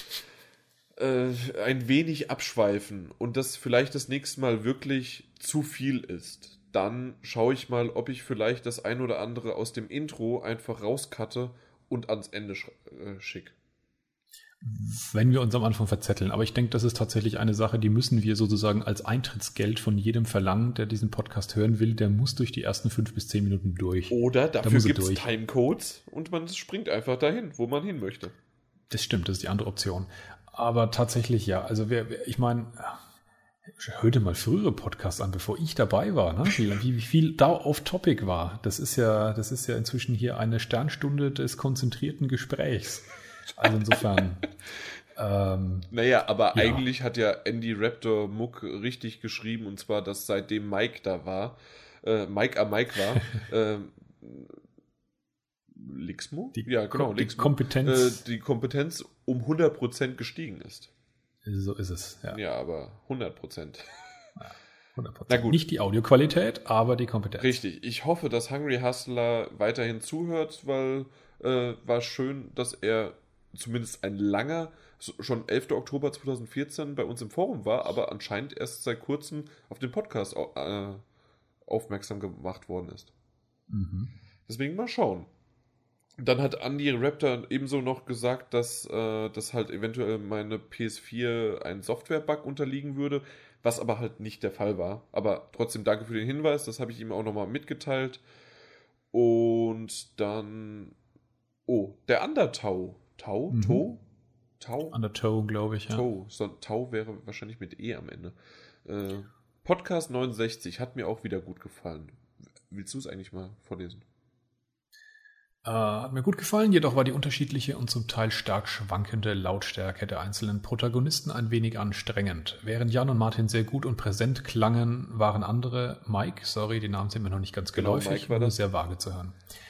äh, ein wenig abschweifen und das vielleicht das nächste Mal wirklich zu viel ist, dann schaue ich mal, ob ich vielleicht das ein oder andere aus dem Intro einfach rauscutte und ans Ende sch- äh, schicke. Wenn wir uns am Anfang verzetteln. Aber ich denke, das ist tatsächlich eine Sache, die müssen wir sozusagen als Eintrittsgeld von jedem verlangen, der diesen Podcast hören will. Der muss durch die ersten fünf bis zehn Minuten durch. Oder dafür da gibt es Timecodes und man springt einfach dahin, wo man hin möchte. Das stimmt, das ist die andere Option. Aber tatsächlich ja. Also wer, ich meine... Hör dir mal frühere Podcasts an, bevor ich dabei war, ne? wie, wie viel da off-topic war. Das ist ja, das ist ja inzwischen hier eine Sternstunde des konzentrierten Gesprächs. Also insofern. ähm, naja, aber ja. eigentlich hat ja Andy Raptor Muck richtig geschrieben, und zwar, dass seitdem Mike da war, äh, Mike am Mike war, äh, Lixmo? Die, ja, genau, die Lixmo, Kompetenz. Äh, die Kompetenz um hundert Prozent gestiegen ist. So ist es, ja. Ja, aber hundert Prozent. Ja, hundert Prozent. Na gut. Nicht die Audioqualität, aber die Kompetenz. Richtig. Ich hoffe, dass Hungry Hustler weiterhin zuhört, weil äh, war schön, dass er zumindest ein langer, schon elfter Oktober zweitausendvierzehn bei uns im Forum war, aber anscheinend erst seit kurzem auf den Podcast äh, aufmerksam gemacht worden ist. Mhm. Deswegen mal schauen. Dann hat Andy Raptor ebenso noch gesagt, dass, äh, dass halt eventuell meine P S vier ein Software-Bug unterliegen würde, was aber halt nicht der Fall war. Aber trotzdem danke für den Hinweis, das habe ich ihm auch nochmal mitgeteilt. Und dann, oh, der Undertow. Tau? Mhm. Tau? Tau? Undertow, glaube ich, ja. Tau. So, Tau wäre wahrscheinlich mit E am Ende. Äh, Podcast neunundsechzig hat mir auch wieder gut gefallen. Willst du es eigentlich mal vorlesen? Äh, hat mir gut gefallen, jedoch war die unterschiedliche und zum Teil stark schwankende Lautstärke der einzelnen Protagonisten ein wenig anstrengend. Während Jan und Martin sehr gut und präsent klangen, waren andere, Mike, sorry, die Namen sind mir noch nicht ganz Genau, geläufig, Mike war nur das. sehr vage zu hören.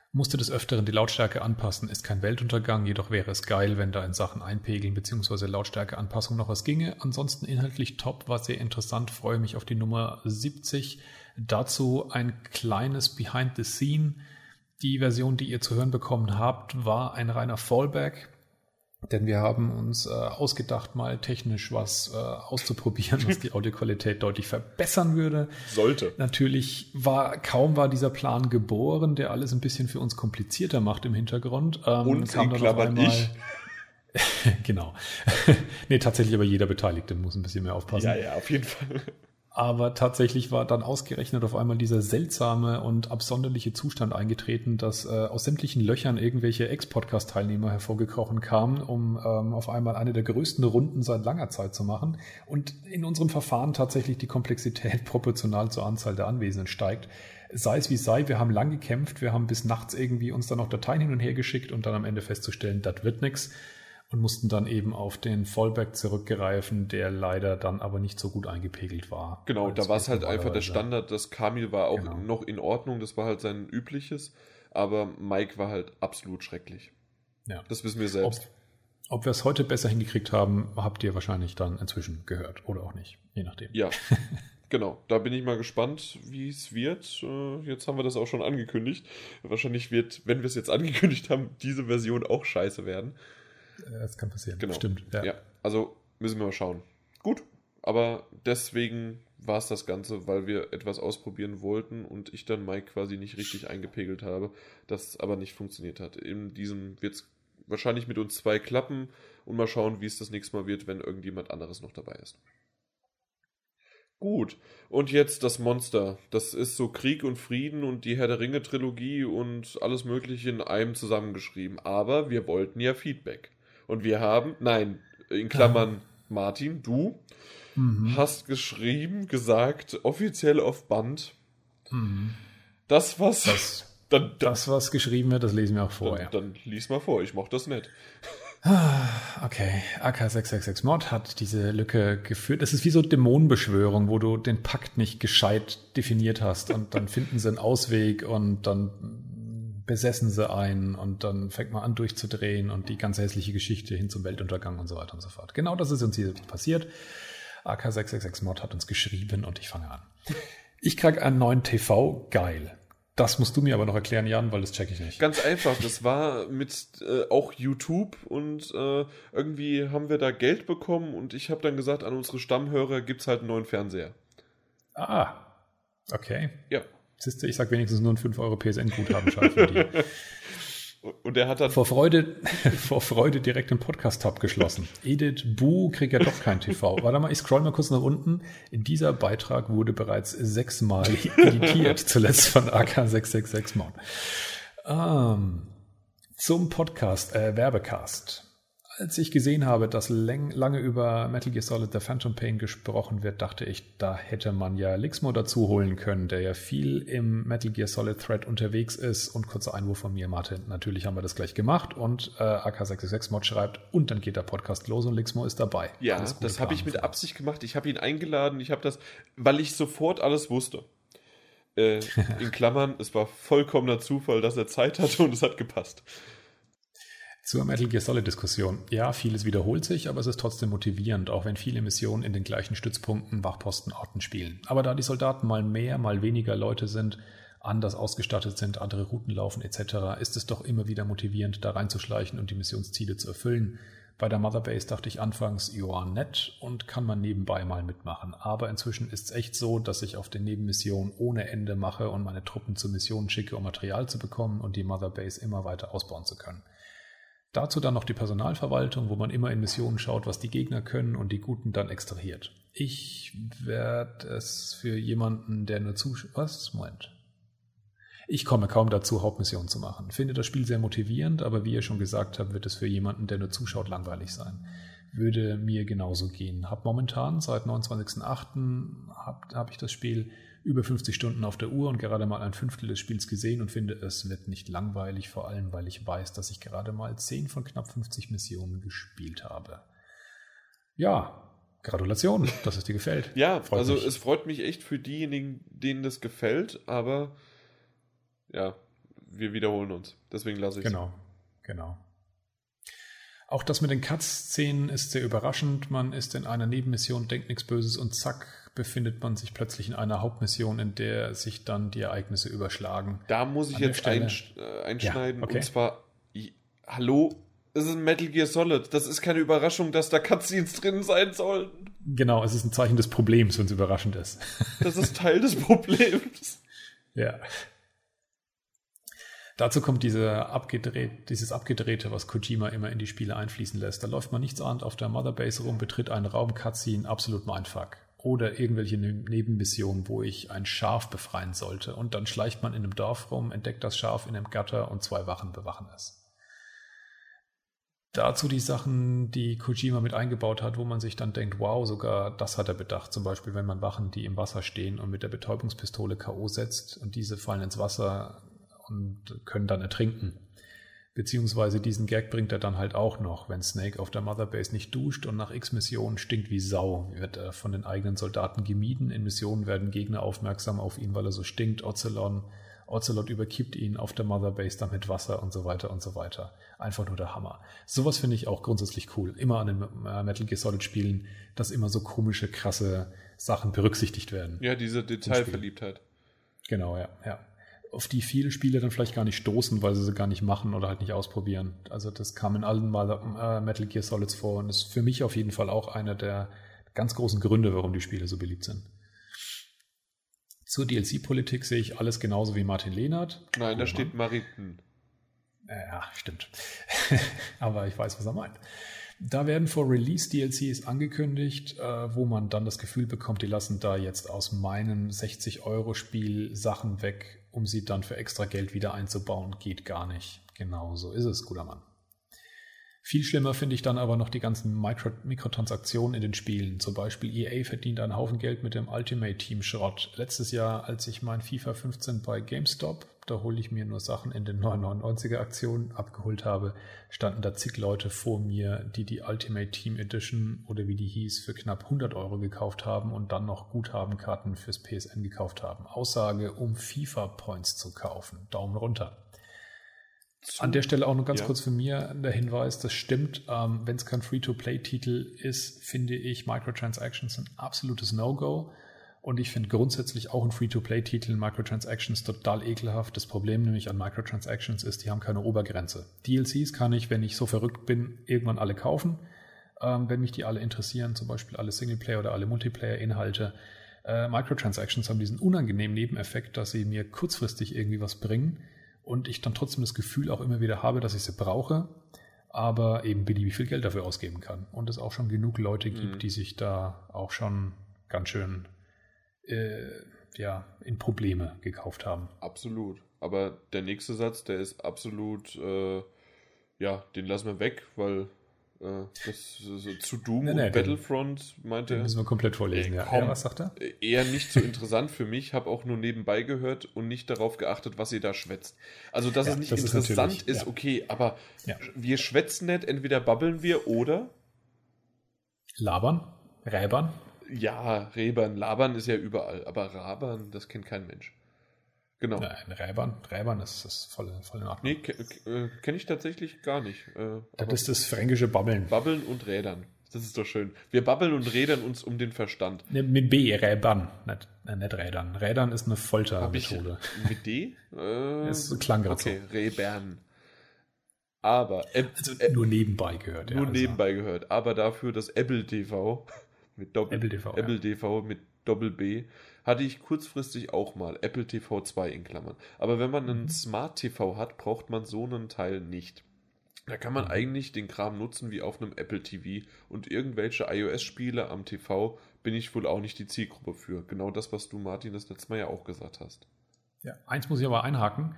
Musste des Öfteren die Lautstärke anpassen, ist kein Weltuntergang, jedoch wäre es geil, wenn da in Sachen Einpegeln bzw. Lautstärkeanpassung noch was ginge. Ansonsten inhaltlich top, war sehr interessant, freue mich auf die Nummer siebzig. Dazu ein kleines Behind the Scene. Die Version, die ihr zu hören bekommen habt, war ein reiner Fallback, denn wir haben uns äh, ausgedacht, mal technisch was äh, auszuprobieren, was die Audioqualität deutlich verbessern würde. Sollte. Natürlich war, kaum war dieser Plan geboren, der alles ein bisschen für uns komplizierter macht im Hintergrund. Ähm, Und kam in Klammern ich. Genau. Nee, tatsächlich aber jeder Beteiligte muss ein bisschen mehr aufpassen. Ja, ja, auf jeden Fall. Aber tatsächlich war dann ausgerechnet auf einmal dieser seltsame und absonderliche Zustand eingetreten, dass äh, aus sämtlichen Löchern irgendwelche Ex-Podcast-Teilnehmer hervorgekrochen kamen, um ähm, auf einmal eine der größten Runden seit langer Zeit zu machen. Und in unserem Verfahren tatsächlich die Komplexität proportional zur Anzahl der Anwesenden steigt. Sei es wie sei, wir haben lang gekämpft, wir haben bis nachts irgendwie uns dann noch Dateien hin und her geschickt und dann am Ende festzustellen, das wird nix. Und mussten dann eben auf den Fallback zurückgreifen, der leider dann aber nicht so gut eingepegelt war. Genau, da war es halt einfach der Standard. Das Kamil war auch Genau. noch in Ordnung, das war halt sein übliches, aber Mike war halt absolut schrecklich. Ja. Das wissen wir selbst. Ob, ob wir es heute besser hingekriegt haben, habt ihr wahrscheinlich dann inzwischen gehört oder auch nicht, je nachdem. Ja, genau. Da bin ich mal gespannt, wie es wird. Jetzt haben wir das auch schon angekündigt. Wahrscheinlich wird, wenn wir es jetzt angekündigt haben, diese Version auch scheiße werden. Das kann passieren. Genau. Stimmt. Ja. ja, also müssen wir mal schauen. Gut, aber deswegen war es das Ganze, weil wir etwas ausprobieren wollten und ich dann Mike quasi nicht richtig eingepegelt habe, das aber nicht funktioniert hat. In diesem wird es wahrscheinlich mit uns zwei klappen und mal schauen, wie es das nächste Mal wird, wenn irgendjemand anderes noch dabei ist. Gut, und jetzt das Monster. Das ist so Krieg und Frieden und die Herr der Ringe Trilogie und alles Mögliche in einem zusammengeschrieben. Aber wir wollten ja Feedback. Und wir haben, nein, in Klammern Martin, du mhm. hast geschrieben, gesagt, offiziell auf Band, mhm. das, was... Das, dann, das, was geschrieben wird, das lesen wir auch vor. Dann, ja. dann lies mal vor, ich mach das nicht. Okay, A K sechs sechs sechs Mod hat diese Lücke geführt. Das ist wie so Dämonenbeschwörung, wo du den Pakt nicht gescheit definiert hast und dann finden sie einen Ausweg und dann besessen sie einen und dann fängt man an durchzudrehen und die ganz hässliche Geschichte hin zum Weltuntergang und so weiter und so fort. Genau das ist uns hier passiert. A K sechs sechs sechs Mod hat uns geschrieben und ich fange an. Ich krieg einen neuen T V, geil. Das musst du mir aber noch erklären, Jan, weil das check ich nicht. Ganz einfach, das war mit äh, auch YouTube und äh, irgendwie haben wir da Geld bekommen und ich habe dann gesagt, an unsere Stammhörer gibt's halt einen neuen Fernseher. Ah, okay. Ja. Siehst du, ich sag wenigstens nur ein fünf Euro P S N-Guthaben für die. Und der hat dann... Vor Freude, vor Freude direkt den Podcast-Tab geschlossen. Edith Buh kriegt ja doch kein T V. Warte mal, ich scroll mal kurz nach unten. Dieser Beitrag wurde bereits sechsmal editiert, zuletzt von A K sechs sechs sechs Mod. Ähm, zum Podcast, äh, Werbecast. Als ich gesehen habe, dass lang, lange über Metal Gear Solid The Phantom Pain gesprochen wird, dachte ich, da hätte man ja Lixmo dazu holen können, der ja viel im Metal Gear Solid Thread unterwegs ist. Und kurzer Einwurf von mir, Martin, natürlich haben wir das gleich gemacht. Und äh, A K sechs sechs sechs Mod schreibt, und dann geht der Podcast los und Lixmo ist dabei. Ja, das habe ich mit Absicht gemacht. Ich habe ihn eingeladen, ich habe das, weil ich sofort alles wusste. Äh, in Klammern, es war vollkommener Zufall, dass er Zeit hatte und es hat gepasst. Zur Metal Gear Solid Diskussion. Ja, vieles wiederholt sich, aber es ist trotzdem motivierend, auch wenn viele Missionen in den gleichen Stützpunkten, Wachpostenorten spielen. Aber da die Soldaten mal mehr, mal weniger Leute sind, anders ausgestattet sind, andere Routen laufen et cetera, ist es doch immer wieder motivierend, da reinzuschleichen und die Missionsziele zu erfüllen. Bei der Mother Base dachte ich anfangs, ja, nett und kann man nebenbei mal mitmachen. Aber inzwischen ist es echt so, dass ich auf den Nebenmissionen ohne Ende mache und meine Truppen zu Missionen schicke, um Material zu bekommen und die Mother Base immer weiter ausbauen zu können. Dazu dann noch die Personalverwaltung, wo man immer in Missionen schaut, was die Gegner können und die Guten dann extrahiert. Ich werde es für jemanden, der nur zuschaut... Was? Moment. Ich komme kaum dazu, Hauptmissionen zu machen. Finde das Spiel sehr motivierend, aber wie ihr schon gesagt habt, wird es für jemanden, der nur zuschaut, langweilig sein. Würde mir genauso gehen. Hab momentan seit neunundzwanzigsten achten habe hab ich das Spiel über fünfzig Stunden auf der Uhr und gerade mal ein Fünftel des Spiels gesehen und finde, es wird nicht langweilig, vor allem, weil ich weiß, dass ich gerade mal zehn von knapp fünfzig Missionen gespielt habe. Ja, Gratulation, dass es dir gefällt. Ja, freut also mich. Es freut mich echt für diejenigen, denen das gefällt, aber ja, wir wiederholen uns. Deswegen lasse ich es. Genau, genau. Auch das mit den Cut-Szenen ist sehr überraschend. Man ist in einer Nebenmission, denkt nichts Böses und zack, befindet man sich plötzlich in einer Hauptmission, in der sich dann die Ereignisse überschlagen. Da muss ich An jetzt der Stelle- einsch äh, einschneiden. Ja, okay. Und zwar, i- hallo, es ist ein Metal Gear Solid. Das ist keine Überraschung, dass da Cutscenes drin sein sollten. Genau, es ist ein Zeichen des Problems, wenn es überraschend ist. Das ist Teil des Problems. Ja. Dazu kommt diese abgedreht, dieses Abgedrehte, was Kojima immer in die Spiele einfließen lässt. Da läuft man nichts ahnt auf der Motherbase rum, betritt einen Raum, Cutscene, absolut Mindfuck. Oder irgendwelche Ne- Nebenmissionen, wo ich ein Schaf befreien sollte. Und dann schleicht man in einem Dorf rum, entdeckt das Schaf in einem Gatter und zwei Wachen bewachen es. Dazu die Sachen, die Kojima mit eingebaut hat, wo man sich dann denkt, wow, sogar das hat er bedacht. Zum Beispiel, wenn man Wachen, die im Wasser stehen und mit der Betäubungspistole K O setzt und diese fallen ins Wasser und können dann ertrinken. Beziehungsweise diesen Gag bringt er dann halt auch noch, wenn Snake auf der Motherbase nicht duscht und nach X-Missionen stinkt wie Sau, wird er von den eigenen Soldaten gemieden. In Missionen werden Gegner aufmerksam auf ihn, weil er so stinkt. Ocelot, Ocelot überkippt ihn auf der Motherbase dann mit Wasser und so weiter und so weiter. Einfach nur der Hammer. Sowas finde ich auch grundsätzlich cool. Immer an den äh, Metal Gear Solid Spielen, dass immer so komische, krasse Sachen berücksichtigt werden. Ja, diese Detailverliebtheit. Genau, ja, ja. Auf die viele Spiele dann vielleicht gar nicht stoßen, weil sie sie gar nicht machen oder halt nicht ausprobieren. Also das kam in allen Mal äh, Metal Gear Solids vor und ist für mich auf jeden Fall auch einer der ganz großen Gründe, warum die Spiele so beliebt sind. Zur D L C-Politik sehe ich alles genauso wie Martin Lehnert. Nein, da Cool, steht Mann. Mariten. Äh, Ja, stimmt. Aber ich weiß, was er meint. Da werden vor Release D L Cs angekündigt, äh, wo man dann das Gefühl bekommt, die lassen da jetzt aus meinem sechzig-Euro-Spiel Sachen weg, um sie dann für extra Geld wieder einzubauen. Geht gar nicht. Genau so ist es, guter Mann. Viel schlimmer finde ich dann aber noch die ganzen Mikro- Mikrotransaktionen in den Spielen. Zum Beispiel E A verdient einen Haufen Geld mit dem Ultimate Team Schrott. Letztes Jahr, als ich mein FIFA fünfzehn bei GameStop, da hole ich mir nur Sachen in den neunhundertneunundneunziger Aktionen abgeholt habe, standen da zig Leute vor mir, die die Ultimate Team Edition oder wie die hieß, für knapp hundert Euro gekauft haben und dann noch Guthabenkarten fürs P S N gekauft haben. Aussage, um FIFA Points zu kaufen. Daumen runter. An der Stelle auch noch ganz Ja. kurz für mir der Hinweis, das stimmt, ähm, wenn es kein Free-to-Play-Titel ist, finde ich Microtransactions ein absolutes No-Go und ich finde grundsätzlich auch ein Free-to-Play-Titel Microtransactions total ekelhaft. Das Problem nämlich an Microtransactions ist, die haben keine Obergrenze. D L Cs kann ich, wenn ich so verrückt bin, irgendwann alle kaufen, ähm, wenn mich die alle interessieren, zum Beispiel alle Singleplayer- oder alle Multiplayer-Inhalte. Äh, Microtransactions haben diesen unangenehmen Nebeneffekt, dass sie mir kurzfristig irgendwie was bringen, und ich dann trotzdem das Gefühl auch immer wieder habe, dass ich sie brauche, aber eben beliebig viel Geld dafür ausgeben kann. Und es auch schon genug Leute gibt, Mhm. die sich da auch schon ganz schön äh, ja, in Probleme gekauft haben. Absolut. Aber der nächste Satz, der ist absolut, äh, ja, den lassen wir weg, weil äh, das so zu Doom Nee, nee, und den- Battlefront meinte Den er. müssen wir komplett vorlesen. Ey, Ja. komm. Ja, was sagt er? Eher nicht so interessant für mich, habe auch nur nebenbei gehört und nicht darauf geachtet, was ihr da schwätzt. Also, dass Ja, es nicht das ist interessant natürlich- ist, ja. okay, aber Ja. wir schwätzen nicht, entweder babbeln wir oder, Labern? Räbern? ja, rebern, labern ist ja überall, aber rabern, das kennt kein Mensch. Genau. Nein, Räbern. Räbern ist, ist voll, voll in Ordnung. Nee, ke äh, kenne ich tatsächlich gar nicht. Äh, das aber ist das fränkische Babbeln. Babbeln und Rädern. Das ist doch schön. Wir babbeln und rädern uns um den Verstand. Ne, mit B, Räbern. Nicht, äh, nicht Rädern. Rädern ist eine Hab ich Foltermethode. mit D? Äh, Es klang gerade okay, rebern. Aber äh, Also äh, nur nebenbei gehört. nur ja, also. nebenbei gehört. Aber dafür das Apple T V mit Doppel Apple T V, Apple ja. T V mit Doppel B hatte ich kurzfristig auch mal. Apple T V zwei in Klammern. Aber wenn man einen Mhm. Smart T V hat, braucht man so einen Teil nicht. Da kann man Mhm. eigentlich den Kram nutzen wie auf einem Apple T V und irgendwelche iOS-Spiele am T V bin ich wohl auch nicht die Zielgruppe für. Genau das, was du, Martin, das letzte Mal ja auch gesagt hast. Ja, eins muss ich aber einhaken.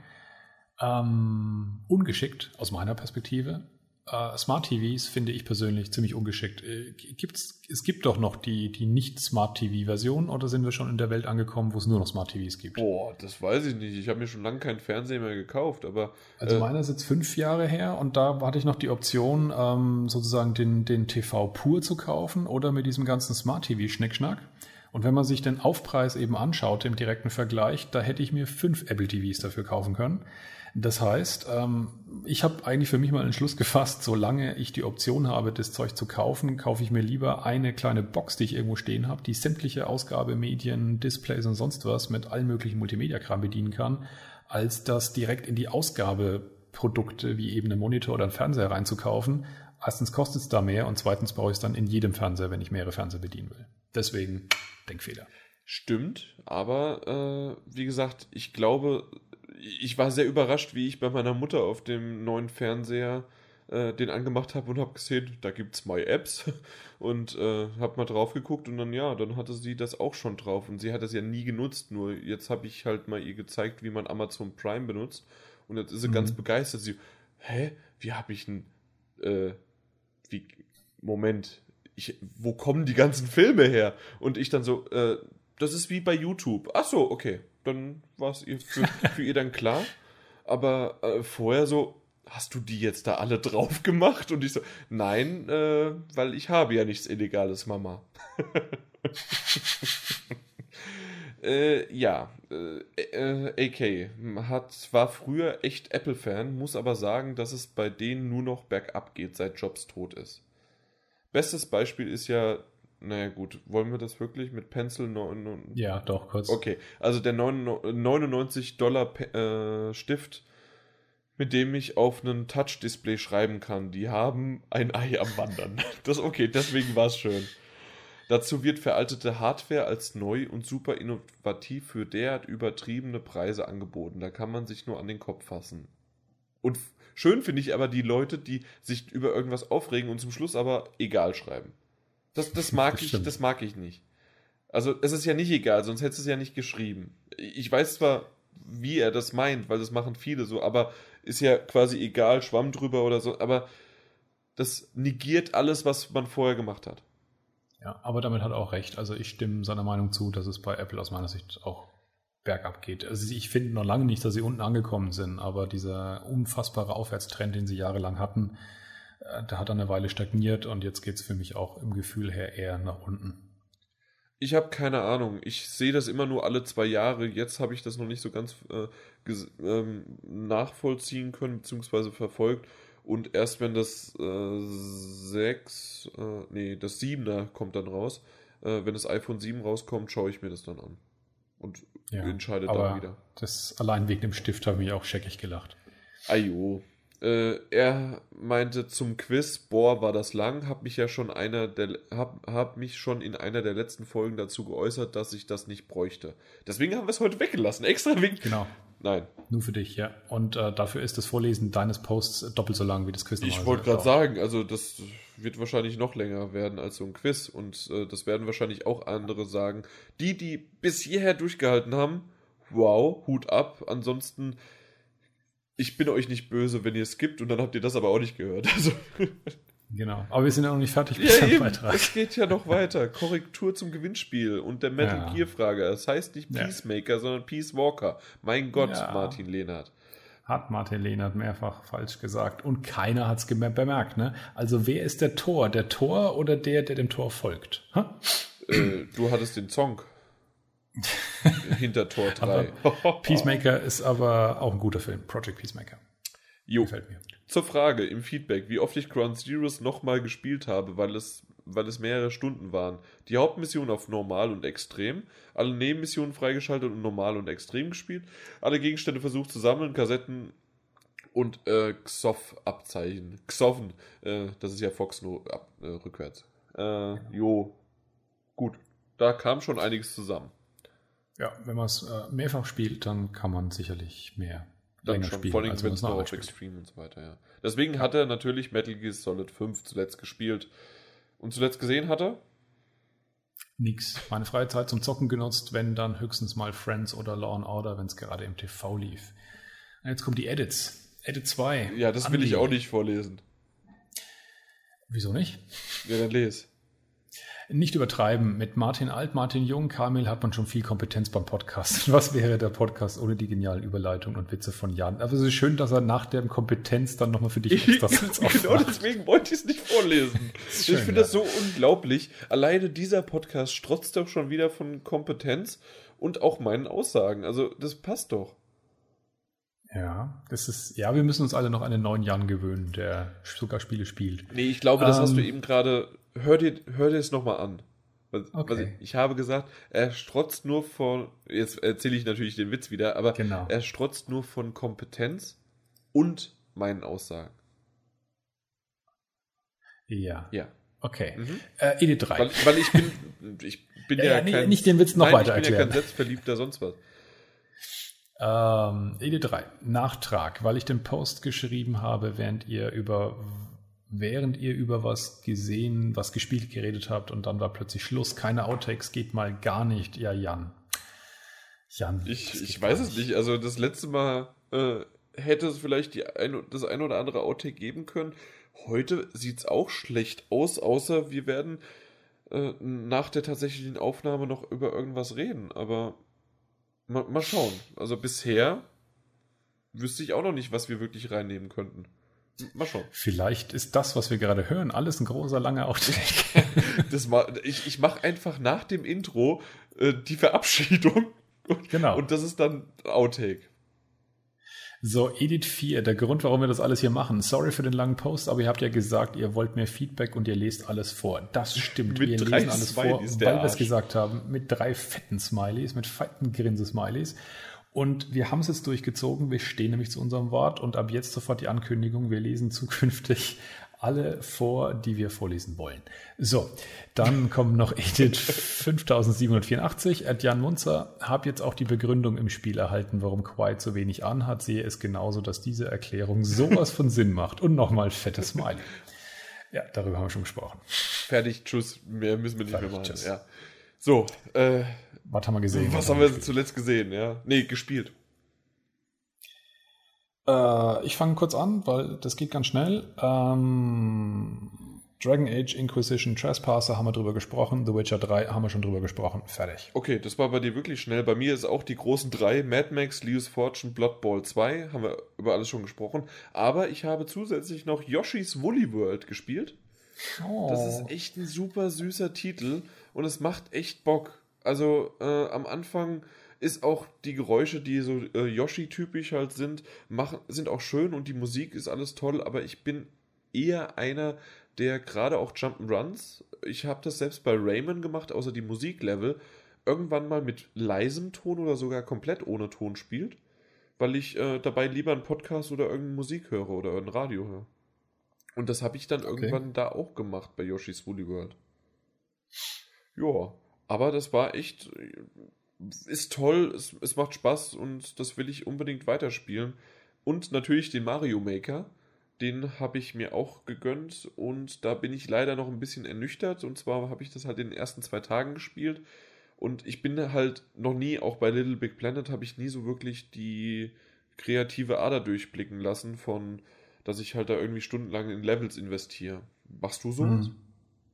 Ähm, ungeschickt aus meiner Perspektive. Äh, Smart T Vs finde ich persönlich ziemlich ungeschickt. Äh, gibt's, es gibt doch noch die, die Nicht-Smart-T V-Version oder sind wir schon in der Welt angekommen, wo es nur noch Smart-T Vs gibt? Boah, das weiß ich nicht. Ich habe mir schon lange keinen Fernseher mehr gekauft, aber Also äh, meiner ist jetzt fünf Jahre her und da hatte ich noch die Option, ähm, sozusagen den, den T V pur zu kaufen oder mit diesem ganzen Smart-T V-Schnickschnack. Und wenn man sich den Aufpreis eben anschaut im direkten Vergleich, da hätte ich mir fünf Apple T Vs dafür kaufen können. Das heißt, ich habe eigentlich für mich mal den Schluss gefasst, solange ich die Option habe, das Zeug zu kaufen, kaufe ich mir lieber eine kleine Box, die ich irgendwo stehen habe, die sämtliche Ausgabemedien, Displays und sonst was mit allen möglichen Multimedia-Kram bedienen kann, als das direkt in die Ausgabeprodukte wie eben einen Monitor oder einen Fernseher reinzukaufen. Erstens kostet es da mehr und zweitens brauche ich es dann in jedem Fernseher, wenn ich mehrere Fernseher bedienen will. Deswegen Denkfehler. Stimmt, aber äh, wie gesagt, ich glaube, ich war sehr überrascht, wie ich bei meiner Mutter auf dem neuen Fernseher äh, den angemacht habe und habe gesehen, da gibt's My Apps und äh, habe mal drauf geguckt und dann ja, dann hatte sie das auch schon drauf und sie hat das ja nie genutzt, nur jetzt habe ich halt mal ihr gezeigt, wie man Amazon Prime benutzt und jetzt ist sie mhm. ganz begeistert. Sie, hä, wie habe ich ein, äh, wie, Moment, ich, wo kommen die ganzen Filme her? Und ich dann so, äh, das ist wie bei YouTube. Ach so, okay. Dann war es ihr für, für ihr dann klar. Aber äh, vorher so, hast du die jetzt da alle drauf gemacht? Und ich so, nein, äh, weil ich habe ja nichts Illegales, Mama. äh, ja, äh, A K hat, war früher echt Apple-Fan, muss aber sagen, dass es bei denen nur noch bergab geht, seit Jobs tot ist. Bestes Beispiel ist ja, naja gut, wollen wir das wirklich mit Pencil? neun, ja, doch, kurz. Okay, also der neunundneunzig Dollar äh, Stift, mit dem ich auf einen Touch-Display schreiben kann, die haben ein Ei am Wandern. Das okay, deswegen war es schön. Dazu wird veraltete Hardware als neu und super innovativ für derart übertriebene Preise angeboten. Da kann man sich nur an den Kopf fassen. Und schön finde ich aber die Leute, die sich über irgendwas aufregen und zum Schluss aber egal schreiben. Das, das mag das ich, das mag ich nicht. Also es ist ja nicht egal, sonst hättest du es ja nicht geschrieben. Ich weiß zwar, wie er das meint, weil das machen viele so, aber ist ja quasi egal, Schwamm drüber oder so, aber das negiert alles, was man vorher gemacht hat. Ja, aber damit hat er auch recht. Also ich stimme seiner Meinung zu, dass es bei Apple aus meiner Sicht auch bergab geht. Also ich finde noch lange nicht, dass sie unten angekommen sind, aber dieser unfassbare Aufwärtstrend, den sie jahrelang hatten, der hat eine Weile stagniert und jetzt geht es für mich auch im Gefühl her eher nach unten. Ich habe keine Ahnung. Ich sehe das immer nur alle zwei Jahre. Jetzt habe ich das noch nicht so ganz äh, ges- ähm, nachvollziehen können, beziehungsweise verfolgt. Und erst wenn das äh, sechs, äh, nee, das siebener kommt dann raus, äh, wenn das iPhone sieben rauskommt, schaue ich mir das dann an. Und ja, entscheide aber dann wieder. Das allein wegen dem Stift habe ich auch scheckig gelacht. Ajo. Äh, er meinte zum Quiz, boah, war das lang, hab mich ja schon einer der, hab, hab mich schon in einer der letzten Folgen dazu geäußert, dass ich das nicht bräuchte. Deswegen haben wir es heute weggelassen, extra wegen... Genau. Nein. Nur für dich, ja. Und äh, dafür ist das Vorlesen deines Posts doppelt so lang wie das Quiz. Ich wollte gerade sagen, also das wird wahrscheinlich noch länger werden als so ein Quiz und äh, das werden wahrscheinlich auch andere sagen. Die, die bis hierher durchgehalten haben, wow, Hut ab, ansonsten... Ich bin euch nicht böse, wenn ihr es gibt und dann habt ihr das aber auch nicht gehört. Also genau, aber wir sind ja noch nicht fertig mit ja, dem Beitrag. Es geht ja noch weiter. Korrektur zum Gewinnspiel und der Metal ja. Gear Frage. Es heißt nicht Peacemaker, ja. sondern Peace Walker. Mein Gott, ja. Martin Lehnert. Hat Martin Lehnert mehrfach falsch gesagt und keiner hat es bemerkt. Ne? Also wer ist der Tor? Der Tor oder der, der dem Tor folgt? Äh, du hattest den Song. Hinter Tor drei. Peacemaker ist aber auch ein guter Film. Project Peacemaker. Jo. Gefällt mir. Zur Frage im Feedback, wie oft ich Ground Zeroes nochmal gespielt habe, weil es, weil es mehrere Stunden waren. Die Hauptmission auf Normal und Extrem, alle Nebenmissionen freigeschaltet und Normal und Extrem gespielt, alle Gegenstände versucht zu sammeln, Kassetten und äh, Xof-Abzeichen. Xoffen, äh, das ist ja Fox nur ab, äh, rückwärts. Äh, jo. Gut, da kam schon einiges zusammen. Ja, wenn man es äh, mehrfach spielt, dann kann man sicherlich mehr dann länger schon, spielen. Vor allem, wenn es noch auf Extreme und so weiter, ja. Deswegen hat er natürlich Metal Gear Solid fünf zuletzt gespielt. Und zuletzt gesehen hat er? Nix. Meine freie Zeit zum Zocken genutzt, wenn dann höchstens mal Friends oder Law and Order, wenn es gerade im T V lief. Und jetzt kommen die Edits. Edit zwei. Ja, das will Andi. ich auch nicht vorlesen. Wieso nicht? Ja, dann lese. Nicht übertreiben. Mit Martin Alt, Martin Jung, Kamil hat man schon viel Kompetenz beim Podcast. Was wäre der Podcast ohne die genialen Überleitungen und Witze von Jan? Aber es ist schön, dass er nach der Kompetenz dann nochmal für dich extra Genau deswegen wollte ich es nicht vorlesen. Schön, ich finde ja. das so unglaublich. Alleine dieser Podcast strotzt doch schon wieder von Kompetenz und auch meinen Aussagen. Also das passt doch. Ja, das ist, ja, wir müssen uns alle noch an den neuen Jan gewöhnen, der sogar Spiele spielt. Nee, ich glaube, das ähm, hast du eben gerade, hör dir, hör dir es nochmal an. Was, okay. was ich, ich habe gesagt, er strotzt nur von, jetzt erzähle ich natürlich den Witz wieder, aber genau. er strotzt nur von Kompetenz und meinen Aussagen. Ja. Ja. Okay. Mhm. Äh, Edith drei. Weil, weil ich bin, ich bin ja, ja, ja kein, nicht den Witz noch nein, weiter ich bin erklären. ja kein Selbstverliebter, sonst was. Ähm, Edith drei. Nachtrag, weil ich den Post geschrieben habe, während ihr über während ihr über was gesehen, was gespielt geredet habt und dann war plötzlich Schluss. Keine Outtakes, geht mal gar nicht. Ja, Jan. Jan. Ich, ich weiß es nicht. Also das letzte Mal äh, hätte es vielleicht die ein, das ein oder andere Outtake geben können. Heute sieht es auch schlecht aus, außer wir werden äh, nach der tatsächlichen Aufnahme noch über irgendwas reden. Aber Mal, mal schauen. Also bisher wüsste ich auch noch nicht, was wir wirklich reinnehmen könnten. Mal schauen. Vielleicht ist das, was wir gerade hören, alles ein großer, langer Outtake. das mal, ich ich mache einfach nach dem Intro äh, die Verabschiedung. Und, genau. Und das ist dann Outtake. So, Edith vier, der Grund, warum wir das alles hier machen. Sorry für den langen Post, aber ihr habt ja gesagt, ihr wollt mehr Feedback und ihr lest alles vor. Das stimmt, mit wir drei lesen alles Smileys, vor, weil wir es gesagt haben, mit drei fetten Smileys, mit fetten Grinse-Smileys. Und wir haben es jetzt durchgezogen, wir stehen nämlich zu unserem Wort und ab jetzt sofort die Ankündigung, wir lesen zukünftig alle vor, die wir vorlesen wollen. So, dann kommen noch Edith fünftausendsiebenhundertvierundachtzig, at Jan Munzer. Hab jetzt auch die Begründung im Spiel erhalten, warum Quiet so wenig anhat. Sehe es genauso, dass diese Erklärung sowas von Sinn macht. Und nochmal fettes Smiley. Ja, darüber haben wir schon gesprochen. Fertig, tschüss. Mehr müssen wir nicht Fertig, mehr machen. Tschüss. Ja. So, äh, was haben wir gesehen? Was, was haben wir gespielt? zuletzt gesehen? Ja, nee, gespielt. Äh, ich fange kurz an, weil das geht ganz schnell. Ähm, Dragon Age Inquisition Trespasser haben wir drüber gesprochen. The Witcher drei haben wir schon drüber gesprochen. Fertig. Okay, das war bei dir wirklich schnell. Bei mir ist auch die großen drei, Mad Max, Leo's Fortune, Blood Bowl zwei, haben wir über alles schon gesprochen. Aber ich habe zusätzlich noch Yoshi's Woolly World gespielt. Oh. Das ist echt ein super süßer Titel und es macht echt Bock. Also äh, am Anfang ist auch die Geräusche, die so äh, Yoshi-typisch halt sind, machen, sind auch schön und die Musik ist alles toll, aber ich bin eher einer, der gerade auch Jump'n'Runs, ich habe das selbst bei Rayman gemacht, außer die Musiklevel, irgendwann mal mit leisem Ton oder sogar komplett ohne Ton spielt, weil ich äh, dabei lieber einen Podcast oder irgendeine Musik höre oder ein Radio höre. Und das habe ich dann okay. irgendwann da auch gemacht bei Yoshi's Woolly World. Ja, aber das war echt... ist toll, es, es macht Spaß und das will ich unbedingt weiterspielen. Und natürlich den Mario Maker, den habe ich mir auch gegönnt und da bin ich leider noch ein bisschen ernüchtert. Und zwar habe ich das halt in den ersten zwei Tagen gespielt und ich bin halt noch nie, auch bei Little Big Planet, habe ich nie so wirklich die kreative Ader durchblicken lassen, von, dass ich halt da irgendwie stundenlang in Levels investiere. Machst du sowas? Hm.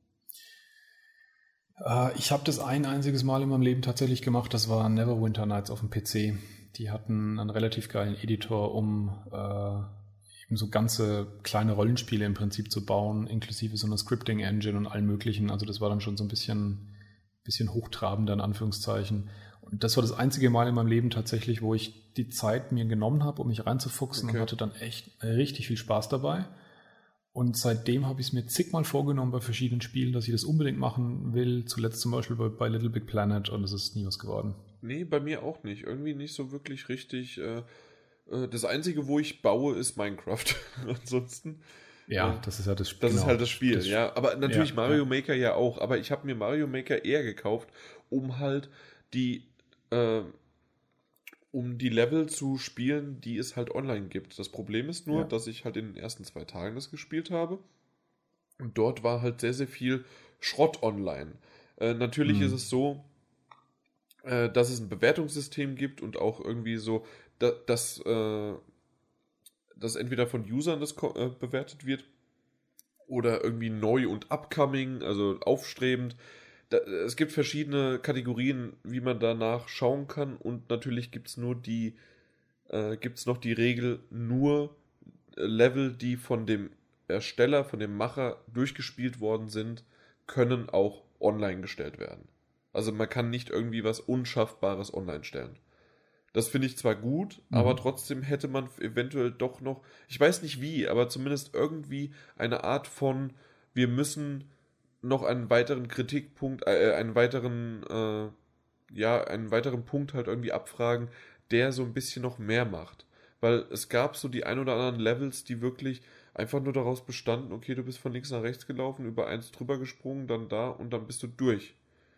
Ich habe das ein einziges Mal in meinem Leben tatsächlich gemacht, das war Neverwinter Nights auf dem P C. Die hatten einen relativ geilen Editor, um äh, eben so ganze kleine Rollenspiele im Prinzip zu bauen, inklusive so einer Scripting-Engine und allem möglichen. Also das war dann schon so ein bisschen, bisschen hochtrabender in Anführungszeichen. Und das war das einzige Mal in meinem Leben tatsächlich, wo ich die Zeit mir genommen habe, um mich reinzufuchsen okay. und hatte dann echt richtig viel Spaß dabei. Und seitdem habe ich es mir zigmal vorgenommen bei verschiedenen Spielen, dass ich das unbedingt machen will. Zuletzt zum Beispiel bei, bei Little Big Planet und es ist nie was geworden. Nee, bei mir auch nicht. Irgendwie nicht so wirklich richtig. Äh, äh, das Einzige, wo ich baue, ist Minecraft. Ansonsten. Ja, äh, das ist ja das Spiel. Das genau. ist halt das Spiel, das ja. Aber natürlich ja, Mario ja. Maker ja auch. Aber ich habe mir Mario Maker eher gekauft, um halt die... Äh, um die Level zu spielen, die es halt online gibt. Das Problem ist nur, ja. dass ich halt in den ersten zwei Tagen das gespielt habe und dort war halt sehr, sehr viel Schrott online. Äh, natürlich mhm. ist es so, äh, dass es ein Bewertungssystem gibt und auch irgendwie so, da, dass, äh, dass entweder von Usern das ko- äh, bewertet wird oder irgendwie neu und upcoming, also aufstrebend. Da, es gibt verschiedene Kategorien, wie man danach schauen kann, und natürlich gibt es nur die, äh, gibt's noch die Regel, nur Level, die von dem Ersteller, von dem Macher durchgespielt worden sind, können auch online gestellt werden. Also man kann nicht irgendwie was Unschaffbares online stellen. Das finde ich zwar gut, mhm. aber trotzdem hätte man eventuell doch noch, ich weiß nicht wie, aber zumindest irgendwie eine Art von, wir müssen noch einen weiteren Kritikpunkt, äh, einen weiteren, äh, ja, einen weiteren Punkt halt irgendwie abfragen, der so ein bisschen noch mehr macht. Weil es gab so die ein oder anderen Levels, die wirklich einfach nur daraus bestanden, okay, du bist von links nach rechts gelaufen, über eins drüber gesprungen, dann da und dann bist du durch.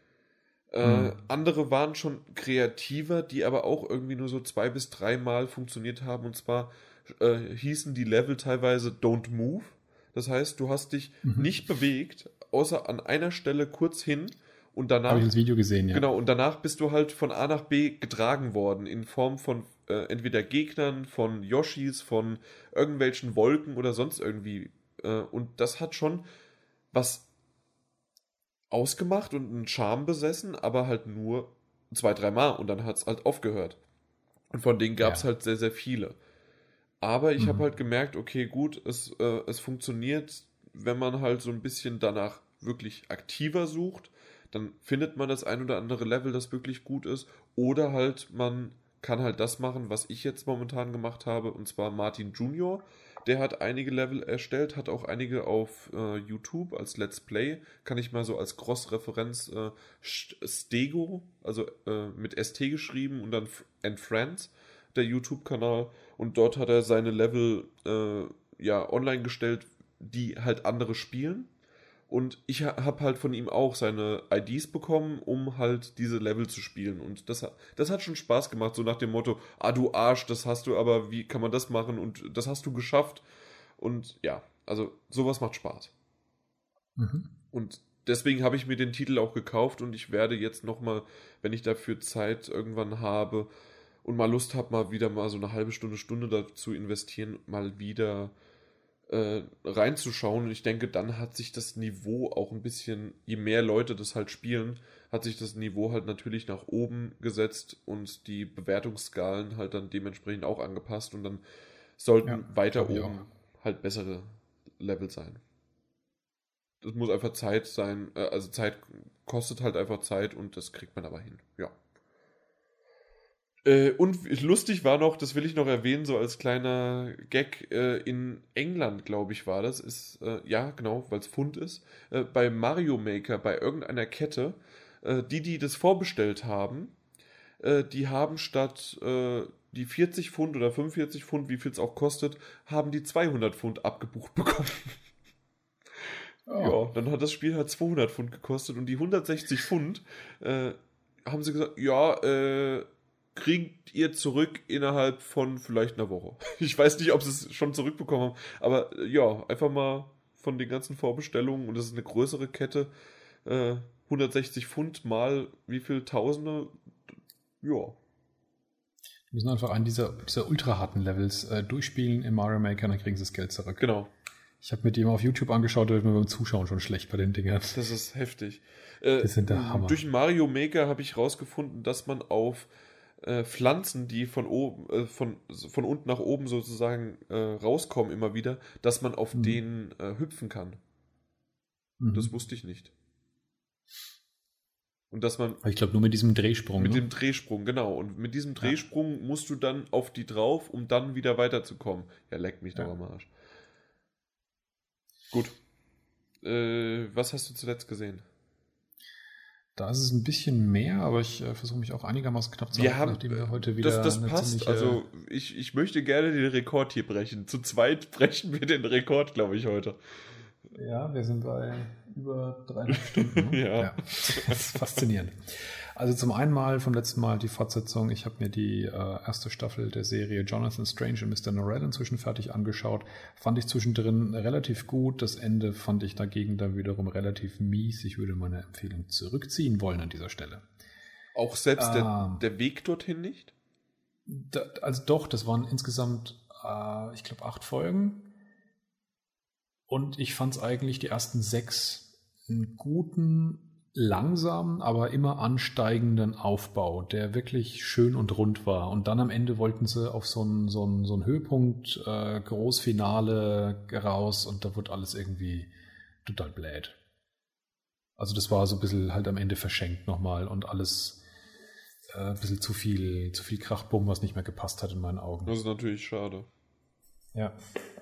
Äh, hm. Andere waren schon kreativer, die aber auch irgendwie nur so zwei bis dreimal funktioniert haben. Und zwar äh, hießen die Level teilweise Don't Move. Das heißt, du hast dich mhm. nicht bewegt, außer an einer Stelle kurz hin und danach... Habe ich das Video gesehen, ja. Genau, und danach bist du halt von A nach B getragen worden in Form von äh, entweder Gegnern, von Yoshis, von irgendwelchen Wolken oder sonst irgendwie. Äh, und das hat schon was ausgemacht und einen Charme besessen, aber halt nur zwei, dreimal und dann hat es halt aufgehört. Und von denen gab es ja. halt sehr, sehr viele. Aber ich mhm. habe halt gemerkt, okay, gut, es, äh, es funktioniert, wenn man halt so ein bisschen danach wirklich aktiver sucht, dann findet man das ein oder andere Level, das wirklich gut ist. Oder halt, man kann halt das machen, was ich jetzt momentan gemacht habe, und zwar Martin Junior. Der hat einige Level erstellt, hat auch einige auf äh, YouTube als Let's Play. Kann ich mal so als Cross-Referenz äh, Stego, also äh, mit S T geschrieben und dann and Friends, der YouTube-Kanal. Und dort hat er seine Level äh, ja online gestellt, die halt andere spielen. Und ich habe halt von ihm auch seine I Ds bekommen, um halt diese Level zu spielen. Und das, das hat schon Spaß gemacht, so nach dem Motto, ah du Arsch, das hast du, aber wie kann man das machen? Und das hast du geschafft. Und ja, also sowas macht Spaß. Mhm. Und deswegen habe ich mir den Titel auch gekauft und ich werde jetzt nochmal, wenn ich dafür Zeit irgendwann habe und mal Lust habe, mal wieder mal so eine halbe Stunde, Stunde dazu investieren, mal wieder Äh, reinzuschauen, und ich denke, dann hat sich das Niveau auch ein bisschen, je mehr Leute das halt spielen, hat sich das Niveau halt natürlich nach oben gesetzt und die Bewertungsskalen halt dann dementsprechend auch angepasst, und dann sollten ja, weiter oben halt bessere Level sein. Das muss einfach Zeit sein, äh, also Zeit kostet halt einfach Zeit und das kriegt man aber hin, ja. Äh, und lustig war noch, das will ich noch erwähnen, so als kleiner Gag, äh, in England, glaube ich, war das, ist, äh, ja, genau, weil es Pfund ist, äh, bei Mario Maker, bei irgendeiner Kette, äh, die, die das vorbestellt haben, äh, die haben statt äh, die vierzig Pfund oder fünfundvierzig Pfund, wie viel es auch kostet, haben die zweihundert Pfund abgebucht bekommen. Oh. Ja, dann hat das Spiel halt zweihundert Pfund gekostet und die hundertsechzig Pfund, äh, haben sie gesagt, ja, äh, kriegt ihr zurück innerhalb von vielleicht einer Woche. Ich weiß nicht, ob sie es schon zurückbekommen haben, aber ja, einfach mal von den ganzen Vorbestellungen, und das ist eine größere Kette, äh, hundertsechzig Pfund mal wie viel Tausende, ja. Wir müssen einfach einen dieser, dieser ultra harten Levels äh, durchspielen im Mario Maker, dann kriegen sie das Geld zurück. Genau. Ich habe mir die mal auf YouTube angeschaut, da wird mir beim Zuschauen schon schlecht bei den Dingern. Das ist heftig. Äh, das sind der Hammer. Durch Mario Maker habe ich rausgefunden, dass man auf Äh, Pflanzen, die von oben, äh, von, von unten nach oben sozusagen äh, rauskommen immer wieder, dass man auf mhm. denen äh, hüpfen kann. Mhm. Das wusste ich nicht. Und dass man... Ich glaube nur mit diesem Drehsprung. Mit ne? dem Drehsprung, genau. Und mit diesem Drehsprung ja. musst du dann auf die drauf, um dann wieder weiterzukommen. Ja, leck mich ja. doch am Arsch. Gut. Äh, was hast du zuletzt gesehen? Da ist es ein bisschen mehr, aber ich äh, versuche mich auch einigermaßen knapp zu halten, haben, nachdem wir heute wieder Das, das passt, also ich, ich möchte gerne den Rekord hier brechen. Zu zweit brechen wir den Rekord, glaube ich, heute. Ja, wir sind bei über dreieinhalb Stunden. Ne? ja. ja. Das ist faszinierend. Also zum einen mal vom letzten Mal die Fortsetzung. Ich habe mir die äh, erste Staffel der Serie Jonathan Strange und Mister Norrell inzwischen fertig angeschaut. Fand ich zwischendrin relativ gut. Das Ende fand ich dagegen dann wiederum relativ mies. Ich würde meine Empfehlung zurückziehen wollen an dieser Stelle. Auch selbst ähm, der, der Weg dorthin nicht? Da, also doch, das waren insgesamt, äh, ich glaube, acht Folgen. Und ich fand es eigentlich die ersten sechs einen guten, langsamen, aber immer ansteigenden Aufbau, der wirklich schön und rund war. Und dann am Ende wollten sie auf so einen, so einen, so einen Höhepunkt, äh, Großfinale raus und da wurde alles irgendwie total blöd. Also das war so ein bisschen halt am Ende verschenkt nochmal und alles äh, ein bisschen zu viel, zu viel Krachbumm, was nicht mehr gepasst hat in meinen Augen. Das ist natürlich schade. Ja.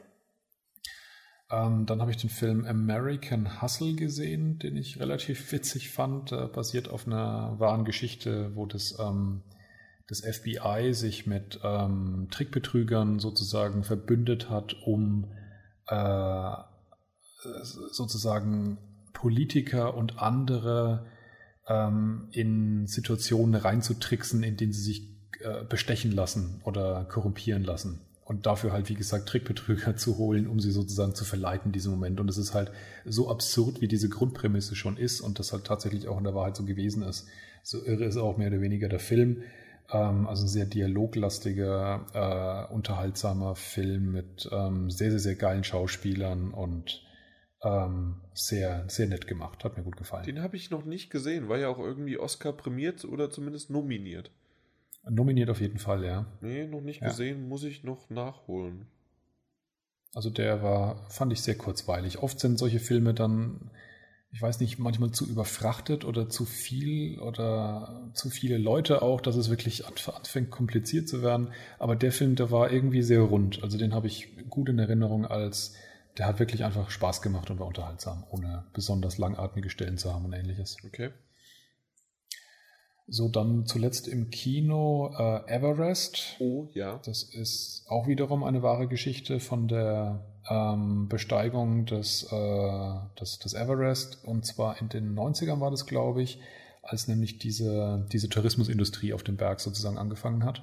Ähm, dann habe ich den Film American Hustle gesehen, den ich relativ witzig fand. Äh, basiert auf einer wahren Geschichte, wo das, ähm, das F B I sich mit ähm, Trickbetrügern sozusagen verbündet hat, um äh, sozusagen Politiker und andere ähm, in Situationen reinzutricksen, in denen sie sich äh, bestechen lassen oder korrumpieren lassen. Und dafür halt, wie gesagt, Trickbetrüger zu holen, um sie sozusagen zu verleiten in diesem Moment. Und es ist halt so absurd, wie diese Grundprämisse schon ist und das halt tatsächlich auch in der Wahrheit so gewesen ist. So irre ist auch mehr oder weniger der Film. Ähm, also ein sehr dialoglastiger, äh, unterhaltsamer Film mit ähm, sehr, sehr, sehr geilen Schauspielern und ähm, sehr, sehr nett gemacht. Hat mir gut gefallen. Den habe ich noch nicht gesehen. War ja auch irgendwie Oscar prämiert oder zumindest nominiert. Nominiert auf jeden Fall, ja. Nee, noch nicht ja. gesehen, muss ich noch nachholen. Also der war, fand ich sehr kurzweilig. Oft sind solche Filme dann, ich weiß nicht, manchmal zu überfrachtet oder zu viel oder zu viele Leute auch, dass es wirklich anfängt kompliziert zu werden. Aber der Film, der war irgendwie sehr rund. Also den habe ich gut in Erinnerung als, der hat wirklich einfach Spaß gemacht und war unterhaltsam, ohne besonders langatmige Stellen zu haben und ähnliches. Okay. So, dann zuletzt im Kino äh, Everest. Oh, ja. Das ist auch wiederum eine wahre Geschichte von der ähm, Besteigung des, äh, des, des Everest. Und zwar in den neunzigern war das, glaube ich, als nämlich diese, diese Tourismusindustrie auf dem Berg sozusagen angefangen hat.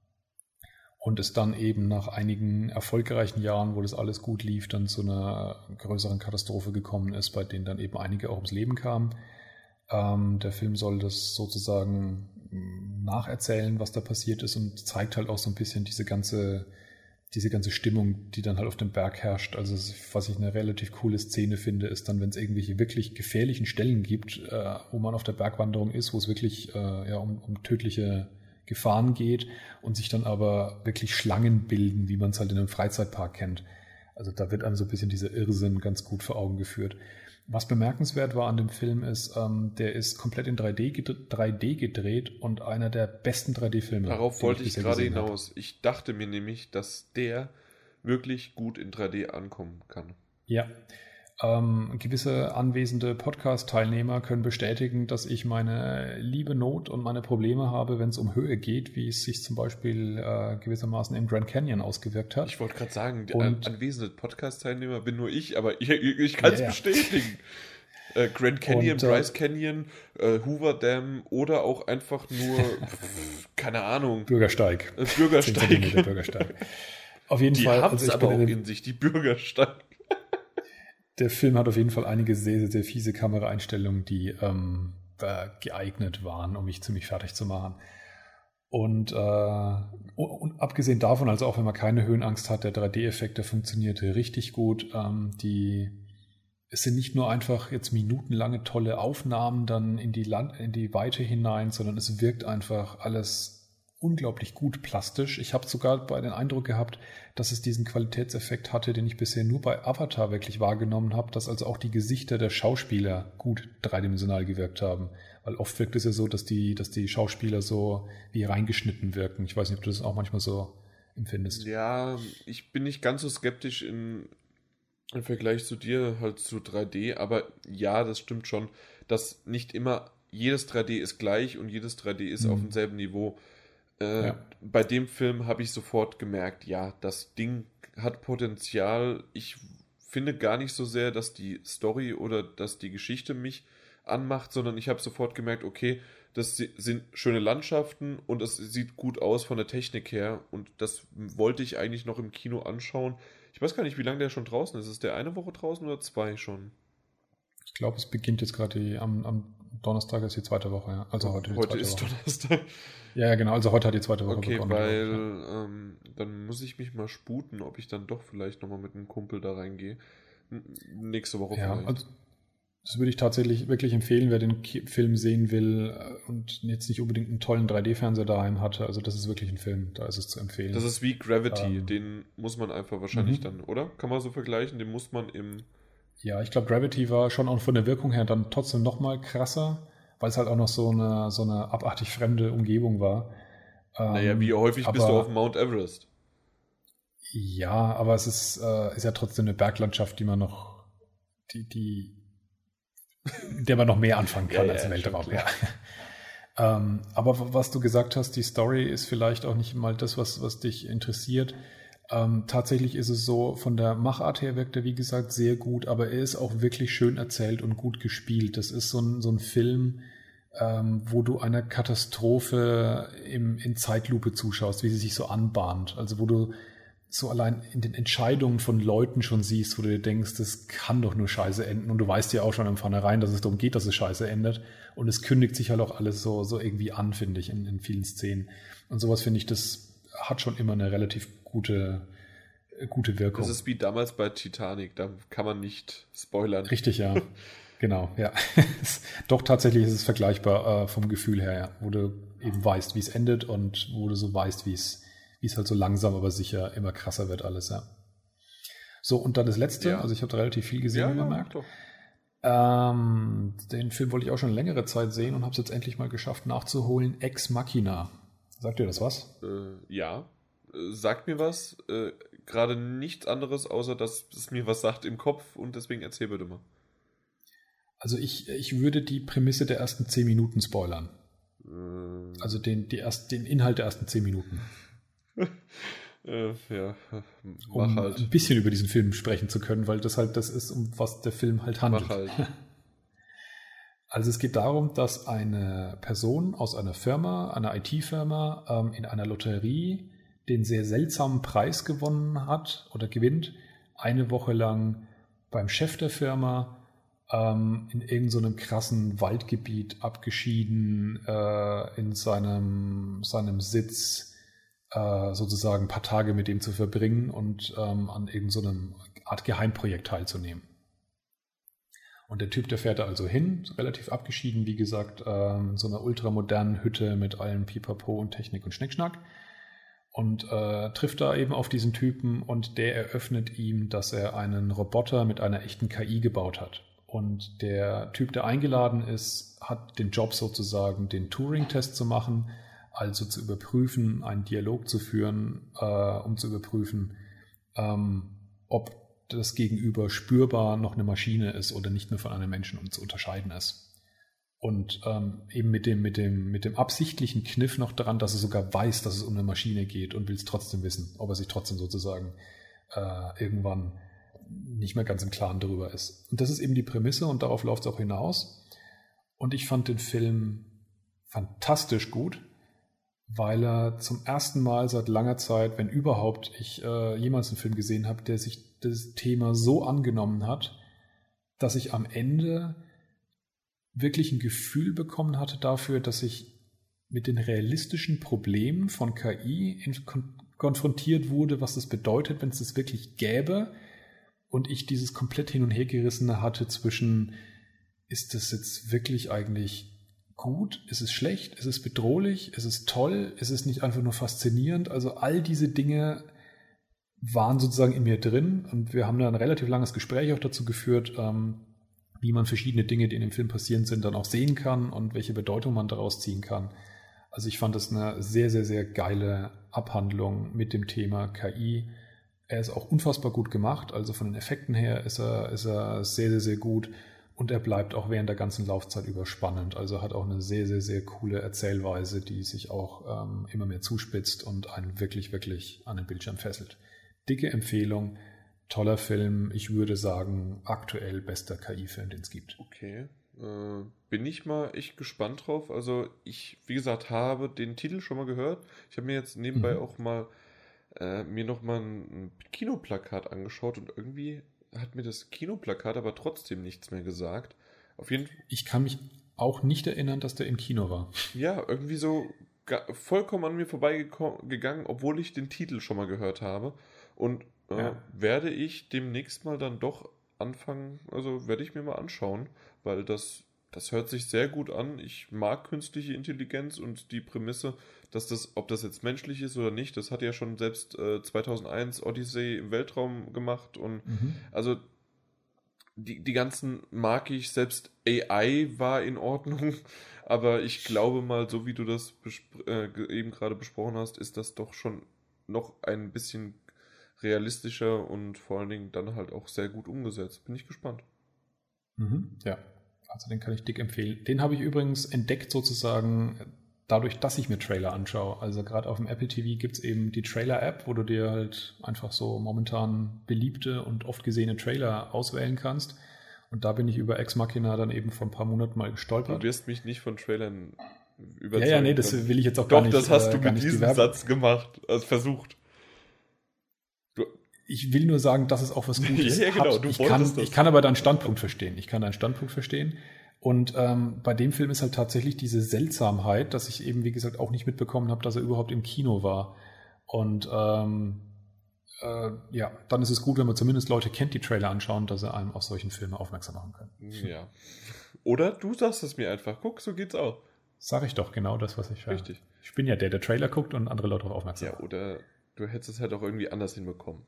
Und es dann eben nach einigen erfolgreichen Jahren, wo das alles gut lief, dann zu einer größeren Katastrophe gekommen ist, bei denen dann eben einige auch ums Leben kamen. Ähm, der Film soll das sozusagen nacherzählen, was da passiert ist und zeigt halt auch so ein bisschen diese ganze, diese ganze Stimmung, die dann halt auf dem Berg herrscht. Also was ich eine relativ coole Szene finde, ist dann, wenn es irgendwelche wirklich gefährlichen Stellen gibt, äh, wo man auf der Bergwanderung ist, wo es wirklich äh, ja, um, um tödliche Gefahren geht und sich dann aber wirklich Schlangen bilden, wie man es halt in einem Freizeitpark kennt. Also da wird einem so ein bisschen dieser Irrsinn ganz gut vor Augen geführt. Was bemerkenswert war an dem Film ist, ähm, der ist komplett in drei D, drei D gedreht und einer der besten drei D-Filme. Darauf wollte ich, ich gerade hinaus. Habe. Ich dachte mir nämlich, dass der wirklich gut in drei D ankommen kann. Ja. Ähm, gewisse anwesende Podcast-Teilnehmer können bestätigen, dass ich meine liebe Not und meine Probleme habe, wenn es um Höhe geht, wie es sich zum Beispiel äh, gewissermaßen im Grand Canyon ausgewirkt hat. Ich wollte gerade sagen, und, anwesende Podcast-Teilnehmer bin nur ich, aber ich, ich kann es ja, ja. bestätigen. äh, Grand Canyon, und, Bryce Canyon, äh, Hoover Dam oder auch einfach nur, pf, keine Ahnung. Bürgersteig. Äh, Bürgersteig. Bürgersteig. Auf jeden die Fall. Die haben es aber auch in sich, die Bürgersteig. Der Film hat auf jeden Fall einige sehr, sehr, sehr fiese Kameraeinstellungen, die ähm, geeignet waren, um mich ziemlich fertig zu machen. Und, äh, und abgesehen davon, also auch wenn man keine Höhenangst hat, der drei D-Effekt, der funktionierte richtig gut. Ähm, die, es sind nicht nur einfach jetzt minutenlange tolle Aufnahmen dann in die, Land, in die Weite hinein, sondern es wirkt einfach alles unglaublich gut plastisch. Ich habe sogar bei den Eindruck gehabt, dass es diesen Qualitätseffekt hatte, den ich bisher nur bei Avatar wirklich wahrgenommen habe, dass also auch die Gesichter der Schauspieler gut dreidimensional gewirkt haben. Weil oft wirkt es ja so, dass die, dass die Schauspieler so wie reingeschnitten wirken. Ich weiß nicht, ob du das auch manchmal so empfindest. Ja, ich bin nicht ganz so skeptisch in, im Vergleich zu dir, halt zu drei D, aber ja, das stimmt schon, dass nicht immer jedes drei D ist gleich und jedes drei D ist mhm. auf demselben Niveau. Äh, ja. Bei dem Film habe ich sofort gemerkt, ja, das Ding hat Potenzial. Ich finde gar nicht so sehr, dass die Story oder dass die Geschichte mich anmacht, sondern ich habe sofort gemerkt, okay, das sind schöne Landschaften und es sieht gut aus von der Technik her und das wollte ich eigentlich noch im Kino anschauen. Ich weiß gar nicht, wie lange der schon draußen ist. Ist der eine Woche draußen oder zwei schon? Ich glaube, es beginnt jetzt gerade am, am Donnerstag ist die zweite Woche, ja. Also heute, die heute zweite ist Woche. Donnerstag. Ja, genau, also heute hat die zweite Woche okay, begonnen. Okay, weil ja. ähm, dann muss ich mich mal sputen, ob ich dann doch vielleicht nochmal mit einem Kumpel da reingehe. nächste Woche ja, vielleicht. Also das würde ich tatsächlich wirklich empfehlen, wer den Ki- Film sehen will und jetzt nicht unbedingt einen tollen drei D-Fernseher daheim hatte. Also das ist wirklich ein Film, da ist es zu empfehlen. Das ist wie Gravity, Ähm, den muss man einfach wahrscheinlich mhm. dann, oder? Kann man so vergleichen? Den muss man im... Ja, ich glaube, Gravity war schon auch von der Wirkung her dann trotzdem noch mal krasser, weil es halt auch noch so eine, so eine abartig fremde Umgebung war. Ähm, Naja, wie häufig bist du aber- auf Mount Everest? Ja, aber es ist, äh, ist ja trotzdem eine Berglandschaft, die man noch, die, die, mit der man noch mehr anfangen kann Ja, als ja, im Weltraum. schon Ja. ähm, aber w- was du gesagt hast, die Story ist vielleicht auch nicht mal das, was, was dich interessiert. Ähm, tatsächlich ist es so, von der Machart her wirkt er, wie gesagt, sehr gut, aber er ist auch wirklich schön erzählt und gut gespielt. Das ist so ein, so ein Film, ähm, wo du einer Katastrophe im, in Zeitlupe zuschaust, wie sie sich so anbahnt. Also wo du so allein in den Entscheidungen von Leuten schon siehst, wo du dir denkst, das kann doch nur scheiße enden. Und du weißt ja auch schon im Vornherein, dass es darum geht, dass es scheiße endet. Und es kündigt sich halt auch alles so, so irgendwie an, finde ich, in, in vielen Szenen. Und sowas finde ich, das hat schon immer eine relativ gute, äh, gute Wirkung. Das ist wie damals bei Titanic, da kann man nicht spoilern. Richtig, ja. Genau, ja. Doch tatsächlich ist es vergleichbar äh, vom Gefühl her, ja, wo du eben weißt, wie es endet und wo du so weißt, wie es wie es halt so langsam, aber sicher immer krasser wird alles, ja. So, und dann das Letzte, Ja. also ich habe da relativ viel gesehen, Ja, wie man ja, merkt. doch. Ähm, den Film wollte ich auch schon längere Zeit sehen und habe es jetzt endlich mal geschafft nachzuholen. Ex Machina. Sagt dir das was? Äh, ja, äh, sagt mir was. Äh, Gerade nichts anderes, außer dass es mir was sagt im Kopf und deswegen erzähl bitte mal. Also ich, ich würde die Prämisse der ersten zehn Minuten spoilern. Äh, Also den, die erst, den Inhalt der ersten zehn Minuten. äh, ja, mach Um halt. ein bisschen über diesen Film sprechen zu können, weil das halt das ist, um was der Film halt handelt. Mach halt. Also es geht darum, dass eine Person aus einer Firma, einer I T-Firma, ähm, in einer Lotterie den sehr seltsamen Preis gewonnen hat oder gewinnt, eine Woche lang beim Chef der Firma ähm, in irgendeinem so einem krassen Waldgebiet abgeschieden, äh, in seinem, seinem Sitz äh, sozusagen ein paar Tage mit ihm zu verbringen und ähm, an irgendeinem so einem Art Geheimprojekt teilzunehmen. Und der Typ, der fährt da also hin, relativ abgeschieden, wie gesagt, ähm, in so einer ultramodernen Hütte mit allem Pipapo und Technik und Schnickschnack. Und äh, trifft da eben auf diesen Typen und der eröffnet ihm, dass er einen Roboter mit einer echten K I gebaut hat. Und der Typ, der eingeladen ist, hat den Job sozusagen, den Turing-Test zu machen, also zu überprüfen, einen Dialog zu führen, äh, um zu überprüfen, ähm, ob das Gegenüber spürbar noch eine Maschine ist oder nicht nur von einem Menschen um zu unterscheiden ist. Und ähm, eben mit dem, mit, dem, mit dem absichtlichen Kniff noch daran, dass er sogar weiß, dass es um eine Maschine geht und will es trotzdem wissen, ob er sich trotzdem sozusagen äh, irgendwann nicht mehr ganz im Klaren darüber ist. Und das ist eben die Prämisse und darauf läuft es auch hinaus. Und ich fand den Film fantastisch gut, weil er zum ersten Mal seit langer Zeit, wenn überhaupt ich äh, jemals einen Film gesehen habe, der sich das Thema so angenommen hat, dass ich am Ende wirklich ein Gefühl bekommen hatte dafür, dass ich mit den realistischen Problemen von K I in, kon- konfrontiert wurde, was das bedeutet, wenn es das wirklich gäbe und ich dieses komplett hin und her gerissene hatte zwischen, ist das jetzt wirklich eigentlich gut? Ist es schlecht? Ist es bedrohlich? Ist es toll? Ist es nicht einfach nur faszinierend? Also all diese Dinge waren sozusagen in mir drin und wir haben da ein relativ langes Gespräch auch dazu geführt, ähm, wie man verschiedene Dinge, die in dem Film passieren sind, dann auch sehen kann und welche Bedeutung man daraus ziehen kann. Also ich fand das eine sehr, sehr, sehr geile Abhandlung mit dem Thema K I. Er ist auch unfassbar gut gemacht, also von den Effekten her ist er, ist er sehr, sehr, sehr gut und er bleibt auch während der ganzen Laufzeit über spannend. Also hat auch eine sehr, sehr, sehr coole Erzählweise, die sich auch ähm, immer mehr zuspitzt und einen wirklich, wirklich an den Bildschirm fesselt. Dicke Empfehlung. Toller Film, ich würde sagen, aktuell bester K I-Film, den es gibt. Okay, äh, bin ich mal echt gespannt drauf. Also ich, wie gesagt, habe den Titel schon mal gehört. Ich habe mir jetzt nebenbei Mhm. auch mal äh, mir nochmal ein Kinoplakat angeschaut und irgendwie hat mir das Kinoplakat aber trotzdem nichts mehr gesagt. Auf jeden Fall. Ich kann mich auch nicht erinnern, dass der im Kino war. Ja, irgendwie so ga- vollkommen an mir vorbeigegangen, obwohl ich den Titel schon mal gehört habe. Und äh, Ja. werde ich demnächst mal dann doch anfangen, also werde ich mir mal anschauen, weil das, das hört sich sehr gut an. Ich mag künstliche Intelligenz und die Prämisse, dass das, ob das jetzt menschlich ist oder nicht, das hat ja schon selbst äh, zweitausendeins Odyssey im Weltraum gemacht und Mhm. also die, die ganzen mag ich, selbst A I war in Ordnung, aber ich glaube mal, so wie du das bespr- äh, ge- eben gerade besprochen hast, ist das doch schon noch ein bisschen realistischer und vor allen Dingen dann halt auch sehr gut umgesetzt. Bin ich gespannt. Mhm. Ja, also den kann ich dick empfehlen. Den habe ich übrigens entdeckt sozusagen dadurch, dass ich mir Trailer anschaue. Also gerade auf dem Apple T V gibt es eben die Trailer-App, wo du dir halt einfach so momentan beliebte und oft gesehene Trailer auswählen kannst. Und da bin ich über Ex Machina dann eben vor ein paar Monaten mal Du gestolpert. wirst mich nicht von Trailern Ja, überzeugen ja, nee, das können. will ich jetzt auch gar Doch, nicht. das hast äh, du gar mit nicht diesem bewerben. Satz gemacht, also versucht. Du, Ich will nur sagen, dass es auch was Gutes Ja, ja, genau, hat. du Ich wolltest kann, das. ich kann aber deinen Standpunkt verstehen. Ich kann deinen Standpunkt verstehen. Und ähm, bei dem Film ist halt tatsächlich diese Seltsamheit, dass ich eben, wie gesagt, auch nicht mitbekommen habe, dass er überhaupt im Kino war. Und ähm, äh, ja, dann ist es gut, wenn man zumindest Leute kennt, die Trailer anschauen, dass sie einem auf solchen Filme aufmerksam machen können. ja. Oder du sagst es mir einfach. Guck, so geht's auch. Sag ich doch genau das, was ich höre. Richtig. Ich bin ja der, der Trailer guckt und andere Leute darauf aufmerksam Ja, macht. oder du hättest es halt auch irgendwie anders hinbekommen.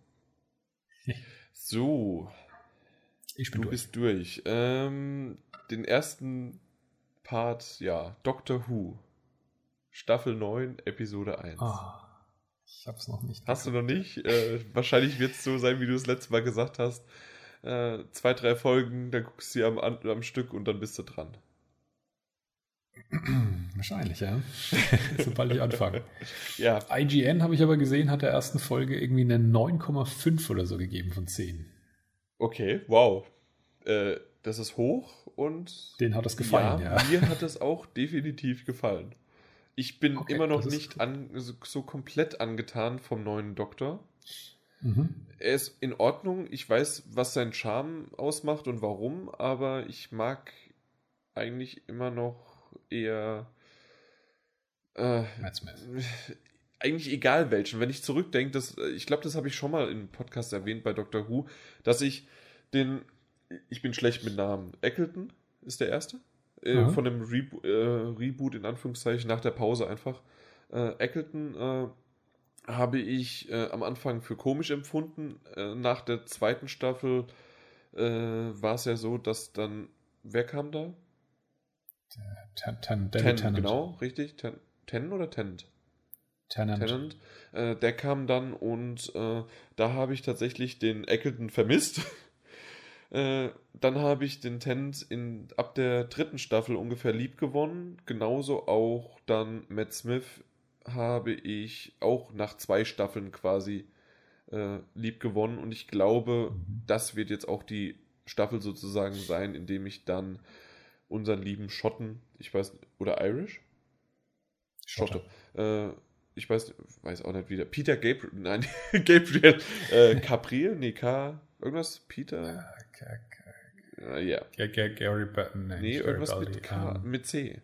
So, Ich bin du durch. bist durch. Ähm, den ersten Part, ja, Doctor Who. Staffel neun, Episode eins. Ah, ich hab's noch nicht. Hast du noch nicht? Äh, wahrscheinlich wird es so sein, wie du es letztes Mal gesagt hast. Äh, zwei, drei Folgen, dann guckst du sie am, am Stück und dann bist du dran. Wahrscheinlich, ja. Sobald ich anfange. Ja, I G N, habe ich aber gesehen, hat der ersten Folge irgendwie eine neun Komma fünf oder so gegeben von zehn. okay, wow. Äh, das ist hoch und Denen hat das gefallen, ja. mir hat es auch definitiv gefallen. Ich bin Okay, immer noch das ist nicht cool. an, so, so komplett angetan vom neuen Doktor. Mhm. Er ist in Ordnung. Ich weiß, was sein Charme ausmacht und warum, aber ich mag eigentlich immer noch eher äh, Matt Smith. eigentlich egal welchen. Wenn ich zurückdenke, das, ich glaube, das habe ich schon mal im Podcast erwähnt bei Doctor Who, dass ich den, ich bin schlecht mit Namen, Eccleston ist der erste, äh, Mhm. von dem Rebo äh, Reboot in Anführungszeichen, nach der Pause einfach. Äh, Eccleston äh, habe ich äh, am Anfang für komisch empfunden. Äh, nach der zweiten Staffel äh, war es ja so, dass dann, wer kam da? Ten, ten, David Ten, Tennant. genau, richtig. Ten, Ten oder Tennant? Tennant. Tennant. Äh, der kam dann und äh, da habe ich tatsächlich den Eccleston vermisst. äh, dann habe ich den Tennant in, ab der dritten Staffel ungefähr lieb gewonnen. Genauso auch dann Matt Smith habe ich auch nach zwei Staffeln quasi äh, lieb gewonnen. Und ich glaube, Mhm. das wird jetzt auch die Staffel sozusagen sein, indem ich dann unseren lieben Schotten, ich weiß, oder Irish? Schotte. Äh, ich weiß, weiß auch nicht wieder. Peter Gabriel, nein, Gabriel, äh, Capriel, nee, K, irgendwas, Peter, G- äh, ja, G- G- Gary Burton. nee, nicht Gary irgendwas Baldi, mit K, ähm, mit C.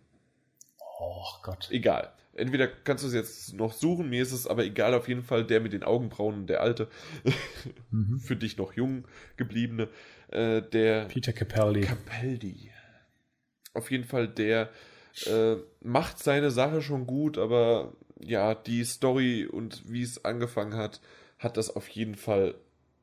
Oh Gott. Egal. Entweder kannst du es jetzt noch suchen, mir ist es aber egal, auf jeden Fall der mit den Augenbrauen und der alte, Mhm. für dich noch jung gebliebene, äh, der Peter Capaldi. Capaldi. Auf jeden Fall, der äh, macht seine Sache schon gut, aber ja, die Story und wie es angefangen hat, hat das auf jeden Fall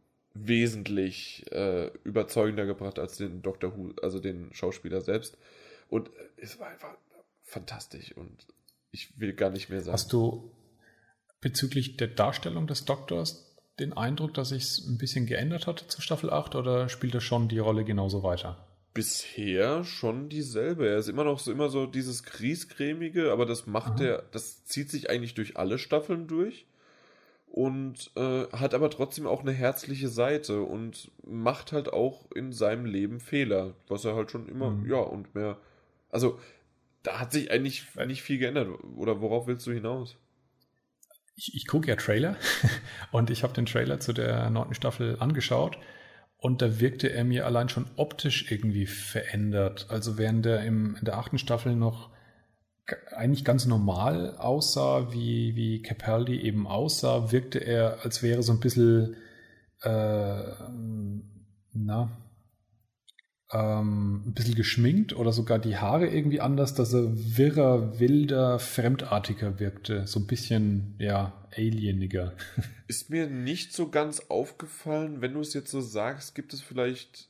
wesentlich äh, überzeugender gebracht als den Doctor Who, also den Schauspieler selbst. Und äh, es war einfach fantastisch und ich will gar nicht mehr sagen. Hast du bezüglich der Darstellung des Doktors den Eindruck, dass sich es ein bisschen geändert hat zu Staffel acht oder spielt er schon die Rolle genauso weiter? Bisher schon dieselbe. Er ist immer noch so immer so dieses Griesgrämige, aber das macht Mhm. er, das zieht sich eigentlich durch alle Staffeln durch und äh, hat aber trotzdem auch eine herzliche Seite und macht halt auch in seinem Leben Fehler, was er halt schon immer, Mhm. ja, und mehr, also da hat sich eigentlich nicht viel geändert. Oder worauf willst du hinaus? Ich, ich gucke ja Trailer und ich habe den Trailer zu der neunten Staffel angeschaut und da wirkte er mir allein schon optisch irgendwie verändert. Also während er im, in der achten Staffel noch g- eigentlich ganz normal aussah, wie, wie Capaldi eben aussah, wirkte er, als wäre so ein bisschen, äh, na, ähm, ein bisschen geschminkt oder sogar die Haare irgendwie anders, dass er wirrer, wilder, fremdartiger wirkte. So ein bisschen, ja, alieniger. Ist mir nicht so ganz aufgefallen. Wenn du es jetzt so sagst, gibt es vielleicht,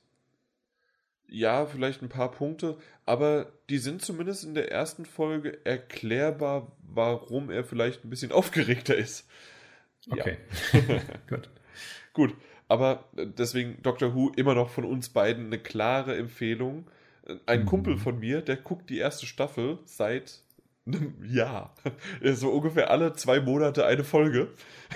ja, vielleicht ein paar Punkte, aber die sind zumindest in der ersten Folge erklärbar, warum er vielleicht ein bisschen aufgeregter ist. Okay, ja. gut. Gut, aber deswegen Doctor Who immer noch von uns beiden eine klare Empfehlung. Ein mhm. Kumpel von mir, der guckt die erste Staffel seit einem Jahr. So ungefähr alle zwei Monate eine Folge.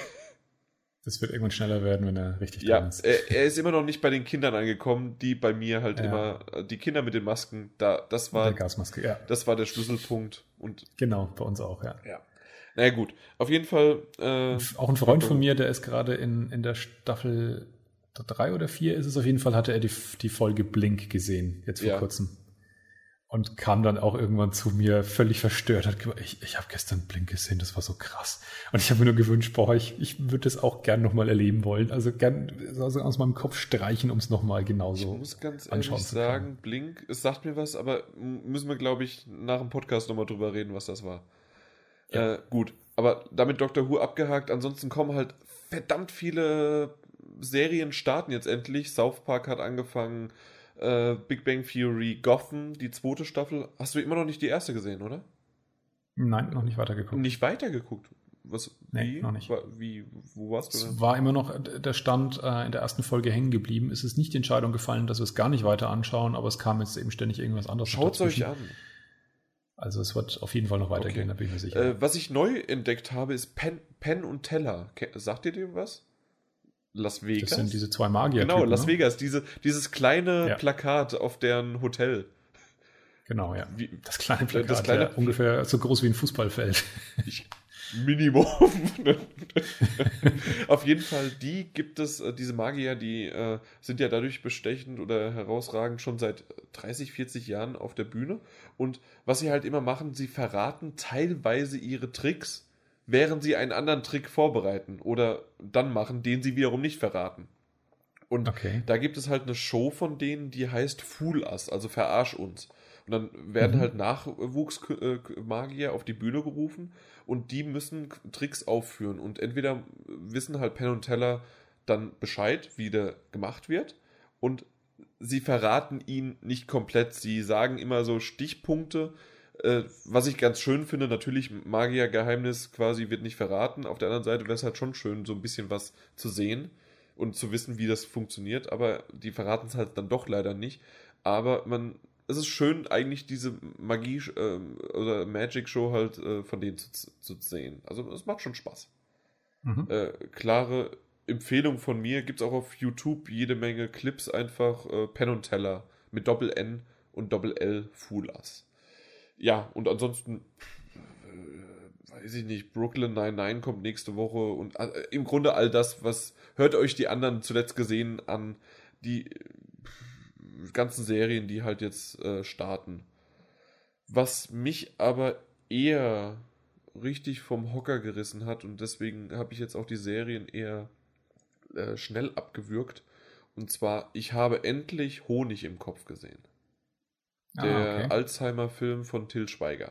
Das wird irgendwann schneller werden, wenn er richtig ja, dran ist. Er, er ist immer noch nicht bei den Kindern angekommen, die bei mir halt ja. immer, die Kinder mit den Masken, da, das war, der Gasmaske, ja. Das war der Schlüsselpunkt. Und genau, bei uns auch, ja. Ja. Naja gut, auf jeden Fall. Äh, auch ein Freund von mir, der ist gerade in, in der Staffel drei oder vier ist es auf jeden Fall, hatte er die, die Folge Blink gesehen, jetzt vor ja. kurzem. Und kam dann auch irgendwann zu mir völlig verstört, hat gesagt, ich, ich habe gestern Blink gesehen, das war so krass. Und ich habe mir nur gewünscht, boah, ich, ich würde das auch gern nochmal erleben wollen. Also gern also aus meinem Kopf streichen, um es nochmal genauso ich muss ganz anschauen ehrlich zu sagen, können. Blink, es sagt mir was, aber müssen wir, glaube ich, nach dem Podcast nochmal drüber reden, was das war. Ja. Äh, gut, aber damit Doctor Who abgehakt. Ansonsten kommen halt verdammt viele Serien starten jetzt endlich. South Park hat angefangen, äh, Big Bang Theory, Gotham, die zweite Staffel. Hast du immer noch nicht die erste gesehen, oder? Nein, noch nicht weitergeguckt. Nicht weitergeguckt? Was, nee, wie? noch nicht. Wie, wo warst du denn? Es war immer noch der Stand äh, in der ersten Folge hängen geblieben. Es ist nicht die Entscheidung gefallen, dass wir es gar nicht weiter anschauen, aber es kam jetzt eben ständig irgendwas anderes. Schaut es euch an. Also es wird auf jeden Fall noch weitergehen, okay. da bin ich mir sicher. Äh, was ich neu entdeckt habe, ist Penn, Penn und Teller. Sagt ihr dem was? Las Vegas? Das sind diese zwei Magier. Genau, Las ne? Vegas. Diese, dieses kleine ja. Plakat auf deren Hotel. Genau, ja. Wie, das kleine Plakat, das kleine, ja, ungefähr so groß wie ein Fußballfeld. Ich, Minimum. Auf jeden Fall, die gibt es, diese Magier, die äh, sind ja dadurch bestechend oder herausragend schon seit dreißig, vierzig Jahren auf der Bühne. Und was sie halt immer machen, sie verraten teilweise ihre Tricks, während sie einen anderen Trick vorbereiten oder dann machen, den sie wiederum nicht verraten. Und okay. da gibt es halt eine Show von denen, die heißt Fool Us, also verarsch uns. Und dann werden mhm. halt Nachwuchsmagier auf die Bühne gerufen und die müssen Tricks aufführen. Und entweder wissen halt Penn und Teller dann Bescheid, wie der gemacht wird, und sie verraten ihn nicht komplett. Sie sagen immer so Stichpunkte, äh, was ich ganz schön finde. Natürlich, Magiergeheimnis quasi wird nicht verraten. Auf der anderen Seite wäre es halt schon schön, so ein bisschen was zu sehen und zu wissen, wie das funktioniert. Aber die verraten es halt dann doch leider nicht. Aber man... Es ist schön, eigentlich diese Magie- äh, oder Magic-Show halt äh, von denen zu, zu sehen. Also es macht schon Spaß. Mhm. Äh, klare Empfehlung von mir. Gibt es auch auf YouTube jede Menge Clips einfach. Äh, Penn und Teller mit Doppel-N und Doppel-L Fool Us. Ja, und ansonsten äh, weiß ich nicht, Brooklyn Nine-Nine kommt nächste Woche und äh, im Grunde all das, was hört euch die anderen zuletzt gesehen an, die ganzen Serien, die halt jetzt äh, starten. Was mich aber eher richtig vom Hocker gerissen hat und deswegen habe ich jetzt auch die Serien eher äh, schnell abgewürgt. Und zwar, ich habe endlich Honig im Kopf gesehen. Der ah, okay. Alzheimer-Film von Til Schweiger.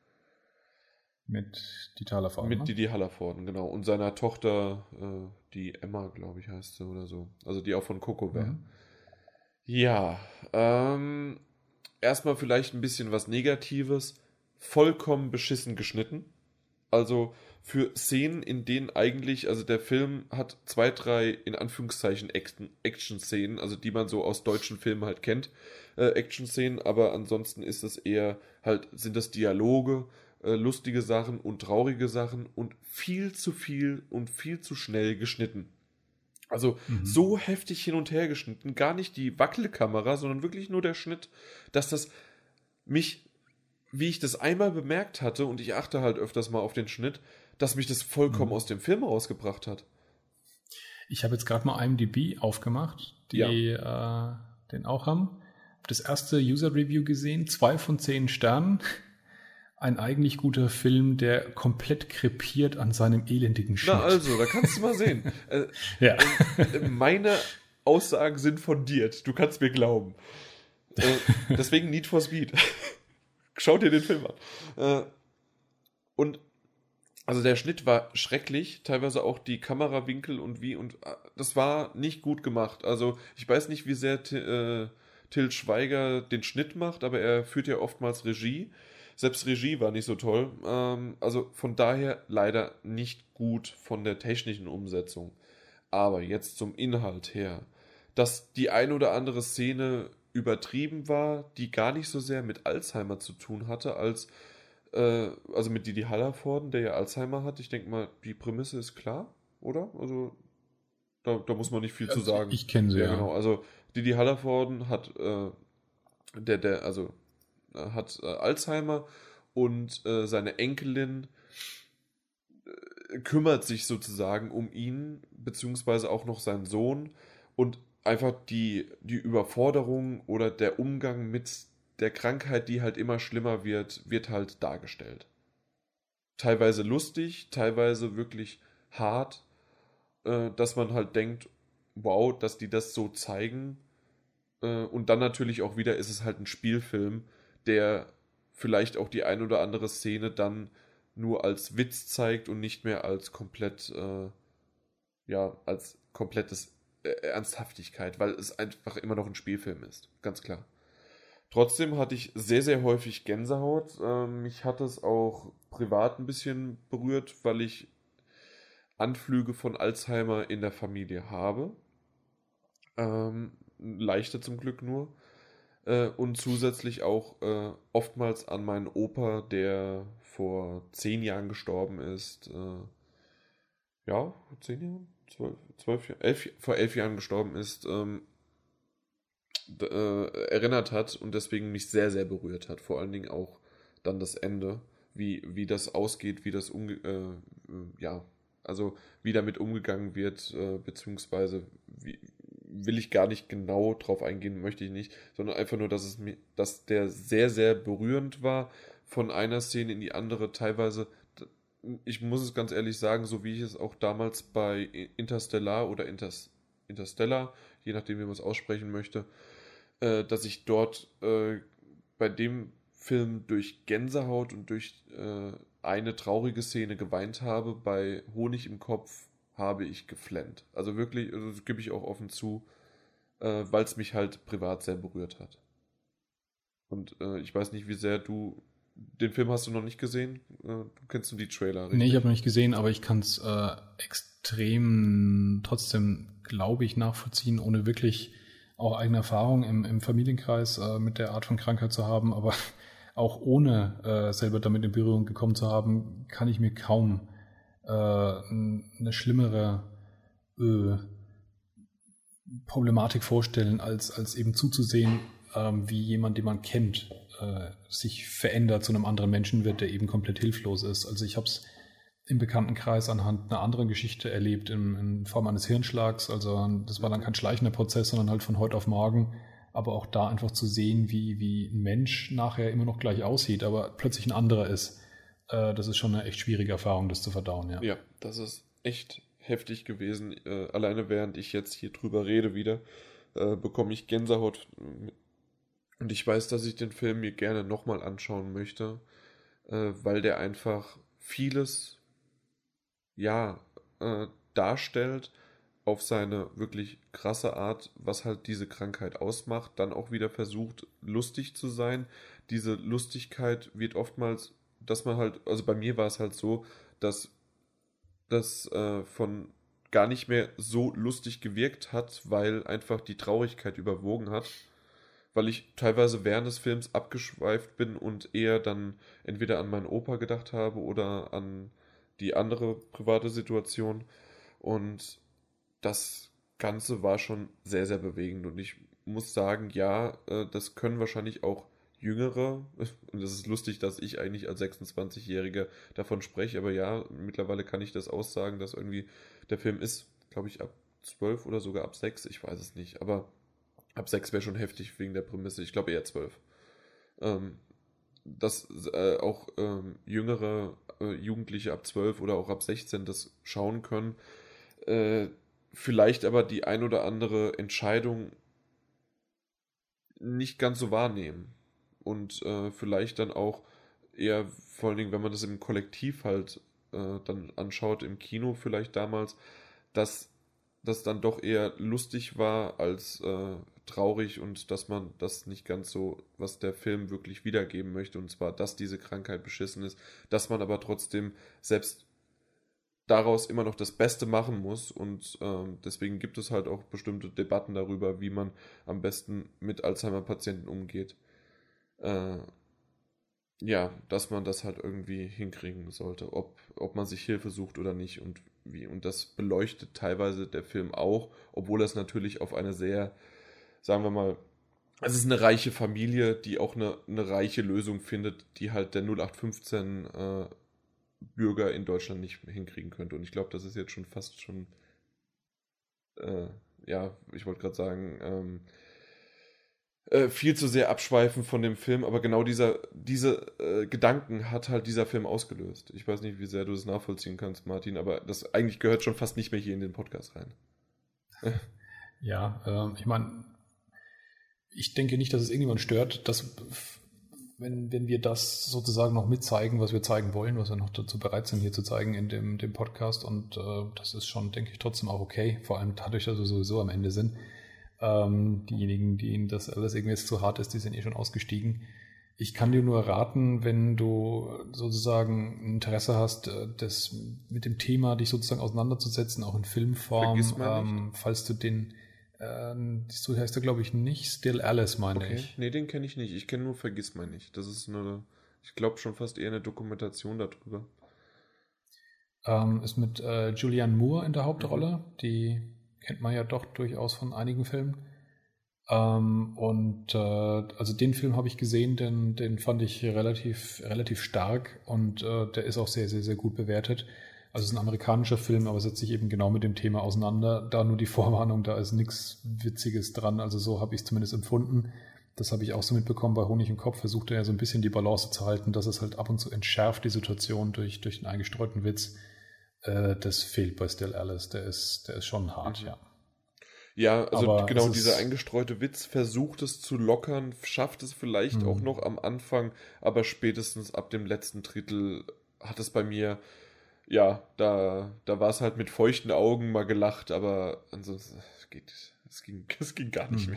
Mit Didi Hallervorden. Mit ne? Didi Hallervorden, genau. Und seiner Tochter, äh, die Emma, glaube ich, heißt sie oder so. Also die auch von Coco wäre. Mhm. Ja, ähm, erstmal vielleicht ein bisschen was Negatives. Vollkommen beschissen geschnitten. Also für Szenen, in denen eigentlich, also der Film hat zwei, drei, in Anführungszeichen, Action-Szenen, also die man so aus deutschen Filmen halt kennt, äh, Action-Szenen, aber ansonsten ist es eher halt, sind das Dialoge, äh, lustige Sachen und traurige Sachen und viel zu viel und viel zu schnell geschnitten. Also mhm. so heftig hin und her geschnitten, gar nicht die Wackelkamera, sondern wirklich nur der Schnitt, dass das mich, wie ich das einmal bemerkt hatte, und ich achte halt öfters mal auf den Schnitt, dass mich das vollkommen mhm. aus dem Film rausgebracht hat. Ich habe jetzt gerade mal I M D B aufgemacht, die ja. äh, den auch haben. Das erste User-Review gesehen, zwei von zehn Sternen. Ein eigentlich guter Film, der komplett krepiert an seinem elendigen Schnitt. Na also, da kannst du mal sehen. äh, ja. äh, meine Aussagen sind fundiert, du kannst mir glauben. Äh, deswegen Need for Speed. Schaut dir den Film an. Äh, und also der Schnitt war schrecklich, teilweise auch die Kamerawinkel und wie und äh, das war nicht gut gemacht. Also ich weiß nicht, wie sehr T- äh, Til Schweiger den Schnitt macht, aber er führt ja oftmals Regie. Selbst Regie war nicht so toll. Ähm, also von daher leider nicht gut von der technischen Umsetzung. Aber jetzt zum Inhalt her. Dass die ein oder andere Szene übertrieben war, die gar nicht so sehr mit Alzheimer zu tun hatte, als äh, also mit Didi Hallervorden, der ja Alzheimer hat. Ich denke mal, die Prämisse ist klar, oder? Also da, da muss man nicht viel zu Also sagen. ich kenne sie, Ja, ja. genau. Also Didi Hallervorden hat äh, der, der, also äh, hat äh, Alzheimer und äh, seine Enkelin äh, kümmert sich sozusagen um ihn, beziehungsweise auch noch seinen Sohn und einfach die, die Überforderung oder der Umgang mit der Krankheit, die halt immer schlimmer wird, wird halt dargestellt. Teilweise lustig, teilweise wirklich hart, äh, dass man halt denkt, wow, dass die das so zeigen. Äh, und dann natürlich auch wieder ist es halt ein Spielfilm, der vielleicht auch die ein oder andere Szene dann nur als Witz zeigt und nicht mehr als komplett, äh, ja, als komplettes äh, Ernsthaftigkeit, weil es einfach immer noch ein Spielfilm ist, ganz klar. Trotzdem hatte ich sehr, sehr häufig Gänsehaut. Ähm, mich hat es auch privat ein bisschen berührt, weil ich Anflüge von Alzheimer in der Familie habe. Ähm, leichte zum Glück nur. Äh, und zusätzlich auch äh, oftmals an meinen Opa, der vor zehn Jahren gestorben ist. Äh, ja, vor zehn Jahren? Zwölf, zwölf Jahren? Elf, vor elf Jahren gestorben ist. Ähm, d- äh, erinnert hat und deswegen mich sehr, sehr berührt hat. Vor allen Dingen auch dann das Ende, wie, wie das ausgeht, wie das umge äh, äh, ja, also wie damit umgegangen wird, äh, beziehungsweise wie, will ich gar nicht genau drauf eingehen, möchte ich nicht, sondern einfach nur, dass es mir, dass der sehr, sehr berührend war, von einer Szene in die andere, teilweise, d- ich muss es ganz ehrlich sagen, so wie ich es auch damals bei Interstellar oder Inters Interstellar, je nachdem, wie man es aussprechen möchte, äh, dass ich dort äh, bei dem Film durch Gänsehaut und durch äh, eine traurige Szene geweint habe. Bei Honig im Kopf habe ich geflennt. Also wirklich, also das gebe ich auch offen zu, äh, weil es mich halt privat sehr berührt hat. Und äh, ich weiß nicht, wie sehr du den Film hast du noch nicht gesehen. Äh, du kennst nur die Trailer, richtig? Nee, ich habe noch nicht gesehen, aber ich kann es äh, extrem trotzdem, glaube ich, nachvollziehen, ohne wirklich auch eigene Erfahrung im, im Familienkreis äh, mit der Art von Krankheit zu haben, aber auch ohne äh, selber damit in Berührung gekommen zu haben, kann ich mir kaum äh, eine schlimmere äh, Problematik vorstellen, als, als eben zuzusehen, ähm, wie jemand, den man kennt, äh, sich verändert zu einem anderen Menschen wird, der eben komplett hilflos ist. Also ich habe es im Bekanntenkreis anhand einer anderen Geschichte erlebt, in, in Form eines Hirnschlags. Also das war dann kein schleichender Prozess, sondern halt von heute auf morgen. Aber auch da einfach zu sehen, wie, wie ein Mensch nachher immer noch gleich aussieht, aber plötzlich ein anderer ist, äh, das ist schon eine echt schwierige Erfahrung, das zu verdauen. Ja, Ja, das ist echt heftig gewesen. Äh, alleine während ich jetzt hier drüber rede wieder, äh, bekomme ich Gänsehaut. Und ich weiß, dass ich den Film mir gerne nochmal anschauen möchte, äh, weil der einfach vieles, ja, äh, darstellt auf seine wirklich krasse Art, was halt diese Krankheit ausmacht, dann auch wieder versucht, lustig zu sein. Diese Lustigkeit wird oftmals, dass man halt, also bei mir war es halt so, dass das äh, von gar nicht mehr so lustig gewirkt hat, weil einfach die Traurigkeit überwogen hat, weil ich teilweise während des Films abgeschweift bin und eher dann entweder an meinen Opa gedacht habe oder an die andere private Situation. Und das Ganze war schon sehr, sehr bewegend. Und ich muss sagen, ja, äh, das können wahrscheinlich auch Jüngere, und es ist lustig, dass ich eigentlich als sechsundzwanzigjähriger davon spreche, aber ja, mittlerweile kann ich das aussagen, dass irgendwie der Film ist, glaube ich, ab zwölf oder sogar ab sechs, ich weiß es nicht, aber ab sechs wäre schon heftig wegen der Prämisse, ich glaube eher zwölf. Ähm, dass äh, auch ähm, jüngere äh, Jugendliche ab zwölf oder auch ab sechzehn das schauen können, äh, vielleicht aber die ein oder andere Entscheidung nicht ganz so wahrnehmen. Und äh, vielleicht dann auch eher, vor allen Dingen, wenn man das im Kollektiv halt äh, dann anschaut, im Kino vielleicht damals, dass das dann doch eher lustig war als äh, traurig und dass man das nicht ganz so, was der Film wirklich wiedergeben möchte, und zwar, dass diese Krankheit beschissen ist, dass man aber trotzdem selbst daraus immer noch das Beste machen muss, und ähm, deswegen gibt es halt auch bestimmte Debatten darüber, wie man am besten mit Alzheimer-Patienten umgeht. Äh, ja, dass man das halt irgendwie hinkriegen sollte, ob, ob man sich Hilfe sucht oder nicht und wie. Und das beleuchtet teilweise der Film auch, obwohl es natürlich auf eine sehr, sagen wir mal, es ist eine reiche Familie, die auch eine, eine reiche Lösung findet, die halt der null acht fünfzehn äh, Bürger in Deutschland nicht hinkriegen könnte. Und ich glaube, das ist jetzt schon fast schon, äh, ja, ich wollte gerade sagen, ähm, äh, viel zu sehr abschweifen von dem Film, aber genau dieser, diese äh, Gedanken hat halt dieser Film ausgelöst. Ich weiß nicht, wie sehr du das nachvollziehen kannst, Martin, aber das eigentlich gehört schon fast nicht mehr hier in den Podcast rein. Ja, äh, ich meine, ich denke nicht, dass es irgendjemand stört, dass wenn, wenn wir das sozusagen noch mitzeigen, was wir zeigen wollen, was wir noch dazu bereit sind, hier zu zeigen in dem, dem Podcast, und äh, das ist schon, denke ich, trotzdem auch okay, vor allem dadurch, dass wir sowieso am Ende sind. Ähm, diejenigen, denen das alles irgendwie jetzt zu hart ist, die sind eh schon ausgestiegen. Ich kann dir nur raten, wenn du sozusagen Interesse hast, das mit dem Thema dich sozusagen auseinanderzusetzen, auch in Filmform, ähm, falls du den, äh, so heißt er glaube ich nicht, Still Alice meine okay. ich. Nee, den kenne ich nicht. Ich kenne nur Vergiss mal nicht. Das ist eine, ich glaube schon fast eher eine Dokumentation darüber. Ähm, ist mit äh, Julianne Moore in der Hauptrolle, mhm. Die kennt man ja doch durchaus von einigen Filmen. Ähm, und äh, also den Film habe ich gesehen, den, den fand ich relativ, relativ stark, und äh, der ist auch sehr, sehr, sehr gut bewertet. Also es ist ein amerikanischer Film, aber setzt sich eben genau mit dem Thema auseinander. Da nur die Vorwarnung, da ist nichts Witziges dran. Also so habe ich es zumindest empfunden. Das habe ich auch so mitbekommen bei Honig im Kopf. Versucht er ja so ein bisschen die Balance zu halten, dass es halt ab und zu entschärft, die Situation durch, durch den eingestreuten Witz. Das fehlt bei Still Alice, der ist, der ist schon hart, mhm. ja. Ja, also aber genau dieser eingestreute Witz versucht es zu lockern, schafft es vielleicht mhm. auch noch am Anfang, aber spätestens ab dem letzten Drittel hat es bei mir, ja, da, da war es halt mit feuchten Augen mal gelacht, aber ansonsten, es geht, es ging, es ging gar nicht mhm. mehr.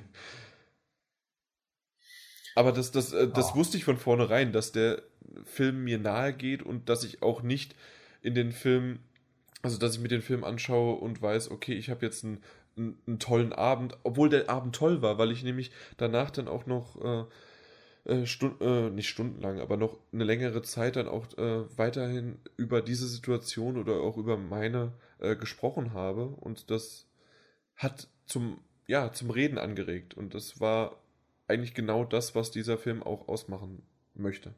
Aber das, das, das oh. wusste ich von vornherein, dass der Film mir nahe geht und dass ich auch nicht in den Film, also dass ich mir den Film anschaue und weiß, okay, ich habe jetzt einen, einen, einen tollen Abend, obwohl der Abend toll war, weil ich nämlich danach dann auch noch äh, Stund, äh, nicht stundenlang, aber noch eine längere Zeit dann auch äh, weiterhin über diese Situation oder auch über meine äh, gesprochen habe, und das hat zum, ja, zum Reden angeregt, und das war eigentlich genau das, was dieser Film auch ausmachen möchte.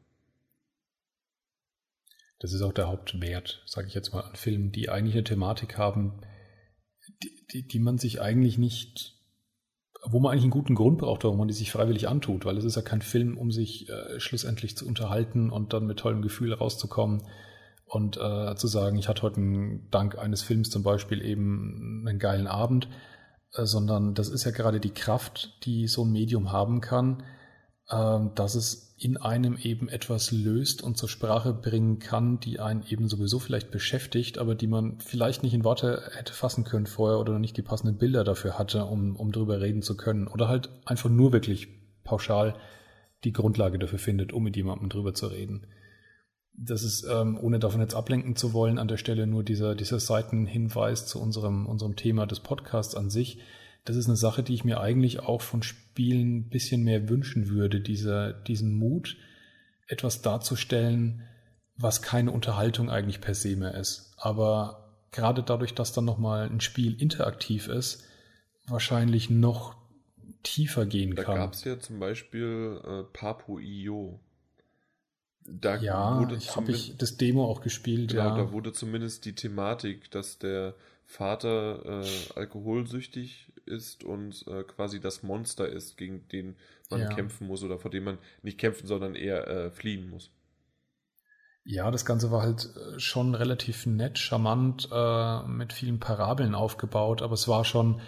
Das ist auch der Hauptwert, sage ich jetzt mal, an Filmen, die eigentlich eine Thematik haben, die, die, die man sich eigentlich nicht, wo man eigentlich einen guten Grund braucht, warum man die sich freiwillig antut, weil es ist ja kein Film, um sich äh, schlussendlich zu unterhalten und dann mit tollem Gefühl rauszukommen und äh, zu sagen, ich hatte heute einen, dank eines Films zum Beispiel eben einen geilen Abend, äh, sondern das ist ja gerade die Kraft, die so ein Medium haben kann, äh, dass es in einem eben etwas löst und zur Sprache bringen kann, die einen eben sowieso vielleicht beschäftigt, aber die man vielleicht nicht in Worte hätte fassen können vorher oder nicht die passenden Bilder dafür hatte, um, um drüber reden zu können. Oder halt einfach nur wirklich pauschal die Grundlage dafür findet, um mit jemandem drüber zu reden. Das ist, ähm, ohne davon jetzt ablenken zu wollen, an der Stelle nur dieser, dieser Seitenhinweis zu unserem, unserem Thema des Podcasts an sich. Das ist eine Sache, die ich mir eigentlich auch von Spielen ein bisschen mehr wünschen würde, diese, diesen Mut, etwas darzustellen, was keine Unterhaltung eigentlich per se mehr ist. Aber gerade dadurch, dass dann nochmal ein Spiel interaktiv ist, wahrscheinlich noch tiefer gehen da kann. Da gab es ja zum Beispiel äh, Papo punkt io. Da ja, wurde ich habe ich das Demo auch gespielt. Genau, ja. Da wurde zumindest die Thematik, dass der Vater äh, alkoholsüchtig ist und äh, quasi das Monster ist, gegen den man ja. kämpfen muss oder vor dem man nicht kämpfen, sondern eher äh, fliehen muss. Ja, das Ganze war halt schon relativ nett, charmant, äh, mit vielen Parabeln aufgebaut, aber es war schon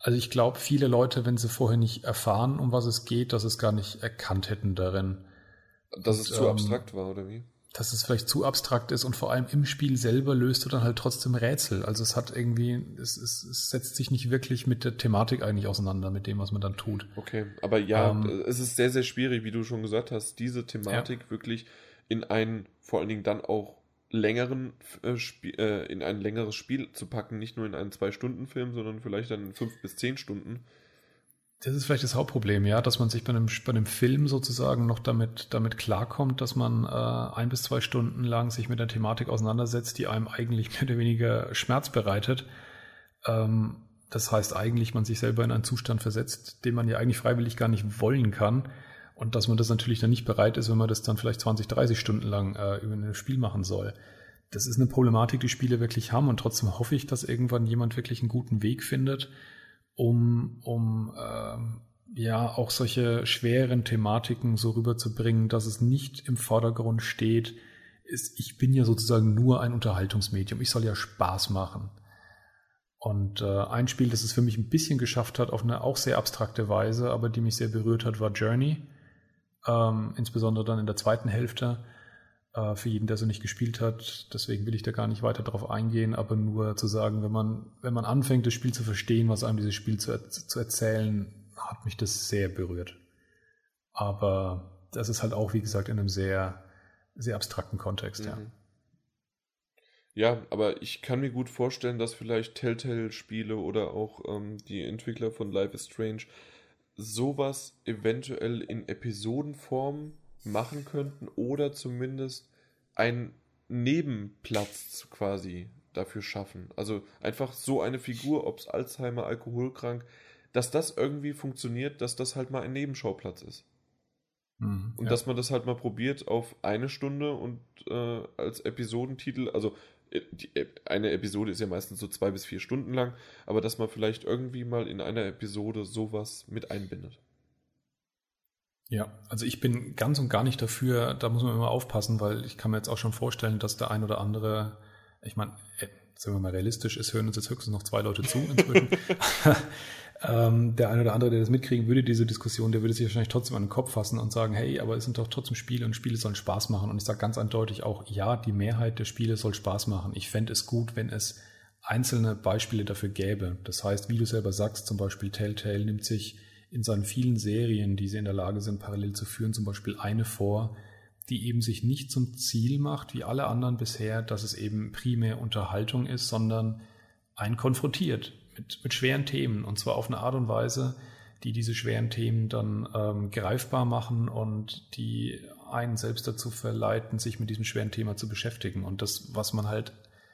Also ich glaube, viele Leute, wenn sie vorher nicht erfahren, um was es geht, dass es gar nicht erkannt hätten darin. Dass und, es zu ähm, abstrakt war, oder wie? Dass es vielleicht zu abstrakt ist und vor allem im Spiel selber löst du dann halt trotzdem Rätsel. Also es hat irgendwie, es, es, es setzt sich nicht wirklich mit der Thematik eigentlich auseinander, mit dem, was man dann tut. Okay, aber ja, Ähm, es ist sehr, sehr schwierig, wie du schon gesagt hast, diese Thematik Ja. wirklich in einen, vor allen Dingen dann auch längeren äh, Spiel, äh, in ein längeres Spiel zu packen, nicht nur in einen Zwei-Stunden-Film, sondern vielleicht dann fünf bis zehn Stunden. Das ist vielleicht das Hauptproblem, ja, dass man sich bei einem, bei einem Film sozusagen noch damit, damit klarkommt, dass man äh, ein bis zwei Stunden lang sich mit der Thematik auseinandersetzt, die einem eigentlich mehr oder weniger Schmerz bereitet. Ähm, das heißt eigentlich, man sich selber in einen Zustand versetzt, den man ja eigentlich freiwillig gar nicht wollen kann. Und dass man das natürlich dann nicht bereit ist, wenn man das dann vielleicht zwanzig, dreißig Stunden lang äh, über ein Spiel machen soll. Das ist eine Problematik, die Spiele wirklich haben. Und trotzdem hoffe ich, dass irgendwann jemand wirklich einen guten Weg findet, um, um ähm, ja auch solche schweren Thematiken so rüberzubringen, dass es nicht im Vordergrund steht, ist, ich bin ja sozusagen nur ein Unterhaltungsmedium, ich soll ja Spaß machen. Und äh, ein Spiel, das es für mich ein bisschen geschafft hat, auf eine auch sehr abstrakte Weise, aber die mich sehr berührt hat, war Journey. Ähm, insbesondere dann in der zweiten Hälfte. Äh, für jeden, der so nicht gespielt hat, deswegen will ich da gar nicht weiter drauf eingehen, aber nur zu sagen, wenn man, wenn man anfängt, das Spiel zu verstehen, was einem dieses Spiel zu, er- zu erzählen, hat mich das sehr berührt. Aber das ist halt auch, wie gesagt, in einem sehr, sehr abstrakten Kontext, ja. Mhm. Ja, aber ich kann mir gut vorstellen, dass vielleicht Telltale-Spiele oder auch ähm, die Entwickler von Life is Strange sowas eventuell in Episodenform machen könnten oder zumindest einen Nebenplatz quasi dafür schaffen. Also einfach so eine Figur, ob es Alzheimer, alkoholkrank, dass das irgendwie funktioniert, dass das halt mal ein Nebenschauplatz ist. Mhm, Und ja. dass man das halt mal probiert auf eine Stunde und äh, als Episodentitel, also äh, die, äh, eine Episode ist ja meistens so zwei bis vier Stunden lang, aber dass man vielleicht irgendwie mal in einer Episode sowas mit einbindet. Ja, also ich bin ganz und gar nicht dafür, da muss man immer aufpassen, weil ich kann mir jetzt auch schon vorstellen, dass der ein oder andere, ich meine, äh, sagen wir mal realistisch, es hören uns jetzt höchstens noch zwei Leute zu inzwischen. ähm, der ein oder andere, der das mitkriegen würde, diese Diskussion, der würde sich wahrscheinlich trotzdem an den Kopf fassen und sagen, hey, aber es sind doch trotzdem Spiele und Spiele sollen Spaß machen. Und ich sage ganz eindeutig auch, ja, die Mehrheit der Spiele soll Spaß machen. Ich fände es gut, wenn es einzelne Beispiele dafür gäbe. Das heißt, wie du selber sagst, zum Beispiel Telltale nimmt sich in seinen vielen Serien, die sie in der Lage sind, parallel zu führen, zum Beispiel eine vor, die eben sich nicht zum Ziel macht, wie alle anderen bisher, dass es eben primär Unterhaltung ist, sondern einen konfrontiert mit, mit schweren Themen. Und zwar auf eine Art und Weise, die diese schweren Themen dann ähm, greifbar machen und die einen selbst dazu verleiten, sich mit diesem schweren Thema zu beschäftigen. Und das, was man halt,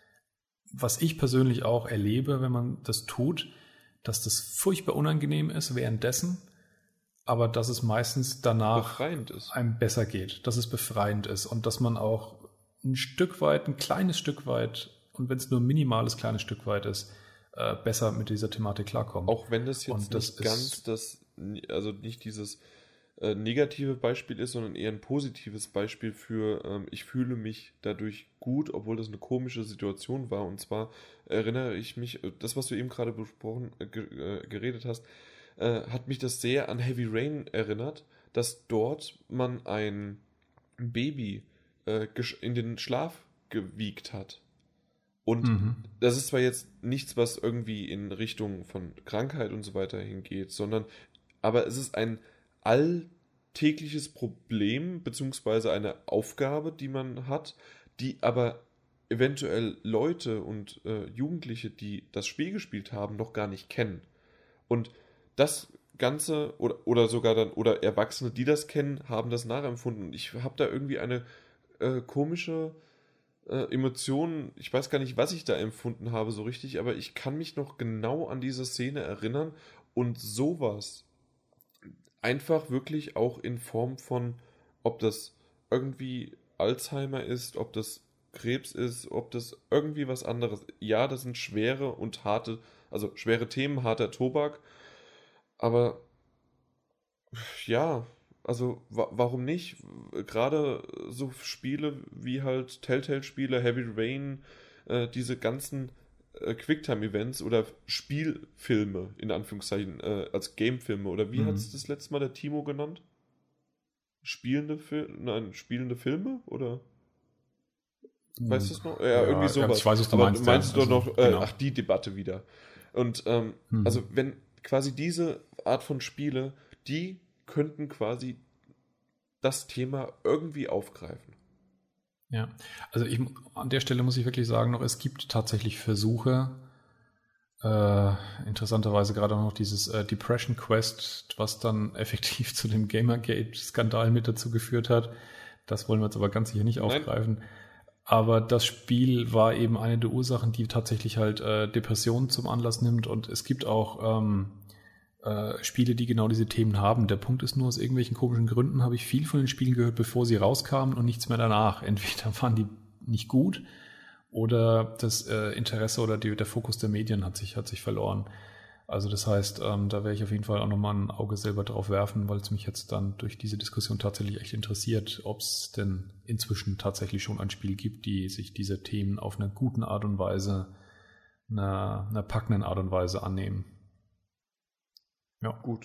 was ich persönlich auch erlebe, wenn man das tut, dass das furchtbar unangenehm ist währenddessen, aber dass es meistens danach Befreiend ist. einem besser geht, dass es befreiend ist und dass man auch ein Stück weit, ein kleines Stück weit, und wenn es nur ein minimales kleines Stück weit ist, äh, besser mit dieser Thematik klarkommt. Auch wenn das jetzt Und das nicht ganz ist- das, also nicht dieses äh, negative Beispiel ist, sondern eher ein positives Beispiel für, ähm, ich fühle mich dadurch gut, obwohl das eine komische Situation war. Und zwar erinnere ich mich, äh, das, was du eben gerade besprochen, äh, ge- äh, geredet hast, äh, hat mich das sehr an Heavy Rain erinnert, dass dort man ein Baby äh, gesch- in den Schlaf gewiegt hat. Und Mhm. das ist zwar jetzt nichts, was irgendwie in Richtung von Krankheit und so weiter hingeht, sondern, aber es ist ein alltägliches Problem, beziehungsweise eine Aufgabe, die man hat, die aber eventuell Leute und äh, Jugendliche, die das Spiel gespielt haben, noch gar nicht kennen. Und das Ganze, oder, oder sogar dann, oder Erwachsene, die das kennen, haben das nachempfunden. Ich habe da irgendwie eine äh, komische äh, Emotionen, ich weiß gar nicht, was ich da empfunden habe so richtig, aber ich kann mich noch genau an diese Szene erinnern und sowas einfach wirklich auch in Form von, ob das irgendwie Alzheimer ist, ob das Krebs ist, ob das irgendwie was anderes. Ja, das sind schwere und harte, also schwere Themen, harter Tobak, aber ja, also wa warum nicht? Gerade so Spiele wie halt Telltale-Spiele, Heavy Rain, äh, diese ganzen äh, Quicktime-Events oder Spielfilme, in Anführungszeichen, äh, als Gamefilme, oder wie Mhm. hat es das letzte Mal der Timo genannt? Spielende Filme? Nein, spielende Filme? Oder? Weißt du es noch? Ja, Ja, irgendwie sowas. ich weiß, was du Aber meinst, du meinst ja. doch Also, noch, äh, genau. ach, die Debatte wieder. Und, ähm, Mhm. also, wenn quasi diese Art von Spiele, die könnten quasi das Thema irgendwie aufgreifen. Ja, also ich, an der Stelle muss ich wirklich sagen, noch, es gibt tatsächlich Versuche, äh, interessanterweise gerade auch noch dieses äh, Depression Quest, was dann effektiv zu dem Gamergate-Skandal mit dazu geführt hat. Das wollen wir jetzt aber ganz sicher nicht Nein. aufgreifen. Aber das Spiel war eben eine der Ursachen, die tatsächlich halt äh, Depressionen zum Anlass nimmt, und es gibt auch ähm, äh, Spiele, die genau diese Themen haben. Der Punkt ist nur, aus irgendwelchen komischen Gründen habe ich viel von den Spielen gehört, bevor sie rauskamen, und nichts mehr danach. Entweder waren die nicht gut oder das äh, Interesse oder die, der Fokus der Medien hat sich, hat sich verloren. Also das heißt, ähm, da werde ich auf jeden Fall auch nochmal ein Auge selber drauf werfen, weil es mich jetzt dann durch diese Diskussion tatsächlich echt interessiert, ob es denn inzwischen tatsächlich schon ein Spiel gibt, die sich diese Themen auf eine guten Art und Weise, einer, einer packenden Art und Weise annehmen. Ja, Gut.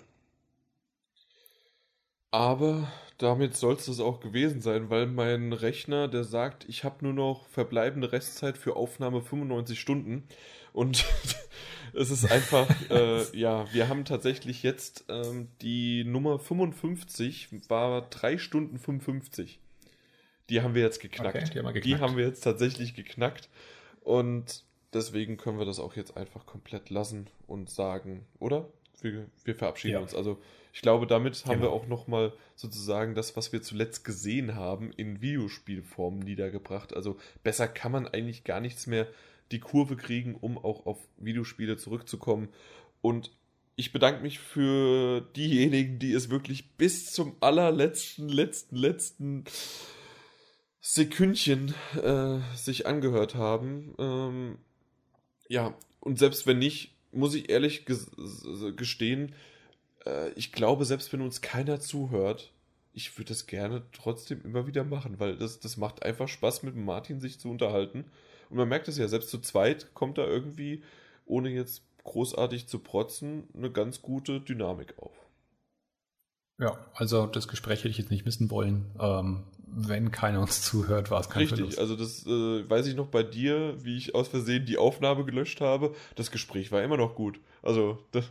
Aber damit soll es das auch gewesen sein, weil mein Rechner, der sagt, ich habe nur noch verbleibende Restzeit für Aufnahme fünfundneunzig Stunden. Und es ist einfach, äh, ja, wir haben tatsächlich jetzt ähm, die Nummer fünfundfünfzig, war drei Stunden fünfundfünfzig. Die haben wir jetzt geknackt. Okay, die haben wir geknackt. Die haben wir jetzt tatsächlich geknackt. Und deswegen können wir das auch jetzt einfach komplett lassen und sagen, oder? Wir, wir verabschieden Ja. uns. Also ich glaube, damit haben Genau. wir auch nochmal sozusagen das, was wir zuletzt gesehen haben, in Videospielform niedergebracht. Also besser kann man eigentlich gar nichts mehr die Kurve kriegen, um auch auf Videospiele zurückzukommen. Und ich bedanke mich für diejenigen, die es wirklich bis zum allerletzten, letzten, letzten Sekündchen äh, sich angehört haben. Ähm, ja, und selbst wenn nicht, muss ich ehrlich ges- gestehen, äh, ich glaube, selbst wenn uns keiner zuhört, ich würde das gerne trotzdem immer wieder machen, weil das, das macht einfach Spaß, mit Martin sich zu unterhalten. Und man merkt es ja, selbst zu zweit kommt da irgendwie, ohne jetzt großartig zu protzen, eine ganz gute Dynamik auf. Ja, also das Gespräch hätte ich jetzt nicht missen wollen. Ähm, wenn keiner uns zuhört, war es kein Richtig, Verlust. also das äh, weiß ich noch bei dir, wie ich aus Versehen die Aufnahme gelöscht habe. Das Gespräch war immer noch gut. Also, das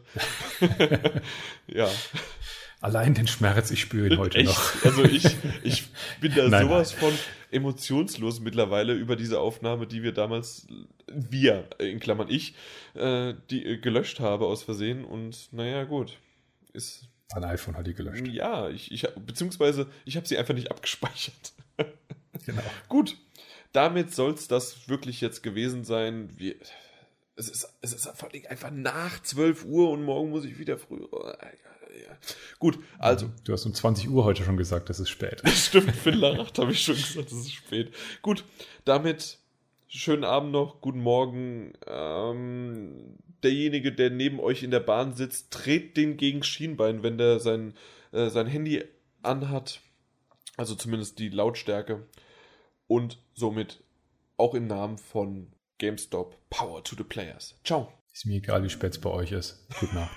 ja. Allein den Schmerz, ich spüre ihn heute Echt? noch. Also ich, ich bin da Nein, sowas von emotionslos mittlerweile über diese Aufnahme, die wir damals, wir, in Klammern ich, äh, die äh, gelöscht habe aus Versehen. Und naja, gut. Ist, Dein iPhone hat die gelöscht. ja, ich, ich, beziehungsweise ich habe sie einfach nicht abgespeichert. Genau. Gut, damit soll es das wirklich jetzt gewesen sein. Wir, es ist, es ist vor allem einfach nach zwölf Uhr und morgen muss ich wieder früh. Ja. Gut, also. Du hast um zwanzig Uhr heute schon gesagt, das ist spät. Stimmt, Viertel nach acht habe ich schon gesagt, es ist spät. Gut, damit schönen Abend noch, guten Morgen. Ähm, derjenige, der neben euch in der Bahn sitzt, dreht den gegen Schienbein, wenn der sein, äh, sein Handy anhat. Also zumindest die Lautstärke. Und somit auch im Namen von GameStop, Power to the Players. Ciao. Ist mir egal, wie spät es bei euch ist. Gute Nacht.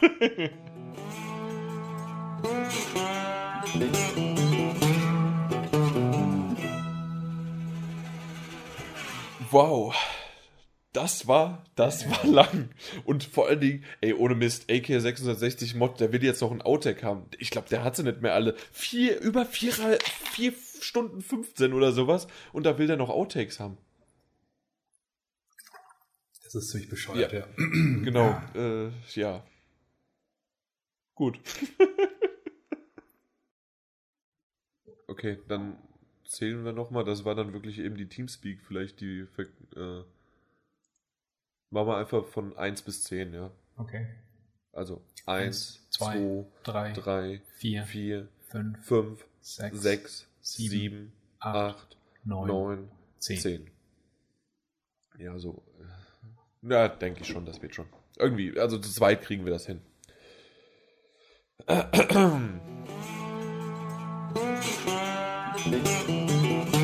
Wow. Das war, das war lang. Und vor allen Dingen, ey, ohne Mist, A K sechshundertsechzig Mod, der will jetzt noch ein Outtake haben. Ich glaube, der hat sie nicht mehr alle. Vier, über vier, vier Stunden fünfzehn oder sowas. Und da will der noch Outtakes haben. Das ist ziemlich bescheuert, ja. ja. Genau, äh, ja. Gut. Okay, dann zählen wir nochmal. Das war dann wirklich eben die Teamspeak, vielleicht die, äh, machen wir einfach von eins bis zehn, ja. Okay. Also eins, zwei, drei, vier, fünf, sechs, sieben, acht, neun, zehn. Ja, so. Ja, denke ich schon, das wird schon. Irgendwie, also zu zweit kriegen wir das hin. Äh, äh, äh.